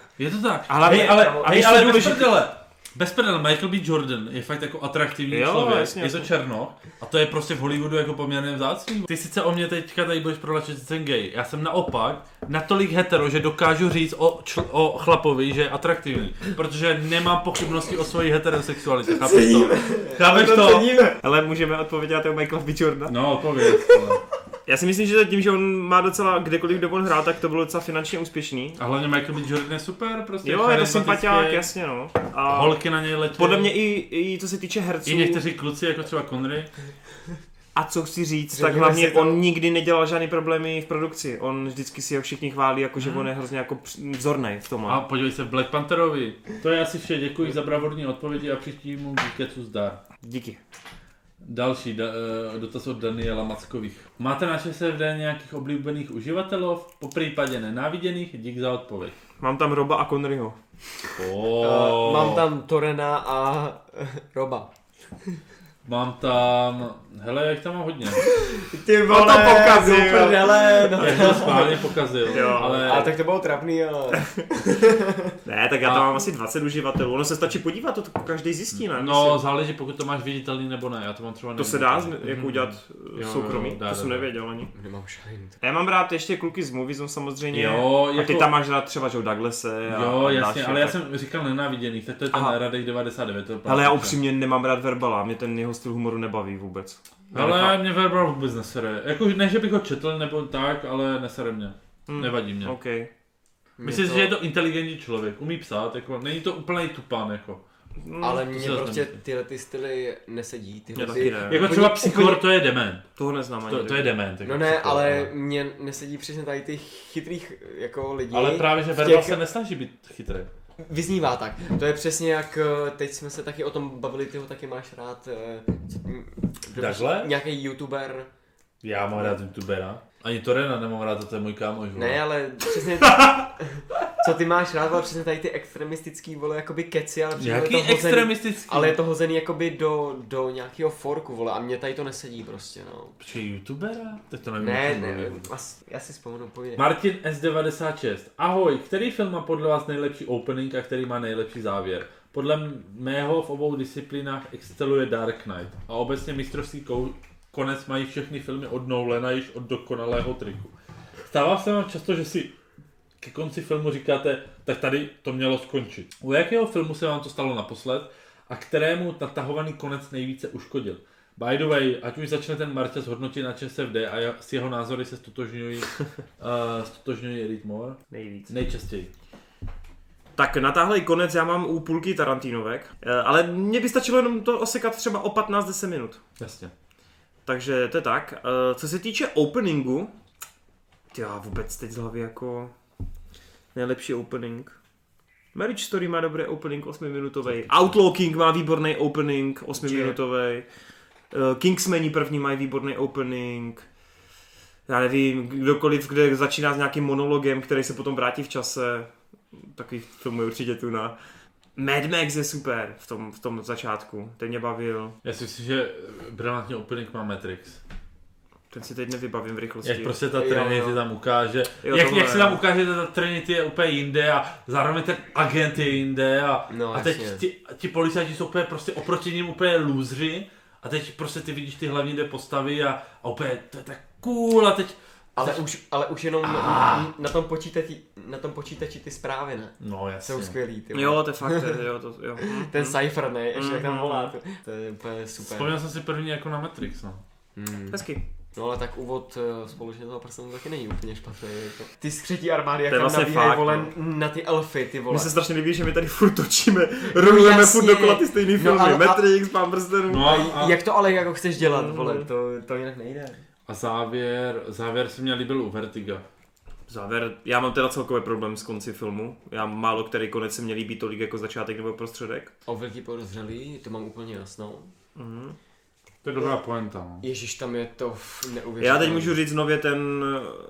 Ale bez prdele, Michael B. Jordan je fakt jako atraktivní člověk, jasně, je to černoch a to je prostě v Hollywoodu jako poměrně vzácný. Ty sice o mě teďka tady budeš prohlašovat, že jsem gay, já jsem naopak natolik hetero, že dokážu říct o chlapovi, že je atraktivní, protože nemám pochybnosti o svojí heterosexualitě, chápeš to? Chápeš to? Ale můžeme odpovědět na toho Michaela B. Jordana? No, odpověď. Já si myslím, že tím, že on má docela kdekoliv, kde on hrál, tak to bylo docela finančně úspěšný. A hlavně Michael B. Jordan je super, prostě. Jo, je to sympatiák, jasně, no. A holky na něj letí. Podle mě i co se týče herců. I někteří kluci, jako třeba Connery. A co chci říct, tak hlavně on nikdy nedělal žádný problémy v produkci. On vždycky si ho všichni chválí, jako že on je hrozně jako vzornej v tom. A podívej se v Black Pantherovi. To je asi vše, děkuji za bravurní odpovědi a příštímu Geekcastu zdar. Díky. Další dotaz od Daniela Mackových. Máte na ČSFD nějakých oblíbených uživatelů, po případě nenáviděných? Dík za odpověď. Mám tam Roba a Conneryho. Mám tam Torena a Roba. Mám tam... Hele, jak tam mám hodně. Ty vole, to pokazil, prdele. Já to schválně pokazil. Jo, ale... A tak to bylo trapný, ale... Ne, tak já tam mám asi 20 uživatelů. Ono se stačí podívat, to každý zjistí, ne? No, záleží, pokud to máš viditelný nebo ne. Já to mám třeba to se dá jako udělat soukromí? To jsem nevěděl ani. Nemám šajn. Já mám rád ještě kluky z Moviezone samozřejmě. Jo, jako... A ty tam máš rád třeba Joe Douglase. Jo, jasně, ale já jsem říkal nenáviděných, tak to je ten Radek 99. Ale já upřímně nemám rád Verbala, mě ten jeho styl humoru nebaví vůbec. Ale mě Verbal vůbec nesere. Jako ne, že bych ho četl nebo tak, ale nesere mě. Nevadí mě. Okay. Myslím si, že je to inteligentní člověk, umí psát, jako není to úplný tupán, jako. Ale mně prostě tyhle ty styly nesedí. Jako třeba Psychor, to je dement. Toho neznám ani. To je dement. Jako no ne, Psychor, ale mně nesedí přesně tady těch chytrých jako lidí. Ale právě, že Verbal se nesnaží být chytrý. Vyznívá tak. To je přesně jak, teď jsme se taky o tom bavili, ty ho taky máš rád. Takhle? Nějaký youtuber. Já mám rád youtubera. Ani Torena nemám rád, to je můj kámoš. Ne, ale přesně... Co ty máš rád, vole, přesně tady ty extremistický, vole, jakoby keci, ale Jaký extremistický? Ale je to hozený jakoby do nějakého forku, vole, a mě tady to nesedí prostě, no. Počkej, youtubera? Teď to nevím. Ne, já si vzpomenu, povídej. Martin S96. Ahoj, který film má podle vás nejlepší opening a který má nejlepší závěr? Podle mého v obou disciplínách exceluje Dark Knight a obecně mistrovský konec mají všechny filmy od Nolana již od dokonalého triku. Stává se vám často, že si ke konci filmu říkáte, tak tady to mělo skončit. U jakého filmu se vám to stalo naposled a kterému natahovaný konec nejvíce uškodil? By the way, ať už začne ten Marťas hodnotit na ČSFD a s jeho názory se stotožňují Edith Moore? Nejčastěji. Tak natáhlej konec já mám u půlky Tarantinovek, ale mně by stačilo jenom to osekat třeba o 15-10 minut. Jasně. Takže to je tak. Co se týče openingu, já vůbec teď z hlavy jako nejlepší opening. Marriage Story má dobrý opening 8-minutový. Outlaw King má výborný opening 8-minutový. Kingsmani první mají výborný opening. Já nevím, kdokoliv, kde začíná s nějakým monologem, který se potom vrátí v čase. Takových filmů je určitě tuna. Mad Max je super v tom začátku, ten mě bavil. Já si myslím, že brilantní opening má Matrix. Ten si teď nevybavím v rychlosti. Jak prostě ta Trinity tam ukáže, jak se tam ukáže, že ta Trinity je úplně jinde a zároveň ten agent je jinde a teď ti policajti jsou úplně prostě oproti ním úplně lůzři a teď prostě ty vidíš ty hlavní dvě postavy a úplně to je tak cool a teď... Ale už jenom na tom počítači ty zprávy, ne? No jasně. Jsou skvělý, ty. Jo, to je fakt, jo. Ten Cypher, ne? Ještě jak tam volá, to je úplně super. Vzpomněl jsem si první jako na Matrix, no. Hezky. No ale tak úvod společně toho prstenu taky není úplně špatný. Jako. Ty skřetí armády, jak tam vlastně nabíhají, vole, na ty elfy, ty vole. Mně se strašně líbí, že my tady furt točíme, rolujeme furt dokola ty stejný filmy, Matrix, Pán prstenů. No a jak to ale jako chceš dělat, vole, to jinak nejde. A závěr se mě líbil u Vertiga. Já mám teda celkový problém s konci filmu. Já málo který konec se mě líbí tolik jako začátek nebo prostředek. O Velký podezřelý, to mám úplně jasnou. To je dobrá pointa, no. Ježíš, tam je to neuvěřitelné. Já teď můžu říct nově ten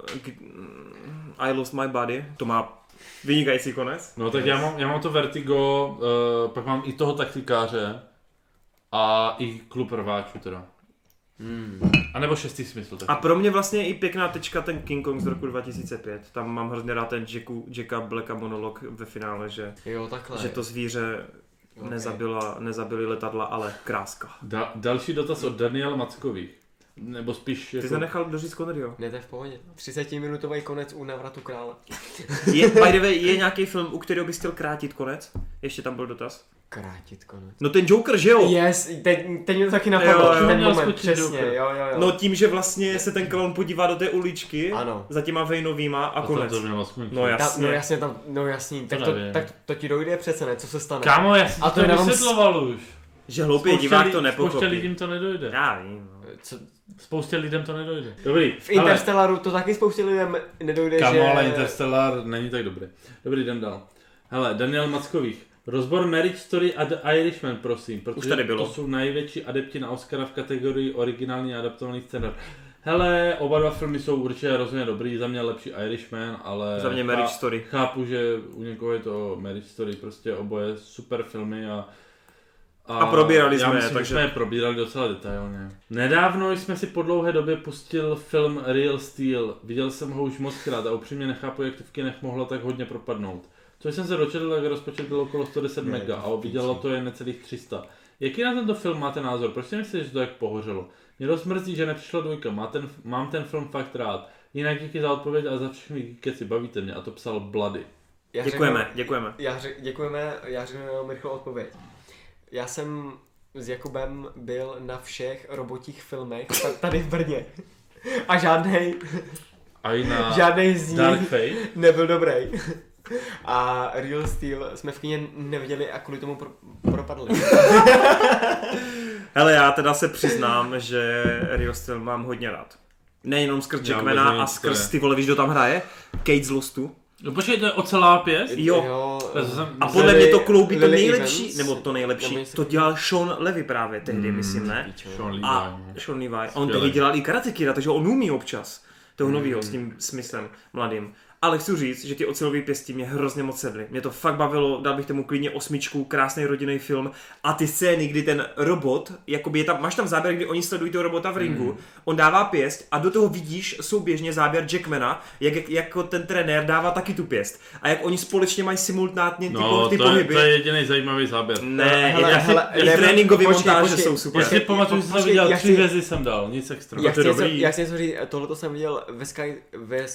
I Lost My Body, to má vynikající konec. No tak já mám to Vertigo, pak mám i toho taktikáře a i Klub rváčů teda. A nebo Šestý smysl. Taky. A pro mě vlastně i pěkná tečka ten King Kong z roku 2005. Tam mám hrozně rád ten Jacka Blacka monolog ve finále, že to zvíře nezabili letadla, ale kráska. Další dotaz od Daniela Mackových. Nebo spíš... Ty jsi nechal doříct Conneryho. Ne, to je v pohodě. 30-minutový konec u Návratu krále. By the way, je nějaký film, u kterého bys chtěl krátit konec? Ještě tam byl dotaz. Krátit konec. No ten Joker, že jo? Yes, teď mě to taky napadlo, ten moment, přesně, jo. No tím, že vlastně se ten clown podívá do té uličky, ano. Za těma Vejnovýma a konec. No jasně. Tak to ti dojde přece, ne? Co se stane? Kámo, já jsem to vysvětloval už. Že hloupý divák to nepochopí. Spoustě lidem to nedojde. Já vím. Spoustě lidem to nedojde. Dobrý. V Interstellaru to taky spoustě lidem nedojde, kámo, že... ale Interstellar není tak dobrý. Dobrý, jdem dál. Hele, Daniel Mackových. Rozbor Marriage Story a The Irishman, prosím, protože to jsou největší adepti na Oscara v kategorii originální a adaptovaný scénář. Hele, oba dva filmy jsou určitě rozhodně dobrý, za mě lepší Irishman, ale... Za mě Marriage Story. Chápu, že u někoho je to Marriage Story, prostě oboje super filmy a probírali jsme je, takže jsme je probírali docela detailně. Nedávno jsme si po dlouhé době pustil film Real Steel. Viděl jsem ho už mockrát a upřímně nechápu, jak to v kinech mohlo tak hodně propadnout. Co jsem se dočetl, tak rozpočet byl okolo 110 mega a vidělo to je necelých 300. Jaký na tento film máte názor? Proč si myslíte, že to tak pohořelo? Mě dost mrzí, že nepřišla dvojka. Mám ten film fakt rád. Jinak díky za odpověď a za všechny keci, bavíte mě. A to psal Bloody. Děkujeme. Děkujeme, já řeknu jenom rychlou odpověď. Já jsem s Jakubem byl na všech robotích filmech tady v Brně. A žádnej z nich nebyl dobrý. A Real Steel jsme v kyně neviděli a kvůli tomu propadli. Hele, já teda se přiznám, že Real Steel mám hodně rád. Nejenom skrz Jackmana a skrz ty vole, víš, kdo tam hraje? Kate z Lostu. No počkej, to je ocelá pěst? Jo. A podle mě to kloubí to nejlepší, nebo to nejlepší, to dělal Sean Levy právě tehdy, myslím, ne? Sean Levy. On tehdy dělal i Karate Kida, takže on umí občas toho novýho s tím smyslem mladým. Ale chci říct, že ty ocelové pěsti mě hrozně moc sedly. Mě to fakt bavilo, dal bych tomu klidně 8, krásný rodinný film. A ty scény, kdy ten robot, jakoby je tam, máš tam záběr, kdy oni sledují toho robota v ringu, on dává pěst a do toho vidíš souběžně záběr Jackmana, jak jako ten trenér dává taky tu pěst. A jak oni společně mají simultánně ty pohyby. To je jediný zajímavý záběr. Ne, tréninkový montáže jsou super. Já si pamatuju, že jsem viděl 3 hvězdy jsem dal, nic extra. Já chci něco říct, tohleto jsem viděl ve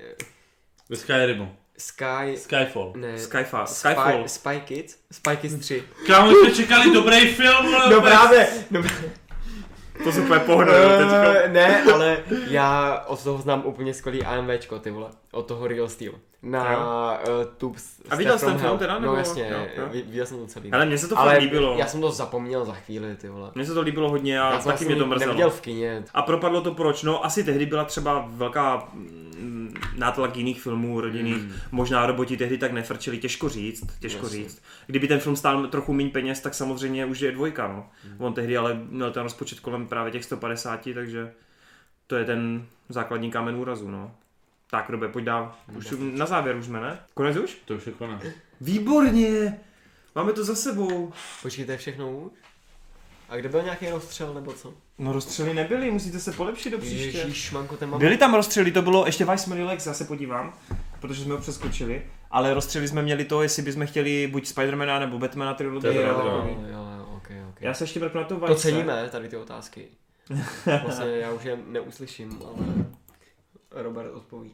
Skyrimu. Skyfall. Ne. Skyfall. Spy Kids 3. Kámo, jsme čekali dobrý film, no právě. To se úplně pohne, ne, ale já od toho znám úplně skvělý AMVčko, ty vole. Od toho Real Steel. Na Tubes. A viděl jsi ten film teda? No jasně, viděl jsem to celý. Ale mně se to fakt líbilo. Já jsem to zapomněl za chvíli, ty vole. Mně se to líbilo hodně a taky mě to mrzelo. Neviděl v kině. A propadlo to proč? No asi tehdy byla třeba velká nátlak jiných filmů rodinných, možná roboti tehdy tak nefrčeli, těžko říct. Kdyby ten film stál trochu méně peněz, tak samozřejmě už je 2, no. On tehdy ale měl ten rozpočet kolem právě těch 150, takže to je ten základní kámen úrazu, no. Tak, Robe, pojď dál. Už na závěr už jsme, ne? Konec už? To už je konec. Výborně! Máme to za sebou. Počkej, to je všechno už? A kde byl nějaký rozstřel nebo co? No rozstřely nebyly, musíte se polepšit do příště. Ježišmanko, ten mám... Byly tam rozstřely, to bylo ještě Vice Lex, já se podívám, protože jsme ho přeskočili. Ale rozstřely jsme měli to, jestli bychom chtěli buď Spidermana nebo Batmana trilogii. Okay. Já se ještě vrknu na to Vice. To ceníme, tady ty otázky. Vlastně já už je neuslyším, ale Robert odpoví.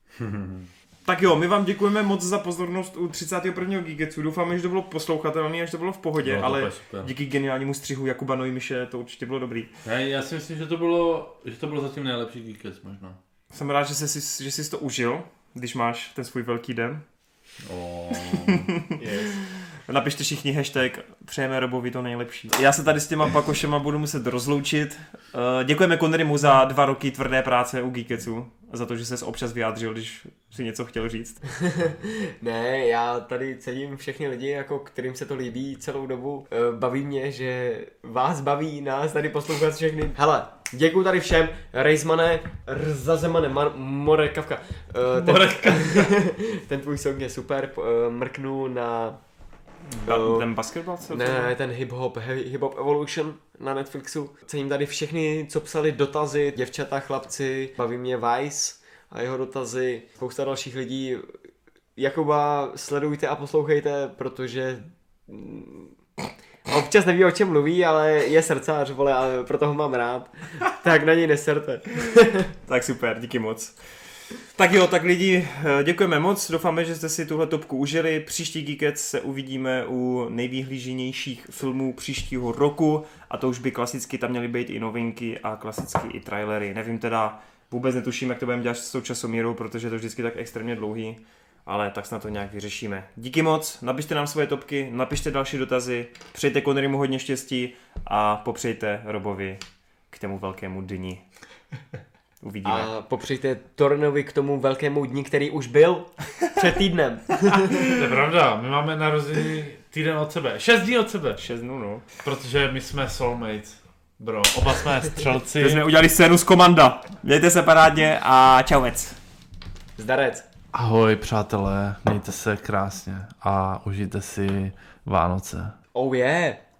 Tak jo, my vám děkujeme moc za pozornost u 31. Geeketsu. Doufáme, že to bylo poslouchatelné, až to bylo v pohodě, no, ale díky geniálnímu střihu Jakuba Nojmiše to určitě bylo dobrý. Já si myslím, že to bylo zatím nejlepší Geekets možná. Jsem rád, že jsi to užil, když máš ten svůj velký den. Yes. Napište všichni hashtag přejeme Robovi to nejlepší. Já se tady s těma pakošema budu muset rozloučit. Děkujeme Connerymu za 2 roky tvrdé práce u Geeketsu. Za to, že ses občas vyjádřil, když si něco chtěl říct. Ne, já tady cením všechny lidi, jako kterým se to líbí celou dobu. Baví mě, že vás baví, nás tady poslouchat všechny. Hele, děkuju tady všem. Rejsmane, Rzazemane, More Kafka. Ten tvůj song je super, mrknu na... ten basketball? Ne, ten Hip Hop Evolution na Netflixu. Cením tady všechny, co psali dotazy, děvčata, chlapci, baví mě Vice a jeho dotazy, spousta dalších lidí. Jakuba sledujte a poslouchejte, protože občas neví, o čem mluví, ale je srdcář, vole, a proto ho mám rád. Tak na něj neserte. Tak super, díky moc. Tak jo, tak lidi, děkujeme moc, doufáme, že jste si tuhle topku užili. Příští Geekets se uvidíme u nejvýhlíženějších filmů příštího roku a to už by klasicky tam měly být i novinky a klasicky i trailery. Nevím teda, vůbec netuším, jak to budeme dělat s tou časomírou, protože je to vždycky tak extrémně dlouhý, ale tak snad to nějak vyřešíme. Díky moc, napište nám svoje topky, napište další dotazy, přejte Connerymu hodně štěstí a popřejte Robovi k tomu velkému dni. Uvidíme. A popřejte Tornovi k tomu velkému dni, který už byl před týdnem. To je pravda, my máme narozeniny týden od sebe. 6 dní od sebe. 6 dnů, no. Protože my jsme soulmates. Bro, oba jsme střelci. My jsme udělali scénu z Komanda. Mějte se parádně a čauec. Zdarec. Ahoj přátelé, mějte se krásně a užijte si Vánoce. Oh yeah.